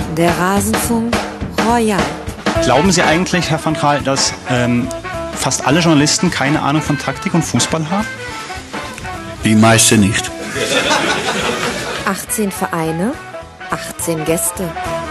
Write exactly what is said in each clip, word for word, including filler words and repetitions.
Der Rasenfunk Royal. Glauben Sie eigentlich, Herr van Gaal, dass ähm, fast alle Journalisten keine Ahnung von Taktik und Fußball haben? Die meisten nicht. achtzehn Vereine, achtzehn Gäste.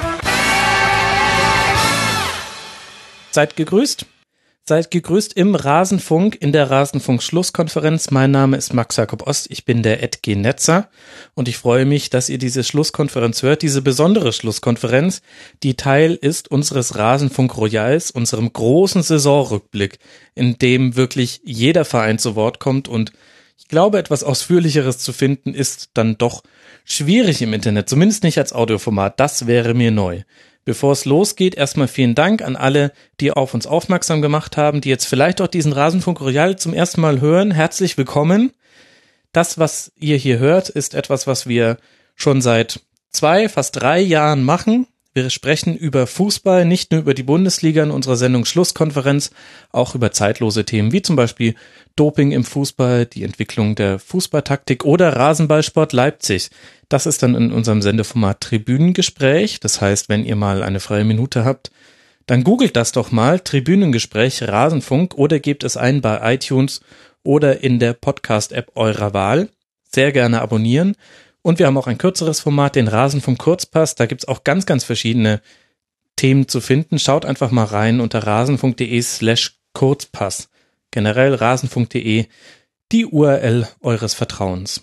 Seid gegrüßt. Seid gegrüßt im Rasenfunk, in der Rasenfunk-Schlusskonferenz. Mein Name ist Max Jakob Ost, ich bin der Ed G. Netzer und ich freue mich, dass ihr diese Schlusskonferenz hört, diese besondere Schlusskonferenz, die Teil ist unseres Rasenfunk Royals, unserem großen Saisonrückblick, in dem wirklich jeder Verein zu Wort kommt, und ich glaube, etwas Ausführlicheres zu finden ist dann doch schwierig im Internet, zumindest nicht als Audioformat. Das wäre mir neu. Bevor es losgeht, erstmal vielen Dank an alle, die auf uns aufmerksam gemacht haben, die jetzt vielleicht auch diesen Rasenfunk Royal zum ersten Mal hören. Herzlich willkommen. Das, was ihr hier hört, ist etwas, was wir schon seit zwei, fast drei Jahren machen. Wir sprechen über Fußball, nicht nur über die Bundesliga in unserer Sendung Schlusskonferenz, auch über zeitlose Themen wie zum Beispiel Doping im Fußball, die Entwicklung der Fußballtaktik oder Rasenballsport Leipzig. Das ist dann in unserem Sendeformat Tribünengespräch. Das heißt, wenn ihr mal eine freie Minute habt, dann googelt das doch mal, Tribünengespräch Rasenfunk, oder gebt es ein bei iTunes oder in der Podcast-App eurer Wahl. Sehr gerne abonnieren. Und wir haben auch ein kürzeres Format, den Rasenfunk Kurzpass. Da gibt's auch ganz, ganz verschiedene Themen zu finden. Schaut einfach mal rein unter rasenfunk.de slash Kurzpass. Generell rasenfunk.de, die U R L eures Vertrauens.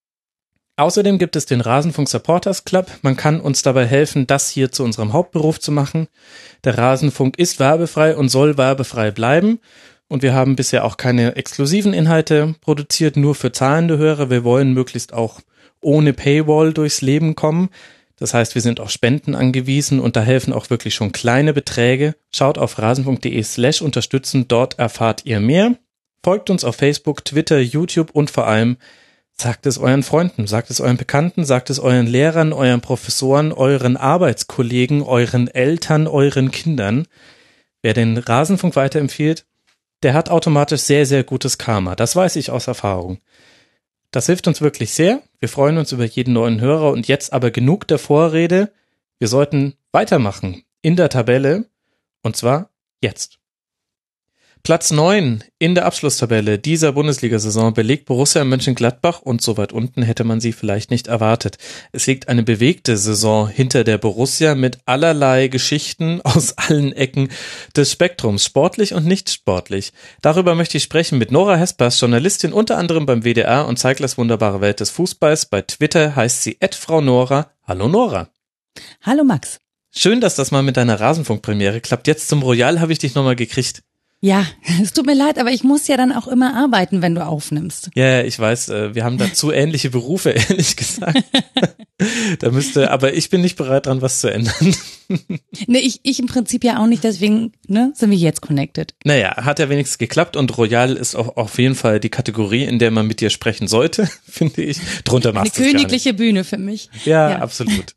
Außerdem gibt es den Rasenfunk Supporters Club. Man kann uns dabei helfen, das hier zu unserem Hauptberuf zu machen. Der Rasenfunk ist werbefrei und soll werbefrei bleiben. Und wir haben bisher auch keine exklusiven Inhalte produziert, nur für zahlende Hörer. Wir wollen möglichst auch ohne Paywall durchs Leben kommen. Das heißt, wir sind auf Spenden angewiesen und da helfen auch wirklich schon kleine Beträge. Schaut auf rasenfunk.de slash unterstützen, dort erfahrt ihr mehr. Folgt uns auf Facebook, Twitter, YouTube und vor allem sagt es euren Freunden, sagt es euren Bekannten, sagt es euren Lehrern, euren Professoren, euren Arbeitskollegen, euren Eltern, euren Kindern. Wer den Rasenfunk weiterempfiehlt, der hat automatisch sehr, sehr gutes Karma. Das weiß ich aus Erfahrung. Das hilft uns wirklich sehr. Wir freuen uns über jeden neuen Hörer und jetzt aber genug der Vorrede. Wir sollten weitermachen in der Tabelle und zwar jetzt. Platz neun in der Abschlusstabelle dieser Bundesliga-Saison belegt Borussia Mönchengladbach und so weit unten hätte man sie vielleicht nicht erwartet. Es liegt eine bewegte Saison hinter der Borussia mit allerlei Geschichten aus allen Ecken des Spektrums, sportlich und nicht sportlich. Darüber möchte ich sprechen mit Nora Hespers, Journalistin unter anderem beim W D R und Zeiglers wunderbare Welt des Fußballs. Bei Twitter heißt sie at Frau Nora. Hallo Nora. Hallo Max. Schön, dass das mal mit deiner Rasenfunk-Premiere klappt. Jetzt zum Royal habe ich dich nochmal gekriegt. Ja, es tut mir leid, aber ich muss ja dann auch immer arbeiten, wenn du aufnimmst. Ja, ich weiß, wir haben dazu ähnliche Berufe, ehrlich gesagt. Da müsste, aber ich bin nicht bereit, dran was zu ändern. Nee, ich, ich im Prinzip ja auch nicht, deswegen ne, sind wir jetzt connected. Naja, hat ja wenigstens geklappt und Royal ist auch auf jeden Fall die Kategorie, in der man mit dir sprechen sollte, finde ich. Drunter machst du es gar nicht. Eine königliche Bühne für mich. Ja, ja. Absolut.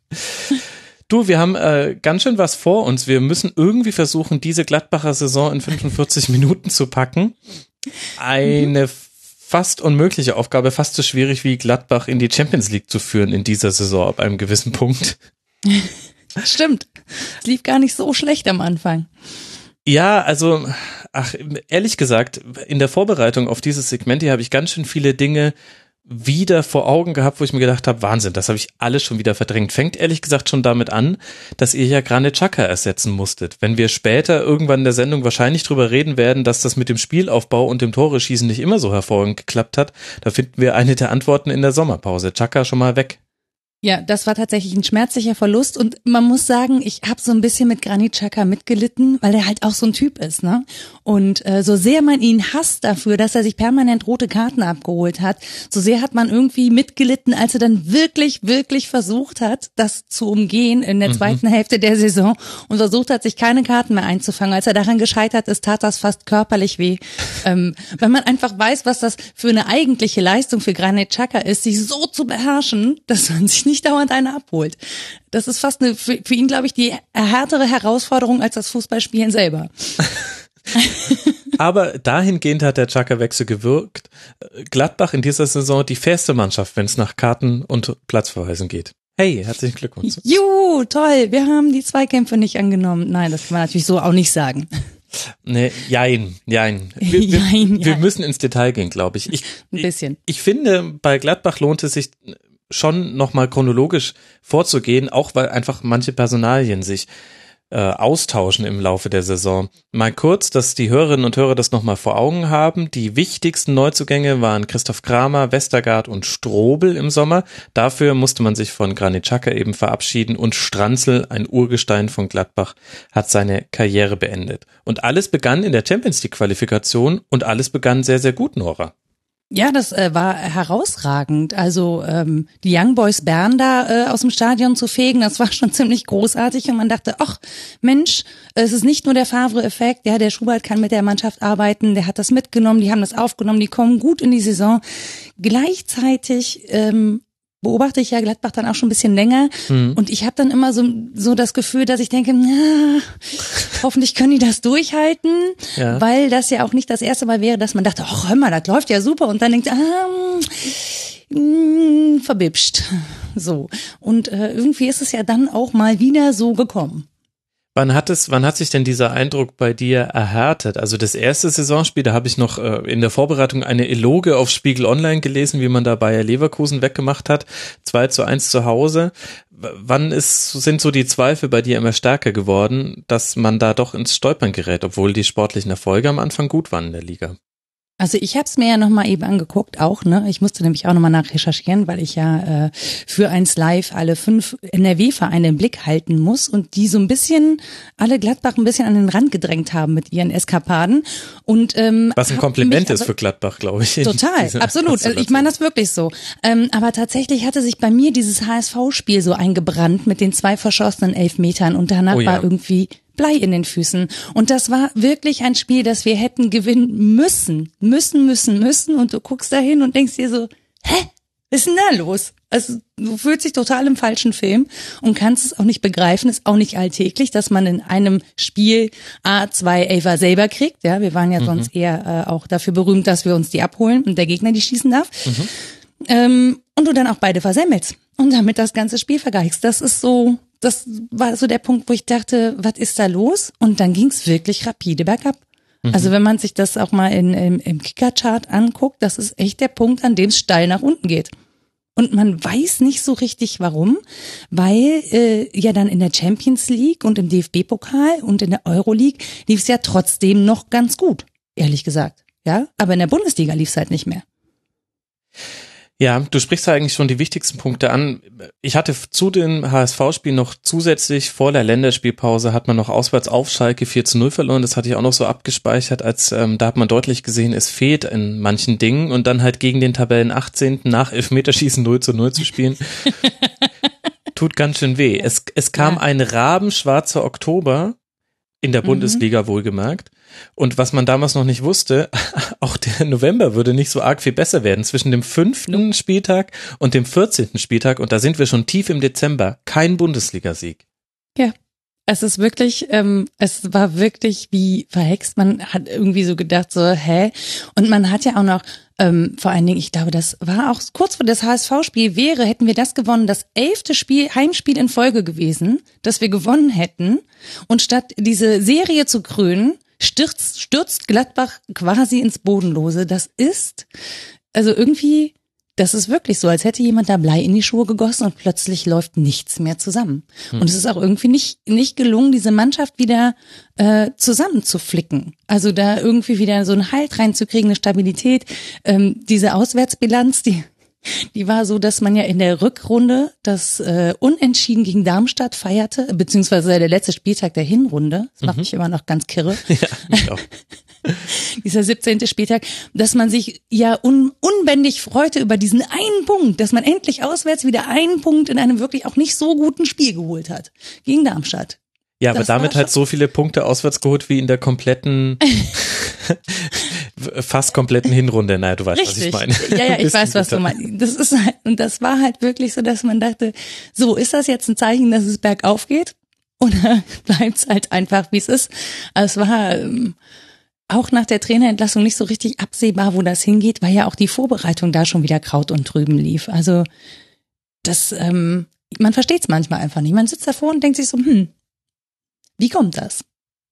Du, wir haben äh, ganz schön was vor uns. Wir müssen irgendwie versuchen, diese Gladbacher Saison in fünfundvierzig Minuten zu packen. Eine fast unmögliche Aufgabe, fast so schwierig wie Gladbach in die Champions League zu führen in dieser Saison ab einem gewissen Punkt. Stimmt. Es lief gar nicht so schlecht am Anfang. Ja, also, ach, ehrlich gesagt, in der Vorbereitung auf dieses Segment hier habe ich ganz schön viele Dinge wieder vor Augen gehabt, wo ich mir gedacht habe, Wahnsinn, das habe ich alles schon wieder verdrängt. Fängt ehrlich gesagt schon damit an, dass ihr ja Granit Xhaka ersetzen musstet. Wenn wir später irgendwann in der Sendung wahrscheinlich drüber reden werden, dass das mit dem Spielaufbau und dem Tore-Schießen nicht immer so hervorragend geklappt hat, da finden wir eine der Antworten in der Sommerpause. Xhaka schon mal weg. Ja, das war tatsächlich ein schmerzlicher Verlust und man muss sagen, ich habe so ein bisschen mit Granit Xhaka mitgelitten, weil er halt auch so ein Typ ist, ne? Und äh, so sehr man ihn hasst dafür, dass er sich permanent rote Karten abgeholt hat, so sehr hat man irgendwie mitgelitten, als er dann wirklich, wirklich versucht hat, das zu umgehen in der mhm. zweiten Hälfte der Saison und versucht hat, sich keine Karten mehr einzufangen. Als er daran gescheitert ist, tat das fast körperlich weh. ähm, weil man einfach weiß, was das für eine eigentliche Leistung für Granit Xhaka ist, sich so zu beherrschen, dass man sich nicht dauernd eine abholt. Das ist fast eine, für, für ihn, glaube ich, die härtere Herausforderung als das Fußballspielen selber. Aber dahingehend hat der Xhaka-Wechsel gewirkt. Gladbach in dieser Saison die fairste Mannschaft, wenn es nach Karten und Platzverweisen geht. Hey, herzlichen Glückwunsch. Juhu, toll, wir haben die Zweikämpfe nicht angenommen. Nein, das kann man natürlich so auch nicht sagen. Nee, jein, jein. Wir, wir, Jein, wir jein. müssen ins Detail gehen, glaube ich. ich. Ein bisschen. Ich, ich finde, bei Gladbach lohnt es sich schon nochmal chronologisch vorzugehen, auch weil einfach manche Personalien sich äh, austauschen im Laufe der Saison. Mal kurz, dass die Hörerinnen und Hörer das nochmal vor Augen haben. Die wichtigsten Neuzugänge waren Christoph Kramer, Westergaard und Strobel im Sommer. Dafür musste man sich von Granit Xhaka eben verabschieden und Stranzl, ein Urgestein von Gladbach, hat seine Karriere beendet. Und alles begann in der Champions League Qualifikation und alles begann sehr, sehr gut, Nora. Ja, das äh, war herausragend. Also ähm, die Young Boys Bern da äh, aus dem Stadion zu fegen, das war schon ziemlich großartig. Und man dachte, ach Mensch, es ist nicht nur der Favre-Effekt. Ja, der Schubert kann mit der Mannschaft arbeiten, der hat das mitgenommen, die haben das aufgenommen, die kommen gut in die Saison. Gleichzeitig ähm, beobachte ich ja Gladbach dann auch schon ein bisschen länger mhm. und ich habe dann immer so so das Gefühl, dass ich denke, na, hoffentlich können die das durchhalten, ja. weil das ja auch nicht das erste Mal wäre, dass man dachte, ach hör mal, das läuft ja super und dann denkt, ah, mh, verbibscht. So. Und äh, irgendwie ist es ja dann auch mal wieder so gekommen. Wann hat es, wann hat sich denn dieser Eindruck bei dir erhärtet? Also das erste Saisonspiel, da habe ich noch äh, in der Vorbereitung eine Eloge auf Spiegel Online gelesen, wie man da Bayer Leverkusen weggemacht hat. zwei zu eins zu Hause. W- wann ist, sind so die Zweifel bei dir immer stärker geworden, dass man da doch ins Stolpern gerät, obwohl die sportlichen Erfolge am Anfang gut waren in der Liga? Also ich habe es mir ja nochmal eben angeguckt, auch, ne? Ich musste nämlich auch nochmal nachrecherchieren, weil ich ja äh, für eins Live alle fünf N R W-Vereine im Blick halten muss und die so ein bisschen, alle Gladbach ein bisschen an den Rand gedrängt haben mit ihren Eskapaden. Und, ähm, was ein Kompliment ist für Gladbach, glaube ich. Total, absolut. Ich meine das wirklich so. Ähm, aber tatsächlich hatte sich bei mir dieses H S V-Spiel so eingebrannt mit den zwei verschossenen Elfmetern und danach Oh ja. war irgendwie Blei in den Füßen. Und das war wirklich ein Spiel, das wir hätten gewinnen müssen. Müssen, müssen, müssen. Und du guckst da hin und denkst dir so, hä? Was ist denn da los? Also du fühlst dich total im falschen Film und kannst es auch nicht begreifen. Ist auch nicht alltäglich, dass man in einem Spiel A zwei Elfer selber kriegt. Ja, wir waren ja mhm. sonst eher äh, auch dafür berühmt, dass wir uns die abholen und der Gegner die schießen darf. Mhm. Ähm, und du dann auch beide versemmelst und damit das ganze Spiel vergeigst. Das ist so... Das war so der Punkt, wo ich dachte, was ist da los? Und dann ging's wirklich rapide bergab. Mhm. Also wenn man sich das auch mal in, im, im Kicker-Chart anguckt, das ist echt der Punkt, an dem es steil nach unten geht. Und man weiß nicht so richtig warum, weil äh, ja dann in der Champions League und im D F B-Pokal und in der Euroleague lief es ja trotzdem noch ganz gut, ehrlich gesagt. Ja, aber in der Bundesliga lief es halt nicht mehr. Ja, du sprichst ja eigentlich schon die wichtigsten Punkte an. Ich hatte zu dem H S V-Spiel noch zusätzlich vor der Länderspielpause hat man noch auswärts auf Schalke vier zu null verloren. Das hatte ich auch noch so abgespeichert, als ähm, da hat man deutlich gesehen, es fehlt in manchen Dingen und dann halt gegen den Tabellen achtzehnten nach Elfmeterschießen null zu null zu spielen. Tut ganz schön weh. Es, es kam ja. ein rabenschwarzer Oktober in der Bundesliga, mhm. wohlgemerkt. Und was man damals noch nicht wusste, auch der November würde nicht so arg viel besser werden. Zwischen dem fünften Spieltag und dem vierzehnten Spieltag, und da sind wir schon tief im Dezember, kein Bundesligasieg. Ja, es ist wirklich, ähm, es war wirklich wie verhext. Man hat irgendwie so gedacht, so, hä? Und man hat ja auch noch, ähm, vor allen Dingen, ich glaube, das war auch kurz vor das H S V-Spiel wäre, hätten wir das gewonnen, das elfte Spiel, Heimspiel in Folge gewesen, das wir gewonnen hätten. Und statt diese Serie zu krönen, stürzt, stürzt Gladbach quasi ins Bodenlose. Das ist, also irgendwie, das ist wirklich so, als hätte jemand da Blei in die Schuhe gegossen und plötzlich läuft nichts mehr zusammen. Hm. Und es ist auch irgendwie nicht, nicht gelungen, diese Mannschaft wieder äh, zusammenzuflicken. Also da irgendwie wieder so einen Halt reinzukriegen, eine Stabilität. Ähm, diese Auswärtsbilanz, die Die war so, dass man ja in der Rückrunde das äh, Unentschieden gegen Darmstadt feierte, beziehungsweise der letzte Spieltag der Hinrunde. Das macht mhm. mich immer noch ganz kirre. Ja, ich auch. Dieser siebzehnte Spieltag, dass man sich ja un- unbändig freute über diesen einen Punkt, dass man endlich auswärts wieder einen Punkt in einem wirklich auch nicht so guten Spiel geholt hat. Gegen Darmstadt. Ja, aber das damit halt so viele Punkte auswärts geholt wie in der kompletten, fast kompletten Hinrunde. Naja, du weißt, Richtig. was ich meine. Ja, ja, ich weiß, was du meinst. Das ist halt, und das war halt wirklich so, dass man dachte, so, ist das jetzt ein Zeichen, dass es bergauf geht? Oder bleibt es halt einfach, wie es ist? Also es war ähm, auch nach der Trainerentlassung nicht so richtig absehbar, wo das hingeht, weil ja auch die Vorbereitung da schon wieder Kraut und Trüben lief. Also das, ähm, man versteht es manchmal einfach nicht. Man sitzt davor und denkt sich so, hm, wie kommt das?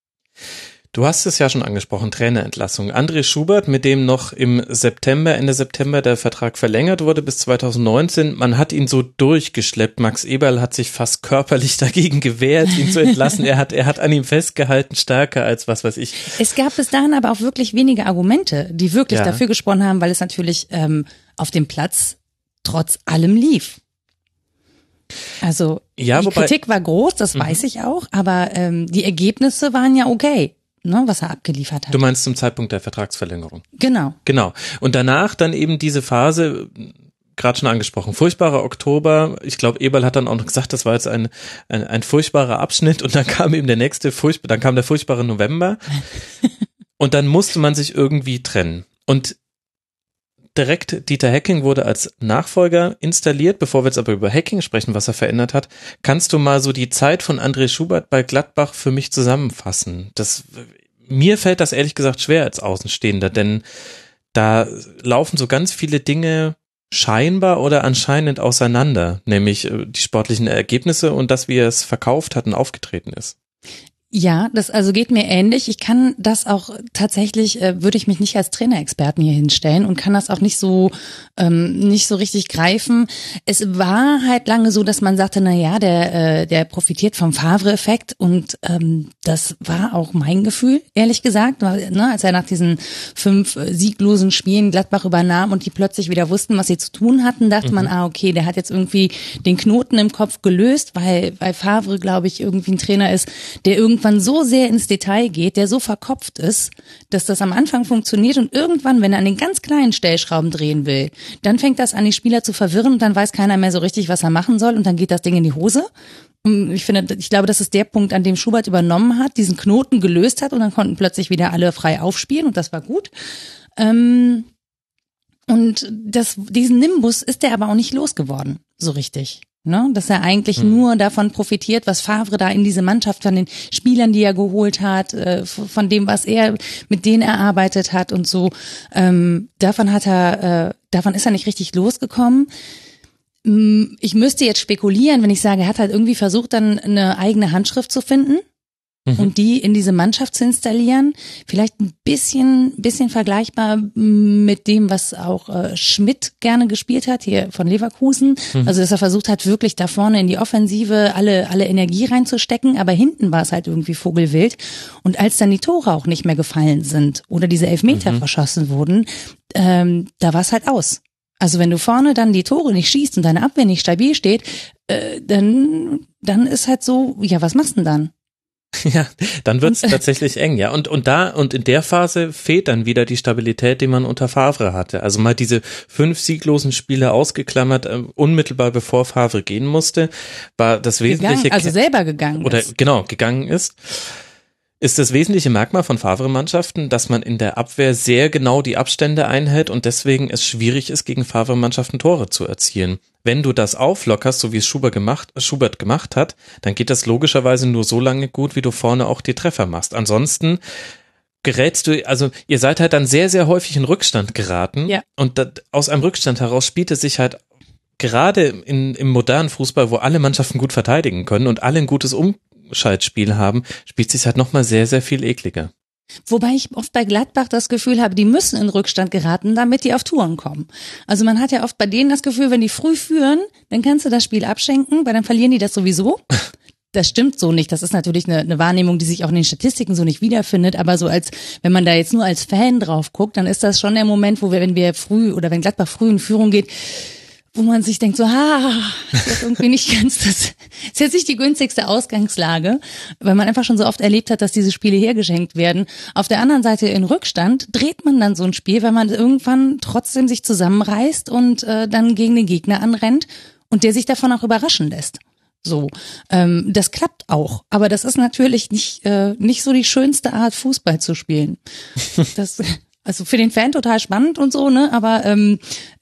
Du hast es ja schon angesprochen, Trainerentlassung. André Schubert, mit dem noch im September, Ende September der Vertrag verlängert wurde bis zwanzig neunzehn. Man hat ihn so durchgeschleppt. Max Eberl hat sich fast körperlich dagegen gewehrt, ihn zu entlassen. Er hat, er hat an ihm festgehalten, stärker als was weiß ich. Es gab bis dahin aber auch wirklich wenige Argumente, die wirklich Ja. dafür gesprochen haben, weil es natürlich ähm, auf dem Platz trotz allem lief. Also Ja, die wobei- Kritik war groß, das weiß ich auch, aber ähm, die Ergebnisse waren ja okay, ne, was er abgeliefert hat. Du meinst zum Zeitpunkt der Vertragsverlängerung. Genau. Genau. Und danach dann eben diese Phase, gerade schon angesprochen, furchtbarer Oktober. Ich glaube, Eberl hat dann auch noch gesagt, das war jetzt ein, ein, ein furchtbarer Abschnitt und dann kam eben der nächste, furchtbar, dann kam der furchtbare November und dann musste man sich irgendwie trennen. Und direkt Dieter Hecking wurde als Nachfolger installiert. Bevor wir jetzt aber über Hecking sprechen, was er verändert hat, kannst du mal so die Zeit von André Schubert bei Gladbach für mich zusammenfassen? Das, mir fällt das ehrlich gesagt schwer als Außenstehender, denn da laufen so ganz viele Dinge scheinbar oder anscheinend auseinander, nämlich die sportlichen Ergebnisse und das, wie er es verkauft hat und aufgetreten ist. Ja, das also geht mir ähnlich. Ich kann das auch tatsächlich, äh, würde ich mich nicht als Trainerexperten hier hinstellen und kann das auch nicht so ähm, nicht so richtig greifen. Es war halt lange so, dass man sagte, na ja, der äh, der profitiert vom Favre-Effekt und ähm, das war auch mein Gefühl, ehrlich gesagt, weil, ne, als er nach diesen fünf äh, sieglosen Spielen Gladbach übernahm und die plötzlich wieder wussten, was sie zu tun hatten, dachte mhm. man, ah okay, der hat jetzt irgendwie den Knoten im Kopf gelöst, weil weil Favre, glaube ich, irgendwie ein Trainer ist, der irgendwie irgendwann so sehr ins Detail geht, der so verkopft ist, dass das am Anfang funktioniert und irgendwann, wenn er an den ganz kleinen Stellschrauben drehen will, dann fängt das an, die Spieler zu verwirren und dann weiß keiner mehr so richtig, was er machen soll und dann geht das Ding in die Hose. Und ich finde, ich glaube, das ist der Punkt, an dem Schubert übernommen hat, diesen Knoten gelöst hat und dann konnten plötzlich wieder alle frei aufspielen und das war gut. Ähm, und das, diesen Nimbus ist er aber auch nicht losgeworden, so richtig. Ne, dass er eigentlich mhm. nur davon profitiert, was Favre da in diese Mannschaft, von den Spielern, die er geholt hat, äh, von dem, was er mit denen erarbeitet hat und so. Ähm, davon hat er, äh, davon ist er nicht richtig losgekommen. Ich müsste jetzt spekulieren, wenn ich sage, er hat halt irgendwie versucht, dann eine eigene Handschrift zu finden. Mhm. Und die in diese Mannschaft zu installieren, vielleicht ein bisschen, bisschen vergleichbar mit dem, was auch äh, Schmidt gerne gespielt hat, hier von Leverkusen. Mhm. Also, dass er versucht hat, wirklich da vorne in die Offensive alle, alle Energie reinzustecken, aber hinten war es halt irgendwie vogelwild. Und als dann die Tore auch nicht mehr gefallen sind oder diese Elfmeter mhm. verschossen wurden, ähm, da war es halt aus. Also wenn du vorne dann die Tore nicht schießt und deine Abwehr nicht stabil steht, äh, dann, dann ist halt so, ja, was machst du denn dann? Ja, dann wird's tatsächlich eng, ja. Und, und da, und in der Phase fehlt dann wieder die Stabilität, die man unter Favre hatte. Also mal diese fünf sieglosen Spiele ausgeklammert, äh, unmittelbar bevor Favre gehen musste, war das wesentliche. Gegangen, also selber gegangen oder, ist. Genau, gegangen ist. Ist das wesentliche Merkmal von Favre-Mannschaften, dass man in der Abwehr sehr genau die Abstände einhält und deswegen es schwierig ist, gegen Favre-Mannschaften Tore zu erzielen. Wenn du das auflockerst, so wie es Schubert gemacht, Schubert gemacht hat, dann geht das logischerweise nur so lange gut, wie du vorne auch die Treffer machst. Ansonsten gerätst du, also ihr seid halt dann sehr, sehr häufig in Rückstand geraten ja. und das, aus einem Rückstand heraus spielt es sich halt gerade in, im modernen Fußball, wo alle Mannschaften gut verteidigen können und alle ein gutes Umschaltspiel haben, spielt sich halt nochmal sehr, sehr viel ekliger. Wobei ich oft bei Gladbach das Gefühl habe, die müssen in Rückstand geraten, damit die auf Touren kommen. Also man hat ja oft bei denen das Gefühl, wenn die früh führen, dann kannst du das Spiel abschenken, weil dann verlieren die das sowieso. Das stimmt so nicht. Das ist natürlich eine, eine Wahrnehmung, die sich auch in den Statistiken so nicht wiederfindet. Aber so als, wenn man da jetzt nur als Fan drauf guckt, dann ist das schon der Moment, wo wir, wenn wir früh oder wenn Gladbach früh in Führung geht, wo man sich denkt so, ah, das ist irgendwie nicht ganz das, ist jetzt nicht die günstigste Ausgangslage, weil man einfach schon so oft erlebt hat, dass diese Spiele hergeschenkt werden. Auf der anderen Seite in Rückstand dreht man dann so ein Spiel, weil man irgendwann trotzdem sich zusammenreißt und äh, dann gegen den Gegner anrennt und der sich davon auch überraschen lässt. So, ähm, das klappt auch, aber das ist natürlich nicht äh, nicht so die schönste Art, Fußball zu spielen. Das, also für den Fan total spannend und so, ne? Aber ähm,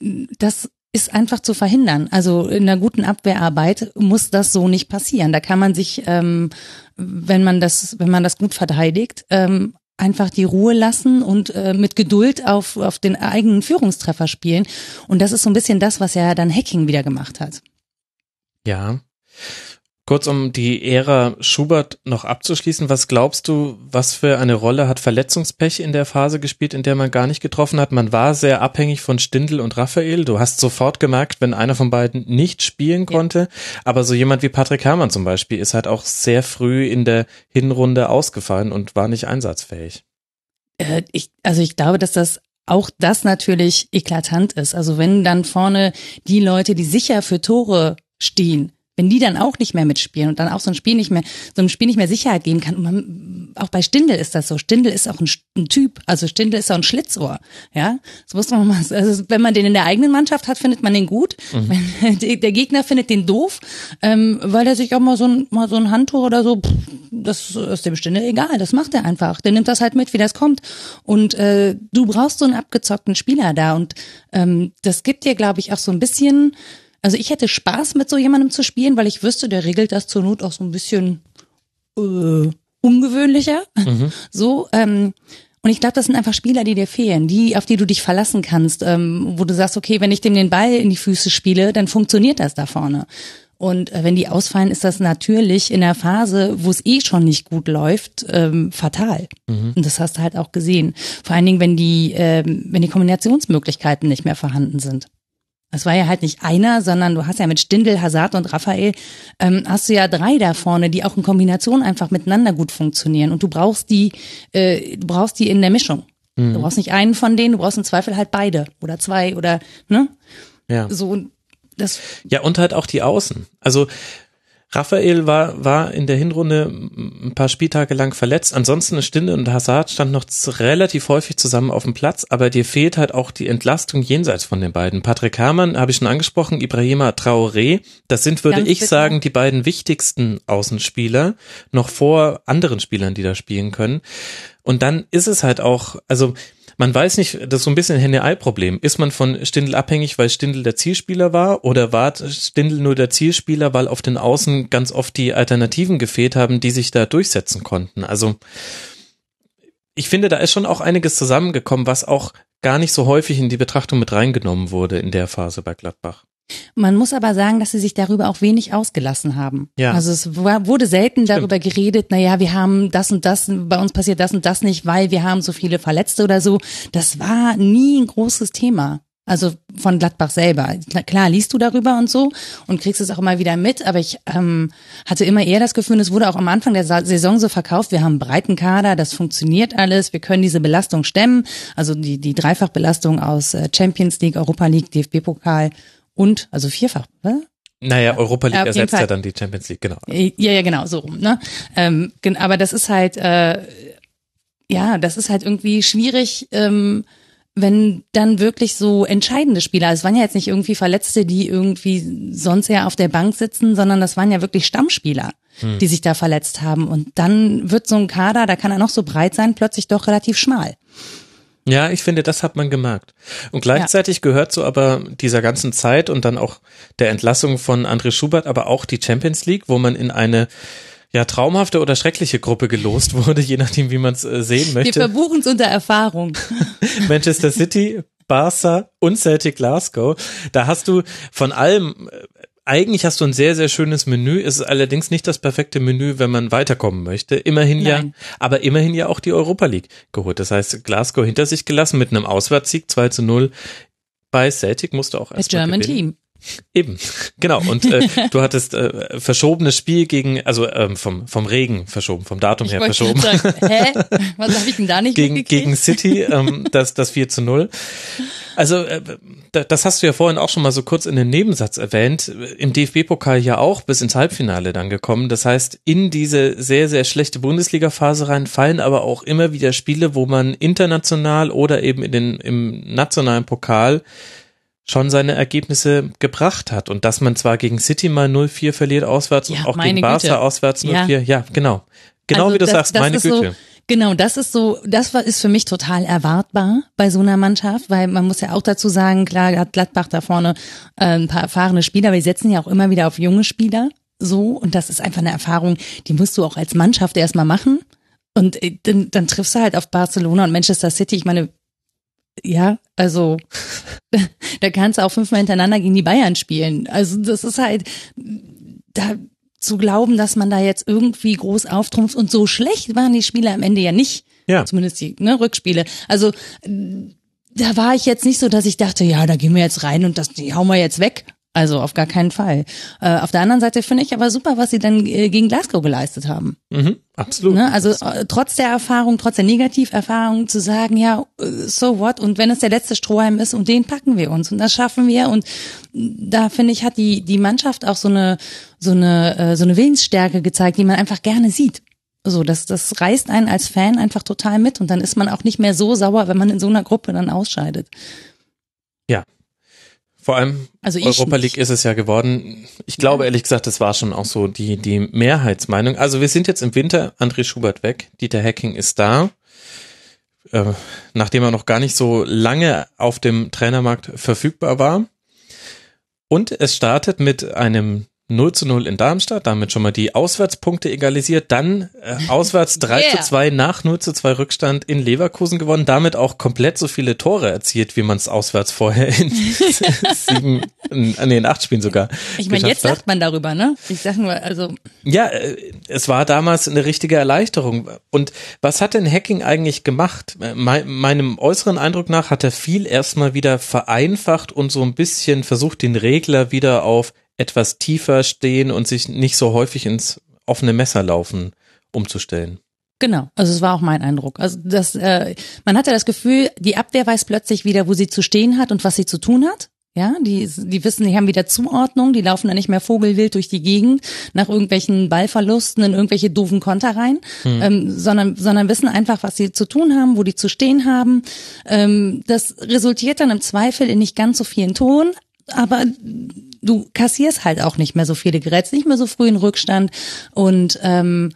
das ist einfach zu verhindern. Also in einer guten Abwehrarbeit muss das so nicht passieren. Da kann man sich, ähm, wenn man das, wenn man das gut verteidigt, ähm, einfach die Ruhe lassen und äh, mit Geduld auf auf den eigenen Führungstreffer spielen. Und das ist so ein bisschen das, was ja dann Hecking wieder gemacht hat. Ja, Kurz um die Ära Schubert noch abzuschließen, was glaubst du, was für eine Rolle hat Verletzungspech in der Phase gespielt, in der man gar nicht getroffen hat? Man war sehr abhängig von Stindl und Raphael. Du hast sofort gemerkt, wenn einer von beiden nicht spielen konnte. Ja. Aber so jemand wie Patrick Herrmann zum Beispiel ist halt auch sehr früh in der Hinrunde ausgefallen und war nicht einsatzfähig. Äh, ich, also ich glaube, dass das auch das natürlich eklatant ist. Also wenn dann vorne die Leute, die sicher für Tore stehen, wenn die dann auch nicht mehr mitspielen und dann auch so ein Spiel nicht mehr, so ein Spiel nicht mehr Sicherheit geben kann. Und man, auch bei Stindl ist das so. Stindl ist auch ein, ein Typ. Also Stindl ist auch ein Schlitzohr. Ja, das muss man mal, also wenn man den in der eigenen Mannschaft hat, findet man den gut. Mhm. Wenn, der Gegner findet den doof, ähm, weil er sich auch mal so ein, mal so ein Handtuch oder so, pff, das ist dem Stindl egal. Das macht er einfach. Der nimmt das halt mit, wie das kommt. Und äh, du brauchst so einen abgezockten Spieler da. Und ähm, das gibt dir, glaube ich, auch so ein bisschen. Also ich hätte Spaß, mit so jemandem zu spielen, weil ich wüsste, der regelt das zur Not auch so ein bisschen äh, ungewöhnlicher. Mhm. So, ähm, und ich glaube, das sind einfach Spieler, die dir fehlen, die, auf die du dich verlassen kannst, ähm, wo du sagst, okay, wenn ich dem den Ball in die Füße spiele, dann funktioniert das da vorne. Und äh, wenn die ausfallen, ist das natürlich in der Phase, wo es eh schon nicht gut läuft, ähm, fatal. Mhm. Und das hast du halt auch gesehen. Vor allen Dingen, wenn die, ähm, wenn die Kombinationsmöglichkeiten nicht mehr vorhanden sind. Es war ja halt nicht einer, sondern du hast ja mit Stindl, Hazard und Raphael, ähm, hast du ja drei da vorne, die auch in Kombination einfach miteinander gut funktionieren. Und du brauchst die, äh, du brauchst die in der Mischung. Mhm. Du brauchst nicht einen von denen, du brauchst im Zweifel halt beide oder zwei oder, ne? Ja. So, das. Ja, und halt auch die Außen. Also, Raphael war war in der Hinrunde ein paar Spieltage lang verletzt. Ansonsten Stindl und Hazard standen noch relativ häufig zusammen auf dem Platz, aber dir fehlt halt auch die Entlastung jenseits von den beiden. Patrick Herrmann habe ich schon angesprochen, Ibrahima Traoré, das sind, würde Ganz ich bitter. sagen, die beiden wichtigsten Außenspieler, noch vor anderen Spielern, die da spielen können. Und dann ist es halt auch, also man weiß nicht, das ist so ein bisschen ein Henne-Ei-Problem. Ist man von Stindl abhängig, weil Stindl der Zielspieler war, oder war Stindl nur der Zielspieler, weil auf den Außen ganz oft die Alternativen gefehlt haben, die sich da durchsetzen konnten? Also ich finde, da ist schon auch einiges zusammengekommen, was auch gar nicht so häufig in die Betrachtung mit reingenommen wurde in der Phase bei Gladbach. Man muss aber sagen, dass sie sich darüber auch wenig ausgelassen haben. Ja. Also es war, wurde selten Stimmt. darüber geredet, naja, wir haben das und das, bei uns passiert das und das nicht, weil wir haben so viele Verletzte oder so. Das war nie ein großes Thema. Also von Gladbach selber. Klar, liest du darüber und so und kriegst es auch immer wieder mit, aber ich ähm, hatte immer eher das Gefühl, es wurde auch am Anfang der Saison so verkauft, wir haben einen breiten Kader, das funktioniert alles, wir können diese Belastung stemmen, also die die Dreifachbelastung aus Champions League, Europa League, D F B-Pokal und, also vierfach, oder? Naja, Europa League ja, ersetzt ja dann die Champions League, genau. Ja, ja, genau, so rum, ne? Ähm, aber das ist halt, äh, ja, das ist halt irgendwie schwierig, ähm, wenn dann wirklich so entscheidende Spieler, es waren ja jetzt nicht irgendwie Verletzte, die irgendwie sonst eher auf der Bank sitzen, sondern das waren ja wirklich Stammspieler, hm. die sich da verletzt haben. Und dann wird so ein Kader, da kann er noch so breit sein, plötzlich doch relativ schmal. Ja, ich finde, das hat man gemerkt. Und gleichzeitig ja. gehört so aber dieser ganzen Zeit und dann auch der Entlassung von André Schubert, aber auch die Champions League, wo man in eine ja traumhafte oder schreckliche Gruppe gelost wurde, je nachdem, wie man es äh, sehen möchte. Wir verbuchen es unter Erfahrung. Manchester City, Barca und Celtic Glasgow. Da hast du von allem... Eigentlich hast du ein sehr, sehr schönes Menü. Es ist allerdings nicht das perfekte Menü, wenn man weiterkommen möchte. Immerhin Nein. ja, aber immerhin ja auch die Europa League geholt. Das heißt, Glasgow hinter sich gelassen mit einem Auswärtssieg zwei zu null. Bei Celtic musst du auch erst mal German Team. Eben, genau. Und äh, du hattest äh, verschobenes Spiel gegen, also ähm, vom vom Regen verschoben, vom Datum ich her verschoben. Sagen, hä? Was habe ich denn da nicht gegen gegen City, ähm, das das vier zu null. Also äh, das hast du ja vorhin auch schon mal so kurz in den Nebensatz erwähnt. Im D F B-Pokal ja auch bis ins Halbfinale dann gekommen. Das heißt, in diese sehr sehr schlechte Bundesliga-Phase rein fallen aber auch immer wieder Spiele, wo man international oder eben in den im nationalen Pokal schon seine Ergebnisse gebracht hat. Und dass man zwar gegen City mal null vier verliert auswärts ja, und auch gegen Barca Güte. auswärts null vier. Ja, ja genau. Genau also wie du das, sagst, das meine Güte. So, genau, das ist so, das war, ist für mich total erwartbar bei so einer Mannschaft, weil man muss ja auch dazu sagen, klar hat Gladbach da vorne äh, ein paar erfahrene Spieler, aber die setzen ja auch immer wieder auf junge Spieler. So, und das ist einfach eine Erfahrung, die musst du auch als Mannschaft erstmal machen. Und äh, dann, dann triffst du halt auf Barcelona und Manchester City. Ich meine, ja, also da kannst du auch fünfmal hintereinander gegen die Bayern spielen. Also das ist halt, da zu glauben, dass man da jetzt irgendwie groß auftrumpft und so schlecht waren die Spiele am Ende ja nicht. Ja. Zumindest die ne, Rückspiele. Also da war ich jetzt nicht so, dass ich dachte, ja, da gehen wir jetzt rein und das die hauen wir jetzt weg. Also auf gar keinen Fall. Äh, auf der anderen Seite finde ich aber super, was sie dann äh, gegen Glasgow geleistet haben. Mhm, absolut. Ne? Also äh, trotz der Erfahrung, trotz der Negativerfahrung zu sagen, ja, so what? Und wenn es der letzte Strohhalm ist und den packen wir uns und das schaffen wir. Und da finde ich, hat die die Mannschaft auch so eine so eine äh, so eine Willensstärke gezeigt, die man einfach gerne sieht. So, das das reißt einen als Fan einfach total mit und dann ist man auch nicht mehr so sauer, wenn man in so einer Gruppe dann ausscheidet. Ja. Vor allem also Europa nicht. League ist es ja geworden. Ich glaube ehrlich gesagt, das war schon auch so die die Mehrheitsmeinung. Also wir sind jetzt im Winter, André Schubert weg, Dieter Hecking ist da, äh, nachdem er noch gar nicht so lange auf dem Trainermarkt verfügbar war. Und es startet mit einem null zu null in Darmstadt, damit schon mal die Auswärtspunkte egalisiert, dann äh, auswärts drei Yeah. zu zwei nach null zu zwei Rückstand in Leverkusen gewonnen, damit auch komplett so viele Tore erzielt, wie man es auswärts vorher in sieben, in, nee, in acht Spielen sogar Ich meine, jetzt geschafft hat. lacht man darüber, ne? Ich sag nur, also Ja, äh, es war damals eine richtige Erleichterung. Und was hat denn Hacking eigentlich gemacht? Me- meinem äußeren Eindruck nach hat er viel erstmal wieder vereinfacht und so ein bisschen versucht, den Regler wieder auf etwas tiefer stehen und sich nicht so häufig ins offene Messer laufen umzustellen. genau, also es war auch mein Eindruck. Also das, äh, man hatte das Gefühl, die Abwehr weiß plötzlich wieder, wo sie zu stehen hat und was sie zu tun hat. Ja, die, die wissen, die haben wieder Zuordnung, die laufen da nicht mehr vogelwild durch die Gegend nach irgendwelchen Ballverlusten in irgendwelche doofen Konter rein, hm. ähm, sondern, sondern wissen einfach, was sie zu tun haben, wo die zu stehen haben. Ähm, das resultiert dann im Zweifel in nicht ganz so vielen Toren, aber du kassierst halt auch nicht mehr so viele Geräte, nicht mehr so früh in Rückstand und ähm,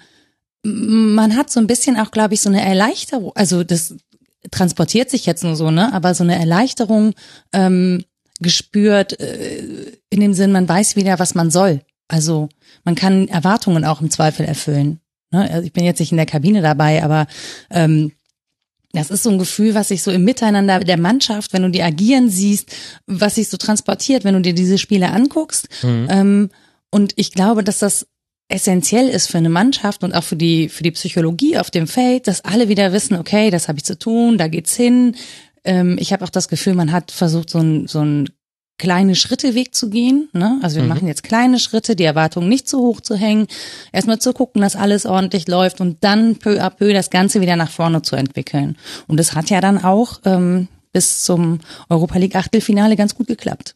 man hat so ein bisschen auch, glaube ich, so eine Erleichterung, also das transportiert sich jetzt nur so, ne, aber so eine Erleichterung ähm, gespürt äh, in dem Sinn, man weiß wieder, was man soll. Also man kann Erwartungen auch im Zweifel erfüllen. Ne? Also ich bin jetzt nicht in der Kabine dabei, aber ähm, das ist so ein Gefühl, was sich so im Miteinander der Mannschaft, wenn du die agieren siehst, was sich so transportiert, wenn du dir diese Spiele anguckst. Mhm. Ähm, und ich glaube, dass das essentiell ist für eine Mannschaft und auch für die für die Psychologie auf dem Feld, dass alle wieder wissen, okay, das habe ich zu tun, da geht's hin. Ähm, ich habe auch das Gefühl, man hat versucht, so ein so ein kleine Schritteweg zu gehen, ne? Also wir mhm. machen jetzt kleine Schritte, die Erwartungen nicht zu hoch zu hängen, erstmal zu gucken, dass alles ordentlich läuft und dann peu à peu das Ganze wieder nach vorne zu entwickeln. Und das hat ja dann auch ähm, bis zum Europa League Achtelfinale ganz gut geklappt.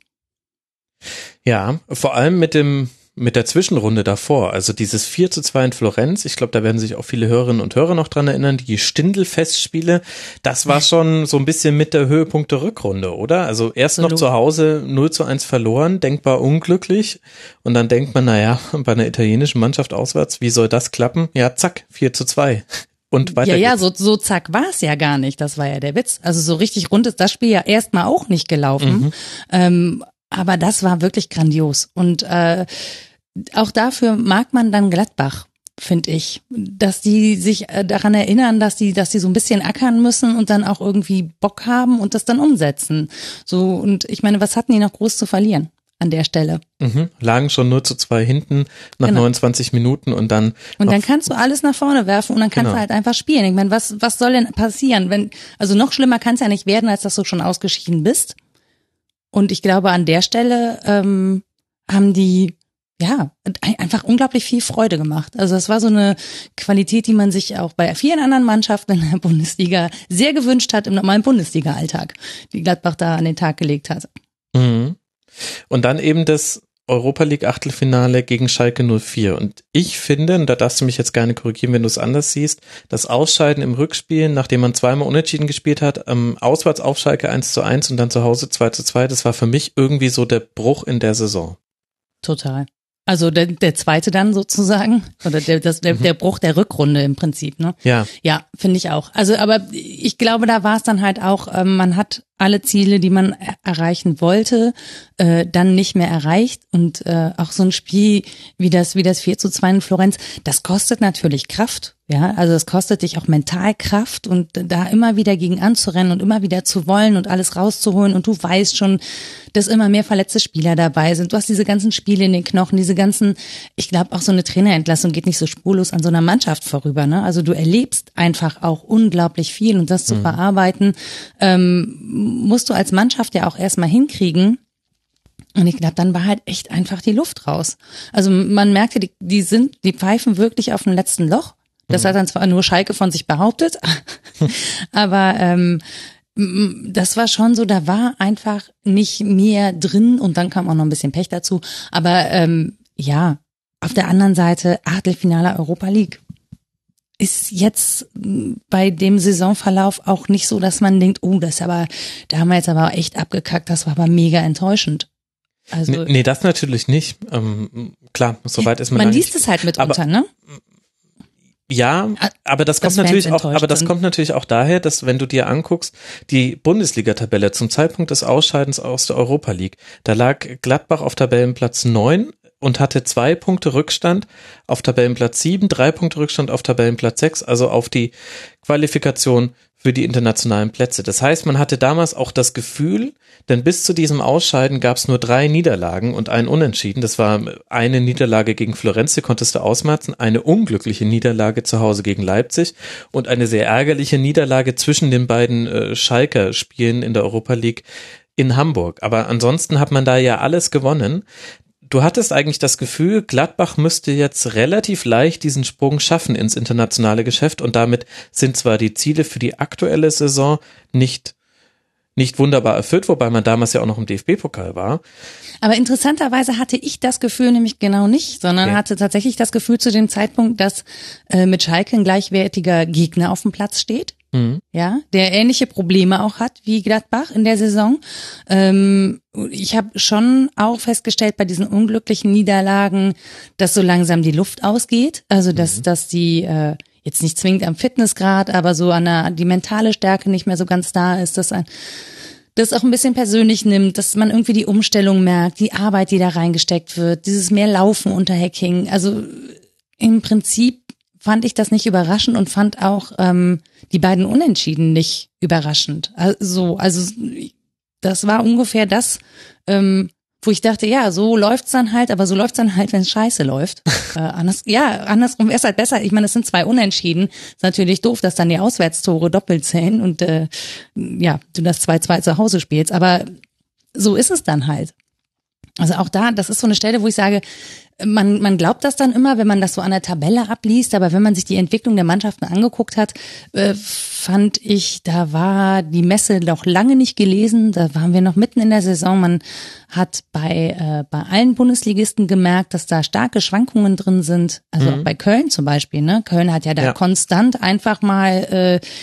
Ja, vor allem mit dem mit der Zwischenrunde davor, also dieses vier zu zwei in Florenz, ich glaube, da werden sich auch viele Hörerinnen und Hörer noch dran erinnern, die Stindl-Festspiele, das war schon so ein bisschen mit der Höhepunkt der Rückrunde, oder? Also erst noch zu Hause null zu eins verloren, denkbar unglücklich und dann denkt man, naja, bei einer italienischen Mannschaft auswärts, wie soll das klappen? Ja, zack, vier zu zwei. Und weiter ja, ja, geht's. so, so zack war es ja gar nicht, das war ja der Witz. Also so richtig rund ist das Spiel ja erstmal auch nicht gelaufen, mhm. ähm, aber das war wirklich grandios und äh, auch dafür mag man dann Gladbach, finde ich, dass die sich daran erinnern, dass die, dass die so ein bisschen ackern müssen und dann auch irgendwie Bock haben und das dann umsetzen. So, und ich meine, was hatten die noch groß zu verlieren an der Stelle? Mhm. Lagen schon null zu zwei hinten nach genau. neunundzwanzig Minuten und dann. Und dann kannst du alles nach vorne werfen und dann kannst genau. du halt einfach spielen. Ich meine, was, was soll denn passieren, wenn, also noch schlimmer kann es ja nicht werden, als dass du schon ausgeschieden bist. Und ich glaube, an der Stelle ähm, haben die ja, einfach unglaublich viel Freude gemacht. Also das war so eine Qualität, die man sich auch bei vielen anderen Mannschaften in der Bundesliga sehr gewünscht hat im normalen Bundesliga-Alltag, die Gladbach da an den Tag gelegt hat. Mhm. Und dann eben das Europa League Achtelfinale gegen Schalke null vier. Und ich finde, und da darfst du mich jetzt gerne korrigieren, wenn du es anders siehst, das Ausscheiden im Rückspiel, nachdem man zweimal unentschieden gespielt hat, ähm, auswärts auf Schalke eins zu eins und dann zu Hause zwei zu zwei, das war für mich irgendwie so der Bruch in der Saison. Total. Also der, der zweite dann sozusagen, oder der, das, der, der Bruch der Rückrunde im Prinzip, ne? Ja. Ja, finde ich auch. Also, aber ich glaube, da war es dann halt auch, ähm, man hat alle Ziele, die man er- erreichen wollte, äh, dann nicht mehr erreicht. Und äh, auch so ein Spiel wie das wie das vier zu zwei in Florenz, das kostet natürlich Kraft. Ja, also es kostet dich auch mental Kraft und da immer wieder gegen anzurennen und immer wieder zu wollen und alles rauszuholen. Und du weißt schon, dass immer mehr verletzte Spieler dabei sind. Du hast diese ganzen Spiele in den Knochen, diese ganzen, ich glaube auch so eine Trainerentlassung geht nicht so spurlos an so einer Mannschaft vorüber. Ne? Also du erlebst einfach auch unglaublich viel und das zu mhm. verarbeiten, ähm, musst du als Mannschaft ja auch erstmal hinkriegen. Und ich glaube, dann war halt echt einfach die Luft raus. Also man merkte, die, die sind, die pfeifen wirklich auf dem letzten Loch. Das mhm. hat dann zwar nur Schalke von sich behauptet, aber ähm, das war schon so, da war einfach nicht mehr drin und dann kam auch noch ein bisschen Pech dazu. Aber ähm, ja, auf der anderen Seite Achtelfinale Europa League. Ist jetzt bei dem Saisonverlauf auch nicht so, dass man denkt, oh, das ist aber, da haben wir jetzt aber echt abgekackt, das war aber mega enttäuschend. Also nee, nee, das natürlich nicht. Ähm, klar, soweit ist man. Man da liest nicht. es halt mitunter, aber, ne? Ja, aber das kommt Fans natürlich auch, enttäuscht aber das sind. kommt natürlich auch daher, dass wenn du dir anguckst, die Bundesliga-Tabelle zum Zeitpunkt des Ausscheidens aus der Europa League, da lag Gladbach auf Tabellenplatz neun und hatte zwei Punkte Rückstand auf Tabellenplatz sieben, drei Punkte Rückstand auf Tabellenplatz sechs, also auf die Qualifikation für die internationalen Plätze. Das heißt, man hatte damals auch das Gefühl, denn bis zu diesem Ausscheiden gab es nur drei Niederlagen und ein Unentschieden. Das war eine Niederlage gegen Florenz, die konntest du ausmerzen, eine unglückliche Niederlage zu Hause gegen Leipzig und eine sehr ärgerliche Niederlage zwischen den beiden äh, Schalker Spielen in der Europa League in Hamburg. Aber ansonsten hat man da ja alles gewonnen. Du hattest eigentlich das Gefühl, Gladbach müsste jetzt relativ leicht diesen Sprung schaffen ins internationale Geschäft und damit sind zwar die Ziele für die aktuelle Saison nicht, nicht wunderbar erfüllt, wobei man damals ja auch noch im D F B-Pokal war. Aber interessanterweise hatte ich das Gefühl nämlich genau nicht, sondern Ja. hatte tatsächlich das Gefühl zu dem Zeitpunkt, dass äh, mit Schalke ein gleichwertiger Gegner auf dem Platz steht. Mhm. Ja, der ähnliche Probleme auch hat wie Gladbach in der Saison. Ähm, ich habe schon auch festgestellt bei diesen unglücklichen Niederlagen, dass so langsam die Luft ausgeht. Also dass, mhm. dass die äh, jetzt nicht zwingend am Fitnessgrad, aber so an der, die mentale Stärke nicht mehr so ganz da ist, dass ein das auch ein bisschen persönlich nimmt, dass man irgendwie die Umstellung merkt, die Arbeit, die da reingesteckt wird, dieses mehr Laufen unter Hacking. Also im Prinzip fand ich das nicht überraschend und fand auch ähm, die beiden Unentschieden nicht überraschend. Also, also das war ungefähr das, ähm, wo ich dachte, ja, so läuft's dann halt, aber so läuft's dann halt, wenn es scheiße läuft. äh, anders, ja, andersrum wäre es halt besser. Ich meine, es sind zwei Unentschieden. Ist natürlich doof, dass dann die Auswärtstore doppelt zählen und äh, ja, du das zwei zwei zu Hause spielst. Aber so ist es dann halt. Also auch da, das ist so eine Stelle, wo ich sage, man, man glaubt das dann immer, wenn man das so an der Tabelle abliest, aber wenn man sich die Entwicklung der Mannschaften angeguckt hat, äh, fand ich, da war die Messe noch lange nicht gelesen, da waren wir noch mitten in der Saison. Man hat bei äh, bei allen Bundesligisten gemerkt, dass da starke Schwankungen drin sind, also Mhm. auch bei Köln zum Beispiel, ne? Köln hat ja da Ja. konstant einfach mal äh,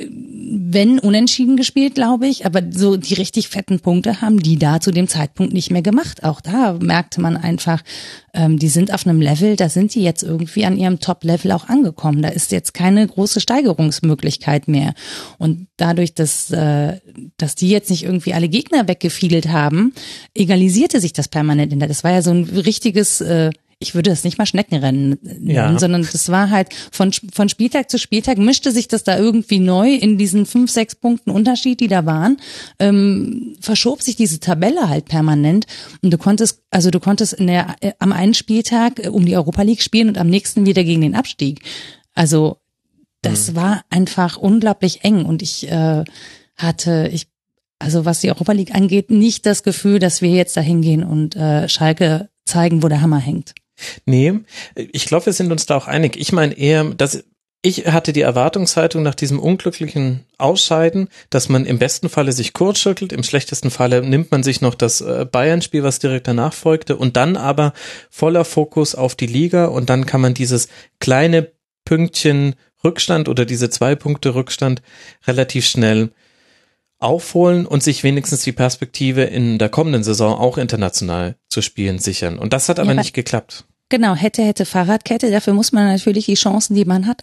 wenn unentschieden gespielt, glaube ich, aber so die richtig fetten Punkte haben die da zu dem Zeitpunkt nicht mehr gemacht. Auch da merkte man einfach, ähm, die sind auf einem Level, da sind die jetzt irgendwie an ihrem Top-Level auch angekommen. Da ist jetzt keine große Steigerungsmöglichkeit mehr. Und dadurch, dass, äh, dass die jetzt nicht irgendwie alle Gegner weggefiedelt haben, egalisierte sich das permanent. in der. Das war ja so ein richtiges äh, ich würde das nicht mal Schneckenrennen nennen, Ja. sondern das war halt von von Spieltag zu Spieltag mischte sich das da irgendwie neu in diesen fünf, sechs Punkten Unterschied, die da waren, ähm, verschob sich diese Tabelle halt permanent und du konntest, also du konntest in der äh, am einen Spieltag äh, um die Europa League spielen und am nächsten wieder gegen den Abstieg. Also das mhm. war einfach unglaublich eng und ich äh, hatte, ich also was die Europa League angeht, nicht das Gefühl, dass wir jetzt da hingehen und äh, Schalke zeigen, wo der Hammer hängt. Nee, ich glaube, wir sind uns da auch einig. Ich meine eher, dass ich hatte die Erwartungshaltung nach diesem unglücklichen Ausscheiden, dass man im besten Falle sich kurz schüttelt, im schlechtesten Falle nimmt man sich noch das Bayern-Spiel, was direkt danach folgte, und dann aber voller Fokus auf die Liga und dann kann man dieses kleine Pünktchen Rückstand oder diese zwei Punkte Rückstand relativ schnell aufholen und sich wenigstens die Perspektive in der kommenden Saison auch international zu spielen sichern. Und das hat aber ja, nicht geklappt. Genau, hätte, hätte Fahrradkette. Dafür muss man natürlich die Chancen, die man hat, auch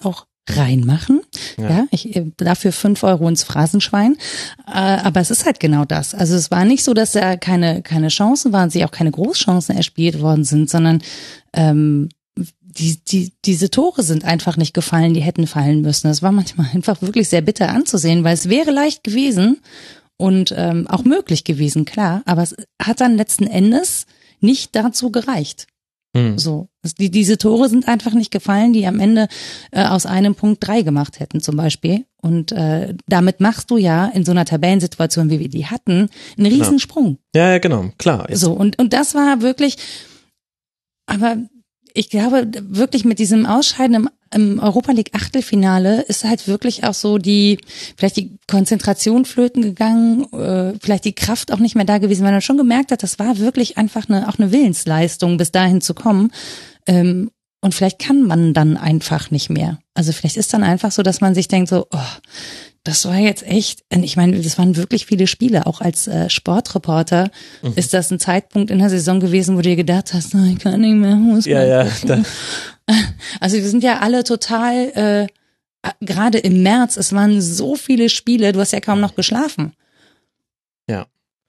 reinmachen. Ja. Ja, ich äh, dafür fünf Euro ins Phrasenschwein. Äh, aber es ist halt genau das. Also es war nicht so, dass da keine keine Chancen waren, sie auch keine Großchancen erspielt worden sind, sondern ähm, die die diese Tore sind einfach nicht gefallen, die hätten fallen müssen. Das war manchmal einfach wirklich sehr bitter anzusehen, weil es wäre leicht gewesen und ähm, auch möglich gewesen, klar. Aber es hat dann letzten Endes nicht dazu gereicht. Hm. So, die, diese Tore sind einfach nicht gefallen, die am Ende äh, aus einem Punkt drei gemacht hätten zum Beispiel. Und äh, damit machst du ja in so einer Tabellensituation, wie wir die hatten, einen Riesensprung. Ja, ja, genau, klar. So, und und das war wirklich, aber ich glaube wirklich mit diesem Ausscheiden im, im Europa League Achtelfinale ist halt wirklich auch so die, vielleicht die Konzentration flöten gegangen, äh, vielleicht die Kraft auch nicht mehr da gewesen, weil man schon gemerkt hat, das war wirklich einfach eine, auch eine Willensleistung, bis dahin zu kommen. Ähm, und vielleicht kann man dann einfach nicht mehr. Also vielleicht ist dann einfach so, dass man sich denkt so, oh, das war jetzt echt, ich meine, das waren wirklich viele Spiele, auch als äh, Sportreporter mhm. ist das ein Zeitpunkt in der Saison gewesen, wo du dir gedacht hast, oh, ich kann nicht mehr Fußball Ja, ja. Da. Also wir sind ja alle total, äh, gerade im März, es waren so viele Spiele, du hast ja kaum noch geschlafen. Ja.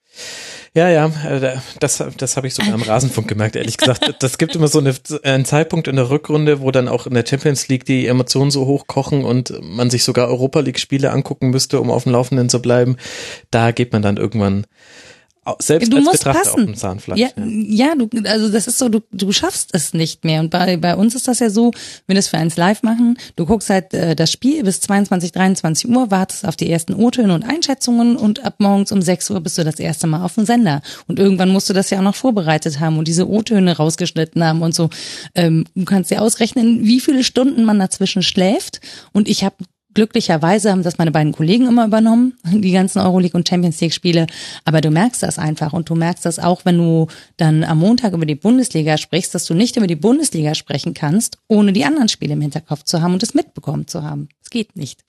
Ja, ja, das, das habe ich sogar am Rasenfunk gemerkt, ehrlich gesagt. Das gibt immer so eine, einen Zeitpunkt in der Rückrunde, wo dann auch in der Champions League die Emotionen so hoch kochen und man sich sogar Europa League Spiele angucken müsste, um auf dem Laufenden zu bleiben. Da geht man dann irgendwann selbst du als musst Betrachter passen. auf dem Zahnfleisch. Ja, ja, ja, du, also das ist so, du, du schaffst es nicht mehr. Und bei, bei uns ist das ja so, wenn wir das für eins live machen, du guckst halt äh, das Spiel bis zweiundzwanzig, dreiundzwanzig Uhr, wartest auf die ersten O-Töne und Einschätzungen und ab morgens um sechs Uhr bist du das erste Mal auf dem Sender. Und irgendwann musst du das ja auch noch vorbereitet haben und diese O-Töne rausgeschnitten haben und so. Ähm, du kannst dir ausrechnen, wie viele Stunden man dazwischen schläft. Und ich habe glücklicherweise haben das meine beiden Kollegen immer übernommen, die ganzen Euroleague und Champions League Spiele. Aber du merkst das einfach und du merkst das auch, wenn du dann am Montag über die Bundesliga sprichst, dass du nicht über die Bundesliga sprechen kannst, ohne die anderen Spiele im Hinterkopf zu haben und es mitbekommen zu haben. Es geht nicht.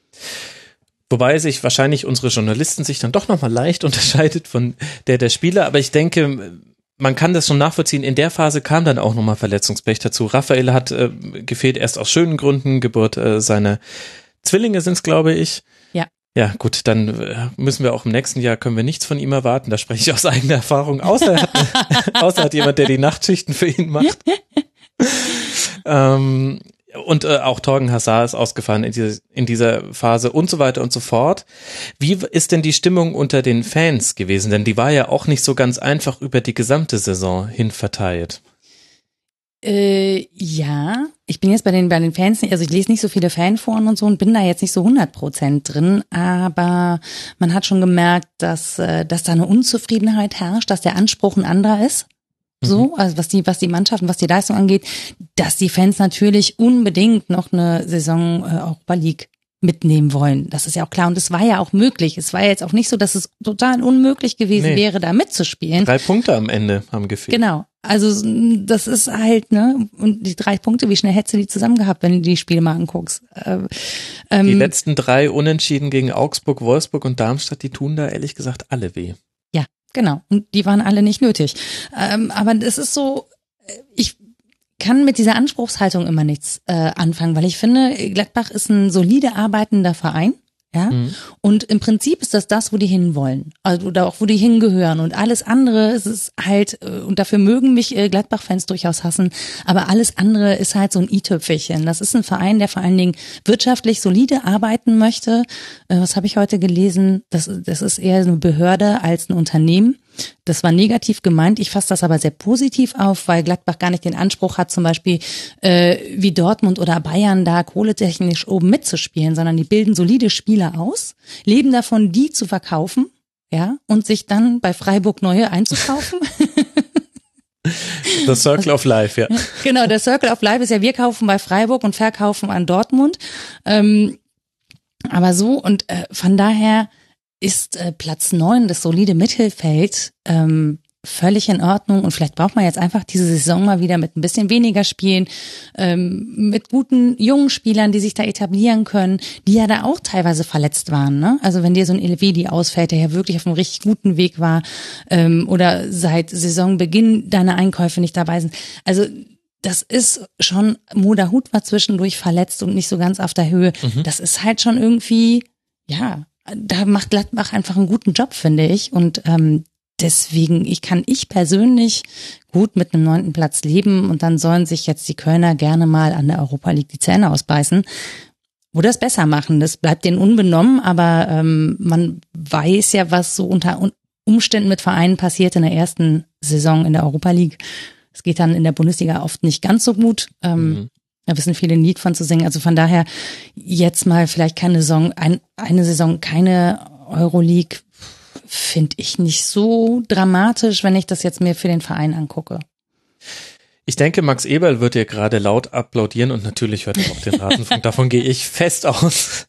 Wobei sich wahrscheinlich unsere Journalisten sich dann doch nochmal leicht unterscheidet von der der Spieler. Aber ich denke, man kann das schon nachvollziehen. In der Phase kam dann auch nochmal Verletzungspech dazu. Raphael hat äh, gefehlt, erst aus schönen Gründen, Geburt äh, seiner Zwillinge sind's, glaube ich. Ja. Ja, gut, dann müssen wir auch im nächsten Jahr, können wir nichts von ihm erwarten. Da spreche ich aus eigener Erfahrung. Außer er hat, außer hat jemand, der die Nachtschichten für ihn macht. ähm, und äh, auch Torgen Hazard ist ausgefallen in, diese, in dieser Phase und so weiter und so fort. Wie ist denn die Stimmung unter den Fans gewesen? Denn die war ja auch nicht so ganz einfach über die gesamte Saison hin verteilt. Äh, ja, ich bin jetzt bei den bei den Fans nicht, also ich lese nicht so viele Fanforen und so und bin da jetzt nicht so hundert Prozent drin, aber man hat schon gemerkt, dass äh, dass da eine Unzufriedenheit herrscht, dass der Anspruch ein anderer ist. So, also was die was die Mannschaften, was die Leistung angeht, dass die Fans natürlich unbedingt noch eine Saison äh, Europa League mitnehmen wollen. Das ist ja auch klar und es war ja auch möglich. Es war ja jetzt auch nicht so, dass es total unmöglich gewesen nee. wäre, da mitzuspielen. Drei Punkte am Ende haben gefehlt. Genau. Also das ist halt, ne, und die drei Punkte, wie schnell hättest du die zusammen gehabt, wenn du die Spiele mal anguckst? Ähm, die letzten drei Unentschieden gegen Augsburg, Wolfsburg und Darmstadt, die tun da ehrlich gesagt alle weh. Ja, genau. Und die waren alle nicht nötig. Ähm, aber das ist so, ich kann mit dieser Anspruchshaltung immer nichts äh, anfangen, weil ich finde, Gladbach ist ein solide arbeitender Verein. Ja, mhm. Und im Prinzip ist das das, wo die hinwollen, also oder auch wo die hingehören und alles andere ist es halt, und dafür mögen mich Gladbach-Fans durchaus hassen, aber alles andere ist halt so ein i-Tüpfelchen. Das ist ein Verein, der vor allen Dingen wirtschaftlich solide arbeiten möchte. Was habe ich heute gelesen? Das, das ist eher eine Behörde als ein Unternehmen. Das war negativ gemeint. Ich fasse das aber sehr positiv auf, weil Gladbach gar nicht den Anspruch hat, zum Beispiel äh, wie Dortmund oder Bayern da kohletechnisch oben mitzuspielen, sondern die bilden solide Spieler aus, leben davon, die zu verkaufen, ja, und sich dann bei Freiburg neue einzukaufen. The Circle of Life, ja. Genau, der Circle of Life ist ja, wir kaufen bei Freiburg und verkaufen an Dortmund. Ähm, aber so und äh, von daher ist äh, Platz neun, das solide Mittelfeld, ähm, völlig in Ordnung und vielleicht braucht man jetzt einfach diese Saison mal wieder mit ein bisschen weniger Spielen, ähm, mit guten jungen Spielern, die sich da etablieren können, die ja da auch teilweise verletzt waren, ne? Also wenn dir so ein Elvedi ausfällt, der ja wirklich auf einem richtig guten Weg war, ähm, oder seit Saisonbeginn deine Einkäufe nicht dabei sind. Also das ist schon, Moderhut war zwischendurch verletzt und nicht so ganz auf der Höhe. Mhm. Das ist halt schon irgendwie, ja, da macht Gladbach einfach einen guten Job, finde ich. Und ähm, deswegen, ich kann ich persönlich gut mit einem neunten Platz leben und dann sollen sich jetzt die Kölner gerne mal an der Europa League die Zähne ausbeißen. Oder es besser machen, das bleibt denen unbenommen, aber ähm, man weiß ja, was so unter Umständen mit Vereinen passiert in der ersten Saison in der Europa League. Es geht dann in der Bundesliga oft nicht ganz so gut. Ähm, mhm. Da wissen viele ein Lied von zu singen. Also von daher jetzt mal vielleicht keine Saison, ein, eine Saison, keine Euroleague, finde ich nicht so dramatisch, wenn ich das jetzt mir für den Verein angucke. Ich denke, Max Eberl wird dir gerade laut applaudieren und natürlich hört er auch den Rasenfunk. Davon gehe ich fest aus.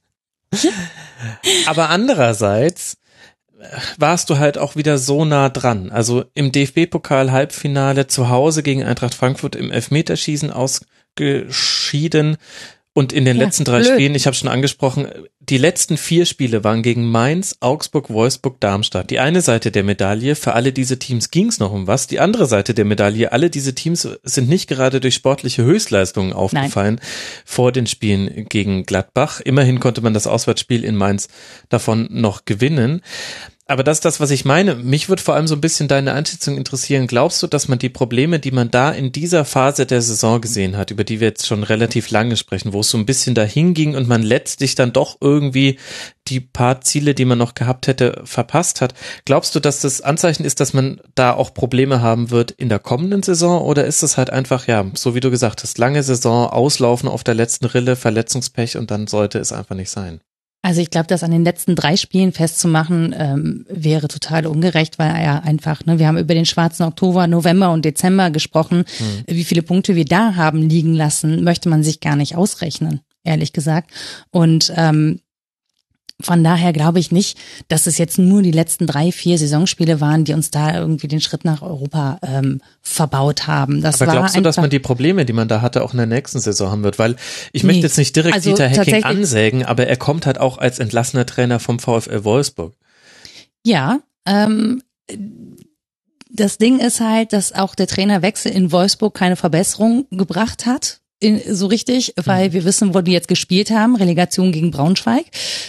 Aber andererseits warst du halt auch wieder so nah dran. Also im D F B-Pokal-Halbfinale zu Hause gegen Eintracht Frankfurt im Elfmeterschießen ausgeschieden und in den ja, letzten drei blöd. Spielen, ich habe schon angesprochen, die letzten vier Spiele waren gegen Mainz, Augsburg, Wolfsburg, Darmstadt. Die eine Seite der Medaille, für alle diese Teams ging es noch um was. Die andere Seite der Medaille, alle diese Teams sind nicht gerade durch sportliche Höchstleistungen aufgefallen Nein. vor den Spielen gegen Gladbach. Immerhin konnte man das Auswärtsspiel in Mainz davon noch gewinnen. Aber das ist das, was ich meine. Mich würde vor allem so ein bisschen deine Einschätzung interessieren. Glaubst du, dass man die Probleme, die man da in dieser Phase der Saison gesehen hat, über die wir jetzt schon relativ lange sprechen, wo es so ein bisschen dahin ging und man letztlich dann doch irgendwie die paar Ziele, die man noch gehabt hätte, verpasst hat. Glaubst du, dass das Anzeichen ist, dass man da auch Probleme haben wird in der kommenden Saison? Oder ist es halt einfach, ja, so wie du gesagt hast, lange Saison, auslaufen auf der letzten Rille, Verletzungspech und dann sollte es einfach nicht sein? Also ich glaube, das an den letzten drei Spielen festzumachen, ähm, wäre total ungerecht, weil ja einfach, ne, wir haben über den schwarzen Oktober, November und Dezember gesprochen. Mhm. Wie viele Punkte wir da haben liegen lassen, möchte man sich gar nicht ausrechnen, ehrlich gesagt. Und ähm, von daher glaube ich nicht, dass es jetzt nur die letzten drei, vier Saisonspiele waren, die uns da irgendwie den Schritt nach Europa ähm, verbaut haben. Das Aber war glaubst du, dass man die Probleme, die man da hatte, auch in der nächsten Saison haben wird? Weil ich nee. möchte jetzt nicht direkt also Dieter Hecking ansägen, aber er kommt halt auch als entlassener Trainer vom VfL Wolfsburg. Ja, ähm, das Ding ist halt, dass auch der Trainerwechsel in Wolfsburg keine Verbesserung gebracht hat. In, so richtig, weil wir wissen, wo die jetzt gespielt haben, Relegation gegen Braunschweig.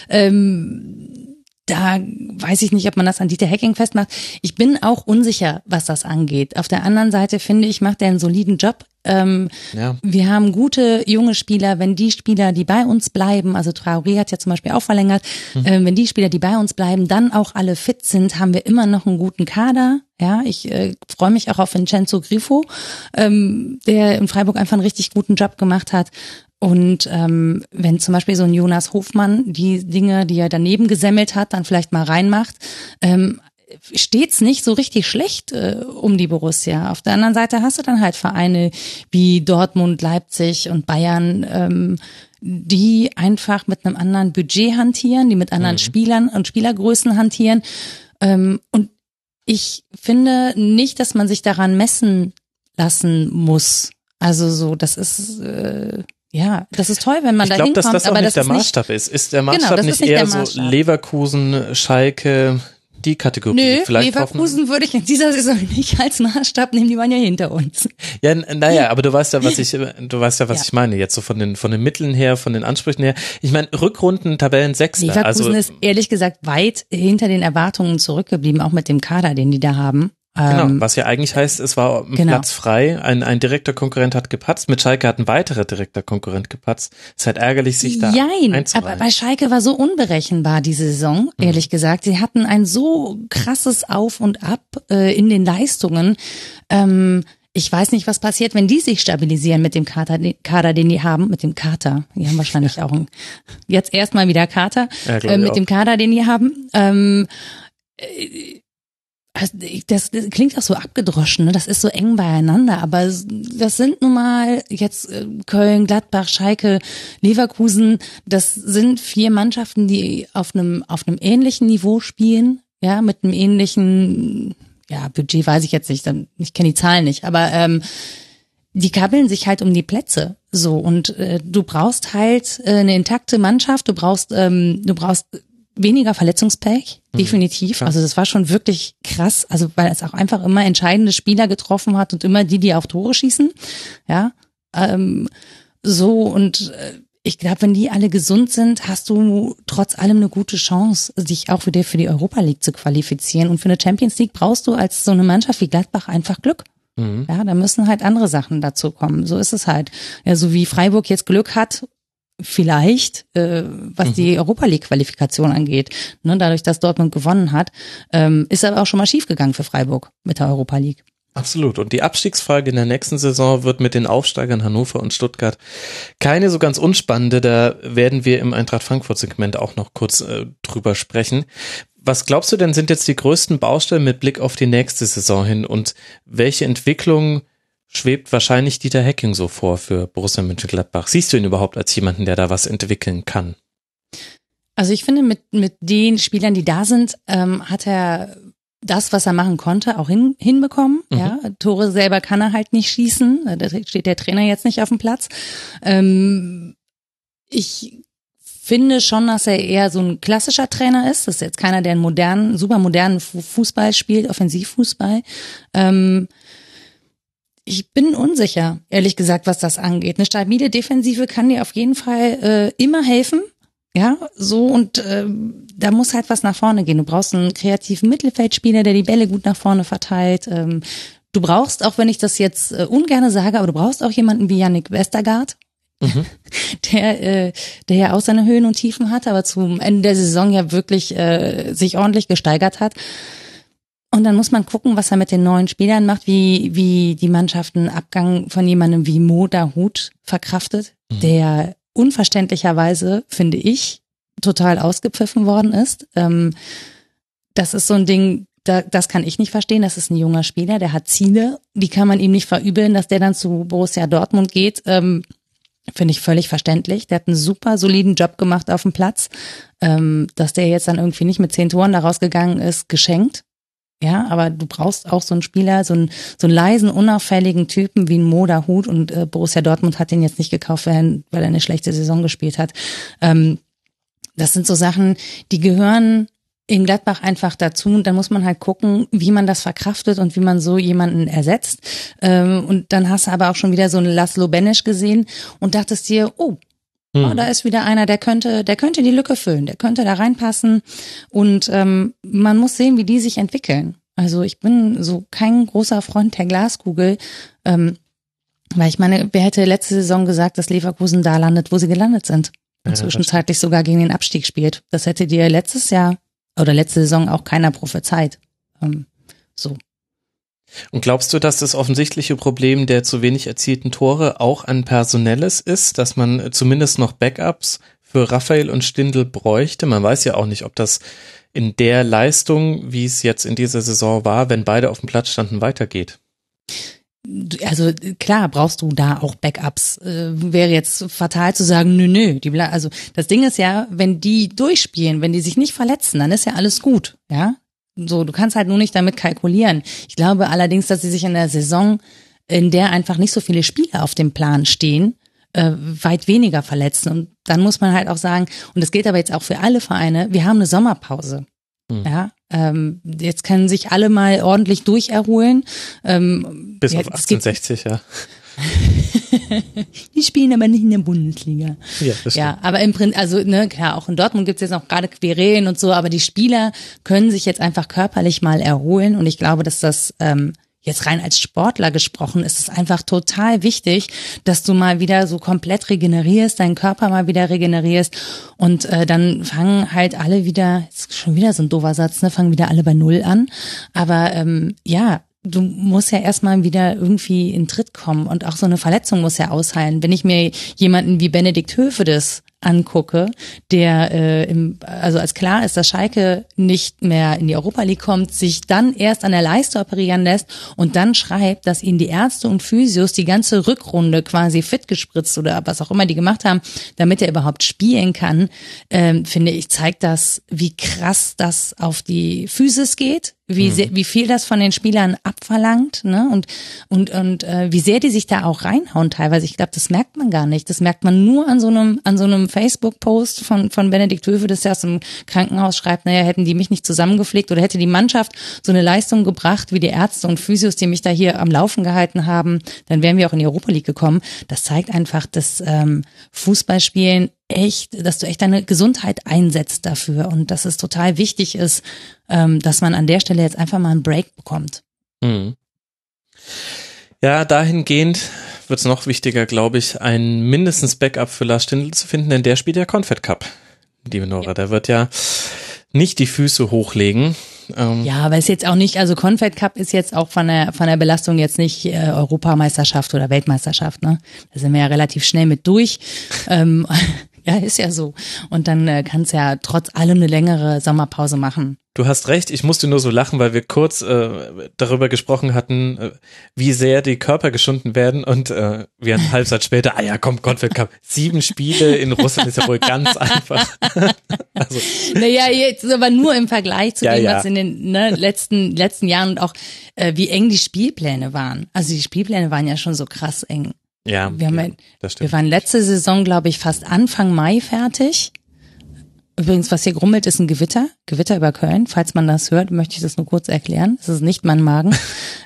Ähm, da weiß ich nicht, ob man das an Dieter Hecking festmacht. Ich bin auch unsicher, was das angeht. Auf der anderen Seite finde ich, macht er einen soliden Job. Ähm, ja. Wir haben gute junge Spieler, wenn die Spieler, die bei uns bleiben, also Traoré hat ja zum Beispiel auch verlängert, mhm. äh, wenn die Spieler, die bei uns bleiben, dann auch alle fit sind, haben wir immer noch einen guten Kader. Ja, ich äh, freue mich auch auf Vincenzo Grifo, ähm, der in Freiburg einfach einen richtig guten Job gemacht hat. Und ähm, wenn zum Beispiel so ein Jonas Hofmann die Dinge, die er daneben gesemmelt hat, dann vielleicht mal reinmacht, ähm, steht's nicht so richtig schlecht äh, um die Borussia. Auf der anderen Seite hast du dann halt Vereine wie Dortmund, Leipzig und Bayern, ähm, die einfach mit einem anderen Budget hantieren, die mit anderen mhm. Spielern und Spielergrößen hantieren. Ähm, und ich finde nicht, dass man sich daran messen lassen muss. Also so, das ist äh, ja, das ist toll, wenn man da hinkommt. Ich glaube, dass das auch aber nicht das der ist Maßstab nicht, ist. Ist der Maßstab genau, das nicht ist nicht eher der so Leverkusen, Schalke, die Kategorie? Nö, vielleicht Leverkusen hoffen. Würde ich in dieser Saison nicht als Maßstab nehmen, die waren ja hinter uns. Ja, naja, aber du weißt ja, was ich, du weißt ja, was ja. ich meine, jetzt so von den, von den Mitteln her, von den Ansprüchen her. Ich meine, Rückrunden, Tabellen Sechster. Leverkusen also, ist ehrlich gesagt weit hinter den Erwartungen zurückgeblieben, auch mit dem Kader, den die da haben. Genau, was ja eigentlich heißt, es war ein genau. Platz frei, ein, ein direkter Konkurrent hat gepatzt, mit Schalke hat ein weiterer direkter Konkurrent gepatzt. Es ist halt ärgerlich, sich da Jein, einzureihen. Aber bei Schalke war so unberechenbar diese Saison, ehrlich mhm. gesagt. Sie hatten ein so krasses Auf und Ab äh, in den Leistungen. Ähm, ich weiß nicht, was passiert, wenn die sich stabilisieren mit dem Kader, den, Kader, den die haben, mit dem Kater. Die haben wahrscheinlich auch einen, jetzt erstmal wieder Kater, ja, äh, mit dem Kader, den die haben. Ähm, äh, Also das, das klingt auch so abgedroschen, ne? Das ist so eng beieinander, aber das sind nun mal jetzt Köln, Gladbach, Schalke, Leverkusen, das sind vier Mannschaften, die auf einem auf einem ähnlichen Niveau spielen, ja, mit einem ähnlichen, ja, Budget weiß ich jetzt nicht, ich kenne die Zahlen nicht, aber ähm, die kabbeln sich halt um die Plätze, so, und äh, du brauchst halt äh, eine intakte Mannschaft, du brauchst ähm, du brauchst weniger Verletzungspech, definitiv. Mhm, also das war schon wirklich krass, also weil es auch einfach immer entscheidende Spieler getroffen hat und immer die, die auch Tore schießen. Ja, ähm, so und äh, ich glaube, wenn die alle gesund sind, hast du trotz allem eine gute Chance, dich auch wieder für die Europa League zu qualifizieren. Und für eine Champions League brauchst du als so eine Mannschaft wie Gladbach einfach Glück. Mhm. Ja, da müssen halt andere Sachen dazu kommen. So ist es halt. Ja, so wie Freiburg jetzt Glück hat, vielleicht, äh, was mhm. die Europa League Qualifikation angeht, ne, dadurch, dass Dortmund gewonnen hat, ähm, ist aber auch schon mal schief gegangen für Freiburg mit der Europa League. Absolut. Und die Abstiegsfrage in der nächsten Saison wird mit den Aufsteigern Hannover und Stuttgart keine so ganz unspannende. Da werden wir im Eintracht Frankfurt-Segment auch noch kurz äh, drüber sprechen. Was glaubst du denn, sind jetzt die größten Baustellen mit Blick auf die nächste Saison hin? Und welche Entwicklung schwebt wahrscheinlich Dieter Hecking so vor für Borussia Mönchengladbach? Siehst du ihn überhaupt als jemanden, der da was entwickeln kann? Also ich finde, mit mit den Spielern, die da sind, ähm, hat er das, was er machen konnte, auch hin, hinbekommen. Mhm. Ja, Tore selber kann er halt nicht schießen. Da steht der Trainer jetzt nicht auf dem Platz. Ähm, ich finde schon, dass er eher so ein klassischer Trainer ist. Das ist jetzt keiner, der einen modernen, super modernen Fußball spielt, Offensivfußball. Ähm, Ich bin unsicher, ehrlich gesagt, was das angeht. Eine stabile Defensive kann dir auf jeden Fall äh, immer helfen. Ja, so und äh, da muss halt was nach vorne gehen. Du brauchst einen kreativen Mittelfeldspieler, der die Bälle gut nach vorne verteilt. Ähm, du brauchst, auch wenn ich das jetzt äh, ungerne sage, aber du brauchst auch jemanden wie Yannick Westergaard, mhm. der äh, der ja auch seine Höhen und Tiefen hat, aber zum Ende der Saison ja wirklich äh, sich ordentlich gesteigert hat. Und dann muss man gucken, was er mit den neuen Spielern macht, wie wie die Mannschaft einen Abgang von jemandem wie Mo Dahoud verkraftet, mhm. der unverständlicherweise, finde ich, total ausgepfiffen worden ist. Ähm, das ist so ein Ding, da, das kann ich nicht verstehen. Das ist ein junger Spieler, der hat Ziele, die kann man ihm nicht verübeln, dass der dann zu Borussia Dortmund geht. Ähm, finde ich völlig verständlich. Der hat einen super soliden Job gemacht auf dem Platz. Ähm, dass der jetzt dann irgendwie nicht mit zehn Toren da rausgegangen ist, geschenkt. Ja, aber du brauchst auch so einen Spieler, so einen, so einen leisen, unauffälligen Typen wie ein Mo Dahoud und äh, Borussia Dortmund hat den jetzt nicht gekauft, weil, weil er eine schlechte Saison gespielt hat. Ähm, das sind so Sachen, die gehören in Gladbach einfach dazu und dann muss man halt gucken, wie man das verkraftet und wie man so jemanden ersetzt. Ähm, und dann hast du aber auch schon wieder so einen Laszlo Benesch gesehen und dachtest dir, oh, Oh, da ist wieder einer, der könnte, der könnte die Lücke füllen, der könnte da reinpassen und ähm, man muss sehen, wie die sich entwickeln. Also ich bin so kein großer Freund der Glaskugel, ähm, weil ich meine, wer hätte letzte Saison gesagt, dass Leverkusen da landet, wo sie gelandet sind und ja, zwischenzeitlich sogar gegen den Abstieg spielt. Das hätte dir letztes Jahr oder letzte Saison auch keiner prophezeit. Ähm, so. Und glaubst du, dass das offensichtliche Problem der zu wenig erzielten Tore auch ein personelles ist, dass man zumindest noch Backups für Raphael und Stindl bräuchte? Man weiß ja auch nicht, ob das in der Leistung, wie es jetzt in dieser Saison war, wenn beide auf dem Platz standen, weitergeht. Also klar brauchst du da auch Backups. Äh, wäre jetzt fatal zu sagen, nö, nö. Die, also das Ding ist ja, wenn die durchspielen, wenn die sich nicht verletzen, dann ist ja alles gut, ja. So, du kannst halt nur nicht damit kalkulieren. Ich glaube allerdings, dass sie sich in der Saison, in der einfach nicht so viele Spiele auf dem Plan stehen, äh, weit weniger verletzen. Und dann muss man halt auch sagen, und das gilt aber jetzt auch für alle Vereine, wir haben eine Sommerpause. Hm. Ja, ähm, jetzt können sich alle mal ordentlich durcherholen. Ähm, Bis ja, auf achtzehnhundertsechzig, ja. Die spielen aber nicht in der Bundesliga. Ja, das ja, aber im Prinzip, also ne, klar, auch in Dortmund gibt's jetzt noch gerade Querelen und so, aber die Spieler können sich jetzt einfach körperlich mal erholen und ich glaube, dass das ähm, jetzt rein als Sportler gesprochen ist es einfach total wichtig, dass du mal wieder so komplett regenerierst, deinen Körper mal wieder regenerierst und äh, dann fangen halt alle wieder, ist schon wieder so ein doofer Satz, ne, fangen wieder alle bei Null an, aber ähm, ja, du musst ja erstmal wieder irgendwie in Tritt kommen und auch so eine Verletzung muss ja ausheilen. Wenn ich mir jemanden wie Benedikt Hövedes angucke, der äh, im, also als klar ist, dass Schalke nicht mehr in die Europa League kommt, sich dann erst an der Leiste operieren lässt und dann schreibt, dass ihn die Ärzte und Physios die ganze Rückrunde quasi fit gespritzt oder was auch immer die gemacht haben, damit er überhaupt spielen kann, ähm, finde ich, zeigt das, wie krass das auf die Physis geht, wie sehr, wie viel das von den Spielern abverlangt, ne, und und und äh, wie sehr die sich da auch reinhauen teilweise. Ich glaube, das merkt man gar nicht. Das merkt man nur an so einem an so einem Facebook-Post von, von Benedikt Höwe, das er aus dem Krankenhaus schreibt, naja, hätten die mich nicht zusammengepflegt oder hätte die Mannschaft so eine Leistung gebracht wie die Ärzte und Physios, die mich da hier am Laufen gehalten haben, dann wären wir auch in die Europa League gekommen. Das zeigt einfach, dass ähm, Fußballspielen echt, dass du echt deine Gesundheit einsetzt dafür und dass es total wichtig ist, ähm, dass man an der Stelle jetzt einfach mal einen Break bekommt. Mhm. Ja, dahingehend wird es noch wichtiger, glaube ich, ein mindestens Backup für Lars Stindl zu finden, denn der spielt ja Confed Cup, liebe Nora. Ja. Der wird ja nicht die Füße hochlegen. Ähm ja, weil es jetzt auch nicht, also Confed Cup ist jetzt auch von der von der Belastung jetzt nicht äh, Europameisterschaft oder Weltmeisterschaft, ne? Da sind wir ja relativ schnell mit durch. ähm, ja, ist ja so. Und dann äh, kannst ja trotz allem eine längere Sommerpause machen. Du hast recht, ich musste nur so lachen, weil wir kurz äh, darüber gesprochen hatten, äh, wie sehr die Körper geschunden werden und äh, wir einen Halbsatz später, ah ja, komm, Confed Cup, sieben Spiele in Russland ist ja wohl ganz einfach. also. Naja, jetzt aber nur im Vergleich zu ja, dem, ja. was in den ne, letzten letzten Jahren und auch äh, wie eng die Spielpläne waren. Also die Spielpläne waren ja schon so krass eng. Ja, wir, haben ja, ja, das stimmt. Wir waren letzte Saison, glaube ich, fast Anfang Mai fertig. Übrigens, was hier grummelt, ist ein Gewitter. Gewitter über Köln. Falls man das hört, möchte ich das nur kurz erklären. Das ist nicht mein Magen.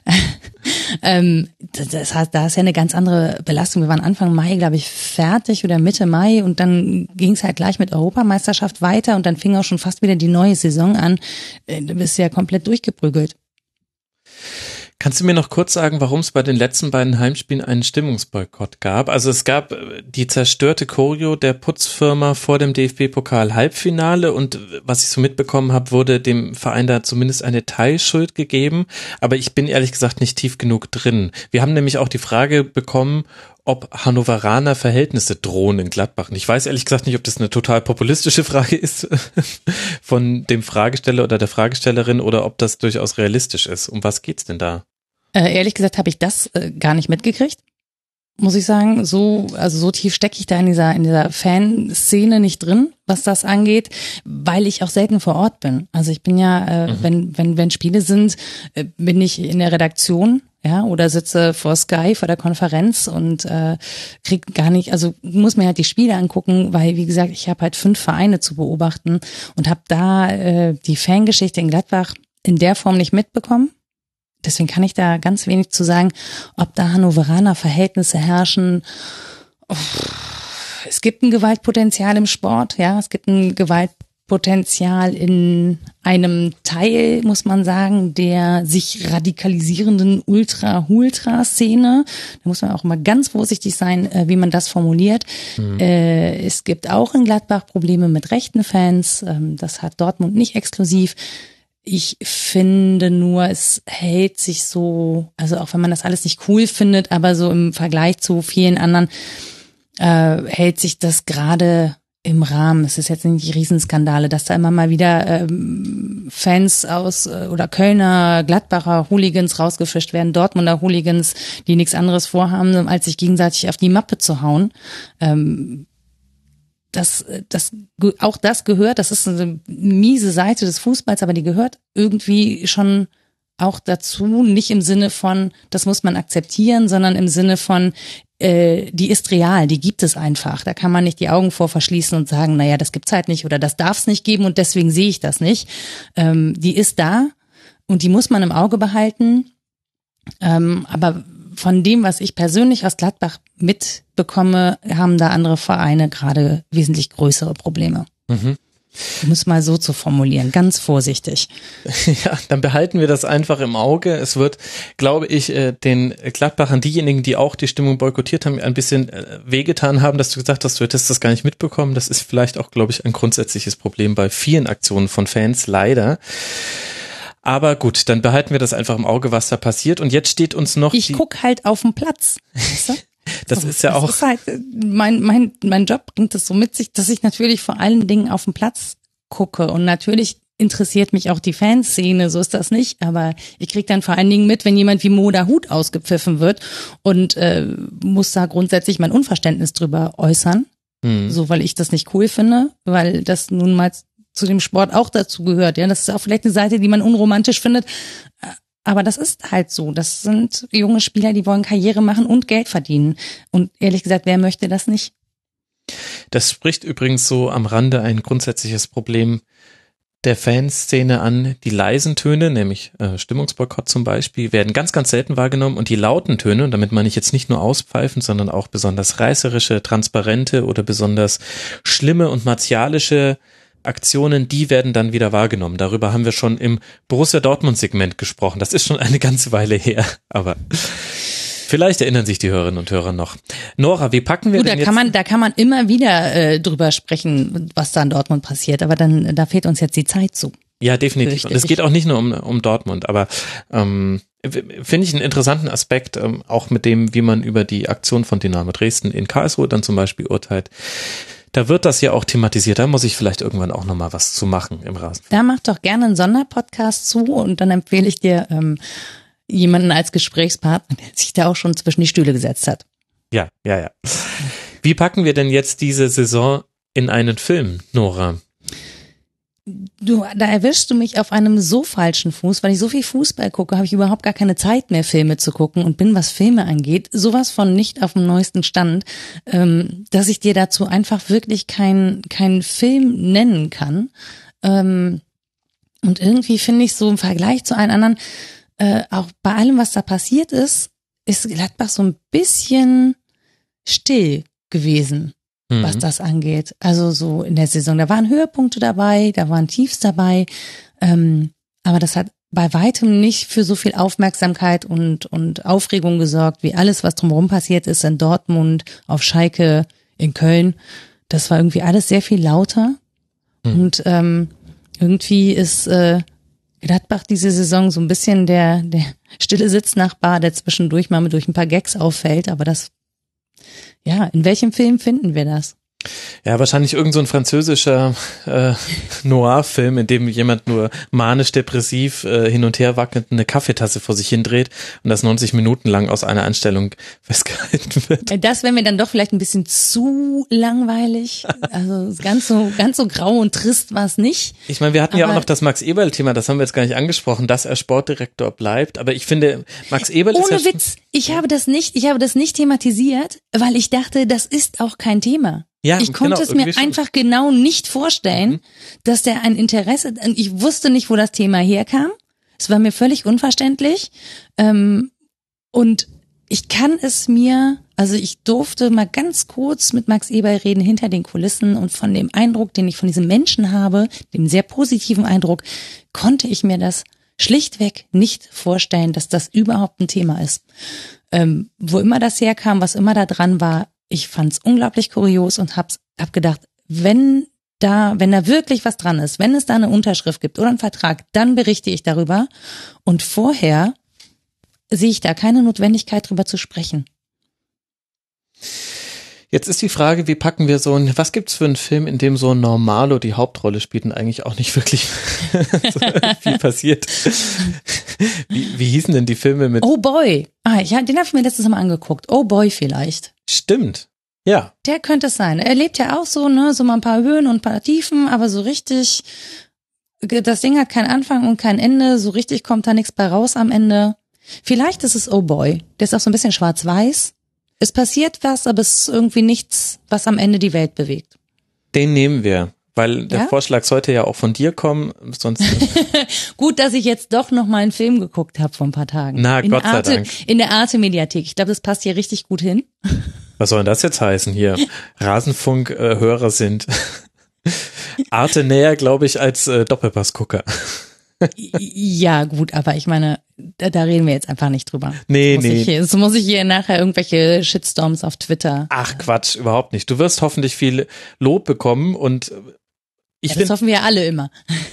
ähm, das heißt, da ist ja eine ganz andere Belastung. Wir waren Anfang Mai, glaube ich, fertig oder Mitte Mai und dann ging es halt gleich mit Europameisterschaft weiter und dann fing auch schon fast wieder die neue Saison an. Du bist ja komplett durchgeprügelt. Kannst du mir noch kurz sagen, warum es bei den letzten beiden Heimspielen einen Stimmungsboykott gab? Also es gab die zerstörte Choreo der Putzfirma vor dem D F B-Pokal-Halbfinale und was ich so mitbekommen habe, wurde dem Verein da zumindest eine Teilschuld gegeben, aber ich bin ehrlich gesagt nicht tief genug drin. Wir haben nämlich auch die Frage bekommen, ob Hannoveraner Verhältnisse drohen in Gladbach. Und ich weiß ehrlich gesagt nicht, ob das eine total populistische Frage ist von dem Fragesteller oder der Fragestellerin oder ob das durchaus realistisch ist. Um was geht's denn da? Äh, ehrlich gesagt habe ich das äh, gar nicht mitgekriegt, muss ich sagen. So, also so tief stecke ich da in dieser in dieser Fanszene nicht drin, was das angeht, weil ich auch selten vor Ort bin. Also ich bin ja, äh, mhm. wenn wenn wenn Spiele sind, äh, bin ich in der Redaktion. Ja, oder sitze vor Sky, vor der Konferenz und äh, krieg gar nicht, also muss mir halt die Spiele angucken, weil, wie gesagt, ich habe halt fünf Vereine zu beobachten und habe da äh, die Fangeschichte in Gladbach in der Form nicht mitbekommen. Deswegen kann ich da ganz wenig zu sagen, ob da Hannoveraner Verhältnisse herrschen. Es gibt ein Gewaltpotenzial im Sport, ja, es gibt ein Gewaltpotenzial in einem Teil, muss man sagen, der sich radikalisierenden Ultra-Hultra-Szene. Da muss man auch mal ganz vorsichtig sein, wie man das formuliert. Mhm. Es gibt auch in Gladbach Probleme mit rechten Fans. Das hat Dortmund nicht exklusiv. Ich finde nur, es hält sich so, also auch wenn man das alles nicht cool findet, aber so im Vergleich zu vielen anderen äh, hält sich das gerade im Rahmen. Es ist jetzt nicht die Riesenskandale, dass da immer mal wieder ähm, Fans aus äh, oder Kölner, Gladbacher Hooligans rausgefischt werden, Dortmunder Hooligans, die nichts anderes vorhaben, als sich gegenseitig auf die Mappe zu hauen. Ähm, Das, das, auch das gehört, das ist eine miese Seite des Fußballs, aber die gehört irgendwie schon auch dazu, nicht im Sinne von, das muss man akzeptieren, sondern im Sinne von, äh, die ist real, die gibt es einfach. Da kann man nicht die Augen vor verschließen und sagen, naja, das gibt's halt nicht oder das darf es nicht geben und deswegen sehe ich das nicht. Ähm, die ist da und die muss man im Auge behalten, ähm, aber von dem, was ich persönlich aus Gladbach mitbekomme, haben da andere Vereine gerade wesentlich größere Probleme. Mhm. Um es mal so zu formulieren, ganz vorsichtig. Ja, dann behalten wir das einfach im Auge. Es wird, glaube ich, den Gladbachern, diejenigen, die auch die Stimmung boykottiert haben, ein bisschen wehgetan haben, dass du gesagt hast, du hättest das gar nicht mitbekommen. Das ist vielleicht auch, glaube ich, ein grundsätzliches Problem bei vielen Aktionen von Fans, leider. Aber gut, dann behalten wir das einfach im Auge, was da passiert. Und jetzt steht uns noch. Ich guck halt auf den Platz. Weißt du? Das so, ist ja auch. Das ist halt, mein, mein, mein Job bringt es so mit sich, dass ich natürlich vor allen Dingen auf den Platz gucke. Und natürlich interessiert mich auch die Fanszene, so ist das nicht. Aber ich krieg dann vor allen Dingen mit, wenn jemand wie Mo Dahut ausgepfiffen wird und äh, muss da grundsätzlich mein Unverständnis drüber äußern. Hm. So, weil ich das nicht cool finde, weil das nun mal zu dem Sport auch dazu gehört. Ja, das ist auch vielleicht eine Seite, die man unromantisch findet. Aber das ist halt so. Das sind junge Spieler, die wollen Karriere machen und Geld verdienen. Und ehrlich gesagt, wer möchte das nicht? Das spricht übrigens so am Rande ein grundsätzliches Problem der Fanszene an. Die leisen Töne, nämlich äh, Stimmungsboykott zum Beispiel, werden ganz, ganz selten wahrgenommen und die lauten Töne, und damit meine ich jetzt nicht nur auspfeifend, sondern auch besonders reißerische, transparente oder besonders schlimme und martialische Aktionen, die werden dann wieder wahrgenommen. Darüber haben wir schon im Borussia Dortmund-Segment gesprochen. Das ist schon eine ganze Weile her, aber vielleicht erinnern sich die Hörerinnen und Hörer noch. Nora, wie packen wir Gut, denn da jetzt? kann man, da kann man immer wieder äh, drüber sprechen, was da in Dortmund passiert, aber dann, da fehlt uns jetzt die Zeit zu. Ja, definitiv. Und es geht auch nicht nur um, um Dortmund, aber ähm, finde ich einen interessanten Aspekt, ähm, auch mit dem, wie man über die Aktion von Dynamo Dresden in Karlsruhe dann zum Beispiel urteilt. Da wird das ja auch thematisiert. Da muss ich vielleicht irgendwann auch nochmal was zu machen im Rasenfunk. Da macht doch gerne einen Sonderpodcast zu und dann empfehle ich dir ähm, jemanden als Gesprächspartner, der sich da auch schon zwischen die Stühle gesetzt hat. Ja, ja, ja. Wie packen wir denn jetzt diese Saison in einen Film, Nora? Du, da erwischst du mich auf einem so falschen Fuß, weil ich so viel Fußball gucke, habe ich überhaupt gar keine Zeit mehr, Filme zu gucken und bin, was Filme angeht, sowas von nicht auf dem neuesten Stand, ähm, dass ich dir dazu einfach wirklich keinen keinen Film nennen kann. Ähm, und irgendwie finde ich so im Vergleich zu allen anderen, äh, auch bei allem, was da passiert ist, ist Gladbach so ein bisschen still gewesen, was Mhm. das angeht. Also so in der Saison, da waren Höhepunkte dabei, da waren Tiefs dabei, ähm, aber das hat bei weitem nicht für so viel Aufmerksamkeit und und Aufregung gesorgt, wie alles, was drumherum passiert ist in Dortmund, auf Schalke, in Köln. Das war irgendwie alles sehr viel lauter Mhm. und ähm, irgendwie ist äh, Gladbach diese Saison so ein bisschen der der stille Sitznachbar, der zwischendurch mal mit durch ein paar Gags auffällt, aber das, ja, in welchem Film finden wir das? Ja, wahrscheinlich irgend so ein französischer äh, Noir-Film, in dem jemand nur manisch-depressiv äh, hin und her wackelnd eine Kaffeetasse vor sich hindreht und das neunzig Minuten lang aus einer Einstellung festgehalten wird. Das wäre mir dann doch vielleicht ein bisschen zu langweilig. Also ganz so ganz so grau und trist war es nicht. Ich meine, wir hatten ja Aber- auch noch das Max Eberl-Thema, das haben wir jetzt gar nicht angesprochen, dass er Sportdirektor bleibt, aber ich finde, Max Eberl ist Ohne ja Witz, ich habe das nicht, ich habe das nicht thematisiert, weil ich dachte, das ist auch kein Thema. Ja, ich konnte genau, es mir irgendwie schon. einfach genau nicht vorstellen, Mhm. dass der ein Interesse, ich wusste nicht, wo das Thema herkam. Es war mir völlig unverständlich. Ähm, und ich kann es mir, also ich durfte mal ganz kurz mit Max Eberl reden hinter den Kulissen und von dem Eindruck, den ich von diesem Menschen habe, dem sehr positiven Eindruck, konnte ich mir das schlichtweg nicht vorstellen, dass das überhaupt ein Thema ist. Ähm, wo immer das herkam, was immer da dran war, ich fand's unglaublich kurios und hab's, hab gedacht, wenn da, wenn da wirklich was dran ist, wenn es da eine Unterschrift gibt oder einen Vertrag, dann berichte ich darüber. Und vorher sehe ich da keine Notwendigkeit, drüber zu sprechen. Jetzt ist die Frage, wie packen wir so ein, was gibt's für einen Film, in dem so ein Normalo die Hauptrolle spielt und eigentlich auch nicht wirklich so viel passiert? Wie, wie hießen denn die Filme mit? Oh Boy. Ah, ja, den habe ich mir letztes Mal angeguckt. Oh Boy vielleicht. Stimmt. Ja. Der könnte es sein. Er lebt ja auch so, ne, so mal ein paar Höhen und ein paar Tiefen, aber so richtig, das Ding hat keinen Anfang und kein Ende, so richtig kommt da nichts bei raus am Ende. Vielleicht ist es Oh Boy. Der ist auch so ein bisschen schwarz-weiß. Es passiert was, aber es ist irgendwie nichts, was am Ende die Welt bewegt. Den nehmen wir, weil der Ja? Vorschlag sollte ja auch von dir kommen, sonst Gut, dass ich jetzt doch noch mal einen Film geguckt habe vor ein paar Tagen. Na, in Gott der sei Arte, Dank. In der Arte-Mediathek. Ich glaube, das passt hier richtig gut hin. was soll denn das jetzt heißen hier? Rasenfunk-Hörer sind Arte näher, glaube ich, als äh, Doppelpass-Gucker. Ja, gut, aber ich meine, da, da reden wir jetzt einfach nicht drüber. Nee, Jetzt muss nee. Ich, hier- jetzt muss ich hier nachher irgendwelche Shitstorms auf Twitter. Ach Quatsch, überhaupt nicht. Du wirst hoffentlich viel Lob bekommen und ich Ja, das finde, hoffen wir alle immer.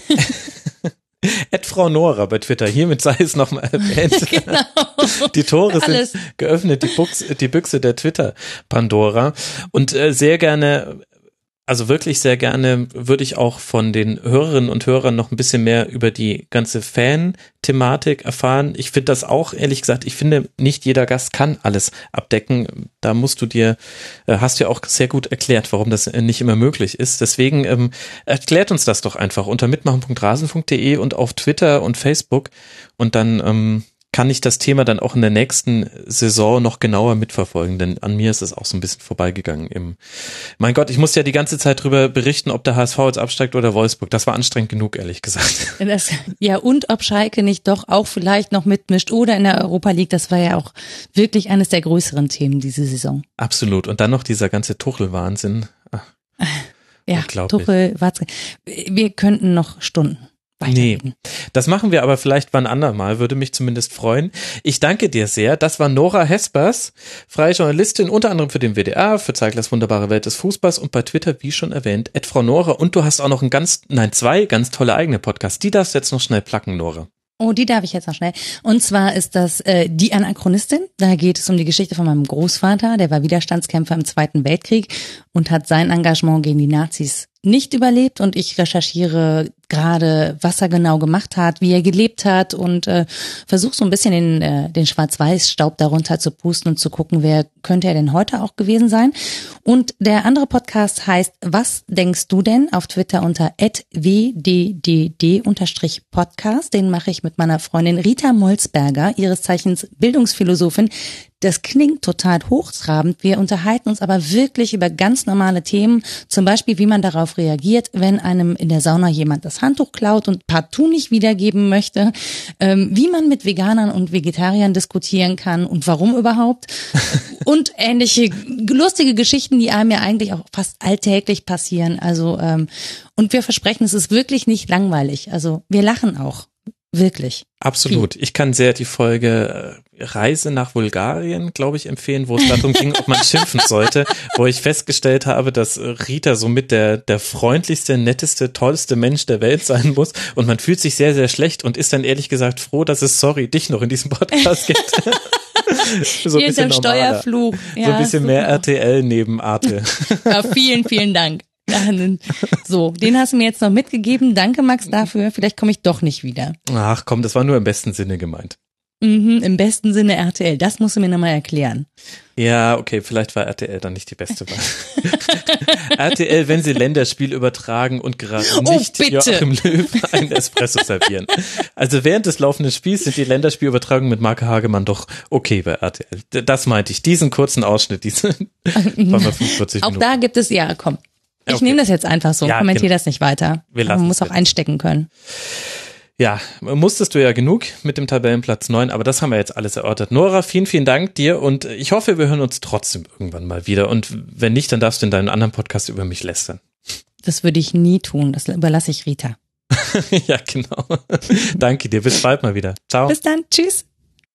Ed Frau Nora bei Twitter, hiermit sei es nochmal erwähnt. Genau. Die Tore Alles. sind geöffnet, die, Buchs, die Büchse der Twitter-Pandora. Und äh, sehr gerne, also wirklich sehr gerne, würde ich auch von den Hörerinnen und Hörern noch ein bisschen mehr über die ganze Fan-Thematik erfahren. Ich finde das auch, ehrlich gesagt, ich finde, nicht jeder Gast kann alles abdecken. Da musst du dir, äh, hast du ja auch sehr gut erklärt, warum das äh, nicht immer möglich ist. Deswegen ähm, erklärt uns das doch einfach unter mitmachen punkt rasen punkt de und auf Twitter und Facebook und dann ähm, kann ich das Thema dann auch in der nächsten Saison noch genauer mitverfolgen, denn an mir ist es auch so ein bisschen vorbeigegangen. Im mein Gott, ich muss ja die ganze Zeit drüber berichten, ob der H S V jetzt absteigt oder Wolfsburg. Das war anstrengend genug, ehrlich gesagt. Das, ja, und ob Schalke nicht doch auch vielleicht noch mitmischt oder in der Europa League, das war ja auch wirklich eines der größeren Themen diese Saison. Absolut. Und dann noch dieser ganze Tuchel-Wahnsinn. Ach, ja, Tuchel, Watzke. Wir könnten noch Stunden weiterreden. Nee, das machen wir aber vielleicht wann andermal, würde mich zumindest freuen. Ich danke dir sehr. Das war Nora Hespers, freie Journalistin, unter anderem für den W D R, für Zeiglers wunderbare Welt des Fußballs und bei Twitter, wie schon erwähnt, at Frau Nora. Und du hast auch noch ein ganz, nein, zwei ganz tolle eigene Podcasts. Die darfst du jetzt noch schnell placken, Nora. Oh, die darf ich jetzt noch schnell. Und zwar ist das äh, Die Anachronistin. Da geht es um die Geschichte von meinem Großvater. Der war Widerstandskämpfer im Zweiten Weltkrieg und hat sein Engagement gegen die Nazis nicht überlebt. Und ich recherchiere gerade, was er genau gemacht hat, wie er gelebt hat und äh, versuche so ein bisschen den, äh, den Schwarz-Weiß-Staub darunter zu pusten und zu gucken, wer könnte er denn heute auch gewesen sein. Und der andere Podcast heißt Was denkst du denn? Auf Twitter unter at w d d d Podcast. Den mache ich mit meiner Freundin Rita Molzberger, ihres Zeichens Bildungsphilosophin. Das klingt total hochtrabend. Wir unterhalten uns aber wirklich über ganz normale Themen. Zum Beispiel, wie man darauf reagiert, wenn einem in der Sauna jemand das Handtuch klaut und partout nicht wiedergeben möchte. Ähm, wie man mit Veganern und Vegetariern diskutieren kann und warum überhaupt. Und ähnliche lustige Geschichten, die einem ja eigentlich auch fast alltäglich passieren. Also ähm, und wir versprechen, es ist wirklich nicht langweilig. Also wir lachen auch. Wirklich. Absolut. Viel. Ich kann sehr die Folge Reise nach Bulgarien, glaube ich, empfehlen, wo es darum ging, ob man schimpfen sollte, wo ich festgestellt habe, dass Rita somit der, der freundlichste, netteste, tollste Mensch der Welt sein muss und man fühlt sich sehr, sehr schlecht und ist dann ehrlich gesagt froh, dass es, sorry, dich noch in diesem Podcast gibt. So ein bisschen Steuerfluch. Ja, so ein bisschen mehr R T L neben Arte. Ja, vielen, vielen Dank. So, den hast du mir jetzt noch mitgegeben. Danke, Max, dafür. Vielleicht komme ich doch nicht wieder. Ach komm, das war nur im besten Sinne gemeint. Mhm, im besten Sinne R T L. Das musst du mir nochmal erklären. Ja, okay, vielleicht war R T L dann nicht die beste Wahl. R T L, wenn sie Länderspiel übertragen und gerade nicht oh, Joachim Löw einen Espresso servieren. Also während des laufenden Spiels sind die Länderspielübertragungen mit Marke Hagemann doch okay bei R T L. Das meinte ich, diesen kurzen Ausschnitt, diese fünfundvierzig Auch Minuten. da gibt es, ja, komm. Ich okay. nehme das jetzt einfach so, ja, kommentiere genau. das nicht weiter. Wir Man muss auch bitte. einstecken können. Ja, musstest du ja genug mit dem Tabellenplatz neun, aber das haben wir jetzt alles erörtert. Nora, vielen, vielen Dank dir und ich hoffe, wir hören uns trotzdem irgendwann mal wieder und wenn nicht, dann darfst du in deinem anderen Podcast über mich lästern. Das würde ich nie tun, das überlasse ich Rita. Ja, genau. Danke dir, bis bald mal wieder. Ciao. Bis dann, tschüss.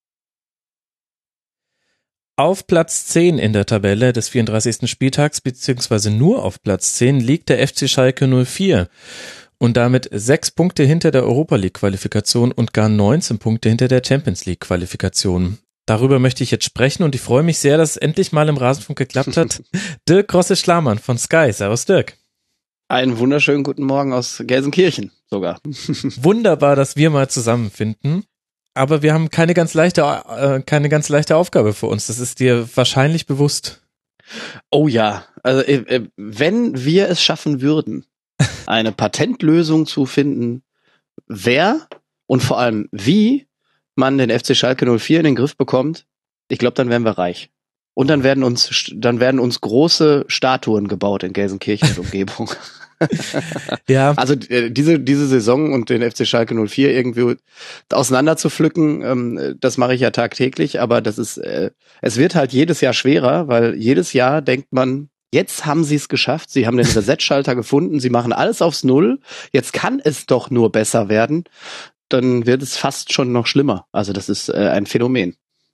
Auf Platz zehn in der Tabelle des vierunddreißigsten Spieltags, beziehungsweise nur auf Platz zehn, liegt der F C Schalke null vier und damit sechs Punkte hinter der Europa League Qualifikation und gar neunzehn Punkte hinter der Champions League Qualifikation. Darüber möchte ich jetzt sprechen und ich freue mich sehr, dass es endlich mal im Rasenfunk geklappt hat. Dirk Grosse-Schlamann von Sky. Servus Dirk. Einen wunderschönen guten Morgen aus Gelsenkirchen sogar. Wunderbar, dass wir mal zusammenfinden. Aber wir haben keine ganz leichte, äh, keine ganz leichte Aufgabe für uns. Das ist dir wahrscheinlich bewusst. Oh ja, also äh, wenn wir es schaffen würden, eine Patentlösung zu finden, wer und vor allem wie man den F C Schalke null vier in den Griff bekommt, ich glaube, dann wären wir reich. Und dann werden uns, dann werden uns große Statuen gebaut in Gelsenkirchen und Umgebung. Ja. Also äh, diese diese Saison und den F C Schalke null vier irgendwie auseinander zu pflücken, ähm, das mache ich ja tagtäglich, aber das ist äh, es wird halt jedes Jahr schwerer, weil jedes Jahr denkt man, jetzt haben sie es geschafft, sie haben den Reset-Schalter gefunden, sie machen alles aufs Null, jetzt kann es doch nur besser werden, dann wird es fast schon noch schlimmer. Also das ist äh, ein Phänomen.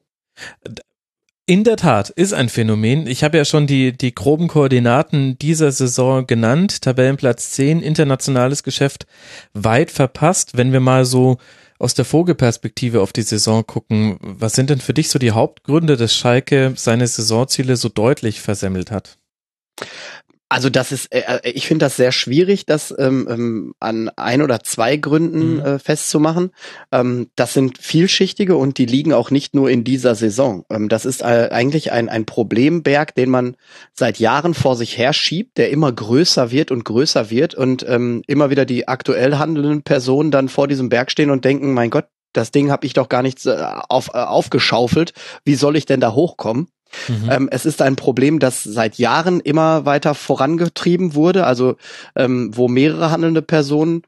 In der Tat, ist ein Phänomen. Ich habe ja schon die, die groben Koordinaten dieser Saison genannt. Tabellenplatz zehn, internationales Geschäft weit verpasst. Wenn wir mal so aus der Vogelperspektive auf die Saison gucken, was sind denn für dich so die Hauptgründe, dass Schalke seine Saisonziele so deutlich versemmelt hat? Also das ist, äh, ich finde das sehr schwierig, das ähm, ähm, an ein oder zwei Gründen äh, festzumachen. Ähm, das sind vielschichtige und die liegen auch nicht nur in dieser Saison. Ähm, das ist äh, eigentlich ein ein Problemberg, den man seit Jahren vor sich her schiebt, der immer größer wird und größer wird und ähm, immer wieder die aktuell handelnden Personen dann vor diesem Berg stehen und denken, mein Gott, das Ding habe ich doch gar nicht äh, auf, äh, aufgeschaufelt, wie soll ich denn da hochkommen? Mhm. Ähm, es ist ein Problem, das seit Jahren immer weiter vorangetrieben wurde, also ähm, wo mehrere handelnde Personen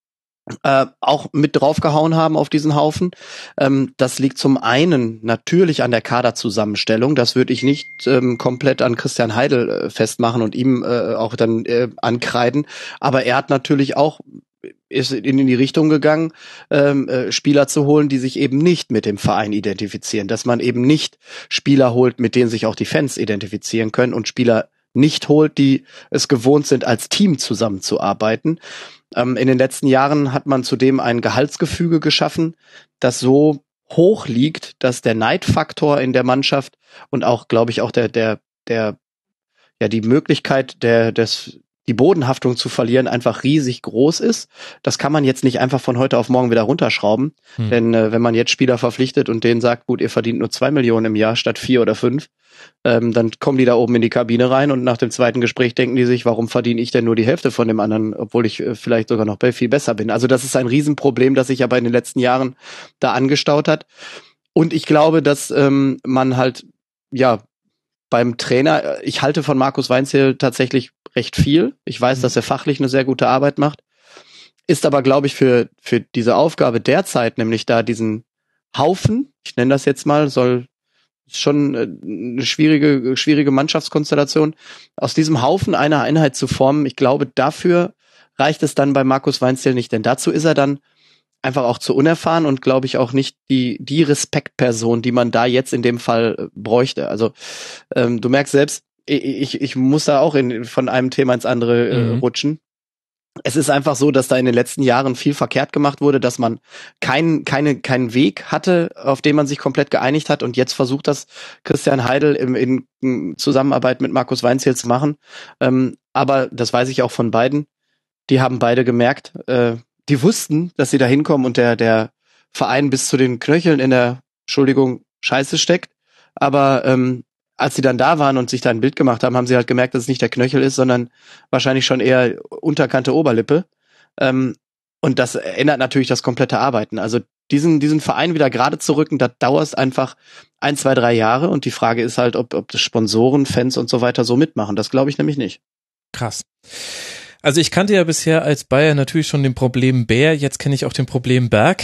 Äh, auch mit draufgehauen haben auf diesen Haufen. Ähm, das liegt zum einen natürlich an der Kaderzusammenstellung. Das würde ich nicht ähm, komplett an Christian Heidel äh, festmachen und ihm äh, auch dann äh, ankreiden. Aber er hat natürlich auch ist in die Richtung gegangen, ähm, äh, Spieler zu holen, die sich eben nicht mit dem Verein identifizieren. Dass man eben nicht Spieler holt, mit denen sich auch die Fans identifizieren können und Spieler nicht holt, die es gewohnt sind, als Team zusammenzuarbeiten. Ähm, in den letzten Jahren hat man zudem ein Gehaltsgefüge geschaffen, das so hoch liegt, dass der Neidfaktor in der Mannschaft und auch, glaube ich, auch der, der, der, ja, die Möglichkeit der, des, die Bodenhaftung zu verlieren einfach riesig groß ist. Das kann man jetzt nicht einfach von heute auf morgen wieder runterschrauben. Hm. Denn äh, wenn man jetzt Spieler verpflichtet und denen sagt, gut, ihr verdient nur zwei Millionen im Jahr statt vier oder fünf, ähm, dann kommen die da oben in die Kabine rein und nach dem zweiten Gespräch denken die sich, warum verdiene ich denn nur die Hälfte von dem anderen, obwohl ich äh, vielleicht sogar noch viel besser bin. Also das ist ein Riesenproblem, das sich aber in den letzten Jahren da angestaut hat. Und ich glaube, dass ähm, man halt, ja, beim Trainer, ich halte von Markus Weinzierl tatsächlich recht viel. Ich weiß, mhm. dass er fachlich eine sehr gute Arbeit macht. Ist aber, glaube ich, für für diese Aufgabe derzeit, nämlich da diesen Haufen, ich nenne das jetzt mal, soll schon eine schwierige schwierige Mannschaftskonstellation, aus diesem Haufen eine Einheit zu formen. Ich glaube, dafür reicht es dann bei Markus Weinzierl nicht, denn dazu ist er dann einfach auch zu unerfahren und glaube ich auch nicht die die Respektperson, die man da jetzt in dem Fall äh, bräuchte. Also ähm, du merkst selbst, ich ich muss da auch in, von einem Thema ins andere äh, mhm. rutschen. Es ist einfach so, dass da in den letzten Jahren viel verkehrt gemacht wurde, dass man keinen keine keinen Weg hatte, auf den man sich komplett geeinigt hat und jetzt versucht das Christian Heidel im, in, in Zusammenarbeit mit Markus Weinzierl zu machen. Ähm, aber das weiß ich auch von beiden. Die haben beide gemerkt, äh, die wussten, dass sie da hinkommen und der, der Verein bis zu den Knöcheln in der, Entschuldigung, Scheiße steckt. Aber ähm, als sie dann da waren und sich da ein Bild gemacht haben, haben sie halt gemerkt, dass es nicht der Knöchel ist, sondern wahrscheinlich schon eher Unterkante Oberlippe. Ähm, und das ändert natürlich das komplette Arbeiten. Also diesen diesen Verein wieder gerade zu rücken, da dauert einfach ein, zwei, drei Jahre. Und die Frage ist halt, ob, ob das Sponsoren, Fans und so weiter so mitmachen. Das glaube ich nämlich nicht. Krass. Also ich kannte ja bisher als Bayer natürlich schon den Problem Bär, jetzt kenne ich auch den Problem Berg.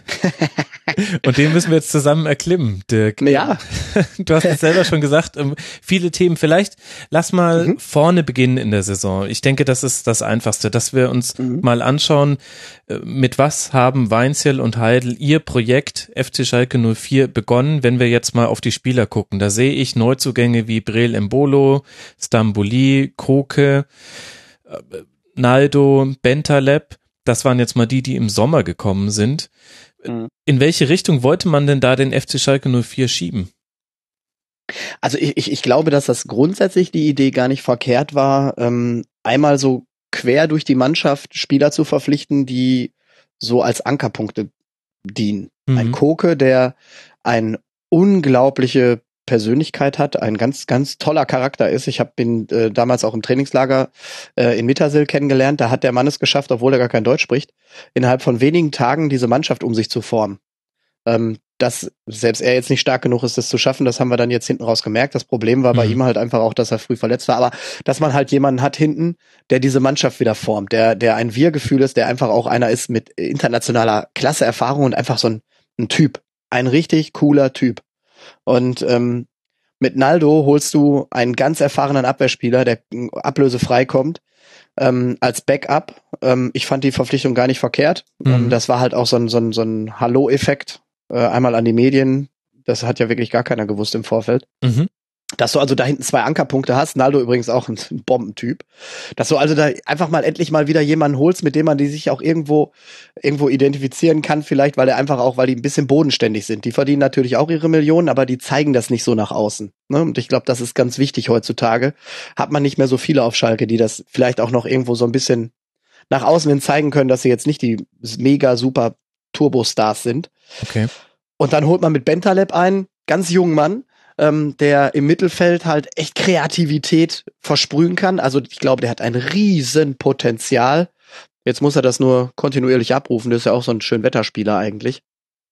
Und den müssen wir jetzt zusammen erklimmen, Dirk. Ja. Du hast es selber schon gesagt, viele Themen. Vielleicht lass mal mhm. vorne beginnen in der Saison. Ich denke, das ist das Einfachste, dass wir uns mhm. mal anschauen, mit was haben Weinzierl und Heidel ihr Projekt F C Schalke null vier begonnen, wenn wir jetzt mal auf die Spieler gucken. Da sehe ich Neuzugänge wie Breel Embolo, Stambouli, Koke, Naldo, Bentaleb, das waren jetzt mal die, die im Sommer gekommen sind. Mhm. In welche Richtung wollte man denn da den F C Schalke null vier schieben? Also ich, ich, ich glaube, dass das grundsätzlich die Idee gar nicht verkehrt war, ähm, einmal so quer durch die Mannschaft Spieler zu verpflichten, die so als Ankerpunkte dienen. Mhm. Ein Koke, der ein unglaubliche Persönlichkeit hat, ein ganz, ganz toller Charakter ist. Ich habe ihn äh, damals auch im Trainingslager äh, in Mittersill kennengelernt. Da hat der Mann es geschafft, obwohl er gar kein Deutsch spricht, innerhalb von wenigen Tagen diese Mannschaft um sich zu formen. Ähm, dass selbst er jetzt nicht stark genug ist, das zu schaffen, das haben wir dann jetzt hinten raus gemerkt. Das Problem war mhm. bei ihm halt einfach auch, dass er früh verletzt war. Aber dass man halt jemanden hat hinten, der diese Mannschaft wieder formt, der, der ein Wir-Gefühl ist, der einfach auch einer ist mit internationaler Klasse, Erfahrung und einfach so ein, ein Typ. Ein richtig cooler Typ. Und ähm, mit Naldo holst du einen ganz erfahrenen Abwehrspieler, der ablösefrei kommt, ähm, als Backup. Ähm, ich fand die Verpflichtung gar nicht verkehrt. Mhm. Ähm, das war halt auch so ein, so ein, so ein Hallo-Effekt, äh, einmal an die Medien. Das hat ja wirklich gar keiner gewusst im Vorfeld. Mhm. Dass du also da hinten zwei Ankerpunkte hast, Naldo übrigens auch ein Bombentyp, dass du also da einfach mal endlich mal wieder jemanden holst, mit dem man die sich auch irgendwo irgendwo identifizieren kann, vielleicht, weil er einfach auch, weil die ein bisschen bodenständig sind. Die verdienen natürlich auch ihre Millionen, aber die zeigen das nicht so nach außen. Ne? Und ich glaube, das ist ganz wichtig heutzutage. Hat man nicht mehr so viele auf Schalke, die das vielleicht auch noch irgendwo so ein bisschen nach außen hin zeigen können, dass sie jetzt nicht die mega super Turbo-Stars sind. Okay. Und dann holt man mit Bentaleb einen ganz jungen Mann, Ähm, der im Mittelfeld halt echt Kreativität versprühen kann. Also ich glaube, der hat ein riesen Potenzial. Jetzt muss er das nur kontinuierlich abrufen. Das ist ja auch so ein schön Wetterspieler eigentlich.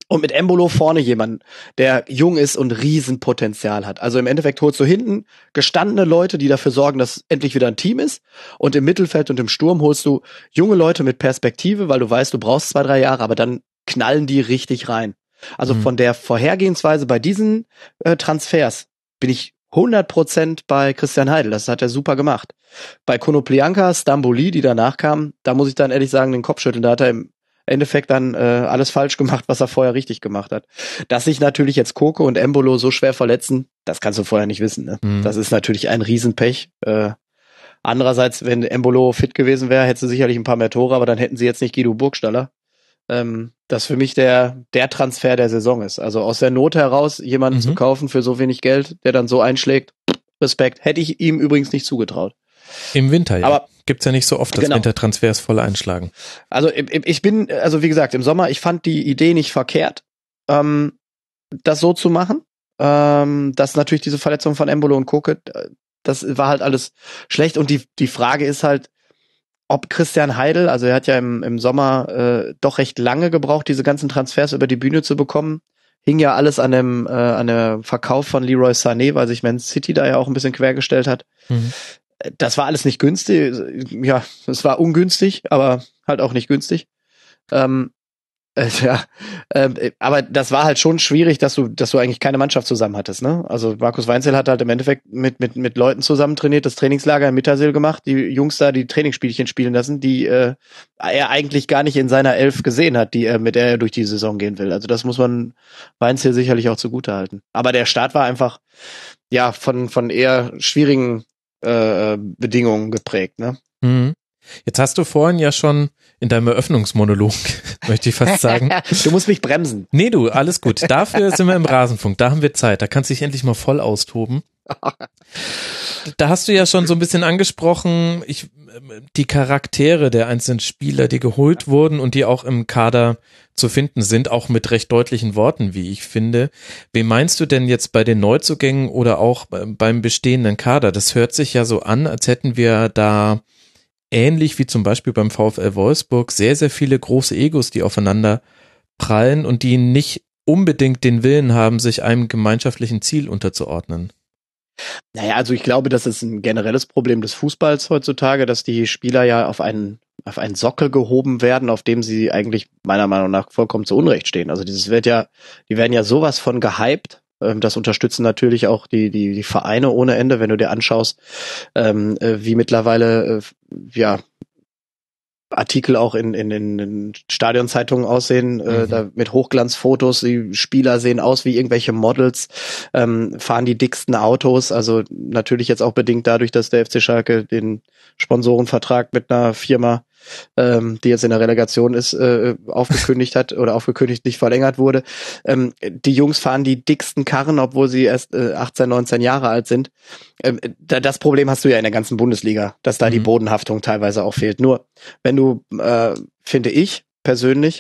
Und mit Embolo vorne jemanden, der jung ist und Riesenpotenzial hat. Also im Endeffekt holst du hinten gestandene Leute, die dafür sorgen, dass endlich wieder ein Team ist. Und im Mittelfeld und im Sturm holst du junge Leute mit Perspektive, weil du weißt, du brauchst zwei, drei Jahre, aber dann knallen die richtig rein. Also mhm. von der Vorhergehensweise bei diesen äh, Transfers bin ich hundert Prozent bei Christian Heidel. Das hat er super gemacht. Bei Konoplyanka, Stamboli, die danach kamen, da muss ich dann ehrlich sagen, den Kopf schütteln. Da hat er im Endeffekt dann äh, alles falsch gemacht, was er vorher richtig gemacht hat. Dass sich natürlich jetzt Koko und Embolo so schwer verletzen, das kannst du vorher nicht wissen. Ne? Mhm. Das ist natürlich ein Riesenpech. Äh, andererseits, wenn Embolo fit gewesen wäre, hätte sie sicherlich ein paar mehr Tore, aber dann hätten sie jetzt nicht Guido Burgstaller. Ähm, das für mich der der Transfer der Saison ist. Also aus der Not heraus jemanden mhm. zu kaufen für so wenig Geld, der dann so einschlägt, Respekt. Hätte ich ihm übrigens nicht zugetraut. Im Winter, ja. Aber gibt's ja nicht so oft, dass genau. Wintertransfers voll einschlagen. Also ich bin, also wie gesagt, im Sommer, ich fand die Idee nicht verkehrt, ähm, das so zu machen. Ähm, dass natürlich diese Verletzung von Embolo und Koke, das war halt alles schlecht. Und die die Frage ist halt, ob Christian Heidel, also er hat ja im, im Sommer äh, doch recht lange gebraucht, diese ganzen Transfers über die Bühne zu bekommen. Hing ja alles an dem, äh, an dem Verkauf von Leroy Sané, weil sich Man City da ja auch ein bisschen quergestellt hat. Mhm. Das war alles nicht günstig. Ja, es war ungünstig, aber halt auch nicht günstig. Ähm, äh, ja, äh, aber das war halt schon schwierig, dass du, dass du eigentlich keine Mannschaft zusammen hattest, ne? Also Markus Weinzierl hat halt im Endeffekt mit mit mit Leuten zusammen trainiert, das Trainingslager in Mittersill gemacht, die Jungs da die Trainingsspielchen spielen lassen, die äh, er eigentlich gar nicht in seiner Elf gesehen hat, die er mit der er durch die Saison gehen will. Also das muss man Weinzierl sicherlich auch zugutehalten. Aber der Start war einfach ja von von eher schwierigen äh, Bedingungen geprägt, ne? Mhm. Jetzt hast du vorhin ja schon in deinem Eröffnungsmonolog, möchte ich fast sagen. Du musst mich bremsen. Nee, du, alles gut. Dafür sind wir im Rasenfunk, da haben wir Zeit, da kannst du dich endlich mal voll austoben. Da hast du ja schon so ein bisschen angesprochen, ich, die Charaktere der einzelnen Spieler, die geholt wurden und die auch im Kader zu finden sind, auch mit recht deutlichen Worten, wie ich finde. Wen meinst du denn jetzt bei den Neuzugängen oder auch beim bestehenden Kader? Das hört sich ja so an, als hätten wir da ähnlich wie zum Beispiel beim VfL Wolfsburg sehr, sehr viele große Egos, die aufeinander prallen und die nicht unbedingt den Willen haben, sich einem gemeinschaftlichen Ziel unterzuordnen. Naja, also ich glaube, das ist ein generelles Problem des Fußballs heutzutage, dass die Spieler ja auf einen, auf einen Sockel gehoben werden, auf dem sie eigentlich meiner Meinung nach vollkommen zu Unrecht stehen. Also dieses wird ja, die werden ja sowas von gehypt. Das unterstützen natürlich auch die, die, die Vereine ohne Ende, wenn du dir anschaust, ähm, wie mittlerweile, äh, ja, Artikel auch in, in, in Stadionzeitungen aussehen, mhm. äh, da mit Hochglanzfotos, die Spieler sehen aus wie irgendwelche Models, ähm, fahren die dicksten Autos, also natürlich jetzt auch bedingt dadurch, dass der F C Schalke den Sponsorenvertrag mit einer Firma, ähm, die jetzt in der Relegation ist, äh, aufgekündigt hat oder aufgekündigt nicht verlängert wurde. Ähm, die Jungs fahren die dicksten Karren, obwohl sie erst äh, achtzehn, neunzehn Jahre alt sind. Ähm, da, das Problem hast du ja in der ganzen Bundesliga, dass da mhm. die Bodenhaftung teilweise auch fehlt. Nur, wenn du, äh, finde ich persönlich,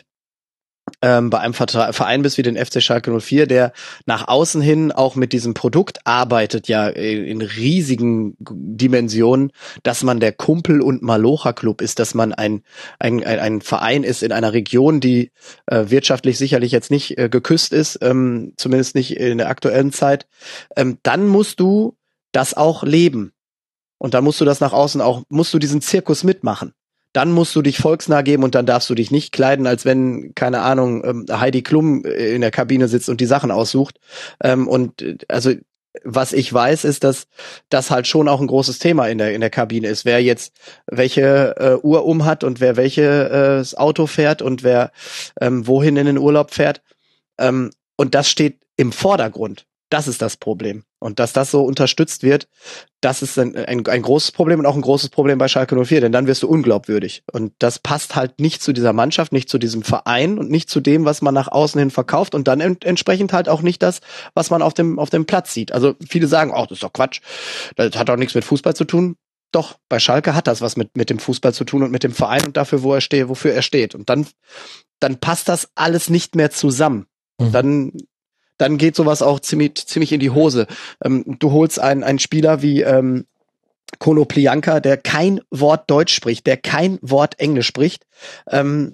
ähm, bei einem Vertra- Verein bist wie den F C Schalke null vier, der nach außen hin auch mit diesem Produkt arbeitet, ja in, in riesigen Dimensionen, dass man der Kumpel- und Malocher-Club ist, dass man ein, ein, ein, ein Verein ist in einer Region, die äh, wirtschaftlich sicherlich jetzt nicht äh, geküsst ist, ähm, zumindest nicht in der aktuellen Zeit, ähm, dann musst du das auch leben. Und dann musst du das nach außen auch, musst du diesen Zirkus mitmachen. Dann musst du dich volksnah geben und dann darfst du dich nicht kleiden, als wenn, keine Ahnung, Heidi Klum in der Kabine sitzt und die Sachen aussucht. Und also was ich weiß, ist, dass das halt schon auch ein großes Thema in der in der Kabine ist. Wer jetzt welche äh, Uhr um hat und wer welches äh, Auto fährt und wer ähm, wohin in den Urlaub fährt. Ähm, und das steht im Vordergrund. Das ist das Problem. Und dass das so unterstützt wird, das ist ein, ein, ein großes Problem und auch ein großes Problem bei Schalke null vier, denn dann wirst du unglaubwürdig. Und das passt halt nicht zu dieser Mannschaft, nicht zu diesem Verein und nicht zu dem, was man nach außen hin verkauft und dann ent- entsprechend halt auch nicht das, was man auf dem, auf dem Platz sieht. Also viele sagen, oh, das ist doch Quatsch, das hat doch nichts mit Fußball zu tun. Doch, bei Schalke hat das was mit, mit dem Fußball zu tun und mit dem Verein und dafür, wo er steht, wofür er steht. Und dann, dann passt das alles nicht mehr zusammen. Und dann dann geht sowas auch ziemlich ziemlich in die Hose. Ähm, du holst einen einen Spieler wie ähm, Konoplyanka, der kein Wort Deutsch spricht, der kein Wort Englisch spricht, ähm,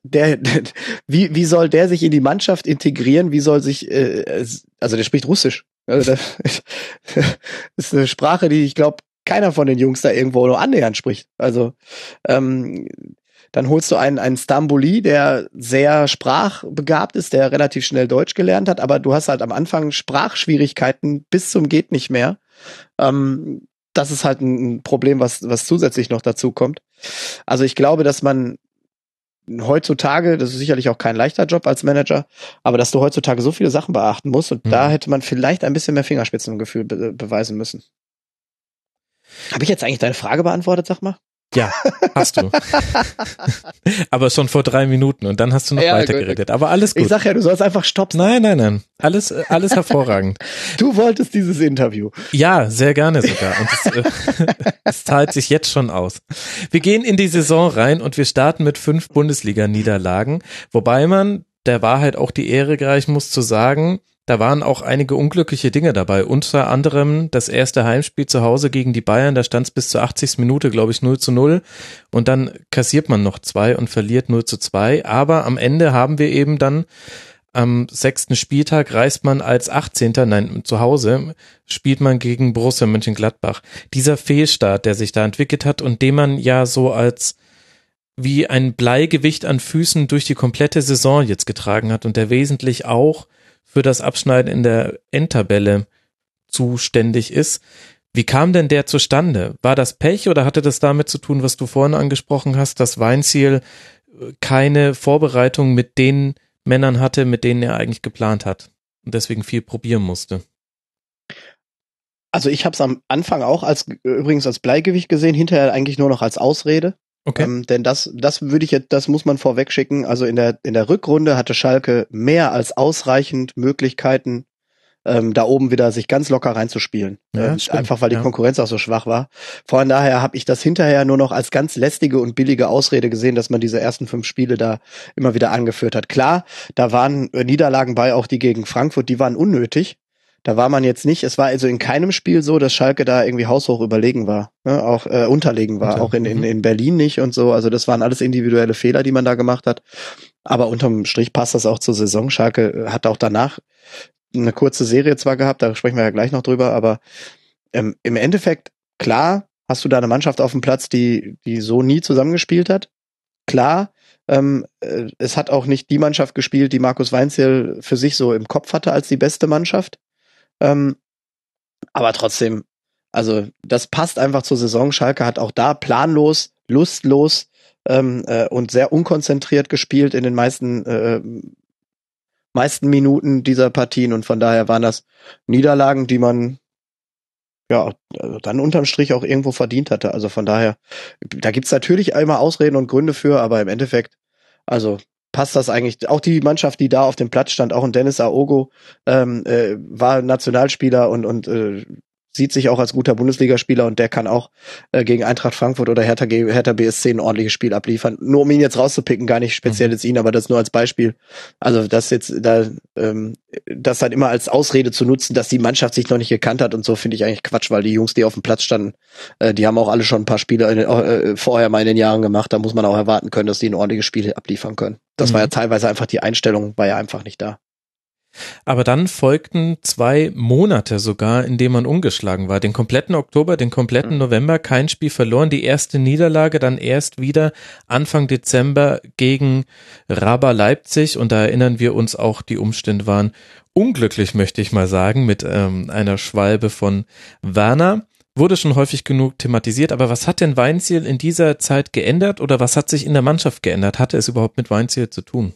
der, der wie wie soll der sich in die Mannschaft integrieren? Wie soll sich äh, also der spricht Russisch. Also das ist eine Sprache, die ich glaube keiner von den Jungs da irgendwo nur annähernd spricht. Also ähm, dann holst du einen einen Stamboli, der sehr sprachbegabt ist, der relativ schnell Deutsch gelernt hat, aber du hast halt am Anfang Sprachschwierigkeiten bis zum geht nicht mehr. Ähm, das ist halt ein Problem, was was zusätzlich noch dazu kommt. Also ich glaube, dass man heutzutage, das ist sicherlich auch kein leichter Job als Manager, aber dass du heutzutage so viele Sachen beachten musst und mhm. da hätte man vielleicht ein bisschen mehr Fingerspitzengefühl be- beweisen müssen. Habe ich jetzt eigentlich deine Frage beantwortet, sag mal? Ja, hast du. Aber schon vor drei Minuten und dann hast du noch ja, weitergeredet. Aber alles gut. Ich sag ja, du sollst einfach stoppen. Nein, nein, nein. Alles, alles hervorragend. Du wolltest dieses Interview. Ja, sehr gerne sogar. Und es, äh, es zahlt sich jetzt schon aus. Wir gehen in die Saison rein und wir starten mit fünf Bundesliga-Niederlagen. Wobei man der Wahrheit auch die Ehre gereichen muss zu sagen, da waren auch einige unglückliche Dinge dabei, unter anderem das erste Heimspiel zu Hause gegen die Bayern, da stand es bis zur achtzigsten Minute, glaube ich, null zu null und dann kassiert man noch zwei und verliert null zu zwei, aber am Ende haben wir eben dann am sechsten Spieltag reist man als achtzehnter, nein, zu Hause spielt man gegen Borussia Mönchengladbach. Dieser Fehlstart, der sich da entwickelt hat und den man ja so als wie ein Bleigewicht an Füßen durch die komplette Saison jetzt getragen hat und der wesentlich auch für das Abschneiden in der Endtabelle zuständig ist. Wie kam denn der zustande? War das Pech oder hatte das damit zu tun, was du vorhin angesprochen hast, dass Weinzierl keine Vorbereitung mit den Männern hatte, mit denen er eigentlich geplant hat und deswegen viel probieren musste? Also ich habe es am Anfang auch als übrigens als Bleigewicht gesehen, hinterher eigentlich nur noch als Ausrede. Okay. Ähm, denn das, das würde ich jetzt, das muss man vorweg schicken. Also in der in der Rückrunde hatte Schalke mehr als ausreichend Möglichkeiten, ähm, da oben wieder sich ganz locker reinzuspielen. Ja, ähm, stimmt. Einfach weil die Ja. Konkurrenz auch so schwach war. Von daher habe ich das hinterher nur noch als ganz lästige und billige Ausrede gesehen, dass man diese ersten fünf Spiele da immer wieder angeführt hat. Klar, da waren äh, Niederlagen bei, auch die gegen Frankfurt, die waren unnötig. Da war man jetzt nicht, es war also in keinem Spiel so, dass Schalke da irgendwie haushoch überlegen war, ne? Auch äh, unterlegen war, Unter, auch in, in, mhm. in Berlin nicht und so. Also das waren alles individuelle Fehler, die man da gemacht hat. Aber unterm Strich passt das auch zur Saison. Schalke hat auch danach eine kurze Serie zwar gehabt, da sprechen wir ja gleich noch drüber, aber ähm, im Endeffekt, klar, hast du da eine Mannschaft auf dem Platz, die die so nie zusammengespielt hat. Klar, ähm, äh, es hat auch nicht die Mannschaft gespielt, die Markus Weinzierl für sich so im Kopf hatte als die beste Mannschaft. Ähm, aber trotzdem, also das passt einfach zur Saison. Schalke hat auch da planlos, lustlos ähm, äh, und sehr unkonzentriert gespielt in den meisten äh, meisten Minuten dieser Partien und von daher waren das Niederlagen, die man ja also dann unterm Strich auch irgendwo verdient hatte. Also von daher, da gibt's natürlich immer Ausreden und Gründe für, aber im Endeffekt, also passt das eigentlich, auch die Mannschaft, die da auf dem Platz stand, auch ein Dennis Aogo, ähm, äh, war Nationalspieler und und äh, sieht sich auch als guter Bundesligaspieler und der kann auch äh, gegen Eintracht Frankfurt oder Hertha, Hertha B S C ein ordentliches Spiel abliefern. Nur um ihn jetzt rauszupicken, gar nicht speziell mhm. jetzt ihn, aber das nur als Beispiel. Also das jetzt da, ähm, das halt immer als Ausrede zu nutzen, dass die Mannschaft sich noch nicht gekannt hat und so, finde ich eigentlich Quatsch, weil die Jungs, die auf dem Platz standen, äh, die haben auch alle schon ein paar Spiele in den, äh, vorher mal in den Jahren gemacht. Da muss man auch erwarten können, dass die ein ordentliches Spiel abliefern können. Das mhm. war ja teilweise einfach die Einstellung, war ja einfach nicht da. Aber dann folgten zwei Monate sogar, in denen man ungeschlagen war. Den kompletten Oktober, den kompletten November, kein Spiel verloren. Die erste Niederlage dann erst wieder Anfang Dezember gegen Raba Leipzig. Und da erinnern wir uns auch, die Umstände waren unglücklich, möchte ich mal sagen, mit ähm, einer Schwalbe von Werner. Wurde schon häufig genug thematisiert. Aber was hat denn Weinzierl in dieser Zeit geändert oder was hat sich in der Mannschaft geändert? Hatte es überhaupt mit Weinzierl zu tun?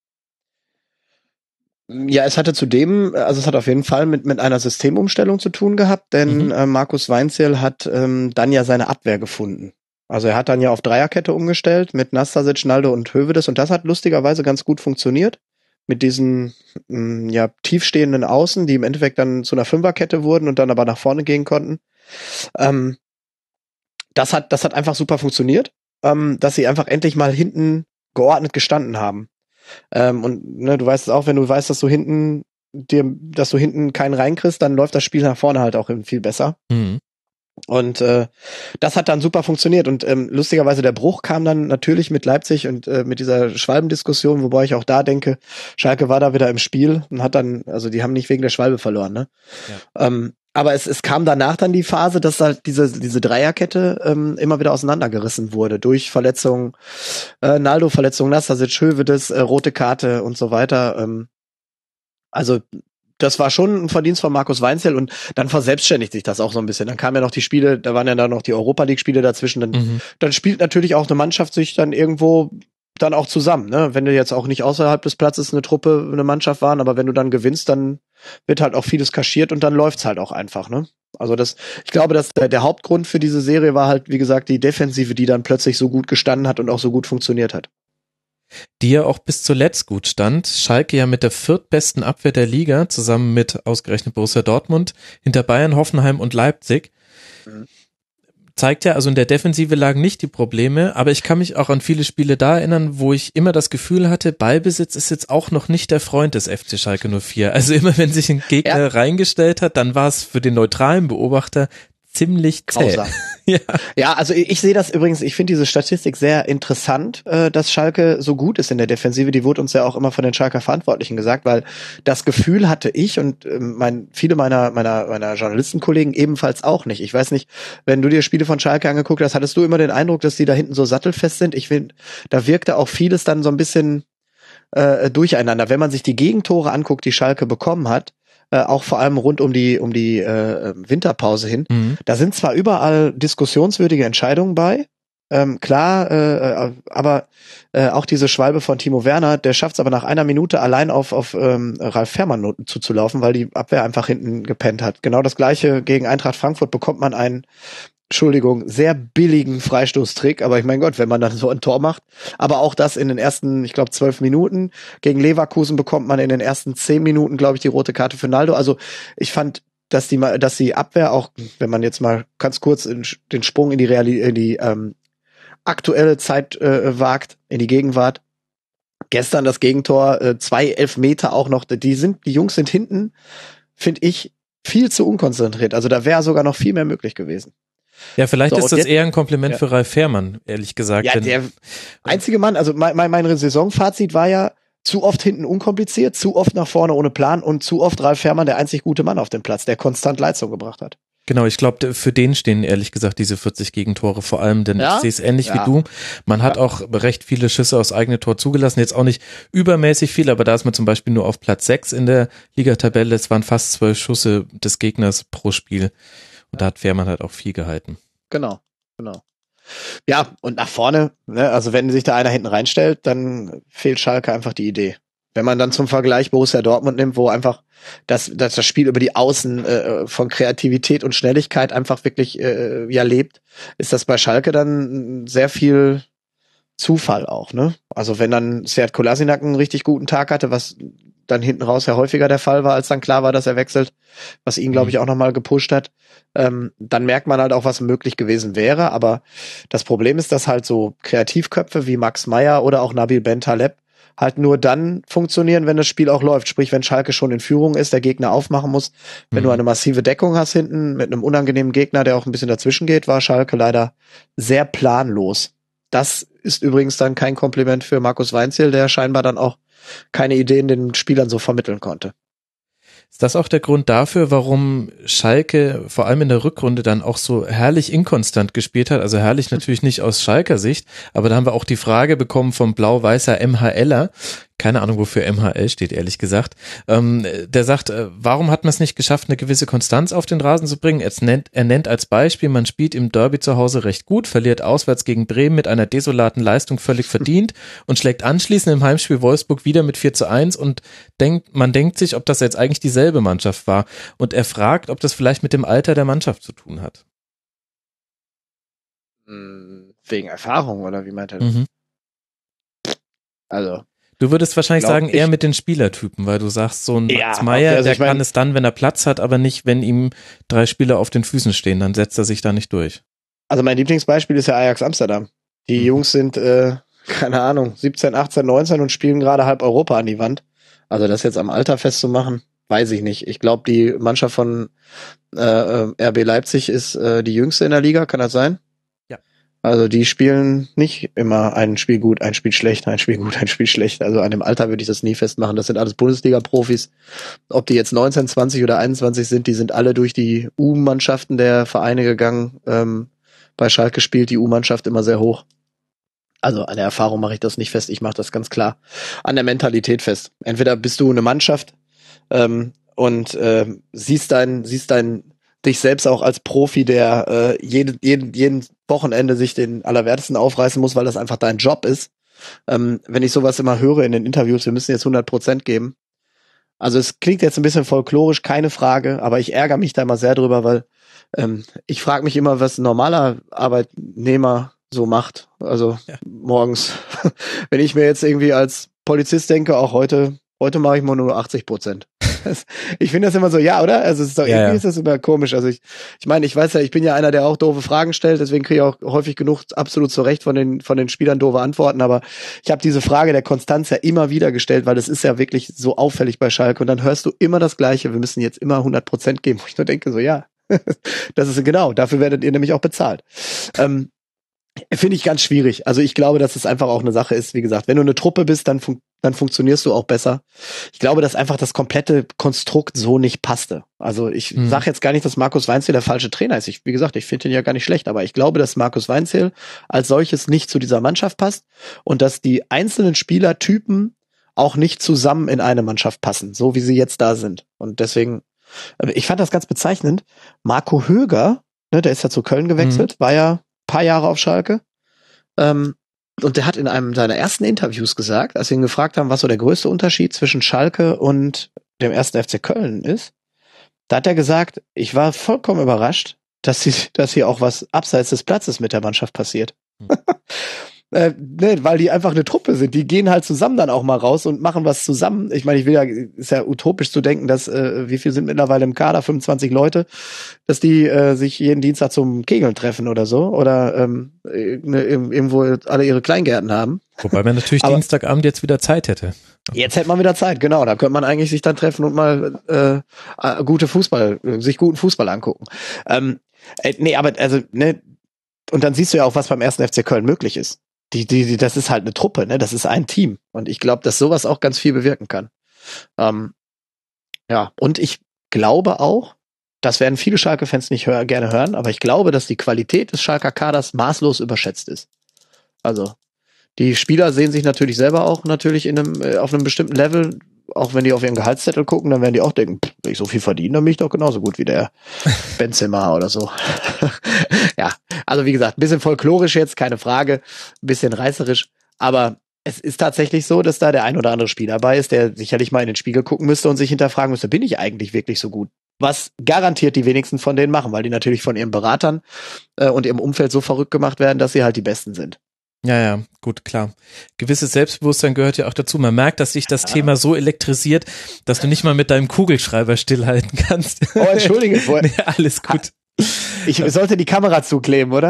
Ja, es hatte zudem, also es hat auf jeden Fall mit mit einer Systemumstellung zu tun gehabt, denn mhm. äh, Markus Weinzierl hat ähm, dann ja seine Abwehr gefunden. Also er hat dann ja auf Dreierkette umgestellt mit Nastasic, Naldo und Hövedes und das hat lustigerweise ganz gut funktioniert mit diesen mh, ja tiefstehenden Außen, die im Endeffekt dann zu einer Fünferkette wurden und dann aber nach vorne gehen konnten. Ähm, das hat das hat einfach super funktioniert, ähm, dass sie einfach endlich mal hinten geordnet gestanden haben. Ähm, und ne, du weißt es auch, wenn du weißt, dass du hinten dir, dass du hinten keinen reinkriegst, dann läuft das Spiel nach vorne halt auch viel besser. Mhm. Und äh, das hat dann super funktioniert. Und ähm, lustigerweise der Bruch kam dann natürlich mit Leipzig und äh, mit dieser Schwalbendiskussion, wobei ich auch da denke, Schalke war da wieder im Spiel und hat dann, also die haben nicht wegen der Schwalbe verloren, ne? Ja. Ähm, aber es, es kam danach dann die Phase, dass halt diese diese Dreierkette ähm, immer wieder auseinandergerissen wurde durch Verletzungen, äh, Naldo-Verletzungen, Nastasic, Hövedes, äh, rote Karte und so weiter. Ähm, also das war schon ein Verdienst von Markus Weinzierl und dann verselbstständigt sich das auch so ein bisschen. Dann kamen ja noch die Spiele, da waren ja dann noch die Europa-League-Spiele dazwischen. Dann, mhm. dann spielt natürlich auch eine Mannschaft sich dann irgendwo dann auch zusammen. Ne? Wenn du jetzt auch nicht außerhalb des Platzes eine Truppe, eine Mannschaft waren, aber wenn du dann gewinnst, dann wird halt auch vieles kaschiert und dann läuft's halt auch einfach. Ne? Also das, ich glaube, dass der, der Hauptgrund für diese Serie war halt, wie gesagt, die Defensive, die dann plötzlich so gut gestanden hat und auch so gut funktioniert hat. Die ja auch bis zuletzt gut stand. Schalke ja mit der viertbesten Abwehr der Liga, zusammen mit ausgerechnet Borussia Dortmund, hinter Bayern, Hoffenheim und Leipzig. Mhm. Zeigt ja, also in der Defensive lagen nicht die Probleme, aber ich kann mich auch an viele Spiele da erinnern, wo ich immer das Gefühl hatte, Ballbesitz ist jetzt auch noch nicht der Freund des F C Schalke null vier. Also immer wenn sich ein Gegner ja. reingestellt hat, dann war es für den neutralen Beobachter ziemlich zäh. ja. ja, also ich, ich sehe das übrigens, ich finde diese Statistik sehr interessant, äh, dass Schalke so gut ist in der Defensive. Die wurde uns ja auch immer von den Schalker Verantwortlichen gesagt, weil das Gefühl hatte ich und äh, mein, viele meiner, meiner, meiner Journalistenkollegen ebenfalls auch nicht. Ich weiß nicht, wenn du dir Spiele von Schalke angeguckt hast, hattest du immer den Eindruck, dass die da hinten so sattelfest sind? Ich finde, da wirkte auch vieles dann so ein bisschen äh, durcheinander. Wenn man sich die Gegentore anguckt, die Schalke bekommen hat, Äh, auch vor allem rund um die um die äh, Winterpause hin. Mhm. Da sind zwar überall diskussionswürdige Entscheidungen bei, ähm, klar, äh, aber äh, auch diese Schwalbe von Timo Werner, der schafft es aber nach einer Minute allein auf auf ähm, Ralf Fährmann zuzulaufen, weil die Abwehr einfach hinten gepennt hat. Genau das gleiche gegen Eintracht Frankfurt bekommt man einen Entschuldigung, sehr billigen Freistoßtrick, aber ich mein Gott, wenn man dann so ein Tor macht, aber auch das in den ersten, ich glaube, zwölf Minuten. Gegen Leverkusen bekommt man in den ersten zehn Minuten, glaube ich, die rote Karte für Naldo. Also ich fand, dass die, dass die Abwehr auch, wenn man jetzt mal ganz kurz in, den Sprung in die Realität, in die ähm, aktuelle Zeit äh, wagt, in die Gegenwart. Gestern das Gegentor, äh, zwei Elfmeter auch noch. Die sind, die Jungs sind hinten, finde ich, viel zu unkonzentriert. Also da wäre sogar noch viel mehr möglich gewesen. Ja, vielleicht so, ist das jetzt, eher ein Kompliment ja. für Ralf Fährmann, ehrlich gesagt. Ja, denn, der einzige Mann, also mein, mein, mein Saisonfazit war ja, zu oft hinten unkompliziert, zu oft nach vorne ohne Plan und zu oft Ralf Fährmann der einzig gute Mann auf dem Platz, der konstant Leistung gebracht hat. Genau, ich glaube, für den stehen ehrlich gesagt diese vierzig Gegentore vor allem, denn ja? ich sehe es ähnlich ja. wie du. Man hat ja. auch recht viele Schüsse aus eigenem Tor zugelassen, jetzt auch nicht übermäßig viel, aber da ist man zum Beispiel nur auf Platz sechs in der Ligatabelle, es waren fast zwölf Schüsse des Gegners pro Spiel und da hat Fährmann halt auch viel gehalten. Genau, genau. Ja, und nach vorne, ne, also wenn sich da einer hinten reinstellt, dann fehlt Schalke einfach die Idee. Wenn man dann zum Vergleich Borussia Dortmund nimmt, wo einfach das, das, das Spiel über die Außen äh, von Kreativität und Schnelligkeit einfach wirklich äh, ja lebt, ist das bei Schalke dann sehr viel Zufall auch, ne? Also wenn dann Sead Kolasinac einen richtig guten Tag hatte, was dann hinten raus ja häufiger der Fall war, als dann klar war, dass er wechselt, was ihn, glaube ich, auch nochmal gepusht hat, ähm, dann merkt man halt auch, was möglich gewesen wäre. Aber das Problem ist, dass halt so Kreativköpfe wie Max Meyer oder auch Nabil Bentaleb halt nur dann funktionieren, wenn das Spiel auch läuft. Sprich, wenn Schalke schon in Führung ist, der Gegner aufmachen muss. Wenn mhm. du eine massive Deckung hast hinten mit einem unangenehmen Gegner, der auch ein bisschen dazwischen geht, war Schalke leider sehr planlos. Das ist übrigens dann kein Kompliment für Markus Weinzierl, der scheinbar dann auch keine Ideen den Spielern so vermitteln konnte. Ist das auch der Grund dafür, warum Schalke vor allem in der Rückrunde dann auch so herrlich inkonstant gespielt hat? Also herrlich natürlich nicht aus Schalker Sicht, aber da haben wir auch die Frage bekommen vom blau-weißer MHLer, keine Ahnung, wofür M H L steht, ehrlich gesagt, ähm, der sagt, äh, warum hat man es nicht geschafft, eine gewisse Konstanz auf den Rasen zu bringen? Er nennt, er nennt als Beispiel, man spielt im Derby zu Hause recht gut, verliert auswärts gegen Bremen mit einer desolaten Leistung völlig verdient und schlägt anschließend im Heimspiel Wolfsburg wieder mit vier zu eins und denkt, man denkt sich, ob das jetzt eigentlich dieselbe Mannschaft war. Und er fragt, ob das vielleicht mit dem Alter der Mannschaft zu tun hat. Wegen Erfahrung, oder wie meint er das? Mhm. Also Du würdest wahrscheinlich sagen, eher mit den Spielertypen, weil du sagst, so ein ja, Max Meyer, also der ich mein, kann es dann, wenn er Platz hat, aber nicht, wenn ihm drei Spieler auf den Füßen stehen, dann setzt er sich da nicht durch. Also mein Lieblingsbeispiel ist ja Ajax Amsterdam. Die mhm. Jungs sind, äh, keine Ahnung, siebzehn, achtzehn, neunzehn und spielen gerade halb Europa an die Wand. Also das jetzt am Alter festzumachen, weiß ich nicht. Ich glaube, die Mannschaft von äh, R B Leipzig ist äh, die jüngste in der Liga, kann das sein? Ja. Also die spielen nicht immer ein Spiel gut, ein Spiel schlecht, ein Spiel gut, ein Spiel schlecht. Also an dem Alter würde ich das nie festmachen. Das sind alles Bundesliga-Profis. Ob die jetzt neunzehn, zwanzig oder einundzwanzig sind, die sind alle durch die U-Mannschaften der Vereine gegangen. Ähm, bei Schalke spielt die U-Mannschaft immer sehr hoch. Also an der Erfahrung mache ich das nicht fest. Ich mache das ganz klar an der Mentalität fest. Entweder bist du eine Mannschaft ähm, und äh, siehst dein, siehst dein dich selbst auch als Profi, der äh, jeden, jeden, jeden Wochenende sich den Allerwertesten aufreißen muss, weil das einfach dein Job ist. Ähm, wenn ich sowas immer höre in den Interviews, wir müssen jetzt hundert Prozent geben. Also es klingt jetzt ein bisschen folklorisch, keine Frage, aber ich ärgere mich da immer sehr drüber, weil ähm, ich frage mich immer, was ein normaler Arbeitnehmer so macht. Also ja. morgens, wenn ich mir jetzt irgendwie als Polizist denke, auch heute, heute mache ich mal nur achtzig Prozent. Ich finde das immer so, ja, oder? Also es ist doch, ja, irgendwie ja. ist das immer komisch. Also ich, ich meine, ich weiß ja, ich bin ja einer, der auch doofe Fragen stellt, deswegen kriege ich auch häufig genug absolut zu Recht von den von den Spielern doofe Antworten, aber ich habe diese Frage der Konstanz ja immer wieder gestellt, weil das ist ja wirklich so auffällig bei Schalke und dann hörst du immer das Gleiche, wir müssen jetzt immer hundert Prozent geben, wo ich nur denke, so ja, das ist genau, dafür werdet ihr nämlich auch bezahlt. Ähm, Finde ich ganz schwierig. Also ich glaube, dass es einfach auch eine Sache ist, wie gesagt, wenn du eine Truppe bist, dann, fun- dann funktionierst du auch besser. Ich glaube, dass einfach das komplette Konstrukt so nicht passte. Also ich hm. sage jetzt gar nicht, dass Markus Weinzierl der falsche Trainer ist. Ich, wie gesagt, ich finde ihn ja gar nicht schlecht, aber ich glaube, dass Markus Weinzierl als solches nicht zu dieser Mannschaft passt und dass die einzelnen Spielertypen auch nicht zusammen in eine Mannschaft passen, so wie sie jetzt da sind. Und deswegen, ich fand das ganz bezeichnend. Marco Höger, ne, der ist ja zu Köln gewechselt, hm. war ja paar Jahre auf Schalke. Ähm, und der hat in einem seiner ersten Interviews gesagt, als wir ihn gefragt haben, was so der größte Unterschied zwischen Schalke und dem ersten F C Köln ist, da hat er gesagt, ich war vollkommen überrascht, dass, sie, dass hier auch was abseits des Platzes mit der Mannschaft passiert. Hm. äh, ne, weil die einfach eine Truppe sind. Die gehen halt zusammen dann auch mal raus und machen was zusammen. Ich meine, ich will ja, ist ja utopisch zu denken, dass, äh, wie viel sind mittlerweile im Kader? fünfundzwanzig Leute, dass die äh, sich jeden Dienstag zum Kegeln treffen oder so. Oder ähm, ne, irgendwo alle ihre Kleingärten haben. Wobei man natürlich Aber Dienstagabend jetzt wieder Zeit hätte. Jetzt hätte man wieder Zeit, genau. Da könnte man eigentlich sich dann treffen und mal äh, gute Fußball, sich guten Fußball angucken. Ähm, äh, nee, aber also, ne, und dann siehst du ja auch, was beim ersten F C Köln möglich ist. Die, die, die, das ist halt eine Truppe, ne? Das ist ein Team. Und ich glaube, dass sowas auch ganz viel bewirken kann. Ähm, ja, und ich glaube auch, das werden viele Schalke-Fans nicht hör, gerne hören, aber ich glaube, dass die Qualität des Schalker Kaders maßlos überschätzt ist. Also, die Spieler sehen sich natürlich selber auch natürlich in einem, äh, auf einem bestimmten Level, auch wenn die auf ihren Gehaltszettel gucken, dann werden die auch denken, pff, wenn ich so viel verdiene, dann bin ich doch genauso gut wie der Benzema oder so. Ja, also wie gesagt, ein bisschen folklorisch jetzt, keine Frage, ein bisschen reißerisch, aber es ist tatsächlich so, dass da der ein oder andere Spieler dabei ist, der sicherlich mal in den Spiegel gucken müsste und sich hinterfragen müsste, bin ich eigentlich wirklich so gut? Was garantiert die wenigsten von denen machen, weil die natürlich von ihren Beratern äh, und ihrem Umfeld so verrückt gemacht werden, dass sie halt die Besten sind. Ja, ja, gut, klar. Gewisses Selbstbewusstsein gehört ja auch dazu. Man merkt, dass sich das ja. Thema so elektrisiert, dass du nicht mal mit deinem Kugelschreiber stillhalten kannst. Oh, entschuldige. Nee, alles gut. Ich sollte die Kamera zukleben, oder?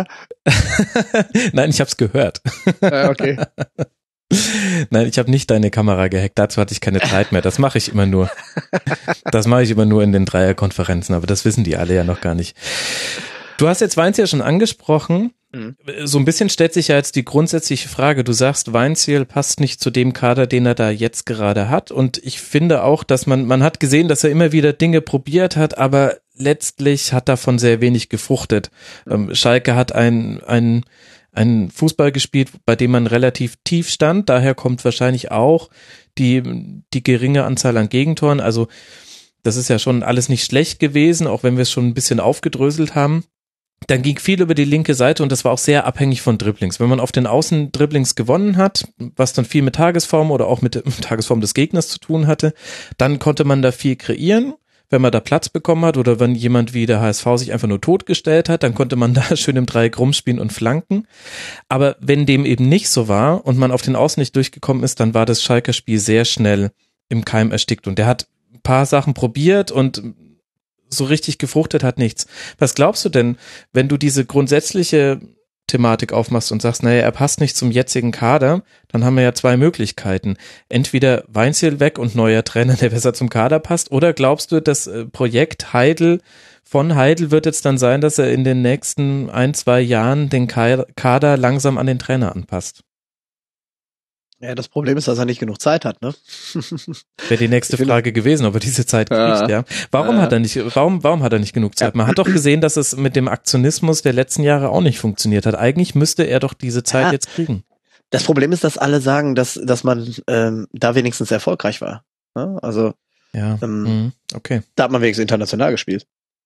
Nein, ich hab's gehört. Ja, okay. Nein, ich habe nicht deine Kamera gehackt. Dazu hatte ich keine Zeit mehr. Das mache ich immer nur. Das mache ich immer nur in den Dreierkonferenzen, aber das wissen die alle ja noch gar nicht. Du hast jetzt Weinzierl schon angesprochen. Mhm. So ein bisschen stellt sich ja jetzt die grundsätzliche Frage. Du sagst, Weinzierl passt nicht zu dem Kader, den er da jetzt gerade hat. Und ich finde auch, dass man, man hat gesehen, dass er immer wieder Dinge probiert hat, aber letztlich hat davon sehr wenig gefruchtet. Ähm, Schalke hat ein, ein, ein Fußball gespielt, bei dem man relativ tief stand. Daher kommt wahrscheinlich auch die, die geringe Anzahl an Gegentoren. Also das ist ja schon alles nicht schlecht gewesen, auch wenn wir es schon ein bisschen aufgedröselt haben. Dann ging viel über die linke Seite und das war auch sehr abhängig von Dribblings. Wenn man auf den Außen Dribblings gewonnen hat, was dann viel mit Tagesform oder auch mit der Tagesform des Gegners zu tun hatte, dann konnte man da viel kreieren. Wenn man da Platz bekommen hat oder wenn jemand wie der H S V sich einfach nur totgestellt hat, dann konnte man da schön im Dreieck rumspielen und flanken. Aber wenn dem eben nicht so war und man auf den Außen nicht durchgekommen ist, dann war das Schalker Spiel sehr schnell im Keim erstickt. Und der hat ein paar Sachen probiert und so richtig gefruchtet hat nichts. Was glaubst du denn, wenn du diese grundsätzliche Thematik aufmachst und sagst, naja, er passt nicht zum jetzigen Kader, dann haben wir ja zwei Möglichkeiten. Entweder Weinziel weg und neuer Trainer, der besser zum Kader passt, oder glaubst du, das Projekt Heidel von Heidel wird jetzt dann sein, dass er in den nächsten ein, zwei Jahren den Kader langsam an den Trainer anpasst? Ja, das Problem ist, dass er nicht genug Zeit hat, ne? Wäre die nächste Frage gewesen, ob er diese Zeit kriegt, ja. ja. Warum ja. hat er nicht, warum, warum hat er nicht genug Zeit? Man hat doch gesehen, dass es mit dem Aktionismus der letzten Jahre auch nicht funktioniert hat. Eigentlich müsste er doch diese Zeit ja. jetzt kriegen. Das Problem ist, dass alle sagen, dass, dass man ähm, da wenigstens erfolgreich war. Ne? Also, ja. ähm, okay. Da hat man wenigstens international gespielt.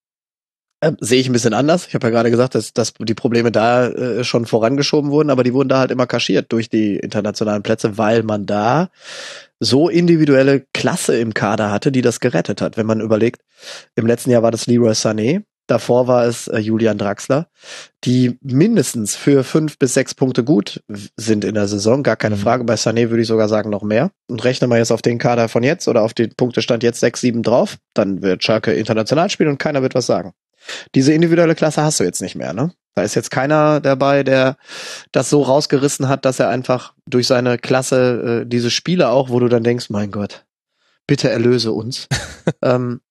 Ähm, sehe ich ein bisschen anders. Ich habe ja gerade gesagt, dass, dass die Probleme da äh, schon vorangeschoben wurden, aber die wurden da halt immer kaschiert durch die internationalen Plätze, weil man da so individuelle Klasse im Kader hatte, die das gerettet hat. Wenn man überlegt, im letzten Jahr war das Leroy Sané, davor war es äh, Julian Draxler, die mindestens für fünf bis sechs Punkte gut sind in der Saison, gar keine Frage. Bei Sané würde ich sogar sagen noch mehr. Und rechnen wir jetzt auf den Kader von jetzt oder auf den Punktestand jetzt sechs, sieben drauf, dann wird Schalke international spielen und keiner wird was sagen. Diese individuelle Klasse hast du jetzt nicht mehr, ne? Da ist jetzt keiner dabei, der das so rausgerissen hat, dass er einfach durch seine Klasse äh, diese Spiele auch, wo du dann denkst, mein Gott, bitte erlöse uns. ähm,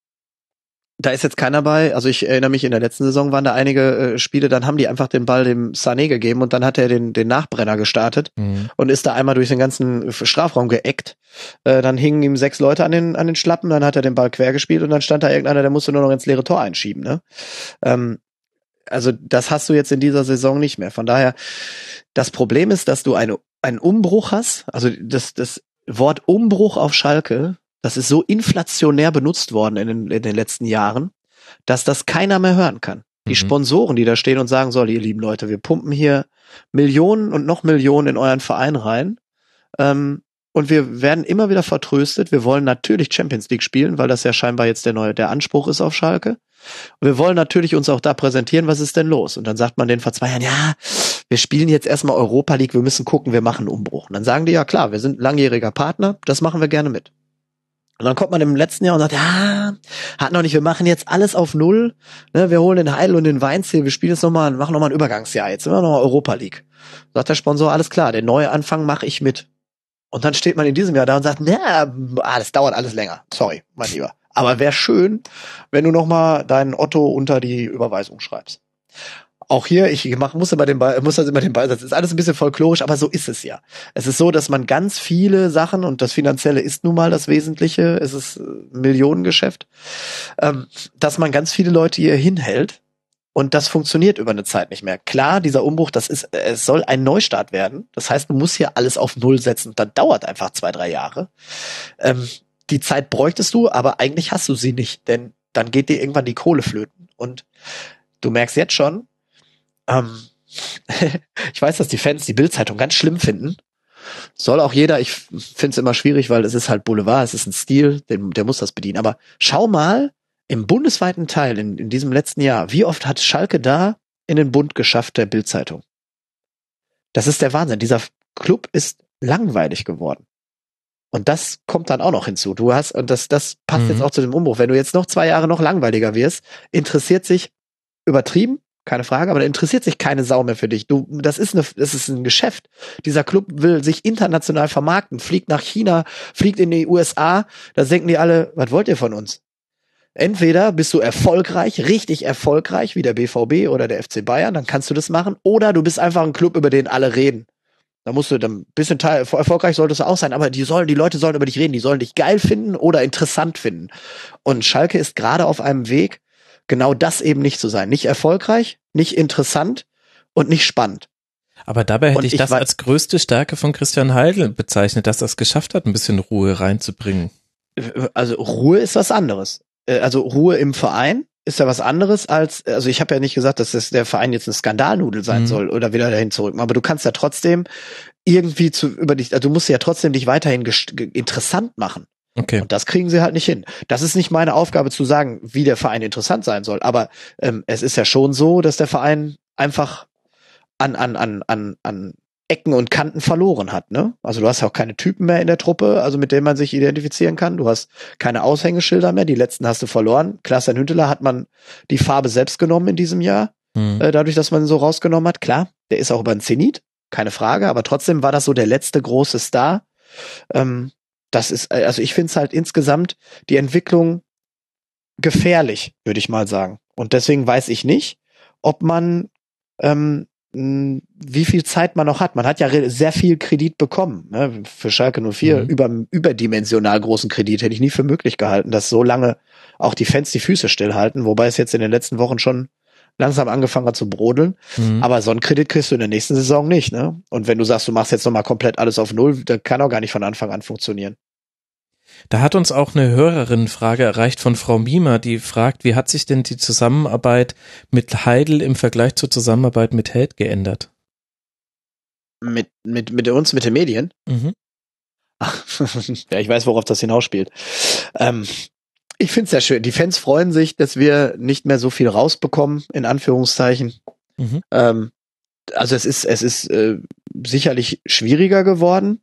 da ist jetzt keiner bei, also ich erinnere mich, in der letzten Saison waren da einige äh, Spiele, dann haben die einfach den Ball dem Sané gegeben und dann hat er den den Nachbrenner gestartet mhm. und ist da einmal durch den ganzen Strafraum geeckt. Äh, dann hingen ihm sechs Leute an den an den Schlappen, dann hat er den Ball quer gespielt und dann stand da irgendeiner, der musste nur noch ins leere Tor einschieben. Ne? Ähm, also das hast du jetzt in dieser Saison nicht mehr. Von daher, das Problem ist, dass du eine, einen Umbruch hast, also das, das Wort Umbruch auf Schalke, das ist so inflationär benutzt worden in den, in den letzten Jahren, dass das keiner mehr hören kann. Die mhm. Sponsoren, die da stehen und sagen, so, ihr lieben Leute, wir pumpen hier Millionen und noch Millionen in euren Verein rein, ähm, und wir werden immer wieder vertröstet. Wir wollen natürlich Champions League spielen, weil das ja scheinbar jetzt der neue, der Anspruch ist auf Schalke. Und wir wollen natürlich uns auch da präsentieren, was ist denn los? Und dann sagt man denen vor zwei Jahren, ja, wir spielen jetzt erstmal Europa League, wir müssen gucken, wir machen einen Umbruch. Und dann sagen die, ja klar, wir sind langjähriger Partner, das machen wir gerne mit. Und dann kommt man im letzten Jahr und sagt, ja, hat noch nicht, wir machen jetzt alles auf Null, ne, wir holen den Heidel und den Weinziel, wir spielen jetzt nochmal, machen nochmal ein Übergangsjahr, jetzt sind wir nochmal Europa League. Sagt der Sponsor, alles klar, den neuen Anfang mache ich mit. Und dann steht man in diesem Jahr da und sagt, na, ah, das dauert alles länger. Sorry, mein Lieber. Aber wäre schön, wenn du nochmal deinen Otto unter die Überweisung schreibst. Auch hier, ich mach, muss immer den Ball, muss das immer den Ball setzen. Ist alles ein bisschen folklorisch, aber so ist es ja. Es ist so, dass man ganz viele Sachen, und das Finanzielle ist nun mal das Wesentliche, es ist ein Millionengeschäft, ähm, dass man ganz viele Leute hier hinhält. Und das funktioniert über eine Zeit nicht mehr. Klar, dieser Umbruch, das ist, es soll ein Neustart werden. Das heißt, du musst hier alles auf Null setzen. Das dauert einfach zwei, drei Jahre. Ähm, die Zeit bräuchtest du, aber eigentlich hast du sie nicht, denn dann geht dir irgendwann die Kohle flöten. Und du merkst jetzt schon, ähm, ich weiß, dass die Fans die Bild-Zeitung ganz schlimm finden. Soll auch jeder, ich finde es immer schwierig, weil es ist halt Boulevard, es ist ein Stil, der, der muss das bedienen. Aber schau mal, im bundesweiten Teil, in, in diesem letzten Jahr, wie oft hat Schalke da in den Bund geschafft, der Bild-Zeitung? Das ist der Wahnsinn. Dieser Club ist langweilig geworden. Und das kommt dann auch noch hinzu. Du hast, und das, das passt mhm. jetzt auch zu dem Umbruch. Wenn du jetzt noch zwei Jahre noch langweiliger wirst, interessiert sich, übertrieben, keine Frage, aber da interessiert sich keine Sau mehr für dich. Du, das ist eine, das ist ein Geschäft. Dieser Club will sich international vermarkten, fliegt nach China, fliegt in die U S A, da denken die alle, was wollt ihr von uns? Entweder bist du erfolgreich, richtig erfolgreich, wie der B V B oder der F C Bayern, dann kannst du das machen, oder du bist einfach ein Club, über den alle reden. Da musst du dann ein bisschen teil, erfolgreich solltest du auch sein, aber die sollen, die Leute sollen über dich reden, die sollen dich geil finden oder interessant finden. Und Schalke ist gerade auf einem Weg, genau das eben nicht zu sein. Nicht erfolgreich, nicht interessant und nicht spannend. Aber dabei hätte und ich, ich das als größte Stärke von Christian Heidel bezeichnet, dass er es geschafft hat, ein bisschen Ruhe reinzubringen. Also Ruhe ist was anderes. Also Ruhe im Verein ist ja was anderes als, also ich habe ja nicht gesagt, dass das der Verein jetzt eine Skandalnudel sein mhm. soll oder wieder dahin zurück, aber du kannst ja trotzdem irgendwie zu über dich, also du musst ja trotzdem dich weiterhin gest- interessant machen. Okay. Und das kriegen sie halt nicht hin. Das ist nicht meine Aufgabe zu sagen, wie der Verein interessant sein soll, aber ähm, es ist ja schon so, dass der Verein einfach an an an an an Ecken und Kanten verloren hat, ne? Also du hast ja auch keine Typen mehr in der Truppe, also mit denen man sich identifizieren kann. Du hast keine Aushängeschilder mehr, die letzten hast du verloren. Klaas-Jan Hünteler hat man die Farbe selbst genommen in diesem Jahr, mhm. äh, dadurch, dass man ihn so rausgenommen hat. Klar, der ist auch über den Zenit, keine Frage, aber trotzdem war das so der letzte große Star. Ähm, das ist, also ich finde es halt insgesamt die Entwicklung gefährlich, würde ich mal sagen. Und deswegen weiß ich nicht, ob man ähm, mh, wie viel Zeit man noch hat. Man hat ja re- sehr viel Kredit bekommen, ne? Für Schalke null vier, Mhm. über überdimensional großen Kredit hätte ich nie für möglich gehalten, dass so lange auch die Fans die Füße stillhalten, wobei es jetzt in den letzten Wochen schon langsam angefangen hat zu brodeln. Mhm. Aber so einen Kredit kriegst du in der nächsten Saison nicht, ne? Und wenn du sagst, du machst jetzt nochmal komplett alles auf Null, dann kann auch gar nicht von Anfang an funktionieren. Da hat uns auch eine Hörerinnenfrage erreicht von Frau Miemer, die fragt, wie hat sich denn die Zusammenarbeit mit Heidel im Vergleich zur Zusammenarbeit mit Held geändert? Mit, mit, mit uns, mit den Medien? Mhm. Ach, ja, ich weiß, worauf das hinausspielt. Ähm, ich find's sehr schön. Die Fans freuen sich, dass wir nicht mehr so viel rausbekommen, in Anführungszeichen. Mhm. Ähm, also es ist, es ist äh, sicherlich schwieriger geworden,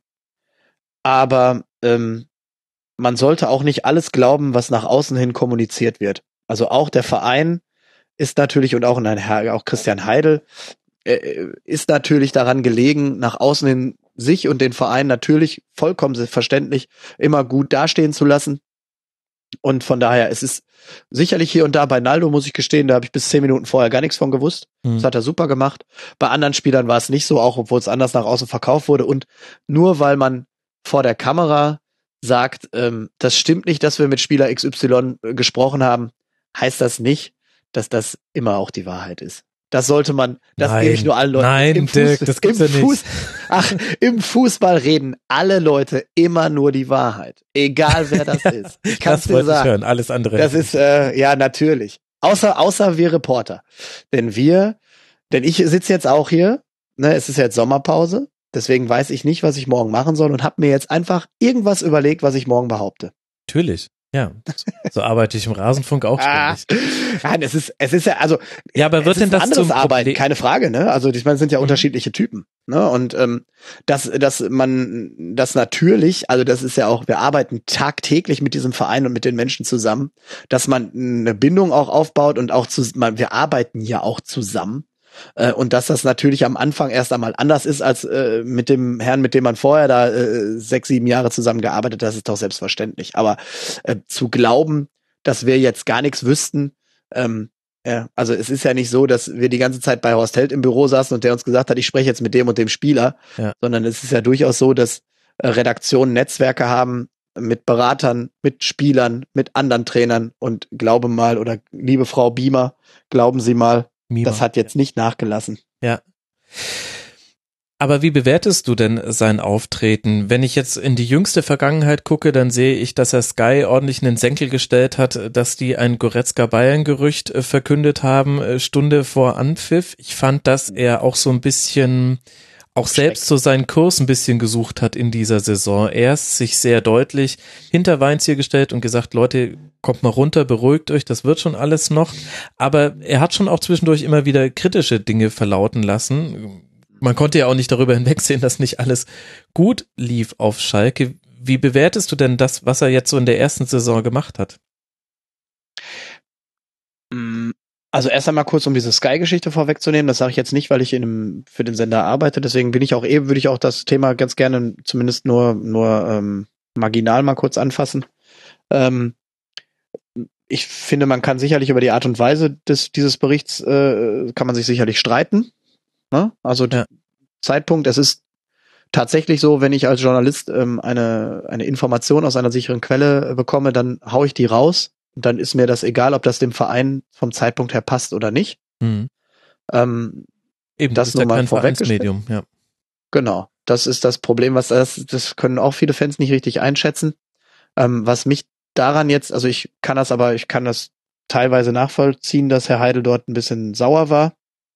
aber ähm, man sollte auch nicht alles glauben, was nach außen hin kommuniziert wird. Also auch der Verein ist natürlich, und auch, ein Herr, auch Christian Heidel, äh, ist natürlich daran gelegen, nach außen hin sich und den Verein natürlich vollkommen verständlich immer gut dastehen zu lassen. Und von daher, es ist sicherlich hier und da bei Naldo, muss ich gestehen, da habe ich bis zehn Minuten vorher gar nichts von gewusst. Mhm. Das hat er super gemacht. Bei anderen Spielern war es nicht so, auch obwohl es anders nach außen verkauft wurde. Und nur weil man vor der Kamera sagt, ähm, das stimmt nicht, dass wir mit Spieler X Y gesprochen haben, heißt das nicht, dass das immer auch die Wahrheit ist. Das sollte man, das Nein, gebe ich nur allen Leuten. nein, Im Dirk, das gibt's im ja nicht. Fuß, ach, im Fußball reden alle Leute immer nur die Wahrheit. Egal wer das ist. Ich kann's Das dir wollte ich sagen. hören, alles andere. Das ist, äh, ja, natürlich. Außer, außer wir Reporter. Denn wir, denn ich sitze jetzt auch hier, ne, es ist jetzt Sommerpause, deswegen weiß ich nicht, was ich morgen machen soll und habe mir jetzt einfach irgendwas überlegt, was ich morgen behaupte. Natürlich, ja. So arbeite ich im Rasenfunk auch Ah, ständig. nein, es ist, es ist ja, also, Ja, aber wird es denn ist ein das anderes zum Arbeiten, Problem? keine Frage, ne? Also ich meine, es sind ja Mhm. unterschiedliche Typen, ne? Und ähm, dass, dass man das natürlich, also das ist ja auch, wir arbeiten tagtäglich mit diesem Verein und mit den Menschen zusammen, dass man eine Bindung auch aufbaut und auch zu, man, wir arbeiten ja auch zusammen. Äh, und dass das natürlich am Anfang erst einmal anders ist als äh, mit dem Herrn, mit dem man vorher da äh, sechs, sieben Jahre zusammengearbeitet hat, das ist doch selbstverständlich. Aber äh, zu glauben, dass wir jetzt gar nichts wüssten, ähm, ja, also es ist ja nicht so, dass wir die ganze Zeit bei Horst Held im Büro saßen und der uns gesagt hat, ich spreche jetzt mit dem und dem Spieler, Ja. sondern es ist ja durchaus so, dass äh, Redaktionen Netzwerke haben mit Beratern, mit Spielern, mit anderen Trainern und glaube mal, oder liebe Frau Biemer, glauben Sie mal, Mima. das hat jetzt nicht nachgelassen. Ja. Aber wie bewertest du denn sein Auftreten? Wenn ich jetzt in die jüngste Vergangenheit gucke, dann sehe ich, dass er Sky ordentlich einen Senkel gestellt hat, dass die ein Goretzka-Bayern-Gerücht äh, verkündet haben, äh, Stunde vor Anpfiff. Ich fand, dass er auch so ein bisschen, auch selbst so seinen Kurs ein bisschen gesucht hat in dieser Saison. Erst sich sehr deutlich hinter Weinziel gestellt und gesagt, Leute, kommt mal runter, beruhigt euch, das wird schon alles noch. Aber er hat schon auch zwischendurch immer wieder kritische Dinge verlauten lassen. Man konnte ja auch nicht darüber hinwegsehen, dass nicht alles gut lief auf Schalke. Wie bewertest du denn das, was er jetzt so in der ersten Saison gemacht hat? Also erst einmal kurz, um diese Sky-Geschichte vorwegzunehmen, das sage ich jetzt nicht, weil ich in einem, für den Sender arbeite, deswegen bin ich auch eben, würde ich auch das Thema ganz gerne zumindest nur, nur ähm, marginal mal kurz anfassen. Ähm, ich finde, man kann sicherlich über die Art und Weise des dieses Berichts, äh, kann man sich sicherlich streiten. Ne? Also Ja. Zeitpunkt, es ist tatsächlich so, wenn ich als Journalist ähm, eine, eine Information aus einer sicheren Quelle äh, bekomme, dann hau ich die raus. Und dann ist mir das egal, ob das dem Verein vom Zeitpunkt her passt oder nicht. Hm. Ähm, Eben, Das das ist ja nur mal kein vorweggestellt. Vereinsmedium, ja. genau, das ist das Problem, was das, das können auch viele Fans nicht richtig einschätzen. Ähm, was mich daran jetzt, also ich kann das aber, ich kann das teilweise nachvollziehen, dass Herr Heidel dort ein bisschen sauer war.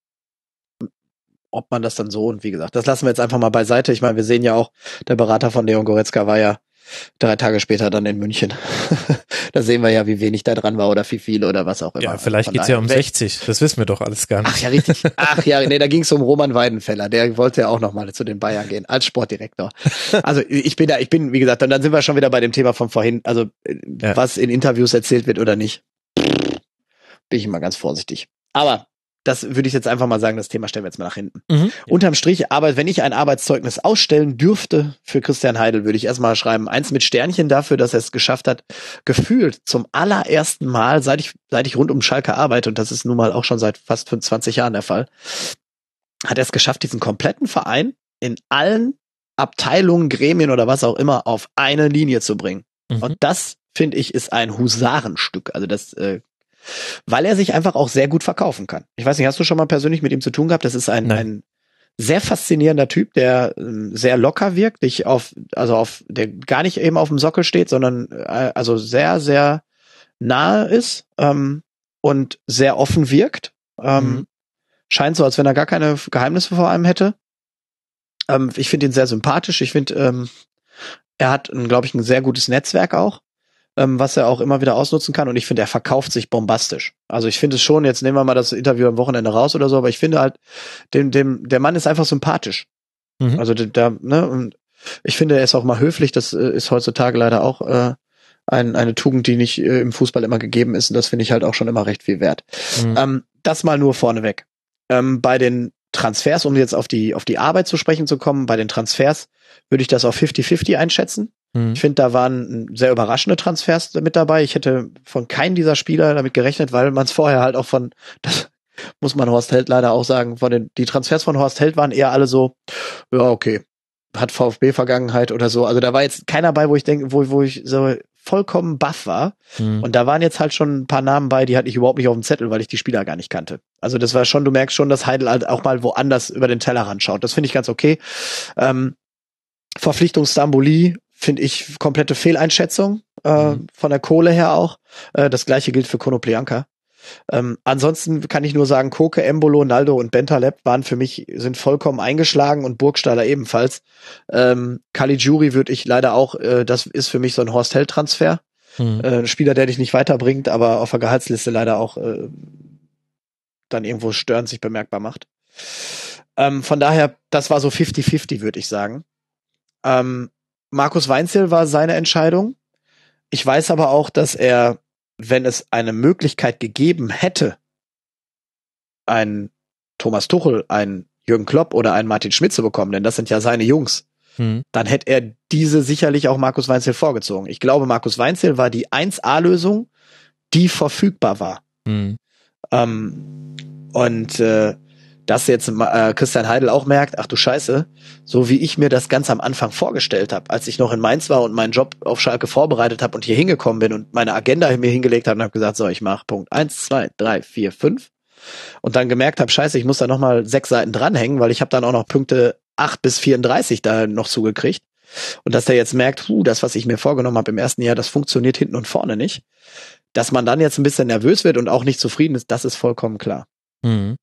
Ob man das dann so, und wie gesagt, das lassen wir jetzt einfach mal beiseite. Ich meine, wir sehen ja auch, der Berater von Leon Goretzka war ja drei Tage später dann in München. Da sehen wir ja, wie wenig da dran war oder wie viel oder was auch immer. Ja, vielleicht Von geht's ja daher- um sechzig, das wissen wir doch alles gar nicht. Ach ja, richtig. Ach ja, nee, da ging es um Roman Weidenfeller. Der wollte ja auch nochmal zu den Bayern gehen, als Sportdirektor. Also ich bin da, ich bin, wie gesagt, und dann sind wir schon wieder bei dem Thema von vorhin, also äh, Ja. was in Interviews erzählt wird oder nicht, bin ich immer ganz vorsichtig. Aber das würde ich jetzt einfach mal sagen, das Thema stellen wir jetzt mal nach hinten. Mhm. Unterm Strich, aber wenn ich ein Arbeitszeugnis ausstellen dürfte für Christian Heidel, würde ich erstmal schreiben, eins mit Sternchen dafür, dass er es geschafft hat, gefühlt zum allerersten Mal, seit ich, seit ich rund um Schalke arbeite, und das ist nun mal auch schon seit fast fünfundzwanzig Jahren der Fall, hat er es geschafft, diesen kompletten Verein in allen Abteilungen, Gremien oder was auch immer auf eine Linie zu bringen. Mhm. Und das, finde ich, ist ein Husarenstück. Also das, äh, weil er sich einfach auch sehr gut verkaufen kann. Ich weiß nicht, hast du schon mal persönlich mit ihm zu tun gehabt? Das ist ein, ein sehr faszinierender Typ, der ähm, sehr locker wirkt, nicht auf, also auf, der gar nicht eben auf dem Sockel steht, sondern äh, also sehr, sehr nahe ist ähm, und sehr offen wirkt. Ähm, mhm. Scheint so, als wenn er gar keine Geheimnisse vor einem hätte. Ähm, ich finde ihn sehr sympathisch. Ich finde, ähm, er hat, glaube ich, ein sehr gutes Netzwerk auch, ähm, was er auch immer wieder ausnutzen kann. Und ich finde, er verkauft sich bombastisch. Also ich finde es schon, jetzt nehmen wir mal das Interview am Wochenende raus oder so, aber ich finde halt, dem, dem, der Mann ist einfach sympathisch. Mhm. Also da, ne, und ich finde, er ist auch mal höflich. Das äh, ist heutzutage leider auch äh, ein, eine Tugend, die nicht äh, im Fußball immer gegeben ist. Und das finde ich halt auch schon immer recht viel wert. Mhm. Ähm, das mal nur vorneweg. Ähm, bei den Transfers, um jetzt auf die auf die Arbeit zu sprechen zu kommen, bei den Transfers würde ich das auf fifty fifty einschätzen. Mhm. Ich finde, da waren sehr überraschende Transfers mit dabei. Ich hätte von keinem dieser Spieler damit gerechnet, weil man es vorher halt auch von, das muss man Horst Held leider auch sagen, von den die Transfers von Horst Held waren eher alle so, ja okay, hat VfB-Vergangenheit oder so. Also da war jetzt keiner bei, wo ich denke, wo wo ich so vollkommen baff war. Mhm. Und da waren jetzt halt schon ein paar Namen bei, die hatte ich überhaupt nicht auf dem Zettel, weil ich die Spieler gar nicht kannte. Also das war schon, du merkst schon, dass Heidel halt auch mal woanders über den Tellerrand schaut. Das finde ich ganz okay. Ähm, Verpflichtung Stambouli finde ich komplette Fehleinschätzung, äh, mhm. von der Kohle her auch. Äh, das gleiche gilt für Konoplyanka. Ähm, ansonsten kann ich nur sagen, Koke, Embolo, Naldo und Bentaleb waren für mich, sind vollkommen eingeschlagen und Burgstaller ebenfalls. Ähm, Caligiuri würde ich leider auch, äh, das ist für mich so ein Horst-Held-Transfer. Mhm. Äh, ein Spieler, der dich nicht weiterbringt, aber auf der Gehaltsliste leider auch äh, dann irgendwo störend sich bemerkbar macht. Ähm, von daher, das war so fifty fifty, würde ich sagen. Ähm, Markus Weinzierl war seine Entscheidung. Ich weiß aber auch, dass er, wenn es eine Möglichkeit gegeben hätte, einen Thomas Tuchel, einen Jürgen Klopp oder einen Martin Schmidt zu bekommen, denn das sind ja seine Jungs, hm. dann hätte er diese sicherlich auch Markus Weinzierl vorgezogen. Ich glaube, Markus Weinzierl war die eins A-Lösung, die verfügbar war. Hm. Ähm, und äh, dass jetzt äh, Christian Heidel auch merkt, ach du Scheiße, so wie ich mir das ganz am Anfang vorgestellt habe, als ich noch in Mainz war und meinen Job auf Schalke vorbereitet habe und hier hingekommen bin und meine Agenda mir hingelegt habe und habe gesagt, so, ich mache Punkt eins, zwei, drei, vier, fünf und dann gemerkt habe, scheiße, ich muss da nochmal sechs Seiten dranhängen, weil ich habe dann auch noch Punkte acht bis vierunddreißig da noch zugekriegt und dass der jetzt merkt, huh, das, was ich mir vorgenommen habe im ersten Jahr, das funktioniert hinten und vorne nicht, dass man dann jetzt ein bisschen nervös wird und auch nicht zufrieden ist, das ist vollkommen klar. Mhm.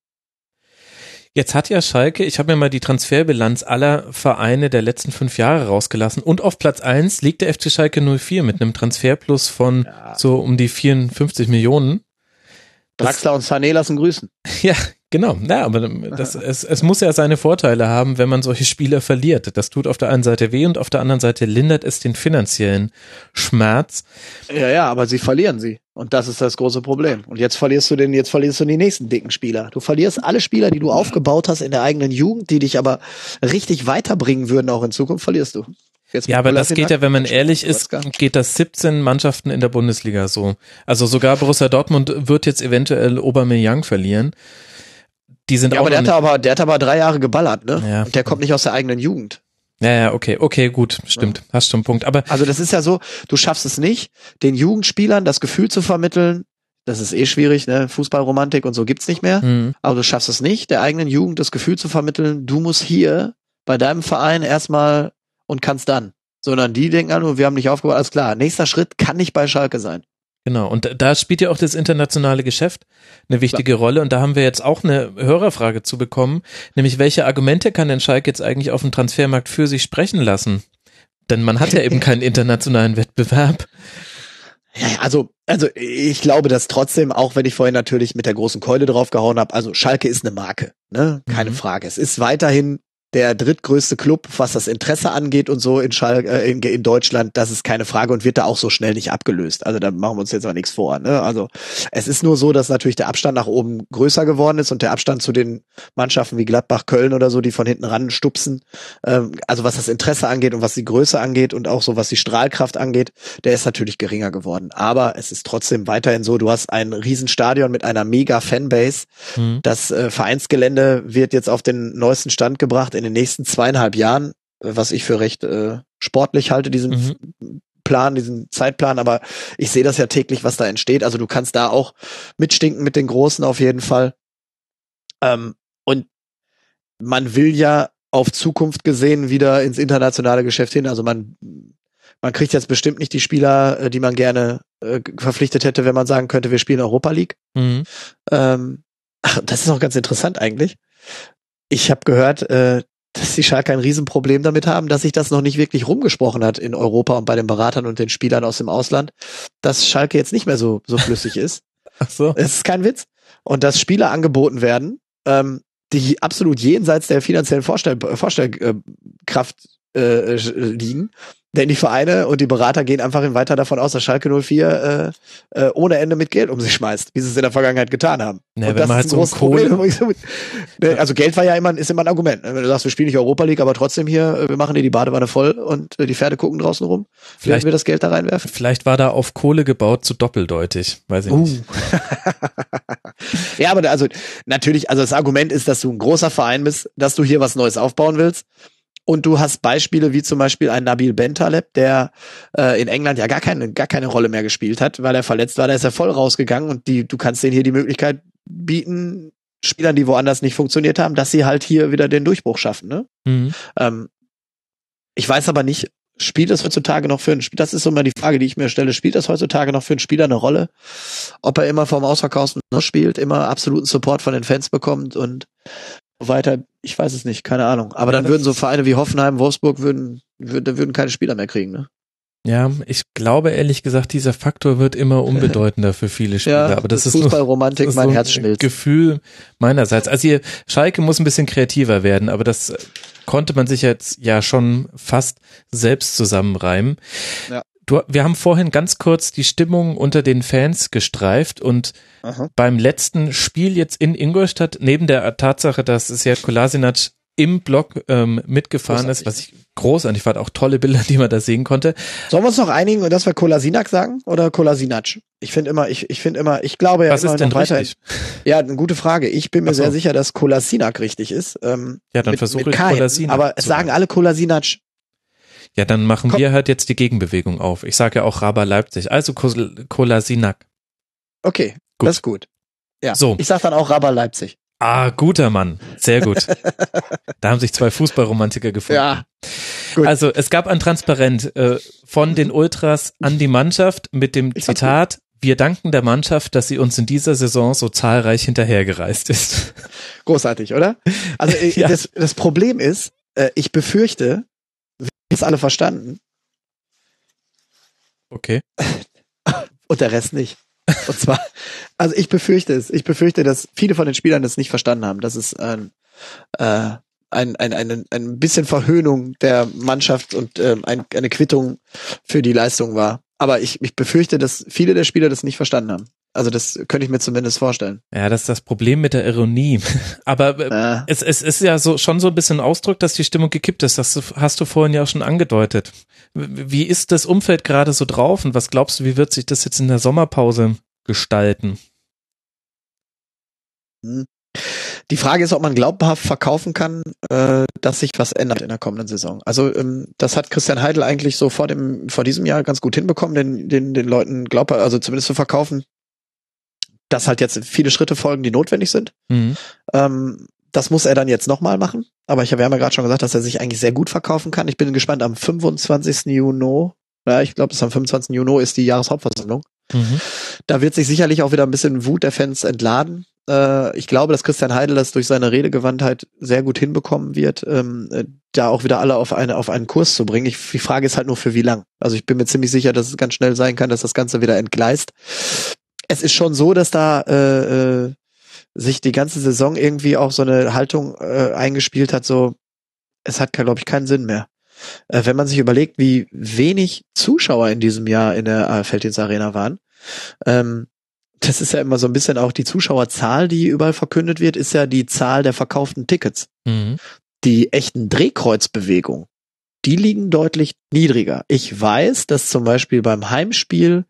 Jetzt hat ja Schalke, ich habe mir mal die Transferbilanz aller Vereine der letzten fünf Jahre rausgelassen und auf Platz eins liegt der F C Schalke null vier mit einem Transferplus von ja. so um die vierundfünfzig Millionen. Draxler und Sané lassen grüßen. Ja, genau. Ja, aber das, es, es muss ja seine Vorteile haben, wenn man solche Spieler verliert. Das tut auf der einen Seite weh und auf der anderen Seite lindert es den finanziellen Schmerz. Ja, ja, aber sie verlieren sie. Und das ist das große Problem. Und jetzt verlierst du den, jetzt verlierst du die nächsten dicken Spieler. Du verlierst alle Spieler, die du aufgebaut hast in der eigenen Jugend, die dich aber richtig weiterbringen würden auch in Zukunft, verlierst du. Jetzt ja, aber das geht ja, wenn man ehrlich ist, geht das siebzehn Mannschaften in der Bundesliga so. Also sogar Borussia Dortmund wird jetzt eventuell Aubameyang verlieren. Die sind ja, auch aber der hat aber, der hat aber drei Jahre geballert, ne? Ja. Und der kommt nicht aus der eigenen Jugend. Ja, ja, okay, okay, gut, stimmt, ja. Hast schon einen Punkt. Aber also das ist ja so, du schaffst es nicht, den Jugendspielern das Gefühl zu vermitteln, das ist eh schwierig, ne? Fußballromantik und so gibt's nicht mehr. Mhm. Aber du schaffst es nicht, der eigenen Jugend das Gefühl zu vermitteln, du musst hier bei deinem Verein erstmal und kannst dann. Sondern die denken alle, wir haben nicht aufgebaut, alles klar. Nächster Schritt kann nicht bei Schalke sein. Genau, und da spielt ja auch das internationale Geschäft eine wichtige Klar. Rolle und da haben wir jetzt auch eine Hörerfrage zu bekommen, nämlich welche Argumente kann denn Schalke jetzt eigentlich auf dem Transfermarkt für sich sprechen lassen? Denn man hat ja eben keinen internationalen Wettbewerb. Ja, also, also ich glaube, dass trotzdem, auch wenn ich vorhin natürlich mit der großen Keule draufgehauen habe, also Schalke ist eine Marke, ne? Keine mhm. Frage. Es ist weiterhin der drittgrößte Club, was das Interesse angeht und so in Schalke, äh, in, in Deutschland, das ist keine Frage und wird da auch so schnell nicht abgelöst. Also da machen wir uns jetzt auch nichts vor. Ne? Also es ist nur so, dass natürlich der Abstand nach oben größer geworden ist und der Abstand zu den Mannschaften wie Gladbach, Köln oder so, die von hinten ran stupsen, ähm, also was das Interesse angeht und was die Größe angeht und auch so was die Strahlkraft angeht, der ist natürlich geringer geworden. Aber es ist trotzdem weiterhin so, du hast ein Riesenstadion mit einer mega Fanbase. Mhm. Das äh, Vereinsgelände wird jetzt auf den neuesten Stand gebracht in den nächsten zweieinhalb Jahren, was ich für recht äh, sportlich halte, diesen mhm. Plan, diesen Zeitplan, aber ich sehe das ja täglich, was da entsteht. Also du kannst da auch mitstinken mit den Großen auf jeden Fall. Ähm, und man will ja auf Zukunft gesehen wieder ins internationale Geschäft hin. Also man man kriegt jetzt bestimmt nicht die Spieler, die man gerne äh, verpflichtet hätte, wenn man sagen könnte, wir spielen Europa League. Mhm. Ähm, ach, das ist auch ganz interessant eigentlich. Ich habe gehört, äh, dass die Schalke ein Riesenproblem damit haben, dass sich das noch nicht wirklich rumgesprochen hat in Europa und bei den Beratern und den Spielern aus dem Ausland, dass Schalke jetzt nicht mehr so so flüssig ist. Ach so. Es ist kein Witz. Und dass Spieler angeboten werden, ähm, die absolut jenseits der finanziellen Vorstell Vorstellkraft äh, liegen. Denn die Vereine und die Berater gehen einfach weiter davon aus, dass Schalke null vier äh, äh, ohne Ende mit Geld um sich schmeißt, wie sie es in der Vergangenheit getan haben. Ja, und wenn das man ist halt ein so großes Kohle Problem. Also Geld war ja immer, ist immer ein Argument. Wenn du sagst, wir spielen nicht Europa League, aber trotzdem hier, wir machen dir die Badewanne voll und die Pferde gucken draußen rum. Vielleicht werden wir das Geld da reinwerfen. Vielleicht war da auf Kohle gebaut zu doppeldeutig. Weiß ich uh. nicht. Ja, aber also natürlich, also das Argument ist, dass du ein großer Verein bist, dass du hier was Neues aufbauen willst. Und du hast Beispiele wie zum Beispiel ein Nabil Bentaleb, der äh, in England ja gar keine gar keine Rolle mehr gespielt hat, weil er verletzt war. Da ist er voll rausgegangen und die du kannst denen hier die Möglichkeit bieten, Spielern, die woanders nicht funktioniert haben, dass sie halt hier wieder den Durchbruch schaffen. Ne? Mhm. Ähm, ich weiß aber nicht, spielt das heutzutage noch für einen Spieler? Das ist so mal die Frage, die ich mir stelle. Spielt das heutzutage noch für einen Spieler eine Rolle? Ob er immer vom Ausverkauften spielt, immer absoluten Support von den Fans bekommt und weiter, ich weiß es nicht, keine Ahnung. Aber ja, dann würden so Vereine wie Hoffenheim, Wolfsburg würden, würden, würden keine Spieler mehr kriegen, ne? Ja, ich glaube ehrlich gesagt, dieser Faktor wird immer unbedeutender für viele Spieler. Ja, aber das, das ist Fußballromantik, nur, das mein so Herz schmilzt. Gefühl meinerseits. Also hier, Schalke muss ein bisschen kreativer werden, aber das konnte man sich jetzt ja schon fast selbst zusammenreimen. Ja. Du, wir haben vorhin ganz kurz die Stimmung unter den Fans gestreift und Aha. beim letzten Spiel jetzt in Ingolstadt, neben der Tatsache, dass Sead Kolasinac im Block ähm, mitgefahren großartig. ist, was ich großartig fand, auch tolle Bilder, die man da sehen konnte. Sollen wir uns noch einigen, dass wir Kolasinac sagen oder Kolasinac? Ich finde immer, ich, ich finde immer, ich glaube ja was immer ist denn noch weiter. Richtig? Ja, eine gute Frage. Ich bin mir so. sehr sicher, dass Kolasinac richtig ist. Ähm, ja, dann versuche ich Kolasinac. Aber es sagen alle Kolasinac. Ja, dann machen Komm. wir halt jetzt die Gegenbewegung auf. Ich sage ja auch Raba Leipzig, also Kolasinac. Okay, gut. Das ist gut. Ja, so. Ich sag dann auch Raba Leipzig. Ah, guter Mann. Sehr gut. Da haben sich zwei Fußballromantiker gefunden. Ja. Gut. Also es gab ein Transparent äh, von den Ultras an die Mannschaft mit dem ich Zitat: Wir danken der Mannschaft, dass sie uns in dieser Saison so zahlreich hinterhergereist ist. Großartig, oder? Also äh, ja. das, das Problem ist, äh, ich befürchte, ist alle verstanden. Okay. Und der Rest nicht. Und zwar, also ich befürchte es. Ich befürchte, dass viele von den Spielern das nicht verstanden haben. Das ist ein, äh, ein, ein, ein, ein bisschen Verhöhnung der Mannschaft und äh, ein, eine Quittung für die Leistung war. Aber ich, ich befürchte, dass viele der Spieler das nicht verstanden haben. Also das könnte ich mir zumindest vorstellen. Ja, das ist das Problem mit der Ironie. Aber äh. es, es ist ja so schon so ein bisschen Ausdruck, dass die Stimmung gekippt ist. Das hast du vorhin ja auch schon angedeutet. Wie ist das Umfeld gerade so drauf und was glaubst du, wie wird sich das jetzt in der Sommerpause gestalten? Die Frage ist, ob man glaubhaft verkaufen kann, äh, dass sich was ändert in der kommenden Saison. Also ähm, das hat Christian Heidel eigentlich so vor dem vor diesem Jahr ganz gut hinbekommen, den den, den Leuten glaubhaft, also zumindest zu verkaufen, dass halt jetzt viele Schritte folgen, die notwendig sind. Mhm. Ähm, das muss er dann jetzt nochmal machen. Aber ich habe ja gerade schon gesagt, dass er sich eigentlich sehr gut verkaufen kann. Ich bin gespannt, am fünfundzwanzigsten Juni, ja, ich glaube, es am fünfundzwanzigsten Juni ist die Jahreshauptversammlung. Mhm. Da wird sich sicherlich auch wieder ein bisschen Wut der Fans entladen. Äh, ich glaube, dass Christian Heidel das durch seine Redegewandtheit sehr gut hinbekommen wird, ähm, da auch wieder alle auf eine auf einen Kurs zu bringen. Ich, die Frage ist halt nur, für wie lang. Also ich bin mir ziemlich sicher, dass es ganz schnell sein kann, dass das Ganze wieder entgleist. Es ist schon so, dass da äh, äh, sich die ganze Saison irgendwie auch so eine Haltung äh, eingespielt hat, so es hat, glaube ich, keinen Sinn mehr. Äh, wenn man sich überlegt, wie wenig Zuschauer in diesem Jahr in der A F Veltins Arena waren, ähm, das ist ja immer so ein bisschen auch die Zuschauerzahl, die überall verkündet wird, ist ja die Zahl der verkauften Tickets. Mhm. Die echten Drehkreuzbewegungen, die liegen deutlich niedriger. Ich weiß, dass zum Beispiel beim Heimspiel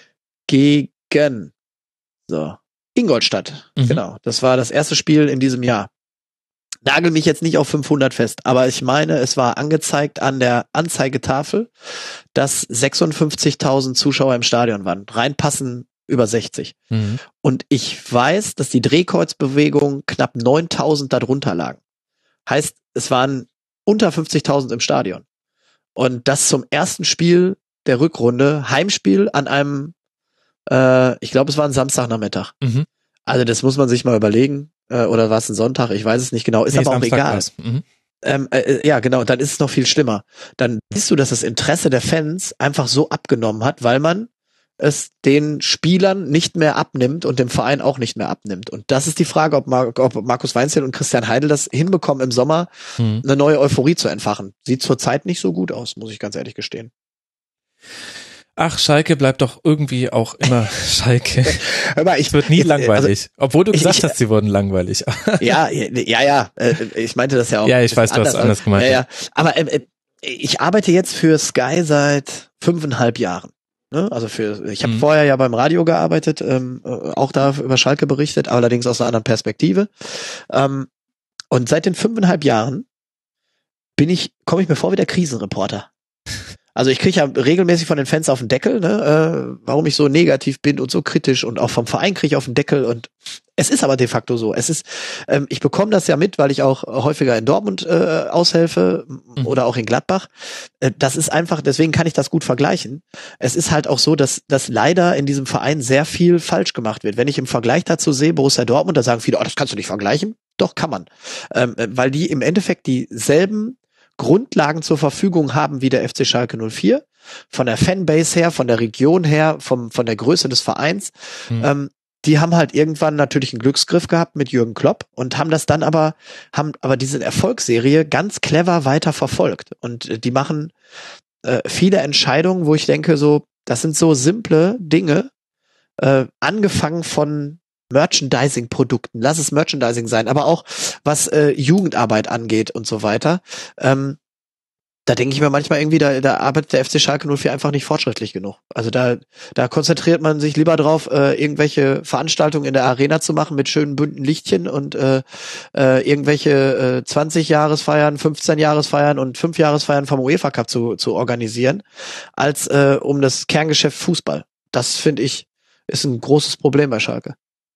gegen so, Ingolstadt, Mhm. genau, das war das erste Spiel in diesem Jahr. Nagel mich jetzt nicht auf fünfhundert fest, aber ich meine, es war angezeigt an der Anzeigetafel, dass sechsundfünfzigtausend Zuschauer im Stadion waren. Reinpassen über sechzig. Mhm. Und ich weiß, dass die Drehkreuzbewegungen knapp neuntausend darunter lagen. Heißt, es waren unter fünfzigtausend im Stadion. Und das zum ersten Spiel der Rückrunde, Heimspiel an einem, äh, ich glaube, es war ein Samstagnachmittag. Mhm. Also das muss man sich mal überlegen. Äh, oder war es ein Sonntag? Ich weiß es nicht genau. Ist Nee, aber auch Samstag egal. war's. Mhm. Ähm, äh, ja, genau. Dann ist es noch viel schlimmer. Dann siehst du, dass das Interesse der Fans einfach so abgenommen hat, weil man es den Spielern nicht mehr abnimmt und dem Verein auch nicht mehr abnimmt. Und das ist die Frage, ob, Mar- ob Markus Weinzierl und Christian Heidel das hinbekommen, im Sommer Mhm. eine neue Euphorie zu entfachen. Sieht zurzeit nicht so gut aus, muss ich ganz ehrlich gestehen. Ach, Schalke bleibt doch irgendwie auch immer Schalke. Hör mal, ich, Es wird nie ich- langweilig. Obwohl du ich- gesagt ich- hast, sie wurden langweilig. Ja, ja, ja. Äh, ich meinte das ja auch. Ja, ich weiß, du hast es anders gemeint. Ja, ja. Aber äh, äh, ich arbeite jetzt für Sky seit fünfeinhalb Jahren. Ne? Also für, ich habe Mhm. vorher ja beim Radio gearbeitet, ähm, äh, auch da über Schalke berichtet, allerdings aus einer anderen Perspektive. Ähm, und seit den fünfeinhalb Jahren bin ich, komme ich mir vor wie der Krisenreporter. Also ich kriege ja regelmäßig von den Fans auf den Deckel, ne, äh, warum ich so negativ bin und so kritisch, und auch vom Verein kriege ich auf den Deckel, und es ist aber de facto so. Es ist, ähm, ich bekomme das ja mit, weil ich auch häufiger in Dortmund äh, aushelfe Mhm. oder auch in Gladbach. Äh, das ist einfach, deswegen kann ich das gut vergleichen. Es ist halt auch so, dass, dass leider in diesem Verein sehr viel falsch gemacht wird. Wenn ich im Vergleich dazu sehe, Borussia Dortmund, da sagen viele, oh, das kannst du nicht vergleichen. Doch, kann man. Ähm, äh, weil die im Endeffekt dieselben Grundlagen zur Verfügung haben wie der F C Schalke null vier, von der Fanbase her, von der Region her, vom, von der Größe des Vereins. Mhm. Ähm, die haben halt irgendwann natürlich einen Glücksgriff gehabt mit Jürgen Klopp und haben das dann aber, haben aber diese Erfolgsserie ganz clever weiter verfolgt. Und äh, die machen äh, viele Entscheidungen, wo ich denke, so, das sind so simple Dinge, äh, angefangen von Merchandising-Produkten, lass es Merchandising sein, aber auch was äh, Jugendarbeit angeht und so weiter. Ähm, da denke ich mir manchmal irgendwie, da, da arbeitet der F C Schalke null vier einfach nicht fortschrittlich genug. Also da, da konzentriert man sich lieber drauf, äh, irgendwelche Veranstaltungen in der Arena zu machen mit schönen bunten Lichtchen und äh, äh, irgendwelche äh, zwanzig-Jahresfeiern, fünfzehn-Jahresfeiern und fünf-Jahresfeiern vom UEFA Cup zu, zu organisieren, als äh, um das Kerngeschäft Fußball. Das, finde ich, ist ein großes Problem bei Schalke.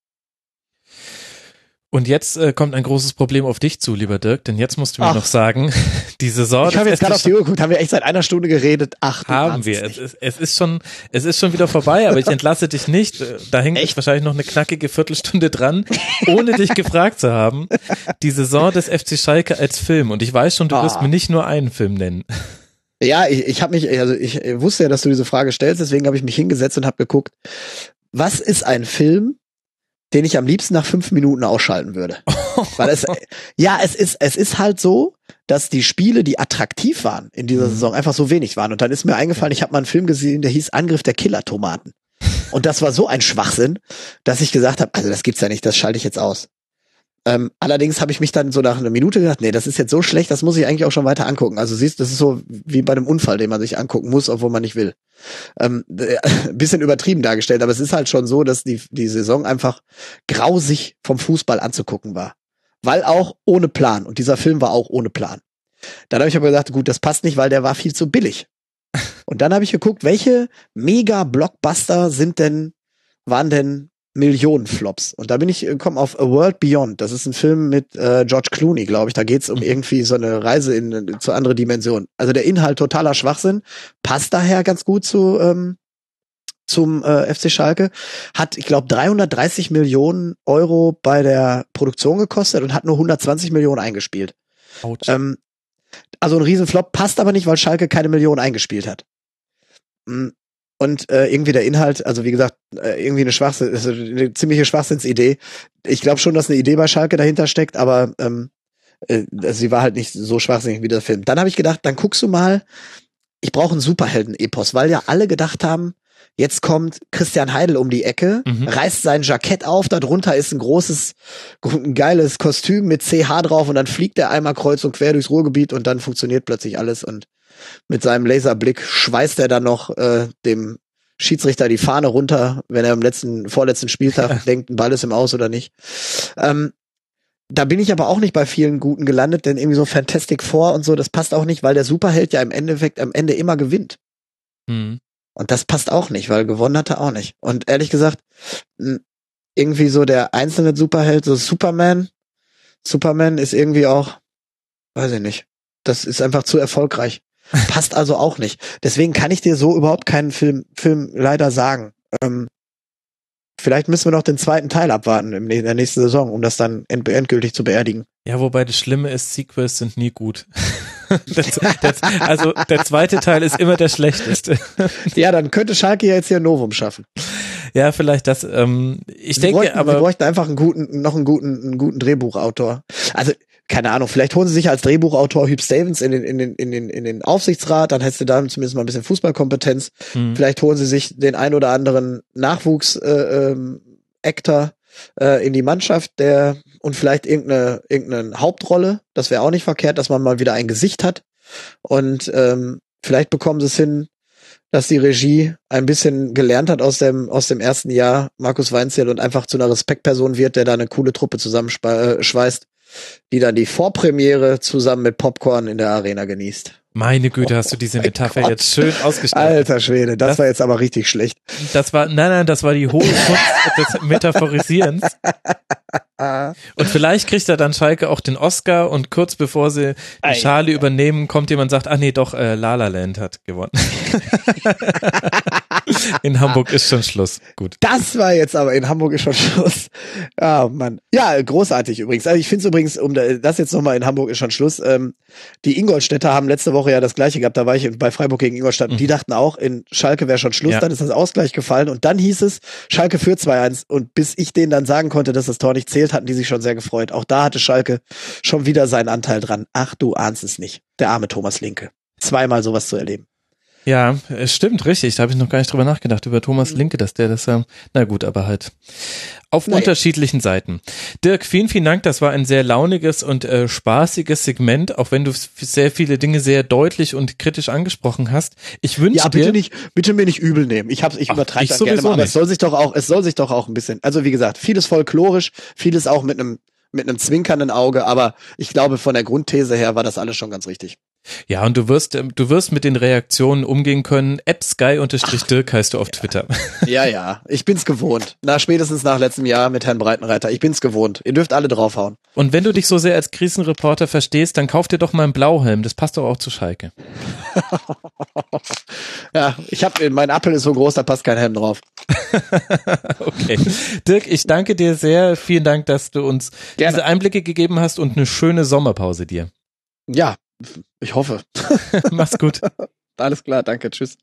Und jetzt äh, kommt ein großes Problem auf dich zu, lieber Dirk, denn jetzt musst du mir Ach. noch sagen, die Saison Ich habe des jetzt gerade F C auf die Uhr geguckt, haben wir echt seit einer Stunde geredet. Ach, du haben ahnst wir. es Es nicht. ist, es ist schon, es ist schon wieder vorbei, aber ich entlasse dich nicht. Da hängt Echt? wahrscheinlich noch eine knackige Viertelstunde dran, ohne dich gefragt zu haben. Die Saison des F C Schalke als Film. Und ich weiß schon, du wirst Ah. mir nicht nur einen Film nennen. Ja, ich, ich habe mich, also ich wusste ja, dass du diese Frage stellst, deswegen habe ich mich hingesetzt und habe geguckt, was ist ein Film, den ich am liebsten nach fünf Minuten ausschalten würde. Weil es, ja, es ist, es ist halt so, dass die Spiele, die attraktiv waren in dieser Saison, einfach so wenig waren. Und dann ist mir eingefallen, ich habe mal einen Film gesehen, der hieß Angriff der Killer-Tomaten. Und das war so ein Schwachsinn, dass ich gesagt habe, also das gibt's ja nicht, das schalte ich jetzt aus. Ähm, allerdings habe ich mich dann so nach einer Minute gedacht, nee, das ist jetzt so schlecht, das muss ich eigentlich auch schon weiter angucken. Also siehst, das ist so wie bei einem Unfall, den man sich angucken muss, obwohl man nicht will. Ähm, äh, ein bisschen übertrieben dargestellt, aber es ist halt schon so, dass die, die Saison einfach grausig vom Fußball anzugucken war. Weil auch ohne Plan. Und dieser Film war auch ohne Plan. Dann habe ich aber gedacht, gut, das passt nicht, weil der war viel zu billig. Und dann habe ich geguckt, welche Mega-Blockbuster sind denn, waren denn Millionenflops. Und da bin ich gekommen auf A World Beyond. Das ist ein Film mit äh, George Clooney, glaube ich. Da geht's um irgendwie so eine Reise in zu andere Dimensionen. Also der Inhalt totaler Schwachsinn, passt daher ganz gut zu ähm, zum äh, F C Schalke. Hat, ich glaube, dreihundertdreißig Millionen Euro bei der Produktion gekostet und hat nur hundertzwanzig Millionen eingespielt. Ähm, also ein Riesenflop, passt aber nicht, weil Schalke keine Millionen eingespielt hat. Und äh, irgendwie der Inhalt, also wie gesagt, äh, irgendwie eine Schwachsinn, also eine ziemliche Schwachsinnsidee. Ich glaube schon, dass eine Idee bei Schalke dahinter steckt, aber ähm, äh, sie war halt nicht so schwachsinnig wie der Film. Dann habe ich gedacht, dann guckst du mal, ich brauche einen Superhelden-Epos, weil ja alle gedacht haben, jetzt kommt Christian Heidel um die Ecke, mhm. reißt sein Jackett auf, darunter ist ein großes, ein geiles Kostüm mit C H drauf und dann fliegt er einmal kreuz und quer durchs Ruhrgebiet und dann funktioniert plötzlich alles und mit seinem Laserblick schweißt er dann noch äh, dem Schiedsrichter die Fahne runter, wenn er am letzten, vorletzten Spieltag ja. denkt, ein Ball ist im Aus oder nicht. Ähm, da bin ich aber auch nicht bei vielen Guten gelandet, denn irgendwie so Fantastic Four und so, das passt auch nicht, weil der Superheld ja im Endeffekt am Ende immer gewinnt. Mhm. Und das passt auch nicht, weil gewonnen hat er auch nicht. Und ehrlich gesagt, irgendwie so der einzelne Superheld, so Superman, Superman ist irgendwie auch, weiß ich nicht, das ist einfach zu erfolgreich. Passt also auch nicht. Deswegen kann ich dir so überhaupt keinen Film, Film leider sagen. Ähm, vielleicht müssen wir noch den zweiten Teil abwarten in der nächsten Saison, um das dann end- endgültig zu beerdigen. Ja, wobei das Schlimme ist, Sequels sind nie gut. das, das, also der zweite Teil ist immer der schlechteste. Ja, dann könnte Schalke ja jetzt hier ein Novum schaffen. Ja, vielleicht das. Ähm, ich sie denke, bräuchten, aber sie bräuchten einfach einen guten, noch einen guten, einen guten Drehbuchautor. Also keine Ahnung. Vielleicht holen sie sich als Drehbuchautor Hugh Stevens in den, in den, in den, in den Aufsichtsrat. Dann hättest du da zumindest mal ein bisschen Fußballkompetenz. Hm. Vielleicht holen sie sich den ein oder anderen Nachwuchs äh, ähm, Actor äh, in die Mannschaft, der und vielleicht irgendeine irgendeine Hauptrolle. Das wäre auch nicht verkehrt, dass man mal wieder ein Gesicht hat. Und ähm, vielleicht bekommen sie es hin, dass die Regie ein bisschen gelernt hat aus dem aus dem ersten Jahr, Markus Weinzierl, und einfach zu einer Respektperson wird, der da eine coole Truppe zusammenschweißt, die dann die Vorpremiere zusammen mit Popcorn in der Arena genießt. Meine Güte, hast du diese Metapher Gott. jetzt schön ausgestaltet. Alter Schwede, das, das war jetzt aber richtig schlecht. Das war, nein, nein, das war die hohe Kunst des Metaphorisierens. Und vielleicht kriegt er dann Schalke auch den Oscar und kurz bevor sie die Ei, Schale ja. übernehmen, kommt jemand und sagt, ach nee, doch, äh, La La Land hat gewonnen. In Hamburg ist schon Schluss. Gut. Das war jetzt aber, in Hamburg ist schon Schluss. Ah, Mann. Ja, großartig übrigens. Also ich finde es übrigens, um das jetzt nochmal, in Hamburg ist schon Schluss, ähm, die Ingolstädter haben letzte Woche ja das Gleiche gehabt, da war ich bei Freiburg gegen Ingolstadt und mhm. die dachten auch, in Schalke wäre schon Schluss, ja. dann ist das Ausgleich gefallen und dann hieß es, Schalke führt zwei eins und bis ich denen dann sagen konnte, dass das Tor nicht zählt, hatten die sich schon sehr gefreut. Auch da hatte Schalke schon wieder seinen Anteil dran. Ach, du ahnst es nicht. Der arme Thomas Linke. Zweimal sowas zu erleben. Ja, es stimmt, richtig. Da habe ich noch gar nicht drüber nachgedacht, über Thomas Linke, dass der das, ähm, na gut, aber halt auf Nein. unterschiedlichen Seiten. Dirk, vielen, vielen Dank. Das war ein sehr launiges und äh, spaßiges Segment, auch wenn du sehr viele Dinge sehr deutlich und kritisch angesprochen hast. Ich wünsche ja, bitte dir... nicht, bitte mir nicht übel nehmen. Ich hab's, ich übertreibe das gerne mal, aber nicht. es soll sich doch auch, es soll sich doch auch ein bisschen, also wie gesagt, vieles folklorisch, vieles auch mit einem, mit einem zwinkernden Auge, aber ich glaube, von der Grundthese her war das alles schon ganz richtig. Ja, und du wirst, du wirst mit den Reaktionen umgehen können. at sky-dirk heißt du auf ja. Twitter. Ja, ja, ich bin's gewohnt. Na, spätestens nach letztem Jahr mit Herrn Breitenreiter. Ich bin's gewohnt. Ihr dürft alle draufhauen. Und wenn du dich so sehr als Krisenreporter verstehst, dann kauf dir doch mal einen Blauhelm. Das passt doch auch zu Schalke. Ja, ich hab, mein Appel ist so groß, da passt kein Helm drauf. Okay. Dirk, ich danke dir sehr. Vielen Dank, dass du uns Gerne. diese Einblicke gegeben hast und eine schöne Sommerpause dir. Ja, ich hoffe. Mach's gut. Alles klar, danke, tschüss.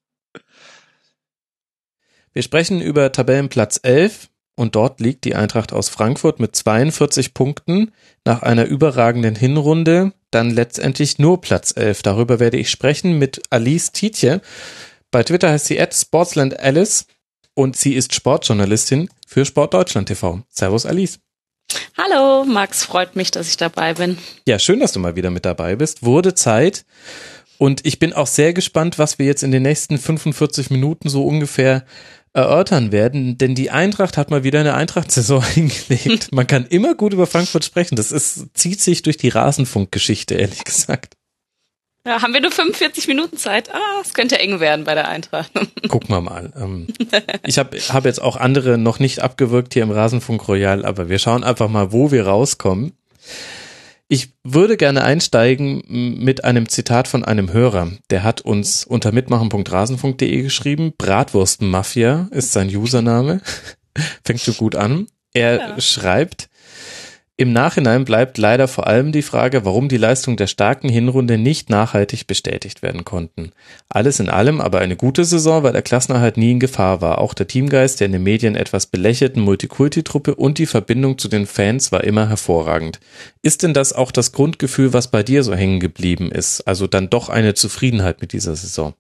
Wir sprechen über Tabellenplatz elf und dort liegt die Eintracht aus Frankfurt mit zweiundvierzig Punkten nach einer überragenden Hinrunde, dann letztendlich nur Platz elf. Darüber werde ich sprechen mit Alice Tietje. Bei Twitter heißt sie at sportslandalice und sie ist Sportjournalistin für Sportdeutschland T V. Servus Alice. Hallo Max, freut mich, dass ich dabei bin. Ja, schön, dass du mal wieder mit dabei bist. Wurde Zeit und ich bin auch sehr gespannt, was wir jetzt in den nächsten fünfundvierzig Minuten so ungefähr erörtern werden, denn die Eintracht hat mal wieder eine Eintracht-Saison hingelegt. Man kann immer gut über Frankfurt sprechen, das ist, zieht sich durch die Rasenfunk-Geschichte, ehrlich gesagt. Ja, haben wir nur fünfundvierzig Minuten Zeit? Ah, es könnte eng werden bei der Eintracht. Gucken wir mal. Ähm, ich habe hab jetzt auch andere noch nicht abgewürgt hier im Rasenfunk Royal, aber wir schauen einfach mal, wo wir rauskommen. Ich würde gerne einsteigen mit einem Zitat von einem Hörer. Der hat uns unter mitmachen punkt rasenfunk punkt de geschrieben. Bratwurstmafia ist sein Username. Fängt so gut an. Er ja. schreibt: Im Nachhinein bleibt leider vor allem die Frage, warum die Leistung der starken Hinrunde nicht nachhaltig bestätigt werden konnten. Alles in allem aber eine gute Saison, weil der Klassenerhalt nie in Gefahr war. Auch der Teamgeist der in den Medien etwas belächelten Multikulti-Truppe und die Verbindung zu den Fans war immer hervorragend. Ist denn das auch das Grundgefühl, was bei dir so hängen geblieben ist? Also dann doch eine Zufriedenheit mit dieser Saison?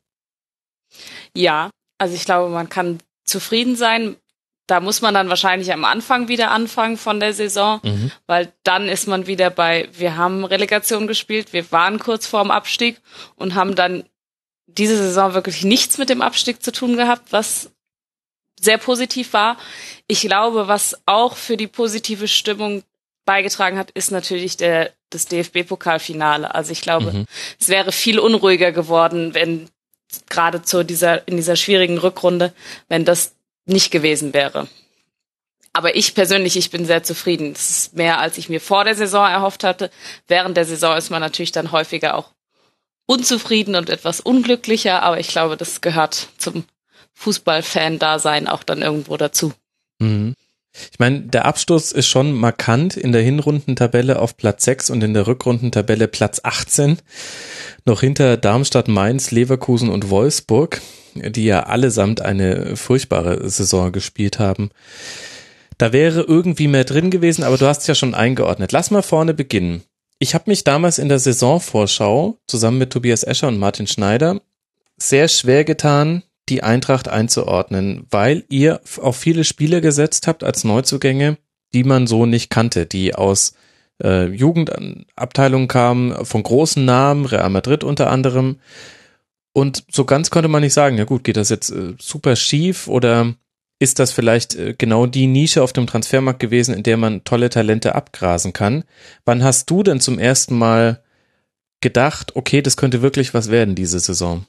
Ja, also ich glaube, man kann zufrieden sein. Da muss man dann wahrscheinlich am Anfang wieder anfangen von der Saison, mhm. weil dann ist man wieder bei, wir haben Relegation gespielt, wir waren kurz vorm Abstieg und haben dann diese Saison wirklich nichts mit dem Abstieg zu tun gehabt, was sehr positiv war. Ich glaube, was auch für die positive Stimmung beigetragen hat, ist natürlich der, das D F B-Pokalfinale. Also ich glaube, mhm. es wäre viel unruhiger geworden, wenn gerade zu dieser, in dieser schwierigen Rückrunde, wenn das nicht gewesen wäre. Aber ich persönlich, ich bin sehr zufrieden. Das ist mehr, als ich mir vor der Saison erhofft hatte. Während der Saison ist man natürlich dann häufiger auch unzufrieden und etwas unglücklicher, aber ich glaube, das gehört zum Fußballfan-Dasein auch dann irgendwo dazu. Mhm. Ich meine, der Absturz ist schon markant in der Hinrundentabelle auf Platz sechs und in der Rückrundentabelle Platz achtzehn. Noch hinter Darmstadt, Mainz, Leverkusen und Wolfsburg, die ja allesamt eine furchtbare Saison gespielt haben. Da wäre irgendwie mehr drin gewesen, aber du hast es ja schon eingeordnet. Lass mal vorne beginnen. Ich habe mich damals in der Saisonvorschau zusammen mit Tobias Escher und Martin Schneider sehr schwer getan, die Eintracht einzuordnen, weil ihr auf viele Spieler gesetzt habt als Neuzugänge, die man so nicht kannte, die aus äh, Jugendabteilungen kamen, von großen Namen, Real Madrid unter anderem. Und so ganz konnte man nicht sagen, ja gut, geht das jetzt äh, super schief oder ist das vielleicht äh, genau die Nische auf dem Transfermarkt gewesen, in der man tolle Talente abgrasen kann? Wann hast du denn zum ersten Mal gedacht, okay, das könnte wirklich was werden diese Saison?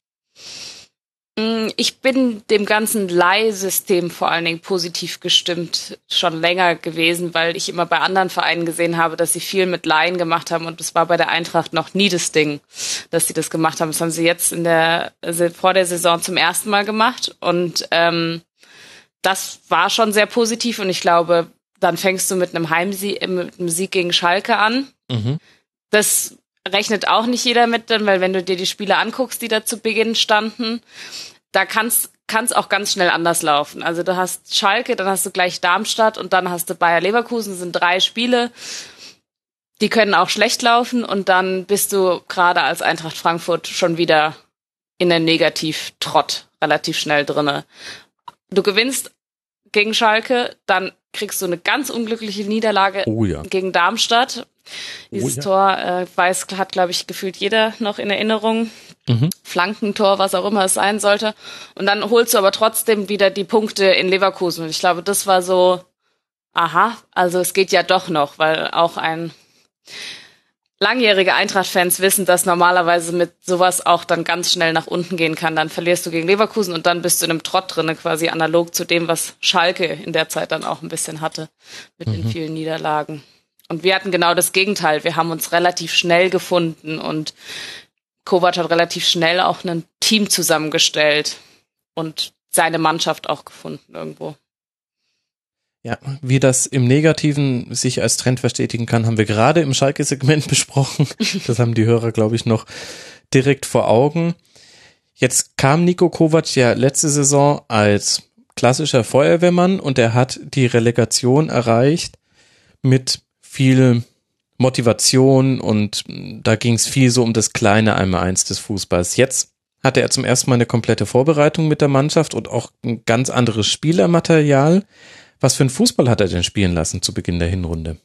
Ich bin dem ganzen Leihsystem vor allen Dingen positiv gestimmt schon länger gewesen, weil ich immer bei anderen Vereinen gesehen habe, dass sie viel mit Leihen gemacht haben und das war bei der Eintracht noch nie das Ding, dass sie das gemacht haben. Das haben sie jetzt in der vor der Saison zum ersten Mal gemacht und ähm, das war schon sehr positiv und ich glaube, dann fängst du mit einem Heimsieg, mit einem Sieg gegen Schalke an. Mhm. Das rechnet auch nicht jeder mit, weil wenn du dir die Spiele anguckst, die da zu Beginn standen, da kann's kann's auch ganz schnell anders laufen. Also du hast Schalke, dann hast du gleich Darmstadt und dann hast du Bayer Leverkusen, das sind drei Spiele, die können auch schlecht laufen und dann bist du gerade als Eintracht Frankfurt schon wieder in der Negativ-Trott relativ schnell drinne. Du gewinnst gegen Schalke, dann kriegst du eine ganz unglückliche Niederlage oh ja. gegen Darmstadt. Dieses oh ja. Tor, äh, weiß, hat, glaube ich, gefühlt jeder noch in Erinnerung. Mhm. Flankentor, was auch immer es sein sollte. Und dann holst du aber trotzdem wieder die Punkte in Leverkusen. Und ich glaube, das war so, aha, also es geht ja doch noch, weil auch ein langjährige Eintracht-Fans wissen, dass normalerweise mit sowas auch dann ganz schnell nach unten gehen kann. Dann verlierst du gegen Leverkusen und dann bist du in einem Trott drinne, quasi analog zu dem, was Schalke in der Zeit dann auch ein bisschen hatte mit mhm. den vielen Niederlagen. Und wir hatten genau das Gegenteil. Wir haben uns relativ schnell gefunden und Kovac hat relativ schnell auch ein Team zusammengestellt und seine Mannschaft auch gefunden irgendwo. Ja, wie das im Negativen sich als Trend verstetigen kann, haben wir gerade im Schalke-Segment besprochen. Das haben die Hörer, glaube ich, noch direkt vor Augen. Jetzt kam Niko Kovac ja letzte Saison als klassischer Feuerwehrmann und er hat die Relegation erreicht mit viel Motivation und da ging es viel so um das kleine Einmaleins des Fußballs. Jetzt hatte er zum ersten Mal eine komplette Vorbereitung mit der Mannschaft und auch ein ganz anderes Spielermaterial. Was für einen Fußball hat er denn spielen lassen zu Beginn der Hinrunde?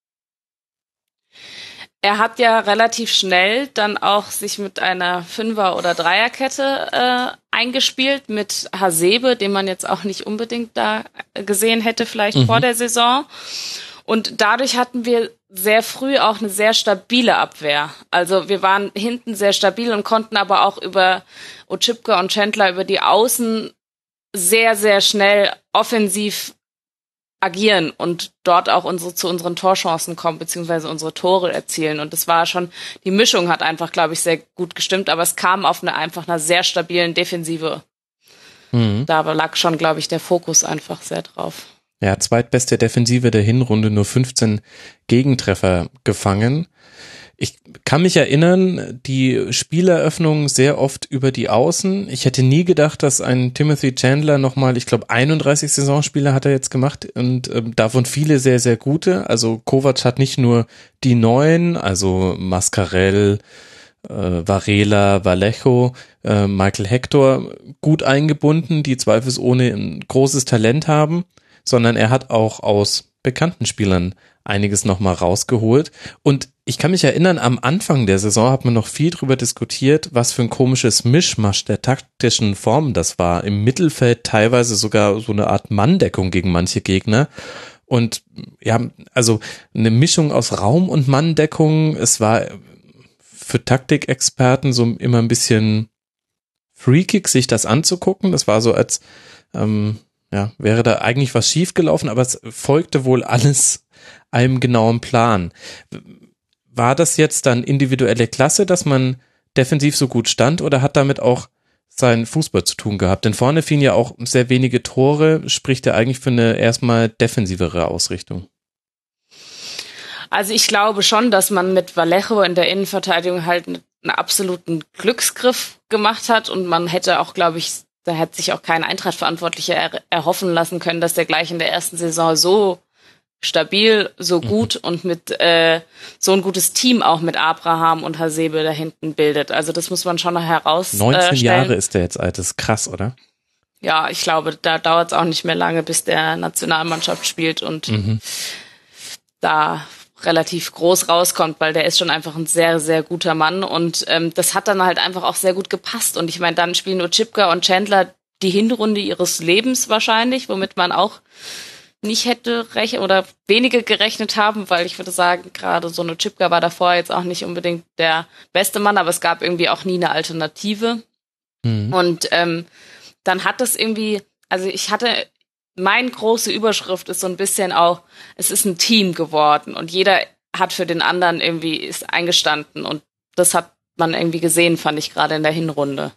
Er hat ja relativ schnell dann auch sich mit einer Fünfer- oder Dreierkette äh, eingespielt mit Hasebe, den man jetzt auch nicht unbedingt da gesehen hätte vielleicht mhm. vor der Saison. Und dadurch hatten wir sehr früh auch eine sehr stabile Abwehr. Also wir waren hinten sehr stabil und konnten aber auch über Oczipka und Chandler über die Außen sehr, sehr schnell offensiv agieren und dort auch unsere zu unseren Torchancen kommen, beziehungsweise unsere Tore erzielen. Und das war schon, die Mischung hat einfach, glaube ich, sehr gut gestimmt, aber es kam auf eine einfach einer sehr stabilen Defensive. Mhm. Da lag schon, glaube ich, der Fokus einfach sehr drauf. Ja, zweitbeste Defensive der Hinrunde, nur fünfzehn Gegentreffer gefangen. Ich kann mich erinnern, die Spieleröffnung sehr oft über die Außen. Ich hätte nie gedacht, dass ein Timothy Chandler nochmal, ich glaube einunddreißig Saisonspiele hat er jetzt gemacht und ähm, davon viele sehr, sehr gute. Also Kovac hat nicht nur die neuen, also Mascarell, äh, Varela, Vallejo, äh, Michael Hector gut eingebunden, die zweifelsohne ein großes Talent haben, sondern er hat auch aus bekannten Spielern einiges nochmal rausgeholt. Und ich kann mich erinnern, am Anfang der Saison hat man noch viel drüber diskutiert, was für ein komisches Mischmasch der taktischen Formen das war. Im Mittelfeld teilweise sogar so eine Art Manndeckung gegen manche Gegner. Und ja, also eine Mischung aus Raum- und Manndeckung. Es war für Taktikexperten so immer ein bisschen freakig, sich das anzugucken. Das war so, als ähm, ja, wäre da eigentlich was schiefgelaufen, aber es folgte wohl alles einem genauen Plan. War das jetzt dann individuelle Klasse, dass man defensiv so gut stand, oder hat damit auch sein Fußball zu tun gehabt? Denn vorne fielen ja auch sehr wenige Tore, spricht ja eigentlich für eine erstmal defensivere Ausrichtung. Also ich glaube schon, dass man mit Vallejo in der Innenverteidigung halt einen absoluten Glücksgriff gemacht hat, und man hätte auch, glaube ich, da hätte sich auch kein Eintracht-Verantwortlicher er- erhoffen lassen können, dass der gleich in der ersten Saison so stabil, so gut mhm. und mit äh, so ein gutes Team auch mit Abraham und Hasebe da hinten bildet. Also das muss man schon noch herausstellen. neunzehn Jahre ist der jetzt alt, das ist krass, oder? Ja, ich glaube, da dauert es auch nicht mehr lange, bis der Nationalmannschaft spielt und mhm. da relativ groß rauskommt, weil der ist schon einfach ein sehr, sehr guter Mann, und ähm, das hat dann halt einfach auch sehr gut gepasst. Und ich meine, dann spielen Oczipka und Chandler die Hinrunde ihres Lebens wahrscheinlich, womit man auch nicht hätte rechnen oder wenige gerechnet haben, weil ich würde sagen, gerade so eine Oczipka war davor jetzt auch nicht unbedingt der beste Mann, aber es gab irgendwie auch nie eine Alternative. Mhm. Und ähm, dann hat das irgendwie, also ich hatte, meine große Überschrift ist so ein bisschen auch, es ist ein Team geworden und jeder hat für den anderen irgendwie ist eingestanden, und das hat man irgendwie gesehen, fand ich gerade in der Hinrunde.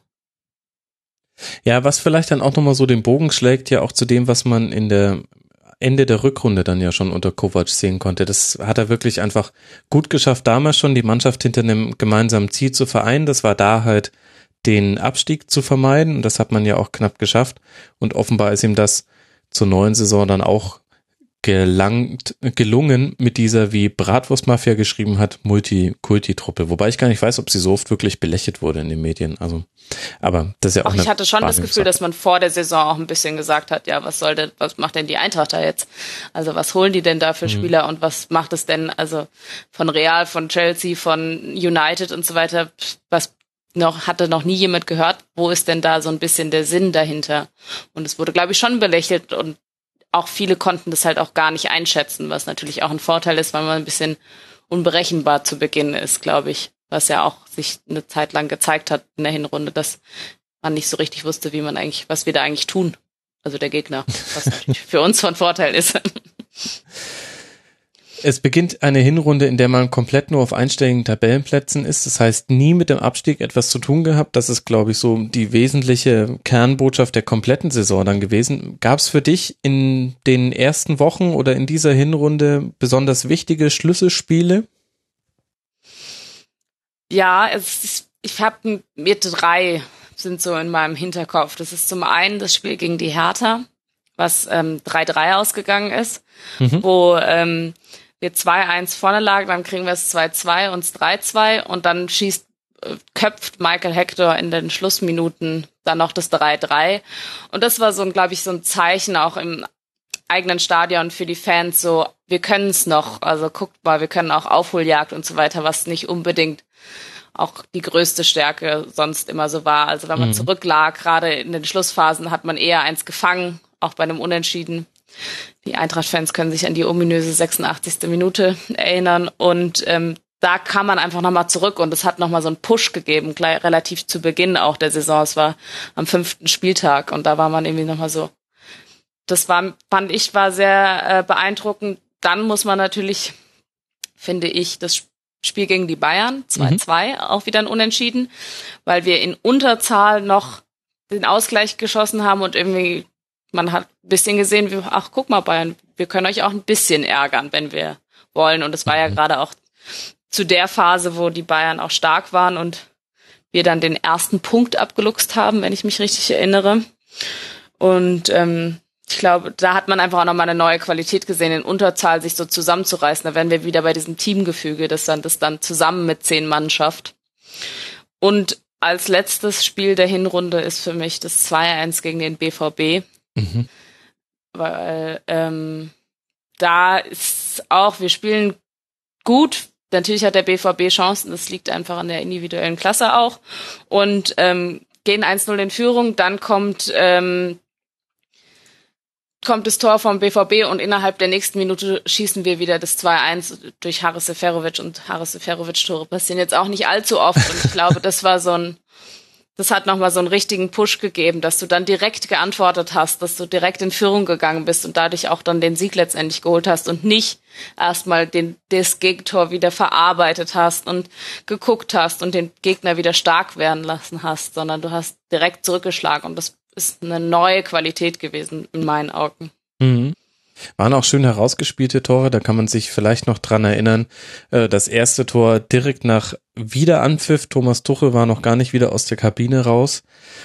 Ja, was vielleicht dann auch nochmal so den Bogen schlägt, ja auch zu dem, was man in der Ende der Rückrunde dann ja schon unter Kovac sehen konnte. Das hat er wirklich einfach gut geschafft, damals schon die Mannschaft hinter einem gemeinsamen Ziel zu vereinen. Das war da halt, den Abstieg zu vermeiden, und das hat man ja auch knapp geschafft, und offenbar ist ihm das zur neuen Saison dann auch gelangt, gelungen mit dieser, wie Bratwurst-Mafia geschrieben hat, Multikulti-Truppe. Wobei ich gar nicht weiß, ob sie so oft wirklich belächelt wurde in den Medien. Also, aber das ist ja auch. Ach, ich hatte schon das Gefühl, dass man vor der Saison auch ein bisschen gesagt hat, ja, was soll denn, was macht denn die Eintracht da jetzt? Also was holen die denn da für Spieler mhm. und was macht es denn, also von Real, von Chelsea, von United und so weiter, was noch, hatte noch nie jemand gehört, wo ist denn da so ein bisschen der Sinn dahinter? Und es wurde, glaube ich, schon belächelt, und auch viele konnten das halt auch gar nicht einschätzen, was natürlich auch ein Vorteil ist, weil man ein bisschen unberechenbar zu Beginn ist, glaube ich, was ja auch sich eine Zeit lang gezeigt hat in der Hinrunde, dass man nicht so richtig wusste, wie man eigentlich, was wir da eigentlich tun. Also der Gegner, was natürlich für uns von Vorteil ist. Es beginnt eine Hinrunde, in der man komplett nur auf einstelligen Tabellenplätzen ist. Das heißt, nie mit dem Abstieg etwas zu tun gehabt. Das ist, glaube ich, so die wesentliche Kernbotschaft der kompletten Saison dann gewesen. Gab es für dich in den ersten Wochen oder in dieser Hinrunde besonders wichtige Schlüsselspiele? Ja, es ist, ich habe mir drei sind so in meinem Hinterkopf. Das ist zum einen das Spiel gegen die Hertha, was ähm, drei drei ausgegangen ist, mhm. wo ähm, wir zwei eins vorne lagen, dann kriegen wir es zwei zwei und drei zwei, und dann schießt, äh, köpft Michael Hector in den Schlussminuten dann noch das drei drei. Und das war so ein, glaube ich, so ein Zeichen auch im eigenen Stadion für die Fans, so, wir können es noch, also guckt mal, wir können auch Aufholjagd und so weiter, was nicht unbedingt auch die größte Stärke sonst immer so war. Also wenn man mhm. zurücklag, gerade in den Schlussphasen, hat man eher eins gefangen, auch bei einem Unentschieden. Die Eintracht-Fans können sich an die ominöse sechsundachtzigste Minute erinnern, und ähm, da kam man einfach nochmal zurück, und es hat nochmal so einen Push gegeben, gleich, relativ zu Beginn auch der Saison. Es war am fünften Spieltag, und da war man irgendwie nochmal so, das war, fand ich, war sehr äh, beeindruckend. Dann muss man natürlich, finde ich, das Spiel gegen die Bayern, zwei zwei, mhm. auch wieder ein Unentschieden, weil wir in Unterzahl noch den Ausgleich geschossen haben und irgendwie man hat ein bisschen gesehen, wie, ach, guck mal, Bayern, wir können euch auch ein bisschen ärgern, wenn wir wollen. Und es war ja gerade auch zu der Phase, wo die Bayern auch stark waren und wir dann den ersten Punkt abgeluchst haben, wenn ich mich richtig erinnere. Und ähm, ich glaube, da hat man einfach auch nochmal eine neue Qualität gesehen, in Unterzahl sich so zusammenzureißen. Da wären wir wieder bei diesem Teamgefüge, das dann, das dann zusammen mit zehn Mann schafft. Und als letztes Spiel der Hinrunde ist für mich das zwei eins gegen den B V B. Mhm. Weil ähm, da ist auch, wir spielen gut. Natürlich hat der B V B Chancen, das liegt einfach an der individuellen Klasse auch. Und ähm, gehen eins null in Führung, dann kommt ähm, kommt das Tor vom B V B und innerhalb der nächsten Minute schießen wir wieder das zwei eins durch Haris Seferovic, und Haris Seferovic-Tore passieren jetzt auch nicht allzu oft, und ich glaube, das war so ein, das hat nochmal so einen richtigen Push gegeben, dass du dann direkt geantwortet hast, dass du direkt in Führung gegangen bist und dadurch auch dann den Sieg letztendlich geholt hast und nicht erstmal den, das Gegentor wieder verarbeitet hast und geguckt hast und den Gegner wieder stark werden lassen hast, sondern du hast direkt zurückgeschlagen, und das ist eine neue Qualität gewesen in meinen Augen. Mhm. Waren auch schön herausgespielte Tore, da kann man sich vielleicht noch dran erinnern. Das erste Tor direkt nach Wiederanpfiff, Thomas Tuchel war noch gar nicht wieder aus der Kabine raus,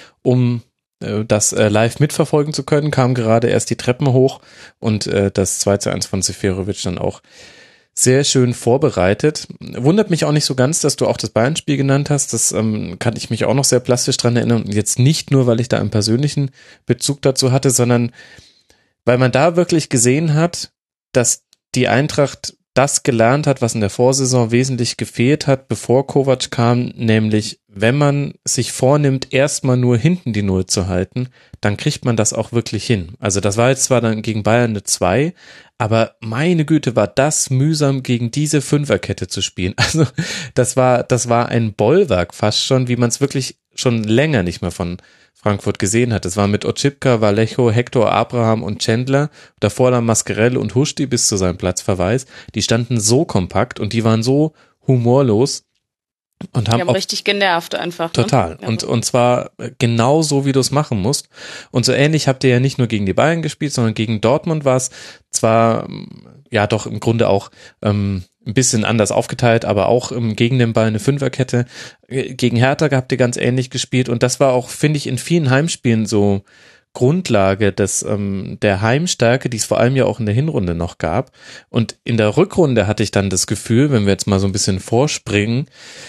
um das live mitverfolgen zu können, kam gerade erst die Treppen hoch, und das zwei zu eins von Seferovic dann auch sehr schön vorbereitet. Wundert mich auch nicht so ganz, dass du auch das Bayern-Spiel genannt hast. Das ähm, kann ich mich auch noch sehr plastisch dran erinnern. Und jetzt nicht nur, weil ich da einen persönlichen Bezug dazu hatte, sondern weil man da wirklich gesehen hat, dass die Eintracht das gelernt hat, was in der Vorsaison wesentlich gefehlt hat, bevor Kovac kam, nämlich wenn man sich vornimmt, erstmal nur hinten die Null zu halten, dann kriegt man das auch wirklich hin. Also das war jetzt zwar dann gegen Bayern eine zwei, aber meine Güte, war das mühsam, gegen diese Fünferkette zu spielen. Also das war, das war ein Bollwerk fast schon, wie man es wirklich schon länger nicht mehr von Frankfurt gesehen hat. Das war mit Oczipka, Vallejo, Hector, Abraham und Chandler, davor dann Mascarell und Huschti bis zu seinem Platzverweis. Die standen so kompakt und die waren so humorlos und haben, die haben auch richtig genervt einfach. Total. Ne? Und, und zwar genau so, wie du es machen musst. Und so ähnlich habt ihr ja nicht nur gegen die Bayern gespielt, sondern gegen Dortmund war es zwar, ja doch im Grunde auch ähm, ein bisschen anders aufgeteilt, aber auch ähm, gegen den Ball eine Fünferkette. Gegen Hertha habt ihr ganz ähnlich gespielt, und das war auch, finde ich, in vielen Heimspielen so Grundlage des, ähm, der Heimstärke, die es vor allem ja auch in der Hinrunde noch gab. Und in der Rückrunde hatte ich dann das Gefühl, wenn wir jetzt mal so ein bisschen vorspringen,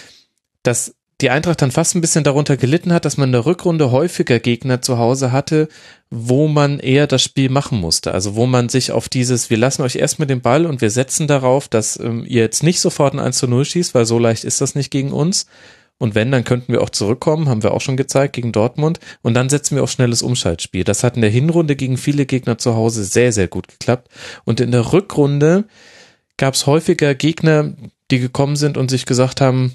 dass die Eintracht dann fast ein bisschen darunter gelitten hat, dass man in der Rückrunde häufiger Gegner zu Hause hatte, wo man eher das Spiel machen musste. Also wo man sich auf dieses, wir lassen euch erstmal den Ball und wir setzen darauf, dass ähm, ihr jetzt nicht sofort ein eins zu null schießt, weil so leicht ist das nicht gegen uns. Und wenn, dann könnten wir auch zurückkommen, haben wir auch schon gezeigt gegen Dortmund. Und dann setzen wir auf schnelles Umschaltspiel. Das hat in der Hinrunde gegen viele Gegner zu Hause sehr, sehr gut geklappt. Und in der Rückrunde gab es häufiger Gegner, die gekommen sind und sich gesagt haben,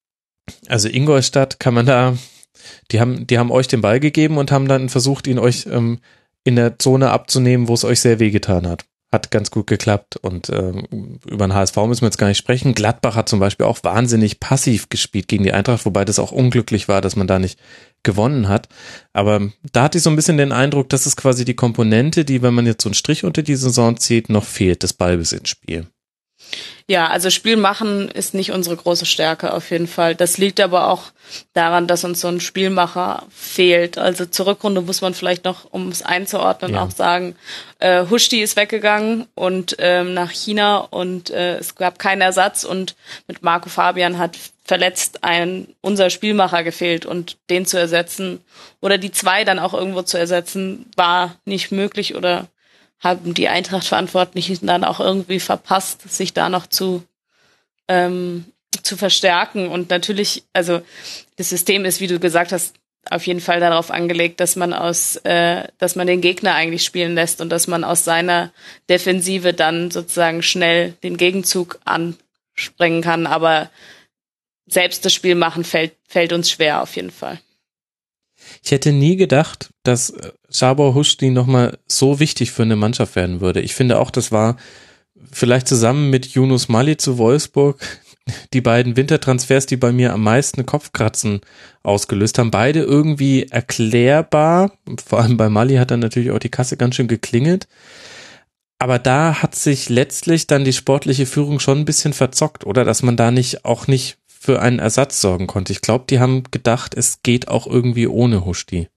also Ingolstadt kann man da, die haben, die haben euch den Ball gegeben und haben dann versucht, ihn euch ähm, in der Zone abzunehmen, wo es euch sehr wehgetan hat. Hat ganz gut geklappt, und ähm, über den H S V müssen wir jetzt gar nicht sprechen. Gladbach hat zum Beispiel auch wahnsinnig passiv gespielt gegen die Eintracht, wobei das auch unglücklich war, dass man da nicht gewonnen hat. Aber da hatte ich so ein bisschen den Eindruck, das ist quasi die Komponente, die, wenn man jetzt so einen Strich unter die Saison zieht, noch fehlt, das Ballbesitzspiel. Ja, also Spiel machen ist nicht unsere große Stärke auf jeden Fall. Das liegt aber auch daran, dass uns so ein Spielmacher fehlt. Also zur Rückrunde muss man vielleicht noch, um es einzuordnen, ja. auch sagen, äh, Huschti ist weggegangen und ähm, nach China, und äh, es gab keinen Ersatz, und mit Marco Fabian hat verletzt ein unser Spielmacher gefehlt, und den zu ersetzen oder die zwei dann auch irgendwo zu ersetzen, war nicht möglich, oder haben die Eintracht-Verantwortlichen dann auch irgendwie verpasst, sich da noch zu ähm, zu verstärken. Und natürlich, also das System ist, wie du gesagt hast, auf jeden Fall darauf angelegt, dass man aus, äh, dass man den Gegner eigentlich spielen lässt und dass man aus seiner Defensive dann sozusagen schnell den Gegenzug anspringen kann. Aber selbst das Spiel machen fällt fällt uns schwer auf jeden Fall. Ich hätte nie gedacht, dass Sabor Huschti nochmal so wichtig für eine Mannschaft werden würde. Ich finde auch, das war vielleicht zusammen mit Yunus Mali zu Wolfsburg die beiden Wintertransfers, die bei mir am meisten Kopfkratzen ausgelöst haben. Beide irgendwie erklärbar. Vor allem bei Mali hat dann natürlich auch die Kasse ganz schön geklingelt. Aber da hat sich letztlich dann die sportliche Führung schon ein bisschen verzockt, oder? Dass man da nicht auch nicht für einen Ersatz sorgen konnte. Ich glaube, die haben gedacht, es geht auch irgendwie ohne Huschti.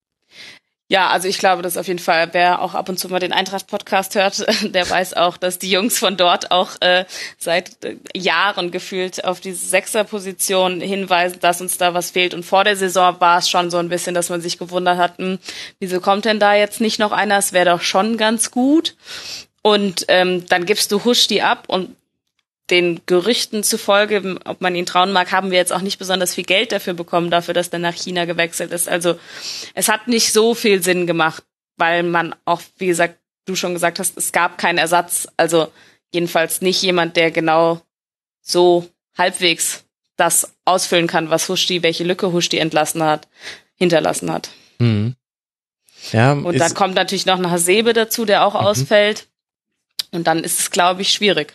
Ja, also ich glaube, dass auf jeden Fall, wer auch ab und zu mal den Eintracht-Podcast hört, der weiß auch, dass die Jungs von dort auch äh, seit äh, Jahren gefühlt auf diese Sechserposition hinweisen, dass uns da was fehlt. Und vor der Saison war es schon so ein bisschen, dass man sich gewundert hat, hm, wieso kommt denn da jetzt nicht noch einer? Es wäre doch schon ganz gut. Und ähm, dann gibst du Huschti ab und den Gerüchten zufolge, ob man ihn trauen mag, haben wir jetzt auch nicht besonders viel Geld dafür bekommen, dafür, dass der nach China gewechselt ist. Also es hat nicht so viel Sinn gemacht, weil man auch, wie gesagt, du schon gesagt hast, es gab keinen Ersatz. Also jedenfalls nicht jemand, der genau so halbwegs das ausfüllen kann, was Huschti, welche Lücke Huschti entlassen hat, hinterlassen hat. Mhm. Ja, und dann kommt natürlich noch ein Hasebe dazu, der auch mhm. ausfällt. Und dann ist es, glaube ich, schwierig.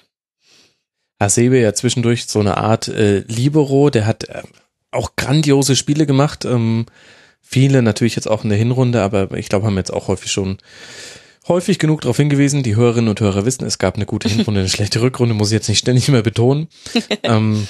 Hasebe ja zwischendurch so eine Art äh, Libero, der hat äh, auch grandiose Spiele gemacht, ähm, viele natürlich jetzt auch in der Hinrunde, aber ich glaube, haben jetzt auch häufig schon häufig genug darauf hingewiesen, die Hörerinnen und Hörer wissen, es gab eine gute Hinrunde, eine schlechte Rückrunde, muss ich jetzt nicht ständig mehr betonen. ähm,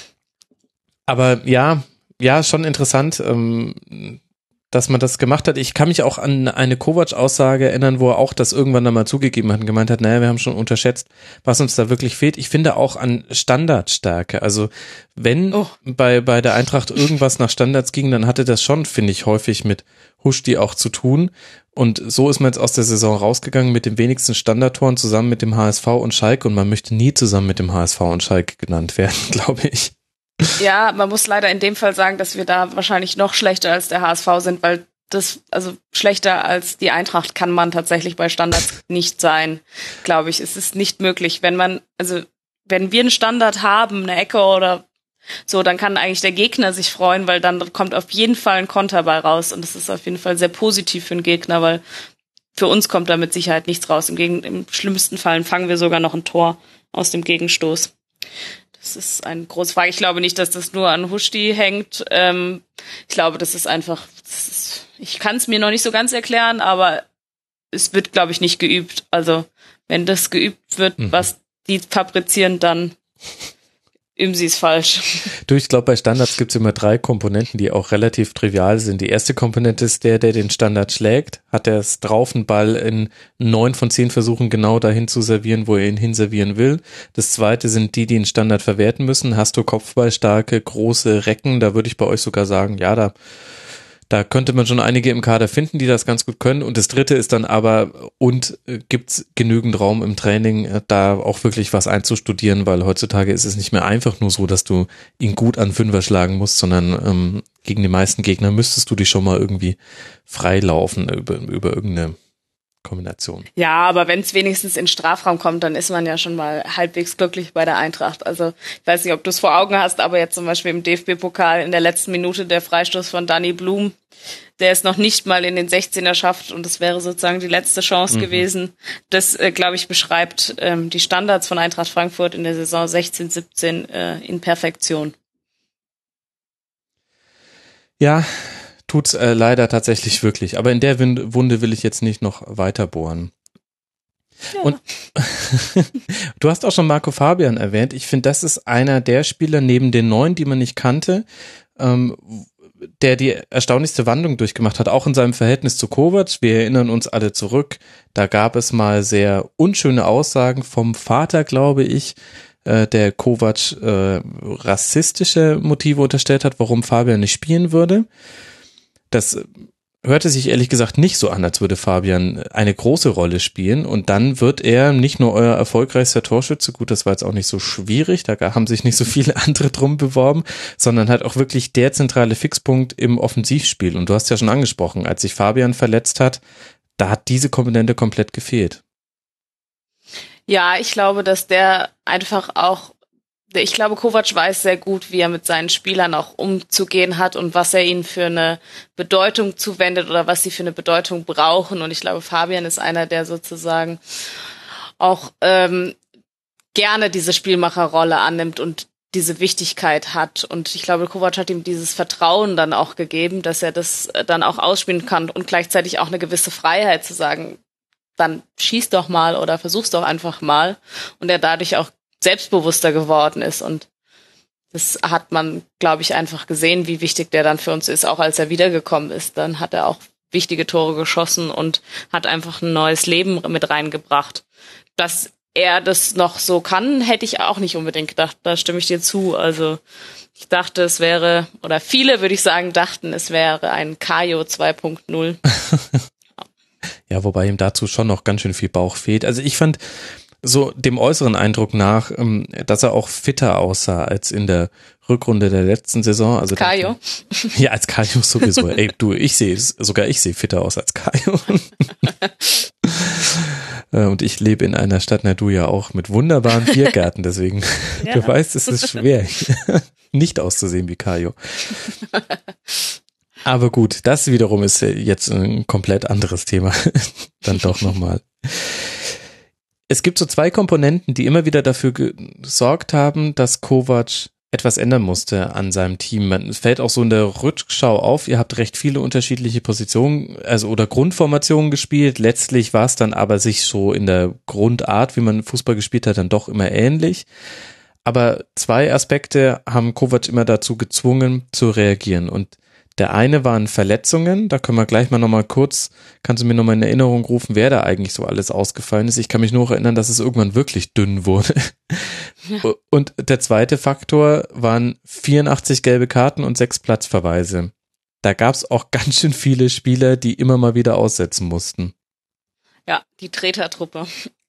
aber ja, ja, schon interessant, ähm, dass man das gemacht hat. Ich kann mich auch an eine Kovac-Aussage erinnern, wo er auch das irgendwann dann mal zugegeben hat und gemeint hat, naja, wir haben schon unterschätzt, was uns da wirklich fehlt. Ich finde auch an Standardstärke. Also wenn oh. bei bei der Eintracht irgendwas nach Standards ging, dann hatte das schon, finde ich, häufig mit Huschti auch zu tun. Und so ist man jetzt aus der Saison rausgegangen mit den wenigsten Standardtoren zusammen mit dem H S V und Schalke. Und man möchte nie zusammen mit dem H S V und Schalke genannt werden, glaube ich. Ja, man muss leider in dem Fall sagen, dass wir da wahrscheinlich noch schlechter als der H S V sind, weil das, also schlechter als die Eintracht kann man tatsächlich bei Standards nicht sein, glaube ich. Es ist nicht möglich. Wenn man, also wenn wir einen Standard haben, eine Ecke oder so, dann kann eigentlich der Gegner sich freuen, weil dann kommt auf jeden Fall ein Konter bei raus und das ist auf jeden Fall sehr positiv für den Gegner, weil für uns kommt da mit Sicherheit nichts raus. Im, Gegen- im schlimmsten Fall fangen wir sogar noch ein Tor aus dem Gegenstoß. Das ist eine große Frage. Ich glaube nicht, dass das nur an Huschti hängt. Ähm, ich glaube, das ist einfach, das ist, ich kann es mir noch nicht so ganz erklären, aber es wird, glaube ich, nicht geübt. Also wenn das geübt wird, mhm. was die fabrizieren, dann üben sie es falsch. Du, ich glaube, bei Standards gibt es immer drei Komponenten, die auch relativ trivial sind. Die erste Komponente ist der, der den Standard schlägt. Hat er es drauf, einen Ball in neun von zehn Versuchen genau dahin zu servieren, wo er ihn hinservieren will. Das zweite sind die, die den Standard verwerten müssen. Hast du kopfballstarke, große Recken? Da würde ich bei euch sogar sagen, ja, da Da könnte man schon einige im Kader finden, die das ganz gut können. Und das dritte ist dann aber, und äh, gibt's genügend Raum im Training, äh, da auch wirklich was einzustudieren, weil heutzutage ist es nicht mehr einfach nur so, dass du ihn gut an Fünfer schlagen musst, sondern ähm, gegen die meisten Gegner müsstest du dich schon mal irgendwie freilaufen über, über irgendeine Kombination. Ja, aber wenn es wenigstens in den Strafraum kommt, dann ist man ja schon mal halbwegs glücklich bei der Eintracht. Also ich weiß nicht, ob du es vor Augen hast, aber jetzt zum Beispiel im D F B-Pokal in der letzten Minute der Freistoß von Dani Blum, der es noch nicht mal in den sechzehner schafft und das wäre sozusagen die letzte Chance mhm. gewesen. Das, äh, glaube ich, beschreibt ähm, die Standards von Eintracht Frankfurt in der Saison sechzehn siebzehn äh, in Perfektion. Ja, tut's äh, leider tatsächlich wirklich. Aber in der Wunde will ich jetzt nicht noch weiter bohren. Ja. Und du hast auch schon Marco Fabian erwähnt. Ich finde, das ist einer der Spieler neben den neun, die man nicht kannte, ähm, der die erstaunlichste Wandlung durchgemacht hat, auch in seinem Verhältnis zu Kovac. Wir erinnern uns alle zurück. Da gab es mal sehr unschöne Aussagen vom Vater, glaube ich, äh, der Kovac äh, rassistische Motive unterstellt hat, warum Fabian nicht spielen würde. Das hörte sich ehrlich gesagt nicht so an, als würde Fabian eine große Rolle spielen und dann wird er nicht nur euer erfolgreichster Torschütze, gut, das war jetzt auch nicht so schwierig, da haben sich nicht so viele andere drum beworben, sondern halt auch wirklich der zentrale Fixpunkt im Offensivspiel und du hast ja schon angesprochen, als sich Fabian verletzt hat, da hat diese Komponente komplett gefehlt. Ja, ich glaube, dass der einfach auch Ich glaube, Kovac weiß sehr gut, wie er mit seinen Spielern auch umzugehen hat und was er ihnen für eine Bedeutung zuwendet oder was sie für eine Bedeutung brauchen. Und ich glaube, Fabian ist einer, der sozusagen auch ähm, gerne diese Spielmacherrolle annimmt und diese Wichtigkeit hat. Und ich glaube, Kovac hat ihm dieses Vertrauen dann auch gegeben, dass er das dann auch ausspielen kann und gleichzeitig auch eine gewisse Freiheit zu sagen, dann schieß doch mal oder versuch's doch einfach mal. Und er dadurch auch selbstbewusster geworden ist. Und das hat man, glaube ich, einfach gesehen, wie wichtig der dann für uns ist, auch als er wiedergekommen ist. Dann hat er auch wichtige Tore geschossen und hat einfach ein neues Leben mit reingebracht. Dass er das noch so kann, hätte ich auch nicht unbedingt gedacht. Da stimme ich dir zu. Also ich dachte, es wäre, oder viele, würde ich sagen, dachten, es wäre ein Kajo zwei Punkt null. Ja, wobei ihm dazu schon noch ganz schön viel Bauch fehlt. Also ich fand so dem äußeren Eindruck nach, dass er auch fitter aussah als in der Rückrunde der letzten Saison. Also Kajo? Ja, als Kajo sowieso. Ey, du, ich sehe, sogar ich sehe fitter aus als Kajo. Und ich lebe in einer Stadt, na du ja auch, mit wunderbaren Biergärten, deswegen, ja. Du weißt, es ist schwer, nicht auszusehen wie Kajo. Aber gut, das wiederum ist jetzt ein komplett anderes Thema. Dann doch nochmal. Es gibt so zwei Komponenten, die immer wieder dafür gesorgt haben, dass Kovac etwas ändern musste an seinem Team. Man fällt auch so in der Rückschau auf, ihr habt recht viele unterschiedliche Positionen, also oder Grundformationen gespielt. Letztlich war es dann aber sich so in der Grundart, wie man Fußball gespielt hat, dann doch immer ähnlich. Aber zwei Aspekte haben Kovac immer dazu gezwungen, zu reagieren. Und der eine waren Verletzungen, da können wir gleich mal nochmal kurz, kannst du mir nochmal in Erinnerung rufen, wer da eigentlich so alles ausgefallen ist. Ich kann mich nur erinnern, dass es irgendwann wirklich dünn wurde. Ja. Und der zweite Faktor waren vierundachtzig gelbe Karten und sechs Platzverweise. Da gab es auch ganz schön viele Spieler, die immer mal wieder aussetzen mussten. Ja, die Tretertruppe.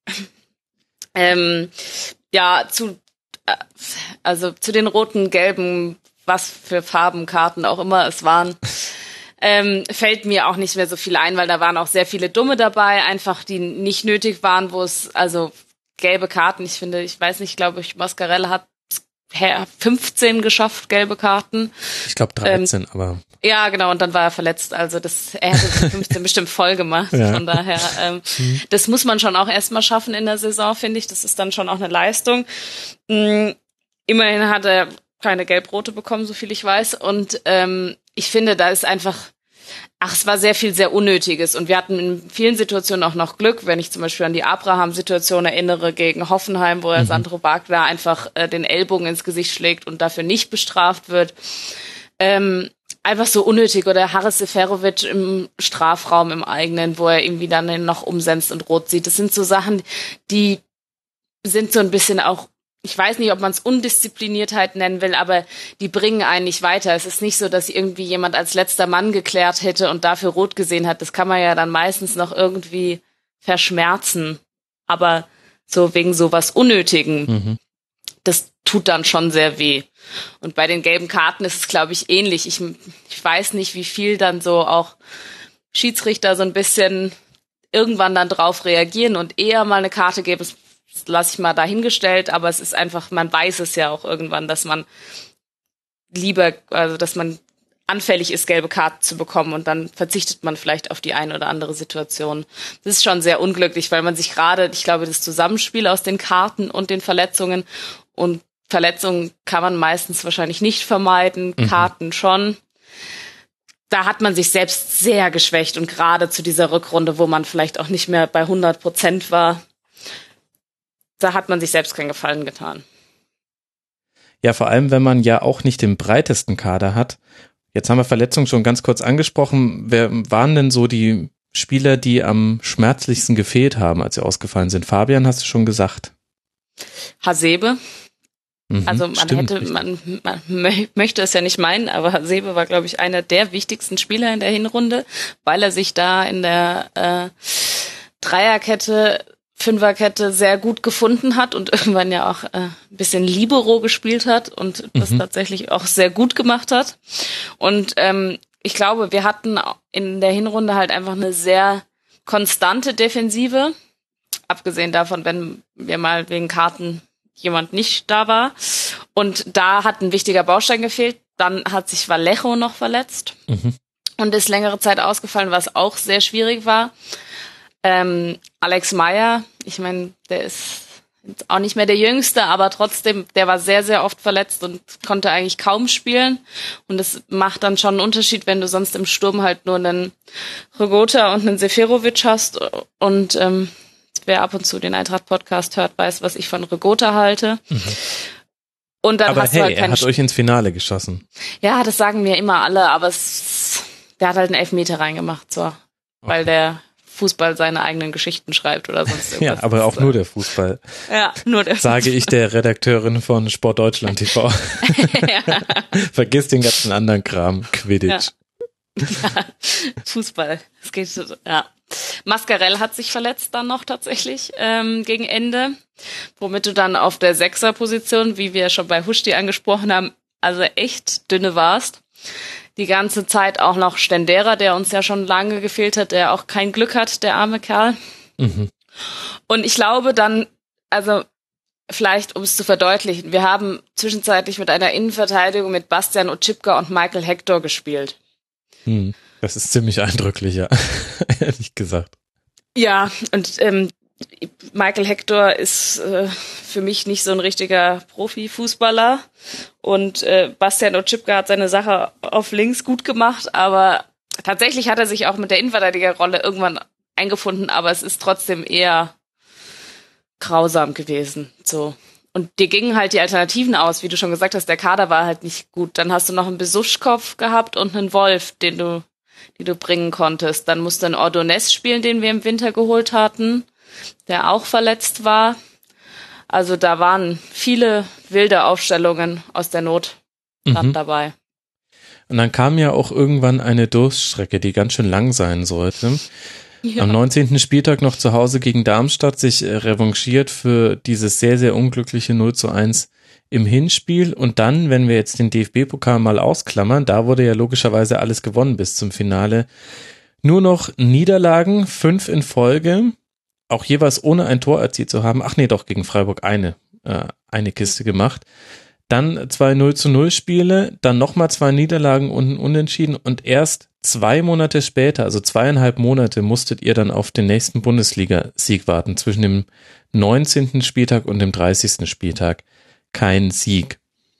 ähm, ja, zu, äh, also zu den roten, gelben, was für Farbenkarten auch immer es waren, ähm, fällt mir auch nicht mehr so viel ein, weil da waren auch sehr viele Dumme dabei, einfach die nicht nötig waren, wo es, also gelbe Karten, ich finde, ich weiß nicht, glaube ich, Mascarell hat fünfzehn geschafft, gelbe Karten. Ich glaube dreizehn, ähm, aber... Ja, genau, und dann war er verletzt, also das, er hätte fünfzehn bestimmt voll gemacht, ja. Von daher, ähm, mhm. das muss man schon auch erstmal schaffen in der Saison, finde ich, das ist dann schon auch eine Leistung. Mhm. Immerhin hat er keine Gelb-Rote bekommen, so viel ich weiß. Und ähm, ich finde, da ist einfach, ach, es war sehr viel sehr Unnötiges. Und wir hatten in vielen Situationen auch noch Glück, wenn ich zum Beispiel an die Abraham-Situation erinnere gegen Hoffenheim, wo er mhm. Sandro Wagner einfach äh, den Ellbogen ins Gesicht schlägt und dafür nicht bestraft wird. Ähm, einfach so unnötig. Oder Haris Seferovic im Strafraum im eigenen, wo er irgendwie dann noch umsetzt und rot sieht. Das sind so Sachen, die sind so ein bisschen auch, ich weiß nicht, ob man es Undiszipliniertheit nennen will, aber die bringen einen nicht weiter. Es ist nicht so, dass irgendwie jemand als letzter Mann geklärt hätte und dafür rot gesehen hat. Das kann man ja dann meistens noch irgendwie verschmerzen. Aber so wegen sowas Unnötigen, mhm. das tut dann schon sehr weh. Und bei den gelben Karten ist es, glaube ich, ähnlich. Ich, ich weiß nicht, wie viel dann so auch Schiedsrichter so ein bisschen irgendwann dann drauf reagieren und eher mal eine Karte geben. Das lasse ich mal dahingestellt, aber es ist einfach, man weiß es ja auch irgendwann, dass man lieber, also dass man anfällig ist, gelbe Karten zu bekommen und dann verzichtet man vielleicht auf die eine oder andere Situation. Das ist schon sehr unglücklich, weil man sich gerade, ich glaube, das Zusammenspiel aus den Karten und den Verletzungen und Verletzungen kann man meistens wahrscheinlich nicht vermeiden, mhm. Karten schon. Da hat man sich selbst sehr geschwächt und gerade zu dieser Rückrunde, wo man vielleicht auch nicht mehr bei hundert Prozent war, da hat man sich selbst keinen Gefallen getan. Ja, vor allem, wenn man ja auch nicht den breitesten Kader hat. Jetzt haben wir Verletzungen schon ganz kurz angesprochen. Wer waren denn so die Spieler, die am schmerzlichsten gefehlt haben, als sie ausgefallen sind? Fabian, hast du schon gesagt. Hasebe. Mhm, also man stimmt, hätte, man, man möchte es ja nicht meinen, aber Hasebe war, glaube ich, einer der wichtigsten Spieler in der Hinrunde, weil er sich da in der äh, Dreierkette Fünferkette sehr gut gefunden hat und irgendwann ja auch äh, ein bisschen Libero gespielt hat und das mhm. tatsächlich auch sehr gut gemacht hat. Und ähm, ich glaube, wir hatten in der Hinrunde halt einfach eine sehr konstante Defensive, abgesehen davon, wenn wir mal wegen Karten jemand nicht da war. Und da hat ein wichtiger Baustein gefehlt. Dann hat sich Vallejo noch verletzt mhm. und ist längere Zeit ausgefallen, was auch sehr schwierig war. Ähm, Alex Meyer, ich meine, der ist Jetzt auch nicht mehr der Jüngste, aber trotzdem, der war sehr, sehr oft verletzt und konnte eigentlich kaum spielen. Und das macht dann schon einen Unterschied, wenn du sonst im Sturm halt nur einen Hrgota und einen Seferovic hast. Und ähm, wer ab und zu den Eintracht-Podcast hört, weiß, was ich von Hrgota halte. Mhm. Und dann aber hast hey, du halt er hat euch ins Finale geschossen. Ja, das sagen mir immer alle, aber es, der hat halt einen Elfmeter reingemacht, so, okay. Weil der Fußball seine eigenen Geschichten schreibt oder sonst irgendwas. Ja, aber auch nur der Fußball. Ja, nur der Sage Fußball. ich der Redakteurin von Sport Deutschland T V. Ja. Vergiss den ganzen anderen Kram. Quidditch. Ja. Ja, Fußball. Es geht so, ja. Mascarell hat sich verletzt dann noch tatsächlich ähm, gegen Ende, womit du dann auf der Sechserposition, wie wir schon bei Huschti angesprochen haben, also echt dünne warst. Die ganze Zeit auch noch Stendera, der uns ja schon lange gefehlt hat, der auch kein Glück hat, der arme Kerl. Mhm. Und ich glaube dann, also vielleicht um es zu verdeutlichen, wir haben zwischenzeitlich mit einer Innenverteidigung mit Bastian Oczipka und Michael Hector gespielt. Hm. Das ist ziemlich eindrücklich, ja, ehrlich gesagt. Ja, und ähm, Michael Hector ist äh, für mich nicht so ein richtiger Profifußballer und äh, Bastian Oczipka hat seine Sache auf links gut gemacht, aber tatsächlich hat er sich auch mit der Innenverteidigerrolle irgendwann eingefunden, aber es ist trotzdem eher grausam gewesen, so. Und dir gingen halt die Alternativen aus, wie du schon gesagt hast, der Kader war halt nicht gut. Dann hast du noch einen Besuschkow gehabt und einen Wolf, den du die du bringen konntest. Dann musste ein Ordonez spielen, den wir im Winter geholt hatten, der auch verletzt war. Also da waren viele wilde Aufstellungen aus der Not mhm. dabei. Und dann kam ja auch irgendwann eine Durststrecke, die ganz schön lang sein sollte. Ja. Am neunzehnten Spieltag noch zu Hause gegen Darmstadt sich revanchiert für dieses sehr, sehr unglückliche null zu eins im Hinspiel. Und dann, wenn wir jetzt den D F B-Pokal mal ausklammern, da wurde ja logischerweise alles gewonnen bis zum Finale. Nur noch Niederlagen, fünf in Folge, auch jeweils ohne ein Tor erzielt zu haben. Ach nee, doch, gegen Freiburg eine, äh, eine Kiste gemacht. Dann zwei null zu null Spiele, dann nochmal zwei Niederlagen und ein Unentschieden und erst zwei Monate später, also zweieinhalb Monate, musstet ihr dann auf den nächsten Bundesliga-Sieg warten, zwischen dem neunzehnten Spieltag und dem dreißigsten Spieltag. Kein Sieg.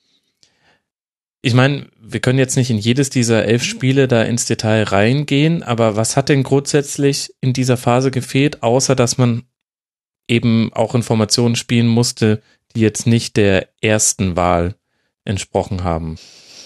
Ich meine, wir können jetzt nicht in jedes dieser elf Spiele da ins Detail reingehen, aber was hat denn grundsätzlich in dieser Phase gefehlt, außer dass man eben auch Informationen spielen musste, die jetzt nicht der ersten Wahl entsprochen haben?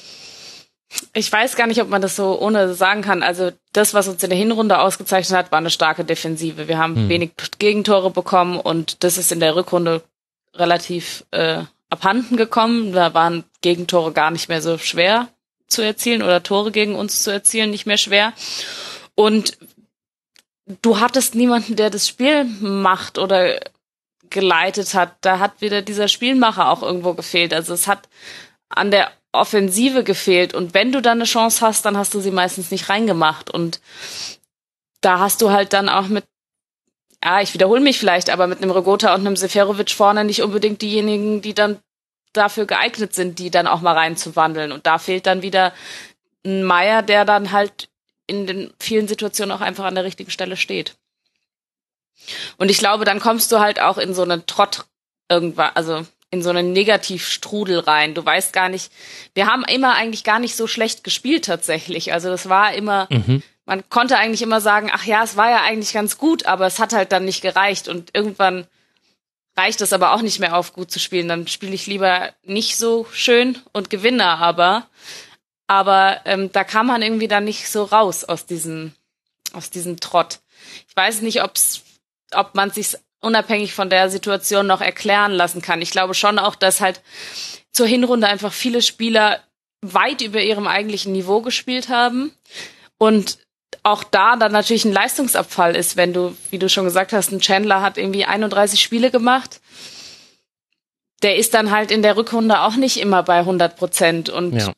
Ich weiß gar nicht, ob man das so ohne sagen kann. Also das, was uns in der Hinrunde ausgezeichnet hat, war eine starke Defensive. Wir haben hm. wenig Gegentore bekommen und das ist in der Rückrunde relativ äh, abhanden gekommen. Da waren Gegentore gar nicht mehr so schwer zu erzielen oder Tore gegen uns zu erzielen nicht mehr schwer. Und du hattest niemanden, der das Spiel macht oder geleitet hat. Da hat wieder dieser Spielmacher auch irgendwo gefehlt. Also es hat an der Offensive gefehlt. Und wenn du dann eine Chance hast, dann hast du sie meistens nicht reingemacht. Und da hast du halt dann auch mit, ja, ich wiederhole mich vielleicht, aber mit einem Hrgota und einem Seferovic vorne nicht unbedingt diejenigen, die dann dafür geeignet sind, die dann auch mal reinzuwandeln. Und da fehlt dann wieder ein Meier, der dann halt in den vielen Situationen auch einfach an der richtigen Stelle steht. Und ich glaube, dann kommst du halt auch in so einen Trott irgendwann, also in so einen Negativstrudel rein. Du weißt gar nicht, wir haben immer eigentlich gar nicht so schlecht gespielt tatsächlich. Also das war immer, mhm. man konnte eigentlich immer sagen, ach ja, es war ja eigentlich ganz gut, aber es hat halt dann nicht gereicht. Und irgendwann reicht es aber auch nicht mehr auf, gut zu spielen. Dann spiele ich lieber nicht so schön und gewinne aber. Aber ähm, da kam man irgendwie dann nicht so raus aus diesem, aus diesem Trott. Ich weiß nicht, ob's, ob man sich unabhängig von der Situation noch erklären lassen kann. Ich glaube schon auch, dass halt zur Hinrunde einfach viele Spieler weit über ihrem eigentlichen Niveau gespielt haben und auch da dann natürlich ein Leistungsabfall ist, wenn du, wie du schon gesagt hast, ein Chandler hat irgendwie einunddreißig Spiele gemacht. Der ist dann halt in der Rückrunde auch nicht immer bei hundert Prozent und ja.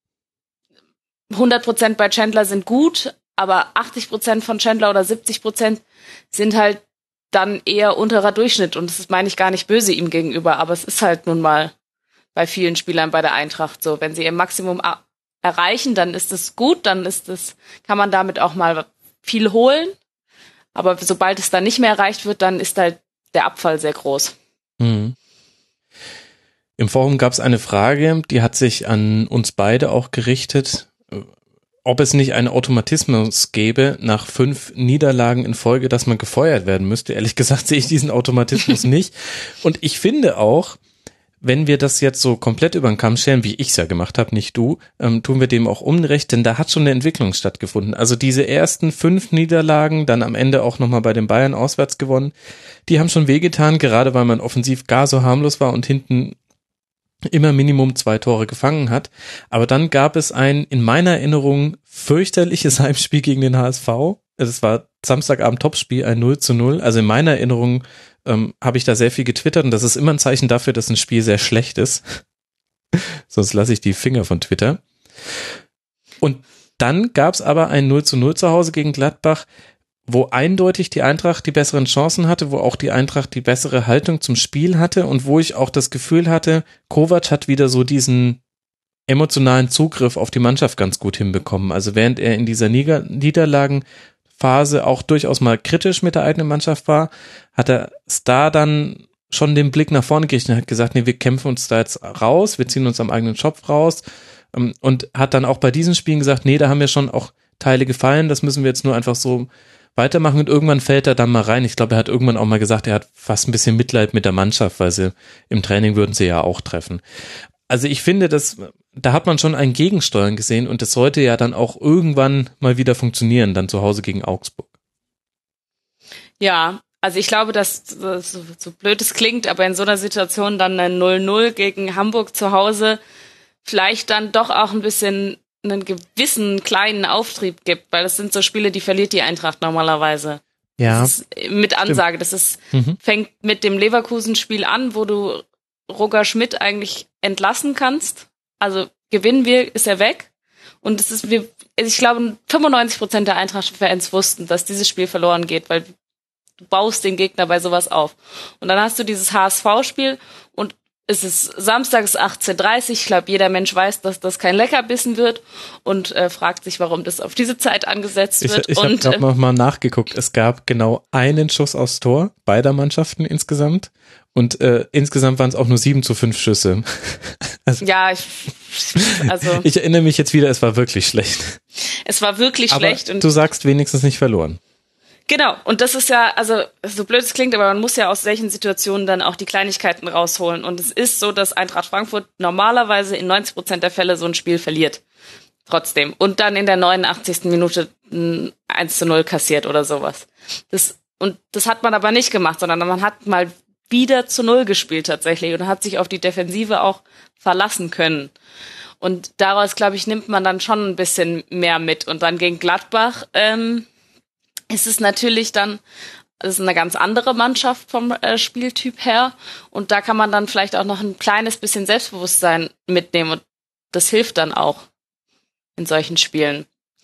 hundert Prozent bei Chandler sind gut, aber achtzig Prozent von Chandler oder siebzig Prozent sind halt dann eher unterer Durchschnitt. Und das meine ich gar nicht böse ihm gegenüber, aber es ist halt nun mal bei vielen Spielern bei der Eintracht so. Wenn sie ihr Maximum a- erreichen, dann ist es gut, dann ist es, kann man damit auch mal viel holen. Aber sobald es dann nicht mehr erreicht wird, dann ist halt der Abfall sehr groß. Mhm. Im Forum gab es eine Frage, die hat sich an uns beide auch gerichtet, ob es nicht einen Automatismus gäbe nach fünf Niederlagen in Folge, dass man gefeuert werden müsste. Ehrlich gesagt sehe ich diesen Automatismus nicht. Und ich finde auch, wenn wir das jetzt so komplett über den Kamm scheren, wie ich es ja gemacht habe, nicht du, ähm, tun wir dem auch Unrecht, denn da hat schon eine Entwicklung stattgefunden. Also diese ersten fünf Niederlagen, dann am Ende auch nochmal bei den Bayern auswärts gewonnen, die haben schon wehgetan, gerade weil man offensiv gar so harmlos war und hinten immer Minimum zwei Tore gefangen hat. Aber dann gab es ein, in meiner Erinnerung, fürchterliches Heimspiel gegen den H S V. Es war Samstagabend Topspiel, ein null zu null. Also in meiner Erinnerung ähm, habe ich da sehr viel getwittert und das ist immer ein Zeichen dafür, dass ein Spiel sehr schlecht ist. Sonst lasse ich die Finger von Twitter. Und dann gab es aber ein null zu null zu Hause gegen Gladbach, wo eindeutig die Eintracht die besseren Chancen hatte, wo auch die Eintracht die bessere Haltung zum Spiel hatte und wo ich auch das Gefühl hatte, Kovac hat wieder so diesen emotionalen Zugriff auf die Mannschaft ganz gut hinbekommen. Also während er in dieser Nieder- Niederlagenphase auch durchaus mal kritisch mit der eigenen Mannschaft war, hat er da dann schon den Blick nach vorne gerichtet und hat gesagt, nee, wir kämpfen uns da jetzt raus, wir ziehen uns am eigenen Schopf raus und hat dann auch bei diesen Spielen gesagt, nee, da haben mir schon auch Teile gefallen, das müssen wir jetzt nur einfach so weitermachen und irgendwann fällt er dann mal rein. Ich glaube, er hat irgendwann auch mal gesagt, er hat fast ein bisschen Mitleid mit der Mannschaft, weil sie im Training würden sie ja auch treffen. Also ich finde, dass da hat man schon ein Gegensteuern gesehen und das sollte ja dann auch irgendwann mal wieder funktionieren, dann zu Hause gegen Augsburg. Ja, also ich glaube, dass so, so blöd es klingt, aber in so einer Situation dann ein null null gegen Hamburg zu Hause vielleicht dann doch auch ein bisschen einen gewissen kleinen Auftrieb gibt, weil das sind so Spiele, die verliert die Eintracht normalerweise. Ja. Das ist mit Ansage. Das ist, mhm. fängt mit dem Leverkusen-Spiel an, wo du Roger Schmidt eigentlich entlassen kannst. Also gewinnen wir, ist er weg. Und es ist, wir, ich glaube, fünfundneunzig Prozent der Eintracht-Fans wussten, dass dieses Spiel verloren geht, weil du baust den Gegner bei sowas auf. Und dann hast du dieses H S V-Spiel und es ist samstags achtzehn Uhr dreißig. Ich glaube, jeder Mensch weiß, dass das kein Leckerbissen wird und äh, fragt sich, warum das auf diese Zeit angesetzt wird. Ich, ich habe gerade äh, mal nachgeguckt. Es gab genau einen Schuss aufs Tor beider Mannschaften insgesamt und äh, insgesamt waren es auch nur sieben zu fünf Schüsse. Also, ja, ich, also ich erinnere mich jetzt wieder, es war wirklich schlecht. Es war wirklich aber schlecht. Und du sagst wenigstens nicht verloren. Genau, und das ist ja, also so blöd es klingt, aber man muss ja aus solchen Situationen dann auch die Kleinigkeiten rausholen. Und es ist so, dass Eintracht Frankfurt normalerweise in neunzig Prozent der Fälle so ein Spiel verliert. Trotzdem. Und dann in der neunundachtzigsten Minute eins zu null kassiert oder sowas. Das, und das hat man aber nicht gemacht, sondern man hat mal wieder zu null gespielt tatsächlich und hat sich auf die Defensive auch verlassen können. Und daraus, glaube ich, nimmt man dann schon ein bisschen mehr mit. Und dann gegen Gladbach, ähm, ist es natürlich dann, das ist eine ganz andere Mannschaft vom äh, Spieltyp her und da kann man dann vielleicht auch noch ein kleines bisschen Selbstbewusstsein mitnehmen und das hilft dann auch in solchen Spielen.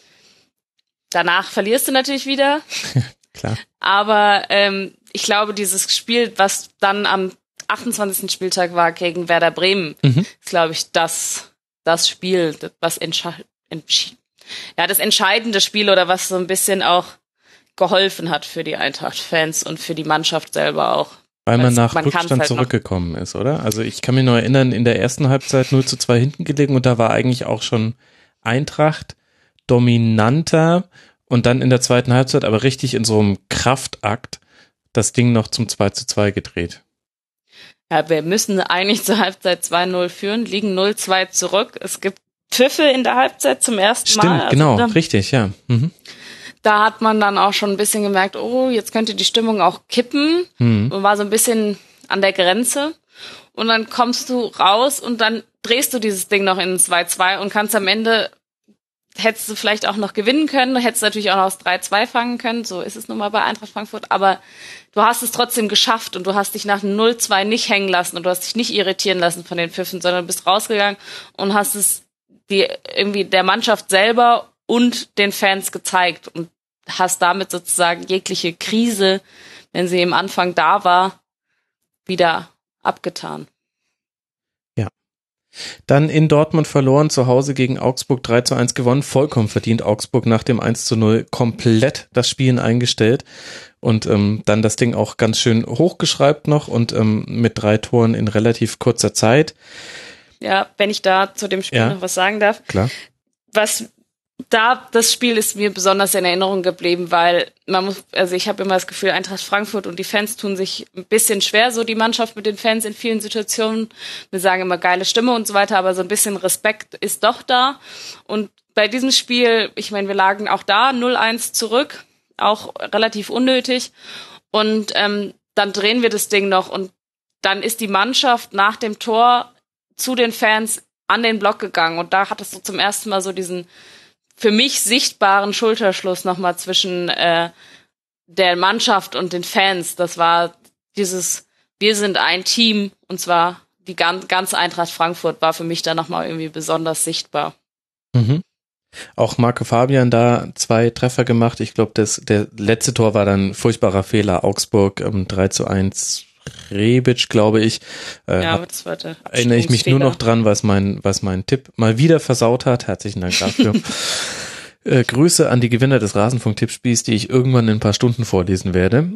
Danach verlierst du natürlich wieder, klar. Aber ähm, ich glaube, dieses Spiel, was dann am achtundzwanzigsten Spieltag war gegen Werder Bremen, mhm. ist, glaube ich, das, das Spiel, was entschieden, entschi- ja, das entscheidende Spiel oder was so ein bisschen auch geholfen hat für die Eintracht-Fans und für die Mannschaft selber auch. Weil man nach man Rückstand halt zurückgekommen ist, oder? Also ich kann mich nur erinnern, in der ersten Halbzeit null zu zwei hinten gelegen und da war eigentlich auch schon Eintracht dominanter und dann in der zweiten Halbzeit aber richtig in so einem Kraftakt das Ding noch zum zwei zu zwei gedreht. Ja, wir müssen eigentlich zur Halbzeit zwei null führen, liegen null zwei zurück. Es gibt Pfiffe in der Halbzeit zum ersten Stimmt, Mal. Stimmt, genau, also, richtig, ja. Mhm. Da hat man dann auch schon ein bisschen gemerkt, oh, jetzt könnte die Stimmung auch kippen. Mhm. Und war so ein bisschen an der Grenze. Und dann kommst du raus und dann drehst du dieses Ding noch in zwei zwei und kannst am Ende, hättest du vielleicht auch noch gewinnen können, hättest natürlich auch noch aus drei zwei fangen können. So ist es nun mal bei Eintracht Frankfurt. Aber du hast es trotzdem geschafft und du hast dich nach null zwei nicht hängen lassen und du hast dich nicht irritieren lassen von den Pfiffen, sondern bist rausgegangen und hast es die, irgendwie der Mannschaft selber und den Fans gezeigt und hast damit sozusagen jegliche Krise, wenn sie im Anfang da war, wieder abgetan. Ja. Dann in Dortmund verloren, zu Hause gegen Augsburg drei zu eins gewonnen, vollkommen verdient. Augsburg nach dem eins zu null komplett das Spielen eingestellt und ähm, dann das Ding auch ganz schön hochgeschreibt noch und ähm, mit drei Toren in relativ kurzer Zeit. Ja, wenn ich da zu dem Spiel ja, noch was sagen darf. Klar. Was da, das Spiel ist mir besonders in Erinnerung geblieben, weil man muss, also ich habe immer das Gefühl, Eintracht Frankfurt und die Fans tun sich ein bisschen schwer, so die Mannschaft mit den Fans in vielen Situationen. Wir sagen immer geile Stimme und so weiter, aber so ein bisschen Respekt ist doch da. Und bei diesem Spiel, ich meine, wir lagen auch da null eins zurück, auch relativ unnötig. Und ähm, dann drehen wir das Ding noch und dann ist die Mannschaft nach dem Tor zu den Fans an den Block gegangen. Und da hat es so zum ersten Mal so diesen für mich sichtbaren Schulterschluss nochmal zwischen äh, der Mannschaft und den Fans. Das war dieses, wir sind ein Team, und zwar die ganz, ganz Eintracht Frankfurt war für mich da nochmal irgendwie besonders sichtbar. Mhm. Auch Marco Fabian da zwei Treffer gemacht. Ich glaube, das der letzte Tor war dann ein furchtbarer Fehler. Augsburg ähm, drei zu eins. Rebic, glaube ich. Äh, ja, aber das war der erinnere ich mich nur noch dran, was mein, was mein Tipp mal wieder versaut hat. Herzlichen Dank dafür. äh, Grüße an die Gewinner des Rasenfunk-Tippspiels, die ich irgendwann in ein paar Stunden vorlesen werde.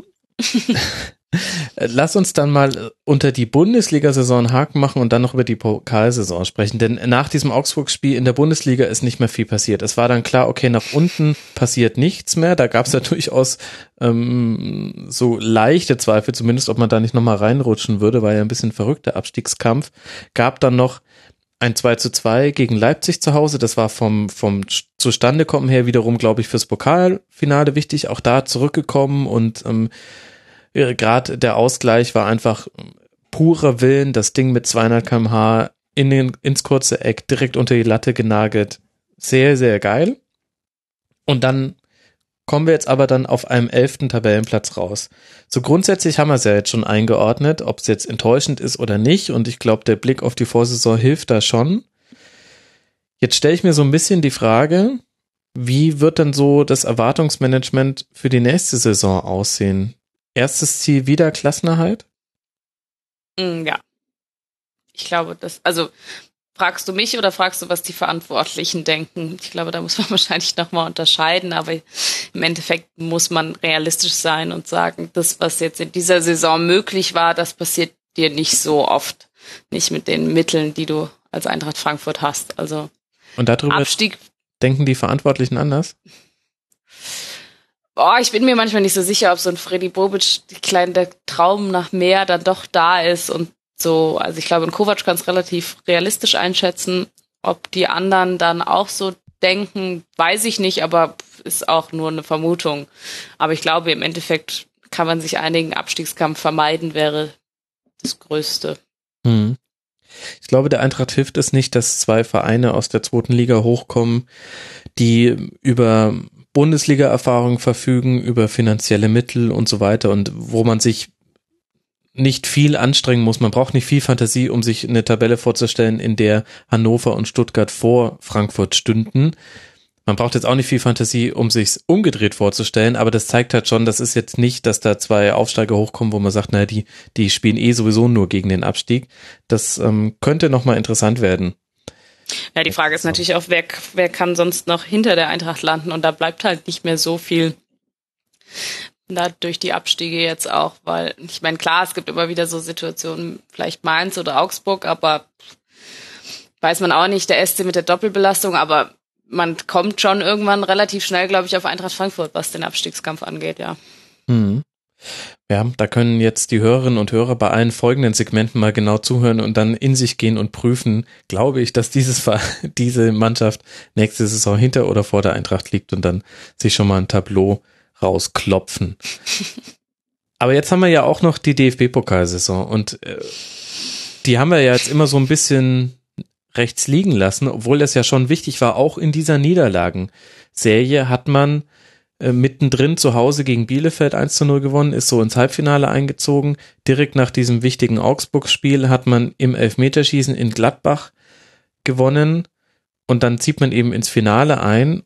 Lass uns dann mal unter die Bundesliga-Saison einen Haken machen und dann noch über die Pokalsaison sprechen, denn nach diesem Augsburg-Spiel in der Bundesliga ist nicht mehr viel passiert. Es war dann klar, okay, nach unten passiert nichts mehr, da gab es ja durchaus ähm, so leichte Zweifel, zumindest ob man da nicht nochmal reinrutschen würde, war ja ein bisschen verrückter Abstiegskampf. Gab dann noch ein zwei zu zwei gegen Leipzig zu Hause, das war vom vom Zustandekommen her wiederum, glaube ich, fürs Pokalfinale wichtig, auch da zurückgekommen und ähm, gerade der Ausgleich war einfach purer Willen, das Ding mit zweihundert Kilometer pro Stunde in den, ins kurze Eck, direkt unter die Latte genagelt. Sehr, sehr geil. Und dann kommen wir jetzt aber dann auf einem elften Tabellenplatz raus. So grundsätzlich haben wir es ja jetzt schon eingeordnet, ob es jetzt enttäuschend ist oder nicht. Und ich glaube, der Blick auf die Vorsaison hilft da schon. Jetzt stelle ich mir so ein bisschen die Frage, wie wird dann so das Erwartungsmanagement für die nächste Saison aussehen? Erstes Ziel wieder Klassenerhalt? Ja. Ich glaube, das, also fragst du mich oder fragst du, was die Verantwortlichen denken? Ich glaube, da muss man wahrscheinlich nochmal unterscheiden, aber im Endeffekt muss man realistisch sein und sagen, das, was jetzt in dieser Saison möglich war, das passiert dir nicht so oft. Nicht mit den Mitteln, die du als Eintracht Frankfurt hast. Also und darüber Abstieg denken die Verantwortlichen anders? Oh, ich bin mir manchmal nicht so sicher, ob so ein Freddy Bobic, die kleine der Traum nach mehr, dann doch da ist und so. Also ich glaube, ein Kovac kann es relativ realistisch einschätzen. Ob die anderen dann auch so denken, weiß ich nicht, aber ist auch nur eine Vermutung. Aber ich glaube, im Endeffekt kann man sich einigen Abstiegskampf vermeiden, wäre das Größte. Hm. Ich glaube, der Eintracht hilft es nicht, dass zwei Vereine aus der zweiten Liga hochkommen, die über Bundesliga-Erfahrung verfügen, über finanzielle Mittel und so weiter und wo man sich nicht viel anstrengen muss. Man braucht nicht viel Fantasie, um sich eine Tabelle vorzustellen, in der Hannover und Stuttgart vor Frankfurt stünden. Man braucht jetzt auch nicht viel Fantasie, um sich's umgedreht vorzustellen, aber das zeigt halt schon, das ist jetzt nicht, dass da zwei Aufsteiger hochkommen, wo man sagt, naja, die, die spielen eh sowieso nur gegen den Abstieg. Das ähm, könnte nochmal interessant werden. Ja, die Frage ist natürlich auch, wer, wer kann sonst noch hinter der Eintracht landen und da bleibt halt nicht mehr so viel da durch die Abstiege jetzt auch, weil ich meine, klar, es gibt immer wieder so Situationen, vielleicht Mainz oder Augsburg, aber weiß man auch nicht, der S C mit der Doppelbelastung, aber man kommt schon irgendwann relativ schnell, glaube ich, auf Eintracht Frankfurt, was den Abstiegskampf angeht, ja. Mhm. Ja, da können jetzt die Hörerinnen und Hörer bei allen folgenden Segmenten mal genau zuhören und dann in sich gehen und prüfen, glaube ich, dass dieses diese Mannschaft nächste Saison hinter oder vor der Eintracht liegt und dann sich schon mal ein Tableau rausklopfen. Aber jetzt haben wir ja auch noch die D F B-Pokalsaison und äh, die haben wir ja jetzt immer so ein bisschen rechts liegen lassen, obwohl das ja schon wichtig war, auch in dieser Niederlagenserie hat man äh, mittendrin zu Hause gegen Bielefeld eins zu null gewonnen, ist so ins Halbfinale eingezogen. Direkt nach diesem wichtigen Augsburg-Spiel hat man im Elfmeterschießen in Gladbach gewonnen und dann zieht man eben ins Finale ein.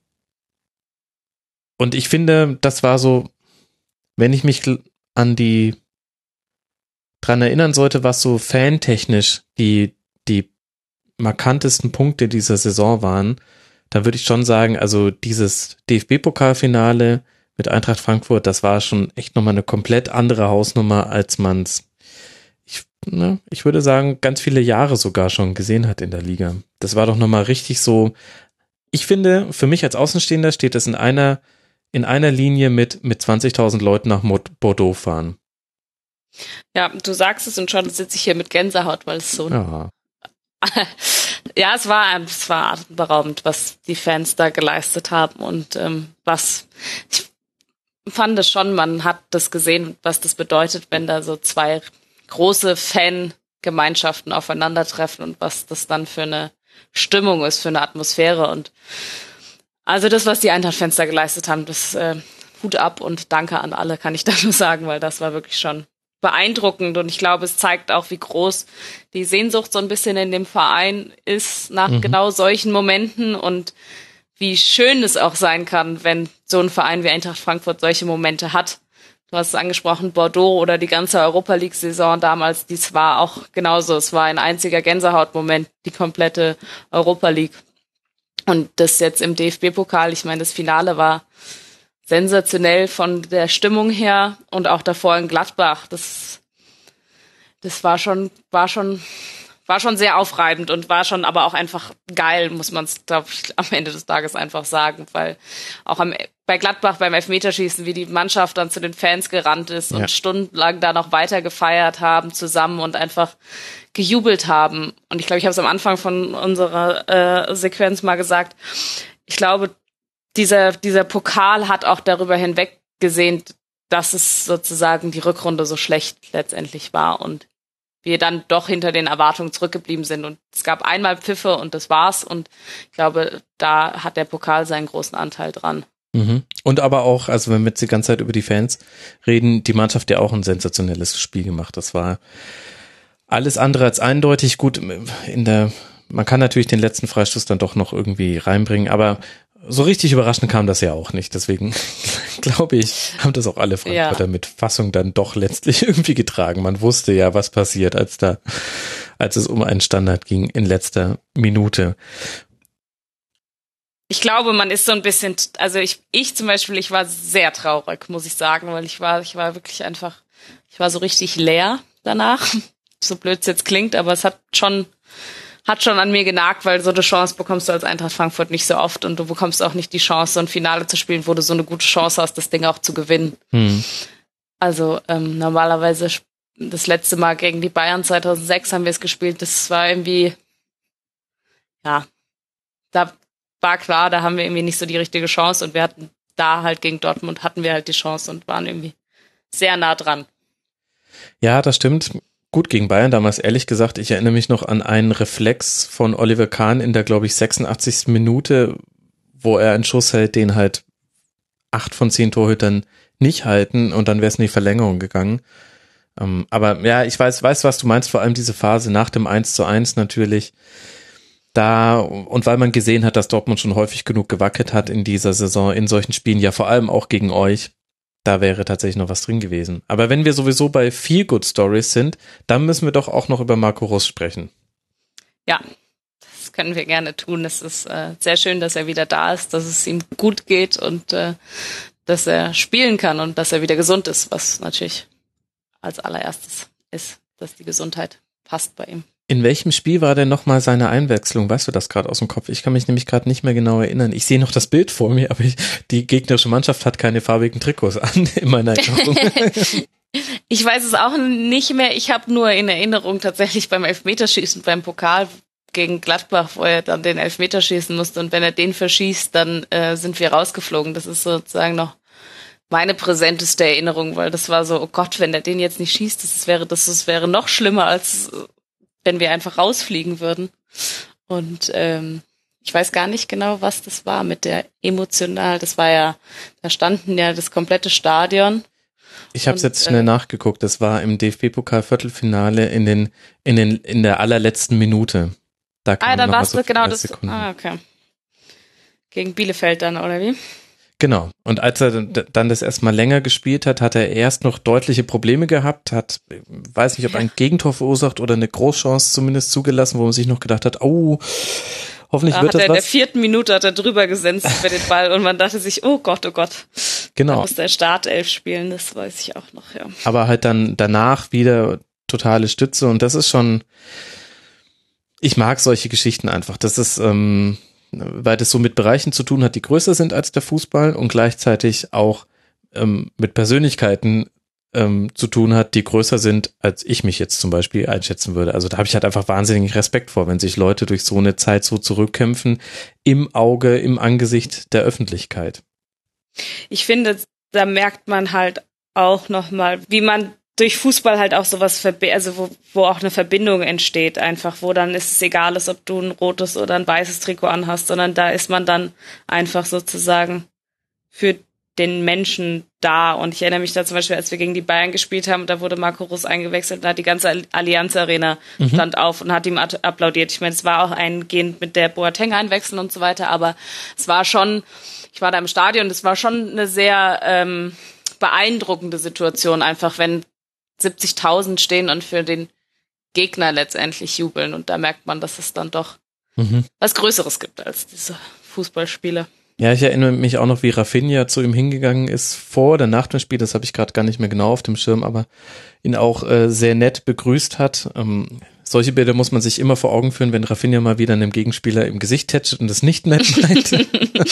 Und ich finde, das war so, wenn ich mich an die dran erinnern sollte, was so fantechnisch die, die markantesten Punkte dieser Saison waren, dann würde ich schon sagen, also dieses D F B-Pokalfinale mit Eintracht Frankfurt, das war schon echt nochmal eine komplett andere Hausnummer, als man es, ich, ne, ich würde sagen, ganz viele Jahre sogar schon gesehen hat in der Liga. Das war doch nochmal richtig so, ich finde, für mich als Außenstehender steht das in einer, in einer Linie mit, mit zwanzigtausend Leuten nach Bordeaux fahren. Ja, du sagst es und schon sitze ich hier mit Gänsehaut, weil es so ja. ja, es war, es war atemberaubend, was die Fans da geleistet haben und ähm, was, ich fand es schon, man hat das gesehen, was das bedeutet, wenn da so zwei große Fangemeinschaften aufeinandertreffen und was das dann für eine Stimmung ist, für eine Atmosphäre und also das, was die Eintracht-Fans da geleistet haben, das äh, Hut ab und danke an alle, kann ich da nur sagen, weil das war wirklich schon beeindruckend und ich glaube, es zeigt auch, wie groß die Sehnsucht so ein bisschen in dem Verein ist nach mhm. genau solchen Momenten und wie schön es auch sein kann, wenn so ein Verein wie Eintracht Frankfurt solche Momente hat. Du hast es angesprochen, Bordeaux oder die ganze Europa-League-Saison damals, dies war auch genauso. Es war ein einziger Gänsehautmoment, die komplette Europa-League. Und das jetzt im D F B-Pokal, ich meine, das Finale war sensationell von der Stimmung her und auch davor in Gladbach. Das, das war schon, war schon, war schon sehr aufreibend und war schon aber auch einfach geil, muss man es, glaube ich, am Ende des Tages einfach sagen, weil auch am, bei Gladbach beim Elfmeterschießen, wie die Mannschaft dann zu den Fans gerannt ist ja. und stundenlang da noch weiter gefeiert haben zusammen und einfach gejubelt haben. Und ich glaube, ich habe es am Anfang von unserer äh, Sequenz mal gesagt, ich glaube, Dieser, dieser Pokal hat auch darüber hinweggesehen, dass es sozusagen die Rückrunde so schlecht letztendlich war und wir dann doch hinter den Erwartungen zurückgeblieben sind. Und es gab einmal Pfiffe und das war's. Und ich glaube, da hat der Pokal seinen großen Anteil dran. Mhm. Und aber auch, also wenn wir jetzt die ganze Zeit über die Fans reden, die Mannschaft ja auch ein sensationelles Spiel gemacht. Das war alles andere als eindeutig. Gut, in der, man kann natürlich den letzten Freistoß dann doch noch irgendwie reinbringen, aber so richtig überraschend kam das ja auch nicht. Deswegen glaube ich, haben das auch alle Frankfurter ja. mit Fassung dann doch letztlich irgendwie getragen. Man wusste ja, was passiert, als da, als es um einen Standard ging in letzter Minute. Ich glaube, man ist so ein bisschen, also ich, ich zum Beispiel, ich war sehr traurig, muss ich sagen, weil ich war, ich war wirklich einfach, ich war so richtig leer danach. So blöd es jetzt klingt, aber es hat schon hat schon an mir genagt, weil so eine Chance bekommst du als Eintracht Frankfurt nicht so oft und du bekommst auch nicht die Chance, so ein Finale zu spielen, wo du so eine gute Chance hast, das Ding auch zu gewinnen. Hm. Also ähm, normalerweise das letzte Mal gegen die Bayern zweitausendsechs haben wir es gespielt, das war irgendwie, ja, da war klar, da haben wir irgendwie nicht so die richtige Chance und wir hatten da halt gegen Dortmund hatten wir halt die Chance und waren irgendwie sehr nah dran. Ja, das stimmt. Gut gegen Bayern damals, ehrlich gesagt, ich erinnere mich noch an einen Reflex von Oliver Kahn in der, glaube ich, sechsundachtzigsten Minute, wo er einen Schuss hält, den halt acht von zehn Torhütern nicht halten und dann wäre es in die Verlängerung gegangen. Ähm, aber ja, ich weiß, weiß, was du meinst, vor allem diese Phase nach dem eins zu eins natürlich da und weil man gesehen hat, dass Dortmund schon häufig genug gewackelt hat in dieser Saison, in solchen Spielen, ja vor allem auch gegen euch. Da wäre tatsächlich noch was drin gewesen. Aber wenn wir sowieso bei Feel-Good-Stories sind, dann müssen wir doch auch noch über Marco Rus sprechen. Ja, das können wir gerne tun. Es ist äh, sehr schön, dass er wieder da ist, dass es ihm gut geht und äh, dass er spielen kann und dass er wieder gesund ist, was natürlich als allererstes ist, dass die Gesundheit passt bei ihm. In welchem Spiel war denn nochmal seine Einwechslung? Weißt du das gerade aus dem Kopf? Ich kann mich nämlich gerade nicht mehr genau erinnern. Ich sehe noch das Bild vor mir, aber ich, die gegnerische Mannschaft hat keine farbigen Trikots an in meiner Erinnerung. Ich weiß es auch nicht mehr. Ich habe nur in Erinnerung tatsächlich beim Elfmeterschießen beim Pokal gegen Gladbach, wo er dann den Elfmeter schießen musste und wenn er den verschießt, dann äh, sind wir rausgeflogen. Das ist sozusagen noch meine präsenteste Erinnerung, weil das war so, oh Gott, wenn er den jetzt nicht schießt, das wäre, das, das wäre noch schlimmer als wenn wir einfach rausfliegen würden. Und ähm, ich weiß gar nicht genau, was das war mit der emotional. Das war ja, da standen ja das komplette Stadion. Ich habe es jetzt schnell äh, nachgeguckt. Das war im D F B-Pokal-Viertelfinale in den in den in der allerletzten Minute. Da kam ah, dann war es so genau das. Sekunden. Ah, okay. Gegen Bielefeld dann oder wie? Genau. Und als er dann das erstmal länger gespielt hat, hat er erst noch deutliche Probleme gehabt, hat, weiß nicht, ob ein Gegentor verursacht oder eine Großchance zumindest zugelassen, wo man sich noch gedacht hat, oh, hoffentlich da wird hat das er was. In der vierten Minute hat er drüber gesenzt für den Ball und man dachte sich, oh Gott, oh Gott. Genau. Da muss der Startelf spielen, das weiß ich auch noch, ja. Aber halt dann danach wieder totale Stütze und das ist schon, ich mag solche Geschichten einfach. Das ist, ähm, weil das so mit Bereichen zu tun hat, die größer sind als der Fußball und gleichzeitig auch ähm, mit Persönlichkeiten ähm, zu tun hat, die größer sind, als ich mich jetzt zum Beispiel einschätzen würde. Also da habe ich halt einfach wahnsinnigen Respekt vor, wenn sich Leute durch so eine Zeit so zurückkämpfen, im Auge, im Angesicht der Öffentlichkeit. Ich finde, da merkt man halt auch nochmal, wie man durch Fußball halt auch sowas, verbi- also wo, wo auch eine Verbindung entsteht einfach, wo dann ist es egal ist, ob du ein rotes oder ein weißes Trikot anhast, sondern da ist man dann einfach sozusagen für den Menschen da. Und ich erinnere mich da zum Beispiel, als wir gegen die Bayern gespielt haben, da wurde Marco Rus eingewechselt und hat die ganze Allianz Arena mhm. stand auf und hat ihm applaudiert. Ich meine, es war auch eingehend mit der Boateng einwechseln und so weiter, aber es war schon, ich war da im Stadion, es war schon eine sehr ähm, beeindruckende Situation, einfach wenn siebzigtausend stehen und für den Gegner letztendlich jubeln. Und da merkt man, dass es dann doch mhm. was Größeres gibt als diese Fußballspiele. Ja, ich erinnere mich auch noch, wie Rafinha zu ihm hingegangen ist vor oder nach dem Spiel, das habe ich gerade gar nicht mehr genau auf dem Schirm, aber ihn auch äh, sehr nett begrüßt hat. Ähm, solche Bilder muss man sich immer vor Augen führen, wenn Rafinha mal wieder einem Gegenspieler im Gesicht tätscht und das nicht nett meint.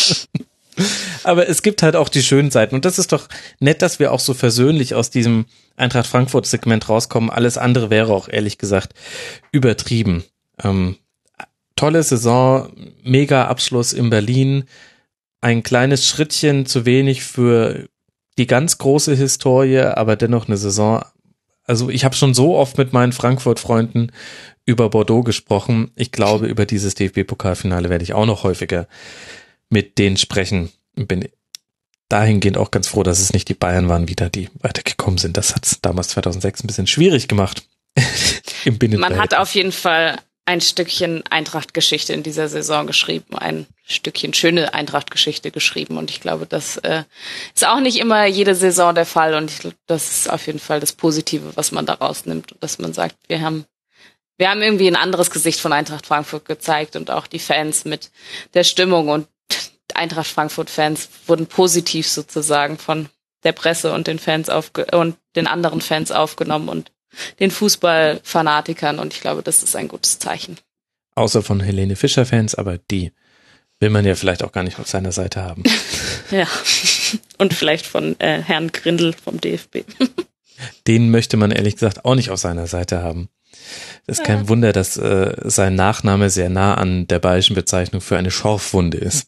Aber es gibt halt auch die schönen Seiten und das ist doch nett, dass wir auch so versöhnlich aus diesem Eintracht Frankfurt-Segment rauskommen. Alles andere wäre auch ehrlich gesagt übertrieben. Ähm, tolle Saison, mega Abschluss in Berlin, ein kleines Schrittchen zu wenig für die ganz große Historie, aber dennoch eine Saison. Also ich habe schon so oft mit meinen Frankfurt-Freunden über Bordeaux gesprochen. Ich glaube, über dieses D F B-Pokalfinale werde ich auch noch häufiger mit denen sprechen. Bin dahingehend auch ganz froh, dass es nicht die Bayern waren wieder, die weitergekommen sind. Das hat es damals zweitausendsechs ein bisschen schwierig gemacht. Im Man hat auf jeden Fall ein Stückchen Eintracht-Geschichte in dieser Saison geschrieben, ein Stückchen schöne Eintracht-Geschichte geschrieben und ich glaube, das äh, ist auch nicht immer jede Saison der Fall und ich glaube, das ist auf jeden Fall das Positive, was man da rausnimmt, dass man sagt, wir haben wir haben irgendwie ein anderes Gesicht von Eintracht Frankfurt gezeigt und auch die Fans mit der Stimmung und Eintracht Frankfurt-Fans wurden positiv sozusagen von der Presse und den Fans aufge- und den anderen Fans aufgenommen und den Fußballfanatikern und ich glaube, das ist ein gutes Zeichen. Außer von Helene Fischer-Fans, aber die will man ja vielleicht auch gar nicht auf seiner Seite haben. Ja, und vielleicht von äh, Herrn Grindel vom D F B. Den möchte man ehrlich gesagt auch nicht auf seiner Seite haben. Das ist kein Wunder, dass äh, sein Nachname sehr nah an der bayerischen Bezeichnung für eine Schorfwunde ist.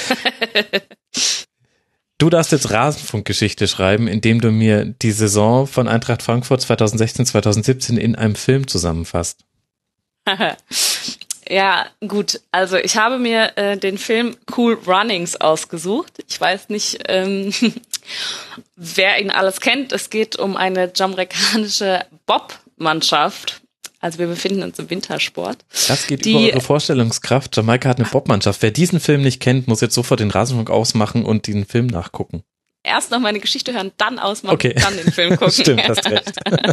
Du darfst jetzt Rasenfunkgeschichte schreiben, indem du mir die Saison von Eintracht Frankfurt zweitausendsechzehn zweitausendsiebzehn in einem Film zusammenfasst. Ja, gut. Also ich habe mir äh, den Film Cool Runnings ausgesucht. Ich weiß nicht, ähm, wer ihn alles kennt. Es geht um eine jamaikanische Bob-Mannschaft. Also wir befinden uns im Wintersport. Das geht die, über eure Vorstellungskraft. Jamaika hat eine Bobmannschaft. Wer diesen Film nicht kennt, muss jetzt sofort den Rasenfunk ausmachen und den Film nachgucken. Erst noch meine Geschichte hören, dann ausmachen, okay. Dann den Film gucken. Stimmt, hast recht.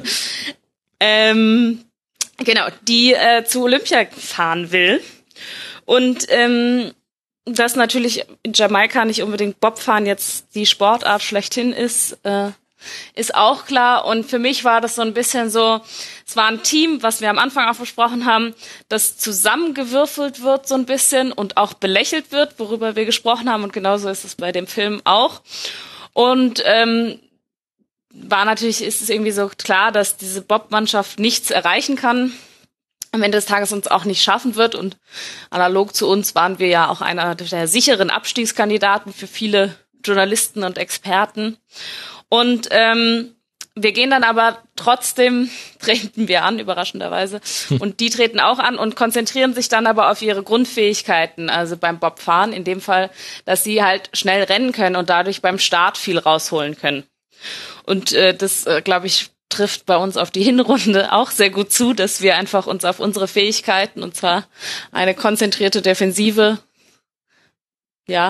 ähm, genau, die äh, zu Olympia fahren will. Und ähm, dass natürlich in Jamaika nicht unbedingt Bobfahren jetzt die Sportart schlechthin ist, äh, ist auch klar. Und für mich war das so ein bisschen so, es war ein Team, was wir am Anfang auch besprochen haben, das zusammengewürfelt wird so ein bisschen und auch belächelt wird, worüber wir gesprochen haben. Und genauso ist es bei dem Film auch. Und ähm, war natürlich, ist es irgendwie so klar, dass diese Bob-Mannschaft nichts erreichen kann, am Ende des Tages uns auch nicht schaffen wird. Und analog zu uns waren wir ja auch einer der sicheren Abstiegskandidaten für viele Journalisten und Experten. Und ähm, wir gehen dann aber trotzdem, treten wir an, überraschenderweise, und die treten auch an und konzentrieren sich dann aber auf ihre Grundfähigkeiten, also beim Bobfahren, in dem Fall, dass sie halt schnell rennen können und dadurch beim Start viel rausholen können. Und äh, das, äh, glaube ich, trifft bei uns auf die Hinrunde auch sehr gut zu, dass wir einfach uns auf unsere Fähigkeiten, und zwar eine konzentrierte Defensive, ja,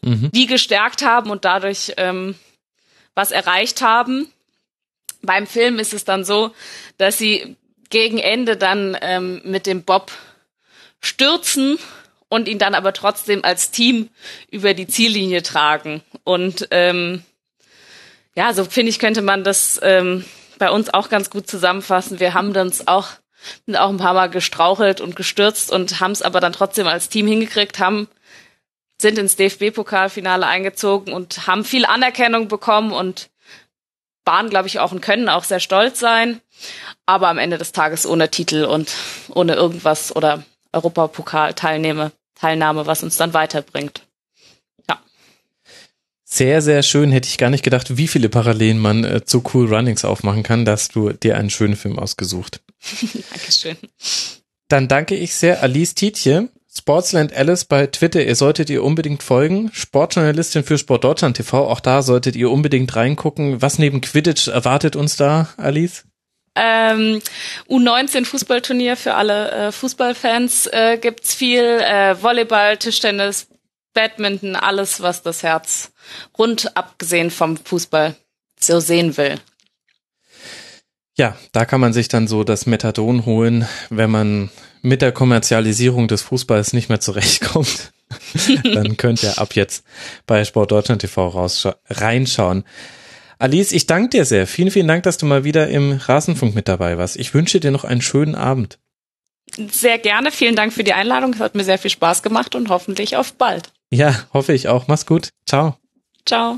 mhm. die gestärkt haben und dadurch ähm, was erreicht haben. Beim Film ist es dann so, dass sie gegen Ende dann ähm, mit dem Bob stürzen und ihn dann aber trotzdem als Team über die Ziellinie tragen. Und ähm, ja, so finde ich, könnte man das ähm, bei uns auch ganz gut zusammenfassen. Wir haben uns auch, sind auch ein paar Mal gestrauchelt und gestürzt und haben es aber dann trotzdem als Team hingekriegt, haben, sind ins D F B-Pokalfinale eingezogen und haben viel Anerkennung bekommen und waren, glaube ich, auch und können auch sehr stolz sein. Aber am Ende des Tages ohne Titel und ohne irgendwas oder Europapokal-Teilnahme, Teilnahme, was uns dann weiterbringt. Ja. Sehr, sehr schön. Hätte ich gar nicht gedacht, wie viele Parallelen man äh, zu Cool Runnings aufmachen kann. Da hast du dir einen schönen Film ausgesucht. Dankeschön. Dann danke ich sehr Alice Tietje, Sportsland Alice bei Twitter. Ihr solltet ihr unbedingt folgen. Sportjournalistin für Sportdeutschland T V. Auch da solltet ihr unbedingt reingucken. Was neben Quidditch erwartet uns da, Alice? Ähm, U neunzehn Fußballturnier für alle äh, Fußballfans äh, gibt's viel. Äh, Volleyball, Tischtennis, Badminton, alles, was das Herz rund abgesehen vom Fußball so sehen will. Ja, da kann man sich dann so das Methadon holen, wenn man mit der Kommerzialisierung des Fußballs nicht mehr zurechtkommt. Dann könnt ihr ab jetzt bei Sportdeutschland T V rausscha- reinschauen. Alice, ich danke dir sehr. Vielen, vielen Dank, dass du mal wieder im Rasenfunk mit dabei warst. Ich wünsche dir noch einen schönen Abend. Sehr gerne. Vielen Dank für die Einladung. Es hat mir sehr viel Spaß gemacht und hoffentlich auf bald. Ja, hoffe ich auch. Mach's gut. Ciao. Ciao.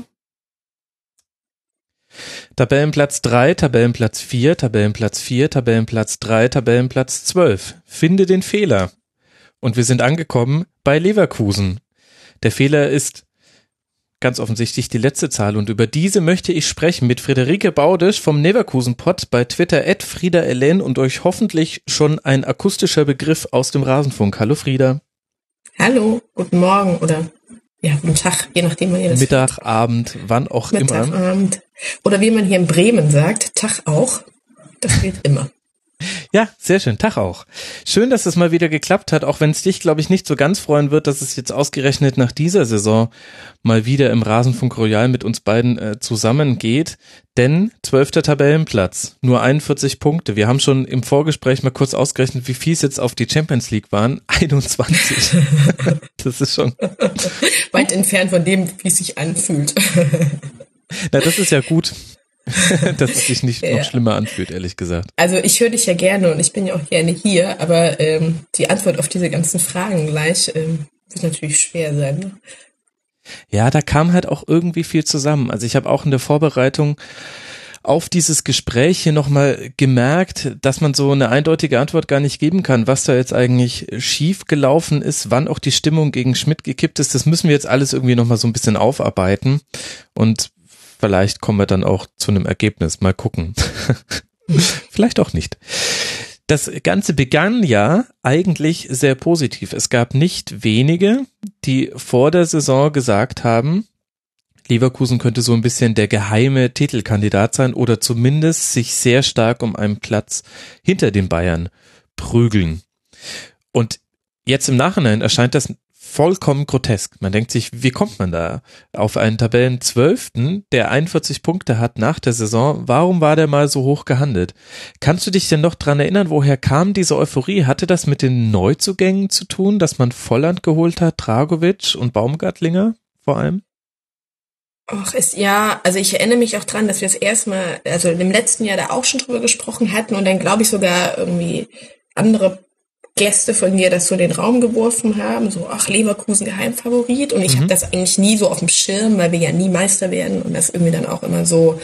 Tabellenplatz drei, Tabellenplatz vier, Tabellenplatz vier, Tabellenplatz drei, Tabellenplatz zwölf. Finde den Fehler. Und wir sind angekommen bei Leverkusen. Der Fehler ist ganz offensichtlich die letzte Zahl und über diese möchte ich sprechen mit Friederike Baudisch vom Leverkusen-Pod bei Twitter at Frieda Ellen und euch hoffentlich schon ein akustischer Begriff aus dem Rasenfunk. Hallo Frieda. Hallo, guten Morgen oder ja, guten Tag, je nachdem, wann ihr das Mittag, hört. Abend, wann auch Mittag, immer. Abend. Oder wie man hier in Bremen sagt, Tag auch. Das gilt immer. Ja, sehr schön. Tag auch. Schön, dass es mal wieder geklappt hat, auch wenn es dich, glaube ich, nicht so ganz freuen wird, dass es jetzt ausgerechnet nach dieser Saison mal wieder im Rasenfunk Royal mit uns beiden äh, zusammengeht. Denn zwölfter Tabellenplatz, nur einundvierzig Punkte. Wir haben schon im Vorgespräch mal kurz ausgerechnet, wie viel es jetzt auf die Champions League waren. einundzwanzig. Das ist schon weit entfernt von dem, wie es sich anfühlt. Na, das ist ja gut. Dass es sich nicht ja. noch schlimmer anfühlt, ehrlich gesagt. Also ich höre dich ja gerne und ich bin ja auch gerne hier, aber ähm, die Antwort auf diese ganzen Fragen gleich ähm, wird natürlich schwer sein. Ne? Ja, da kam halt auch irgendwie viel zusammen. Also ich habe auch in der Vorbereitung auf dieses Gespräch hier nochmal gemerkt, dass man so eine eindeutige Antwort gar nicht geben kann, was da jetzt eigentlich schief gelaufen ist, wann auch die Stimmung gegen Schmidt gekippt ist. Das müssen wir jetzt alles irgendwie nochmal so ein bisschen aufarbeiten und vielleicht kommen wir dann auch zu einem Ergebnis. Mal gucken. Vielleicht auch nicht. Das Ganze begann ja eigentlich sehr positiv. Es gab nicht wenige, die vor der Saison gesagt haben, Leverkusen könnte so ein bisschen der geheime Titelkandidat sein oder zumindest sich sehr stark um einen Platz hinter den Bayern prügeln. Und jetzt im Nachhinein erscheint das vollkommen grotesk. Man denkt sich, wie kommt man da auf einen Tabellenzwölften, der einundvierzig Punkte hat nach der Saison? Warum war der mal so hoch gehandelt? Kannst du dich denn noch dran erinnern, woher kam diese Euphorie? Hatte das mit den Neuzugängen zu tun, dass man Volland geholt hat, Dragovic und Baumgartlinger vor allem? Ach, ist ja, also ich erinnere mich auch dran, dass wir das erste Mal, also im letzten Jahr da auch schon drüber gesprochen hatten und dann glaube ich sogar irgendwie andere Gäste von mir das so in den Raum geworfen haben, so, ach, Leverkusen Geheimfavorit und ich mhm. habe das eigentlich nie so auf dem Schirm, weil wir ja nie Meister werden und das irgendwie dann auch immer so,